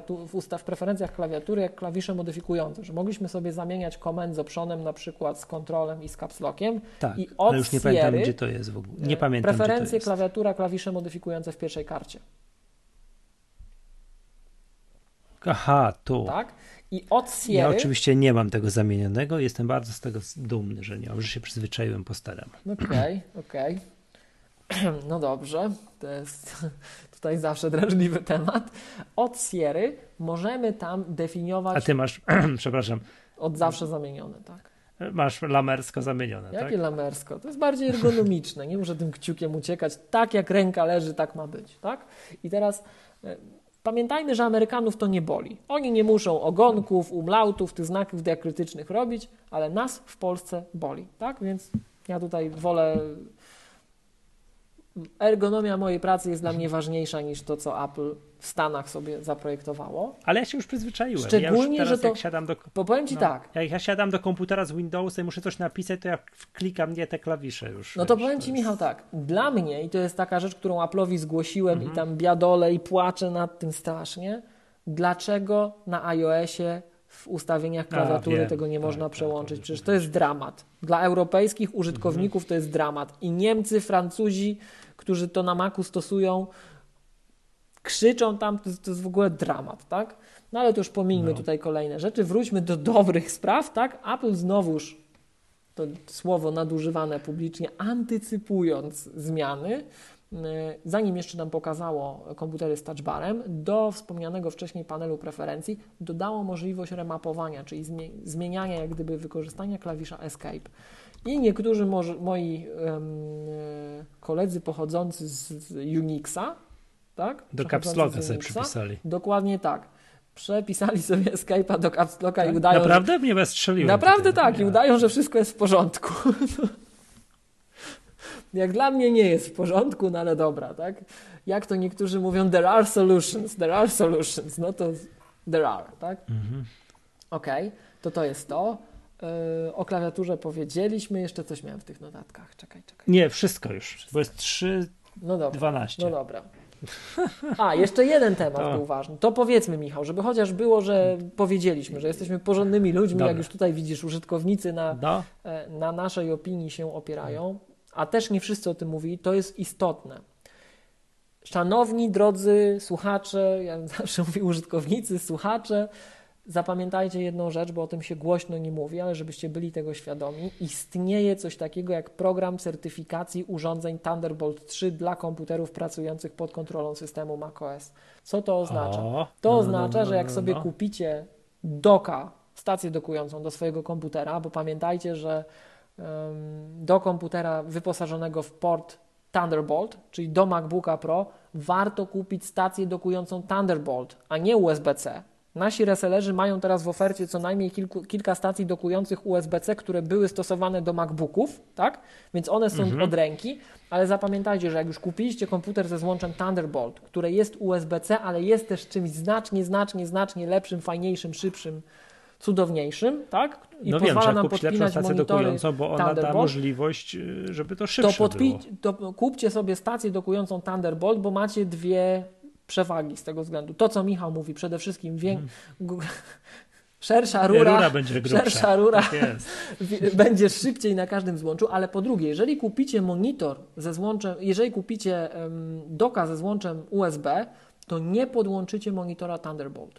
w preferencjach klawiatury jak klawisze modyfikujące, że mogliśmy sobie zamieniać komend z optionem, na przykład z kontrolem i z caps lockiem. Tak, i od ale już nie pamiętam, gdzie to jest w ogóle. Nie pamiętam, preferencje, klawiatura, klawisze modyfikujące w pierwszej karcie. Aha, tu. Tak? I od Sierry... Ja oczywiście nie mam tego zamienionego, jestem bardzo z tego dumny, że nie mam, że się przyzwyczaiłem po staremu. Okej. No dobrze, to jest tutaj zawsze drażliwy temat. Od Sierry możemy tam definiować... A ty masz, przepraszam... Od zawsze zamienione, tak. Masz lamersko zamienione, Jakie tak? lamersko? To jest bardziej ergonomiczne, nie muszę tym kciukiem uciekać. Tak jak ręka leży, tak ma być, tak? I teraz... Pamiętajmy, że Amerykanów to nie boli. Oni nie muszą ogonków, umlautów, tych znaków diakrytycznych robić, ale nas w Polsce boli, tak? Więc ja tutaj wolę ergonomia mojej pracy jest dla mnie ważniejsza niż to, co Apple w Stanach sobie zaprojektowało. Ale ja się już przyzwyczaiłem. Szczególnie, ja już teraz, że to... jak siadam do... Bo powiem Ci tak. Jak ja siadam do komputera z Windowsa i muszę coś napisać, to ja klikam nie te klawisze już. No to powiem Ci, Michał, tak. Dla mnie, i to jest taka rzecz, którą Apple'owi zgłosiłem i tam biadolę i płaczę nad tym strasznie, dlaczego na iOSie w ustawieniach klawiatury tego nie można przełączyć? Przecież to jest dramat. Dla europejskich użytkowników to jest dramat. I Niemcy, Francuzi, którzy to na Macu stosują, krzyczą tam, to jest w ogóle dramat, tak? No ale to już pomijmy tutaj kolejne rzeczy. Wróćmy do dobrych spraw, tak? Apple znowuż, to słowo nadużywane publicznie, antycypując zmiany, zanim jeszcze nam pokazało komputery z touchbarem, do wspomnianego wcześniej panelu preferencji dodało możliwość remapowania, czyli zmieniania jak gdyby wykorzystania klawisza Escape. I niektórzy moi koledzy pochodzący z Unixa, tak? Do caps locka sobie przypisali. Dokładnie tak. Przepisali sobie Escape'a do caps locka i udają... Naprawdę? Mnie was strzeliłem. Naprawdę tak. I udają, że wszystko jest w porządku. Jak dla mnie nie jest w porządku, no ale dobra, tak? Jak to niektórzy mówią, there are solutions, no to there are, tak? Okej, to jest to. O klawiaturze powiedzieliśmy, jeszcze coś miałem w tych notatkach, czekaj. Nie, wszystko już, bo jest 3:12. No dobra. A, jeszcze jeden temat był ważny. To powiedzmy, Michał, żeby chociaż było, że powiedzieliśmy, że jesteśmy porządnymi ludźmi, jak już tutaj widzisz, użytkownicy na naszej opinii się opierają, a też nie wszyscy o tym mówili, to jest istotne. Szanowni, drodzy słuchacze, ja zawsze mówię użytkownicy, słuchacze, zapamiętajcie jedną rzecz, bo o tym się głośno nie mówi, ale żebyście byli tego świadomi. Istnieje coś takiego jak program certyfikacji urządzeń Thunderbolt 3 dla komputerów pracujących pod kontrolą systemu macOS. Co to oznacza? To oznacza, że jak sobie kupicie doka, stację dokującą do swojego komputera, bo pamiętajcie, że do komputera wyposażonego w port Thunderbolt, czyli do MacBooka Pro, warto kupić stację dokującą Thunderbolt, a nie USB-C. Nasi resellerzy mają teraz w ofercie co najmniej kilka stacji dokujących USB-C, które były stosowane do MacBooków, tak? Więc one są od ręki, ale zapamiętajcie, że jak już kupiliście komputer ze złączem Thunderbolt, które jest USB-C, ale jest też czymś znacznie lepszym, fajniejszym, szybszym, cudowniejszym, tak? I pozwala nam podpinać monitory bo ona Thunderbolt. da możliwość, żeby to szybsze było. To kupcie sobie stację dokującą Thunderbolt, bo macie dwie przewagi z tego względu. To, co Michał mówi, przede wszystkim szersza rura będzie grubsza. Tak jest. Będzie szybciej na każdym złączu, ale po drugie, jeżeli kupicie monitor ze złączem, jeżeli kupicie doka ze złączem USB, to nie podłączycie monitora Thunderbolt.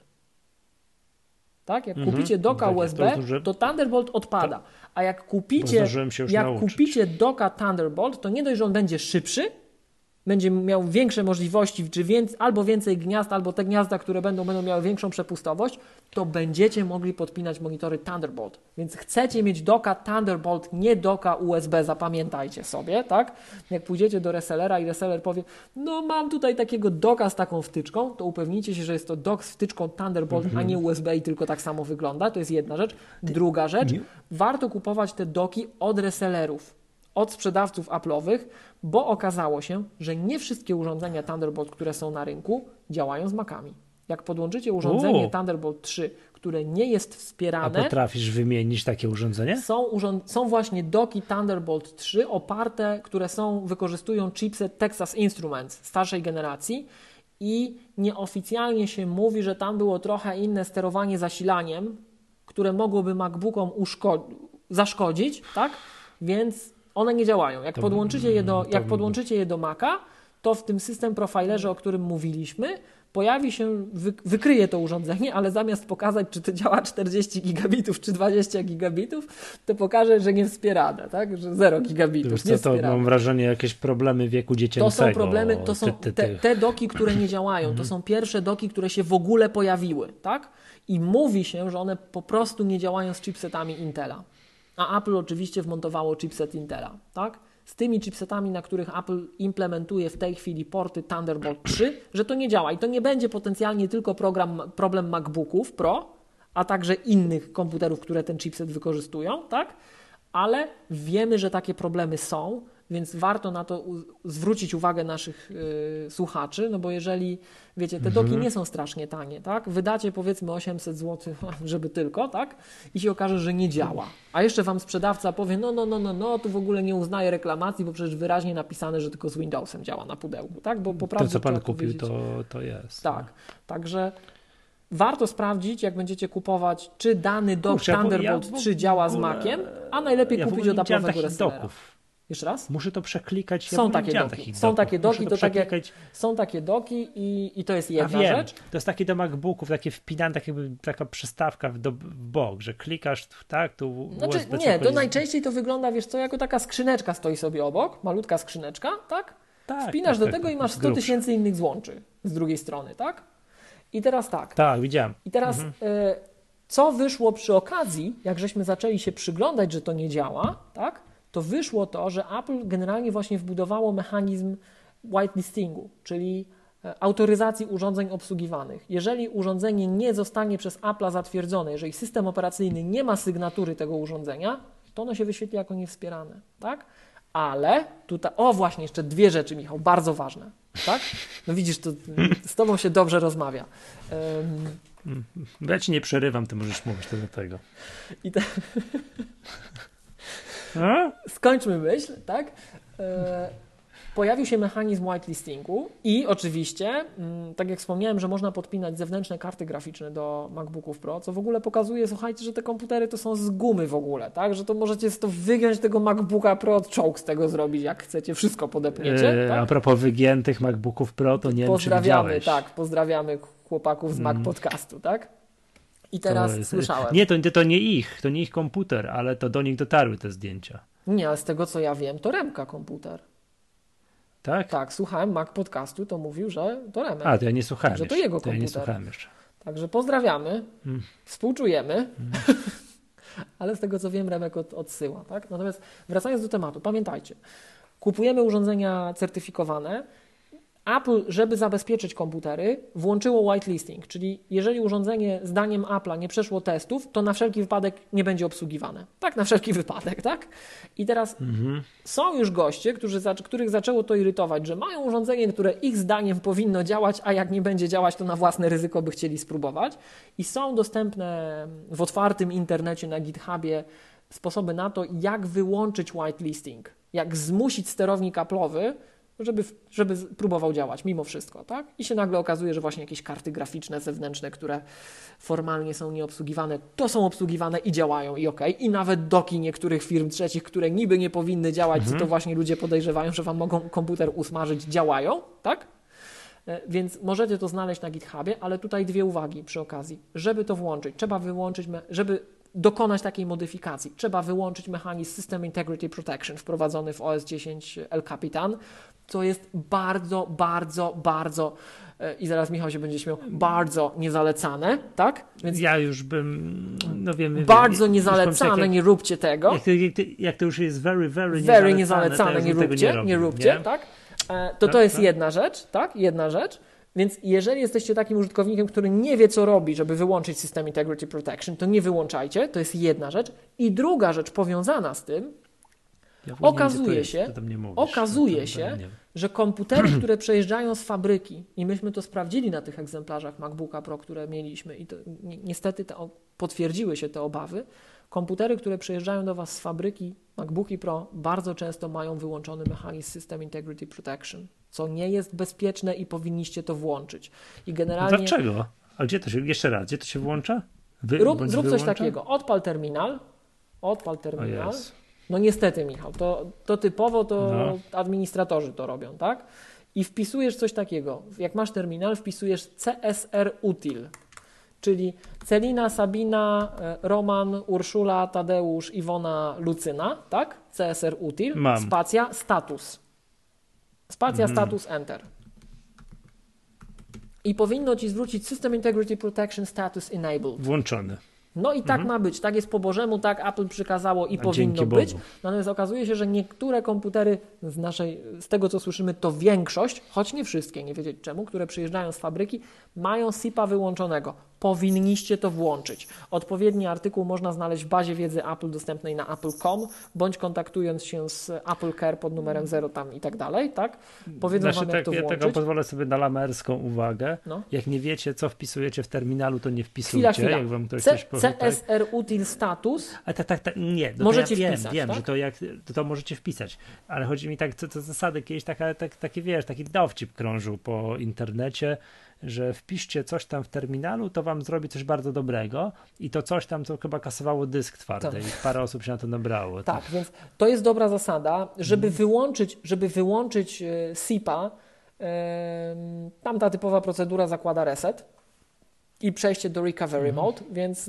Tak? Jak kupicie doka USB, to Thunderbolt odpada. A jak kupicie doka Thunderbolt, to nie dość, że on będzie szybszy, będzie miał większe możliwości, czy albo więcej gniazd, albo te gniazda, które będą miały większą przepustowość, to będziecie mogli podpinać monitory Thunderbolt. Więc chcecie mieć doka Thunderbolt, nie doka USB, zapamiętajcie sobie, tak? Jak pójdziecie do resellera i reseller powie, no mam tutaj takiego doka z taką wtyczką, to upewnijcie się, że jest to dok z wtyczką Thunderbolt, a nie USB i tylko tak samo wygląda. To jest jedna rzecz. Druga rzecz, warto kupować te doki od resellerów, od sprzedawców Apple'owych, bo okazało się, że nie wszystkie urządzenia Thunderbolt, które są na rynku, działają z Macami. Jak podłączycie urządzenie Thunderbolt 3, które nie jest wspierane... A potrafisz wymienić takie urządzenie? Są właśnie doki Thunderbolt 3 oparte, które wykorzystują chipset Texas Instruments starszej generacji i nieoficjalnie się mówi, że tam było trochę inne sterowanie zasilaniem, które mogłoby MacBookom zaszkodzić, tak? Więc one nie działają. Jak podłączycie je do Maca, to w tym system profilerze, o którym mówiliśmy, pojawi się, wykryje to urządzenie, ale zamiast pokazać, czy to działa 40 gigabitów, czy 20 gigabitów, to pokaże, że nie wspierane, tak? Że 0 gigabitów. To mam wrażenie, jakieś problemy wieku dziecięcego. To są problemy, to są te doki, które nie działają. To są pierwsze doki, które się w ogóle pojawiły, tak? I mówi się, że one po prostu nie działają z chipsetami Intela. A Apple oczywiście wmontowało chipset Intela, tak? Z tymi chipsetami, na których Apple implementuje w tej chwili porty Thunderbolt 3, że to nie działa. I to nie będzie potencjalnie tylko problem MacBooków Pro, a także innych komputerów, które ten chipset wykorzystują, tak? Ale wiemy, że takie problemy są więc warto na to zwrócić uwagę naszych słuchaczy, no bo jeżeli, wiecie, te doki nie są strasznie tanie, tak? Wydacie powiedzmy 800 zł, żeby tylko, tak? I się okaże, że nie działa. A jeszcze wam sprzedawca powie, no, tu w ogóle nie uznaje reklamacji, bo przecież wyraźnie napisane, że tylko z Windowsem działa na pudełku, tak? Bo po To, co pan kupił, to jest. Tak, także warto sprawdzić, jak będziecie kupować, czy dany dock Thunderbolt 3 działa z Maciem, a najlepiej kupić od Apple'owego resellera. Jeszcze raz? Muszę to przeklikać. Są takie doki. Są takie doki i to jest jedna rzecz. To jest takie do MacBooków, takie wpinane, tak jakby taka przystawka w bok, że klikasz, tak, tu znaczy, nie, to najczęściej to wygląda, wiesz co, jako taka skrzyneczka stoi sobie obok, malutka skrzyneczka, tak? Wpinasz do tego i masz 100 000 innych złączy z drugiej strony, tak? I teraz tak. Tak, widziałem. I teraz co wyszło przy okazji, jak żeśmy zaczęli się przyglądać, że to nie działa, tak? To wyszło to, że Apple generalnie właśnie wbudowało mechanizm whitelistingu, czyli autoryzacji urządzeń obsługiwanych. Jeżeli urządzenie nie zostanie przez Apple'a zatwierdzone, jeżeli system operacyjny nie ma sygnatury tego urządzenia, to ono się wyświetli jako niewspierane, tak? Ale tutaj, właśnie jeszcze dwie rzeczy, Michał, bardzo ważne, tak? No widzisz, to z tobą się dobrze rozmawia. Ja ci nie przerywam, ty możesz mówić do tego. Skończmy myśl, tak? Pojawił się mechanizm whitelistingu i oczywiście, tak jak wspomniałem, że można podpinać zewnętrzne karty graficzne do MacBooków Pro, co w ogóle pokazuje, słuchajcie, że te komputery to są z gumy w ogóle, tak? Że to możecie wygiąć tego MacBooka Pro, czołg z tego zrobić, jak chcecie, wszystko podepniecie. Tak? A propos wygiętych MacBooków Pro, to nie wiem, czy widziałeś. Pozdrawiamy chłopaków z Mac Podcastu, tak? I teraz słyszałem. Nie, to nie ich komputer, ale to do nich dotarły te zdjęcia. Nie, ale z tego co ja wiem, to Remka komputer. Tak? Tak, słuchałem Mac Podcastu, to mówił, że to Remek. A, to ja nie słuchałem. Że to jego komputer. Ja nie słuchałem jeszcze. Także pozdrawiamy, współczujemy, ale z tego co wiem, Remek odsyła. Tak? Natomiast wracając do tematu, pamiętajcie, kupujemy urządzenia certyfikowane. Apple, żeby zabezpieczyć komputery, włączyło whitelisting, czyli jeżeli urządzenie zdaniem Apple'a nie przeszło testów, to na wszelki wypadek nie będzie obsługiwane. Tak, na wszelki wypadek, tak? I teraz są już goście, których zaczęło to irytować, że mają urządzenie, które ich zdaniem powinno działać, a jak nie będzie działać, to na własne ryzyko by chcieli spróbować. I są dostępne w otwartym internecie na GitHubie sposoby na to, jak wyłączyć whitelisting, jak zmusić sterownik Apple'owy, żeby próbował działać mimo wszystko, tak? I się nagle okazuje, że właśnie jakieś karty graficzne zewnętrzne, które formalnie są nieobsługiwane, to są obsługiwane i działają i okej. I nawet doki niektórych firm trzecich, które niby nie powinny działać, co to właśnie ludzie podejrzewają, że wam mogą komputer usmażyć, działają, tak? Więc możecie to znaleźć na GitHubie, ale tutaj dwie uwagi przy okazji. Żeby to włączyć, trzeba wyłączyć, żeby dokonać takiej modyfikacji, trzeba wyłączyć mechanizm System Integrity Protection wprowadzony w OS X El Capitan, co jest bardzo i zaraz Michał się będzie śmiał, bardzo niezalecane, tak? Więc ja już bym, bardzo niezalecane, nie róbcie tego. Jak to już jest very niezalecane, nie róbcie, tak? To jest jedna rzecz, tak? Jedna rzecz. Więc jeżeli jesteście takim użytkownikiem, który nie wie, co robi, żeby wyłączyć System Integrity Protection, to nie wyłączajcie, to jest jedna rzecz. I druga rzecz powiązana z tym, okazuje się, że komputery, które przejeżdżają z fabryki, i myśmy to sprawdzili na tych egzemplarzach MacBooka Pro, które mieliśmy i to, niestety potwierdziły się te obawy, komputery, które przyjeżdżają do Was z fabryki, MacBooki Pro, bardzo często mają wyłączony mechanizm System Integrity Protection, co nie jest bezpieczne i powinniście to włączyć. I generalnie... Dlaczego? A gdzie to się, jeszcze raz, gdzie to się włącza? Zrób coś takiego. Odpal terminal. No niestety, Michał, to typowo administratorzy to robią, tak? I wpisujesz coś takiego. Jak masz terminal, wpisujesz CSR util, czyli Celina, Sabina, Roman, Urszula, Tadeusz, Iwona, Lucyna, tak? CSR util, spacja, status. Spacja, status, enter. I powinno Ci zwrócić System Integrity Protection Status Enabled. Włączony. No i tak ma być, tak jest po Bożemu, tak Apple przykazało i powinno być. Natomiast okazuje się, że niektóre komputery z tego co słyszymy, to większość, choć nie wszystkie, nie wiedzieć czemu, które przyjeżdżają z fabryki, mają SIP-a wyłączonego. powinniście to włączyć. Odpowiedni artykuł można znaleźć w bazie wiedzy Apple dostępnej na apple.com, bądź kontaktując się z Apple Care pod numerem 0 tam i tak dalej, tak? Powiedzą wam, jak to ja włączyć. tylko pozwolę sobie na lamerską uwagę. No. Jak nie wiecie, co wpisujecie w terminalu, to nie wpisujcie. Chwila. Jak wam ktoś coś powie, CSR util status. A tak, nie. No możecie to ja wpisać, wiem, tak? że to możecie wpisać. Ale chodzi mi tak, co zasady, kiedyś taki wiesz, taki dowcip krążył po internecie, że wpiszcie coś tam w terminalu, to wam zrobi coś bardzo dobrego i to coś tam, co chyba kasowało dysk twardy Tak. i parę osób się na to nabrało. Tak, więc to jest dobra zasada, żeby wyłączyć SIP-a, tamta typowa procedura zakłada reset i przejście do recovery mode, więc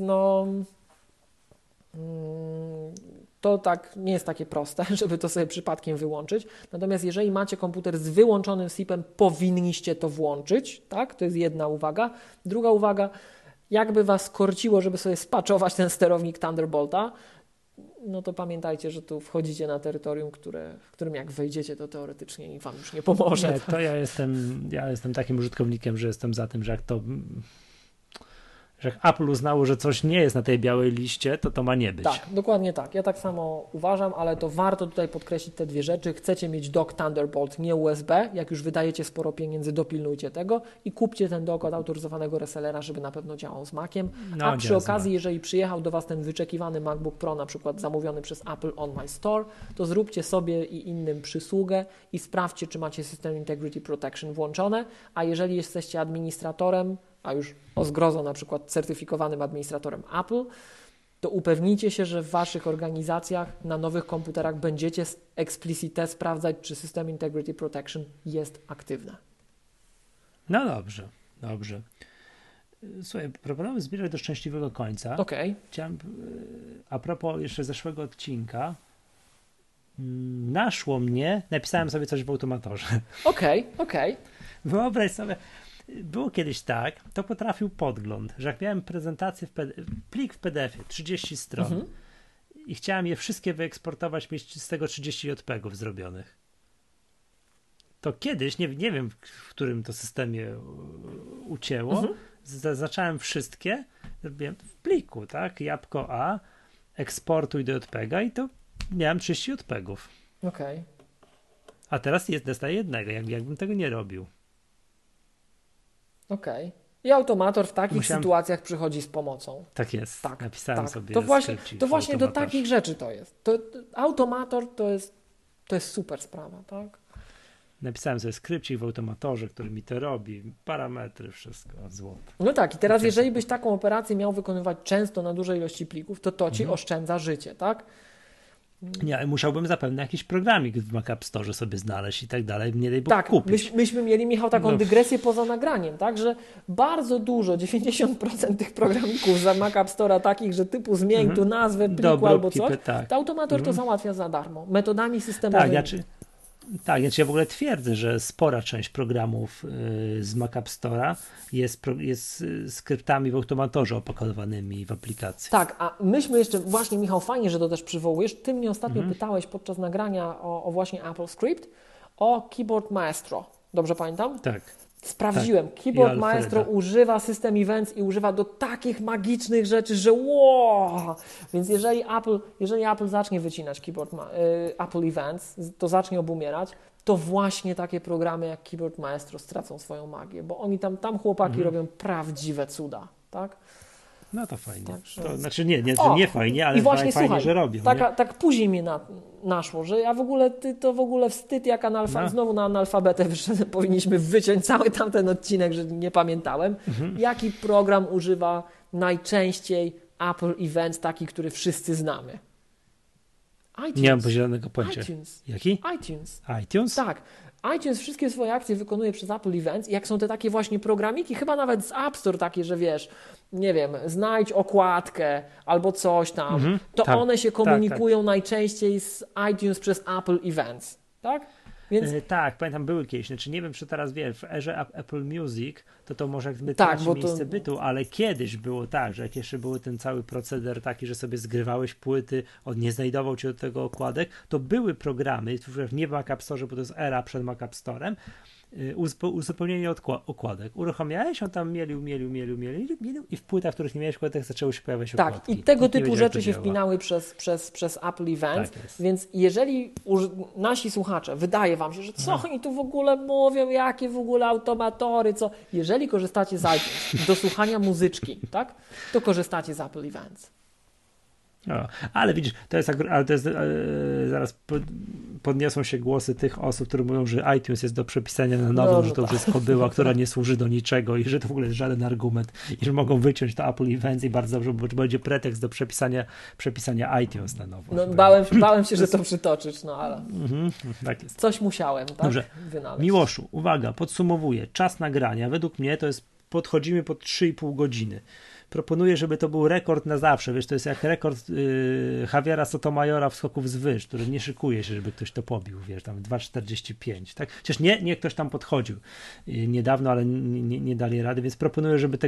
to tak nie jest takie proste, żeby to sobie przypadkiem wyłączyć. Natomiast jeżeli macie komputer z wyłączonym SIP-em, powinniście to włączyć, tak? To jest jedna uwaga. Druga uwaga, jakby was korciło, żeby sobie spaczować ten sterownik Thunderbolta, no to pamiętajcie, że tu wchodzicie na terytorium, w którym jak wejdziecie, to teoretycznie wam już nie pomoże. Nie, to ja jestem takim użytkownikiem, że jestem za tym, że jak Apple uznało, że coś nie jest na tej białej liście, to ma nie być. Tak, dokładnie tak. Ja tak samo uważam, ale to warto tutaj podkreślić te dwie rzeczy. Chcecie mieć dock Thunderbolt, nie USB. Jak już wydajecie sporo pieniędzy, dopilnujcie tego i kupcie ten dock od autoryzowanego resellera, żeby na pewno działał z Maciem. A przy okazji, jeżeli przyjechał do Was ten wyczekiwany MacBook Pro, na przykład zamówiony przez Apple on My Store, to zróbcie sobie i innym przysługę i sprawdźcie, czy macie System Integrity Protection włączone, a jeżeli jesteście administratorem, a już o zgrozo na przykład certyfikowanym administratorem Apple, to upewnijcie się, że w Waszych organizacjach na nowych komputerach będziecie explicite sprawdzać, czy System Integrity Protection jest aktywne. No dobrze. Słuchaj, proponuję zbliżać do szczęśliwego końca. Okej. Chciałem, a propos jeszcze zeszłego odcinka, napisałem sobie coś w automatorze. Okej. Wyobraź sobie, było kiedyś tak, to potrafił podgląd, że jak miałem prezentację, plik w PDF-ie, 30 stron i chciałem je wszystkie wyeksportować, mieć z tego 30 JPEG-ów zrobionych. To kiedyś, nie wiem w którym to systemie ucięło, zacząłem wszystkie, zrobiłem w pliku, tak, jabłko A, eksportuj do JPEG-a i to miałem 30 JPEG-ów. Okej. A teraz dostaję jednego, jakbym tego nie robił. Okej. I automator w takich sytuacjach przychodzi z pomocą. Tak jest. Tak, napisałem sobie to właśnie do takich rzeczy to jest. Automator to jest super sprawa, tak? Napisałem sobie skrypcik w automatorze, który mi to robi, parametry, wszystko, złoto. No tak, i teraz jeżeli byś taką operację miał wykonywać często na dużej ilości plików, to ci oszczędza życie, tak? Nie, musiałbym zapewne jakiś programik w Mac App Store sobie znaleźć i tak dalej, nie daj Bóg kupić. Tak, myśmy mieli, Michał, taką dygresję poza nagraniem, tak, że bardzo dużo, 90% tych programików za Mac App Store'a takich, że typu zmień tu nazwę pliku albo coś, to automator to załatwia za darmo, metodami systemowymi. Ja w ogóle twierdzę, że spora część programów z Mac App Store'a jest skryptami w automatorze opakowanymi w aplikacji. Tak, a myśmy jeszcze, właśnie Michał, fajnie, że to też przywołujesz, ty mnie ostatnio pytałeś podczas nagrania o właśnie Apple Script, o Keyboard Maestro. Dobrze pamiętam? Tak. Sprawdziłem. Tak. Keyboard Maestro używa System Events i używa do takich magicznych rzeczy, że wow! Więc jeżeli Apple zacznie wycinać Apple Events, to zacznie obumierać, to właśnie takie programy jak Keyboard Maestro stracą swoją magię, bo oni tam chłopaki robią prawdziwe cuda, tak? No to fajnie. Także... To znaczy nie fajnie, ale właśnie, fajnie, słuchaj, że robią. Tak później mnie naszło, że ja w ogóle wstyd jak znowu na analfabetę wyszedłem, powinniśmy wyciąć cały tamten odcinek, że nie pamiętałem. Jaki program używa najczęściej Apple Events, taki, który wszyscy znamy? iTunes. Nie mam pozielonego pojęcia. iTunes. Jaki? iTunes? Tak. iTunes wszystkie swoje akcje wykonuje przez Apple Events i jak są te takie właśnie programiki, chyba nawet z App Store takie, że wiesz, nie wiem, znajdź okładkę albo coś tam, to one się komunikują najczęściej z iTunes przez Apple Events, tak? Więc... Tak, pamiętam, były kiedyś, znaczy nie wiem, czy teraz wiesz, w erze Apple Music to może jakby miejsce bytu, ale kiedyś było tak, że jak jeszcze był ten cały proceder taki, że sobie zgrywałeś płyty, on nie znajdował ci do tego okładek, to były programy, nie w Mac App Store, bo to jest era przed Mac App Storem, uzupełnienie okładek. Uruchamiałeś, on tam mielił i w płytach, w których nie miałeś okładek, zaczęły się pojawiać okładki. Tak, i tego typu rzeczy się wpinały przez Apple Events, Tak jest. więc jeżeli nasi słuchacze, wydaje wam się, że co oni tu w ogóle mówią, jakie w ogóle automatory, co? Jeżeli korzystacie z iTunes do słuchania muzyczki, tak, to korzystacie z Apple Events. No, ale widzisz, zaraz podniosą się głosy tych osób, które mówią, że iTunes jest do przepisania na nowo, że to już jest kobyła, która nie służy do niczego i że to w ogóle jest żaden argument i że mogą wyciąć to Apple Events i bardzo dobrze, bo będzie pretekst do przepisania iTunes na nowo. No, bałem się, że to przytoczysz, no ale tak jest. coś musiałem, tak? Dobrze. Wynaleźć. Miłoszu, uwaga, podsumowuję. Czas nagrania, według mnie to jest, podchodzimy pod 3,5 godziny. Proponuję, żeby to był rekord na zawsze. Wiesz, to jest jak rekord Javiera Sotomayora w skoków z wyż, który nie szykuje się, żeby ktoś to pobił, wiesz, tam 2,45, tak? Chociaż nie ktoś tam podchodził niedawno, ale nie dali rady, więc proponuję, żeby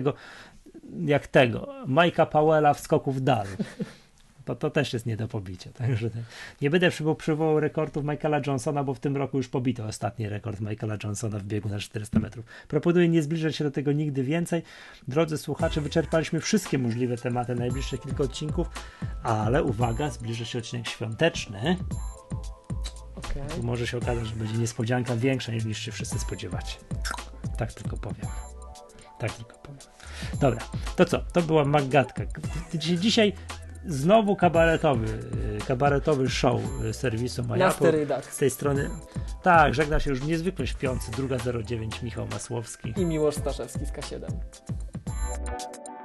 Mike'a Powella w skoku w dal. To też jest nie do pobicia. Także nie będę przywołał rekordów Michaela Johnsona, bo w tym roku już pobito ostatni rekord Michaela Johnsona w biegu na 400 metrów. Proponuję nie zbliżać się do tego nigdy więcej. Drodzy słuchacze, wyczerpaliśmy wszystkie możliwe tematy najbliższych kilka odcinków, ale uwaga, zbliża się odcinek świąteczny. Okay. Tu może się okazać, że będzie niespodzianka większa niż się wszyscy spodziewacie. Tak tylko powiem. Dobra, to co? To była Maggatka. Dzisiaj znowu kabaretowy show serwisu MyApple. Z tej strony. Tak, żegna się już niezwykle śpiący. 2:09 Michał Masłowski i Miłosz Staszewski z K7.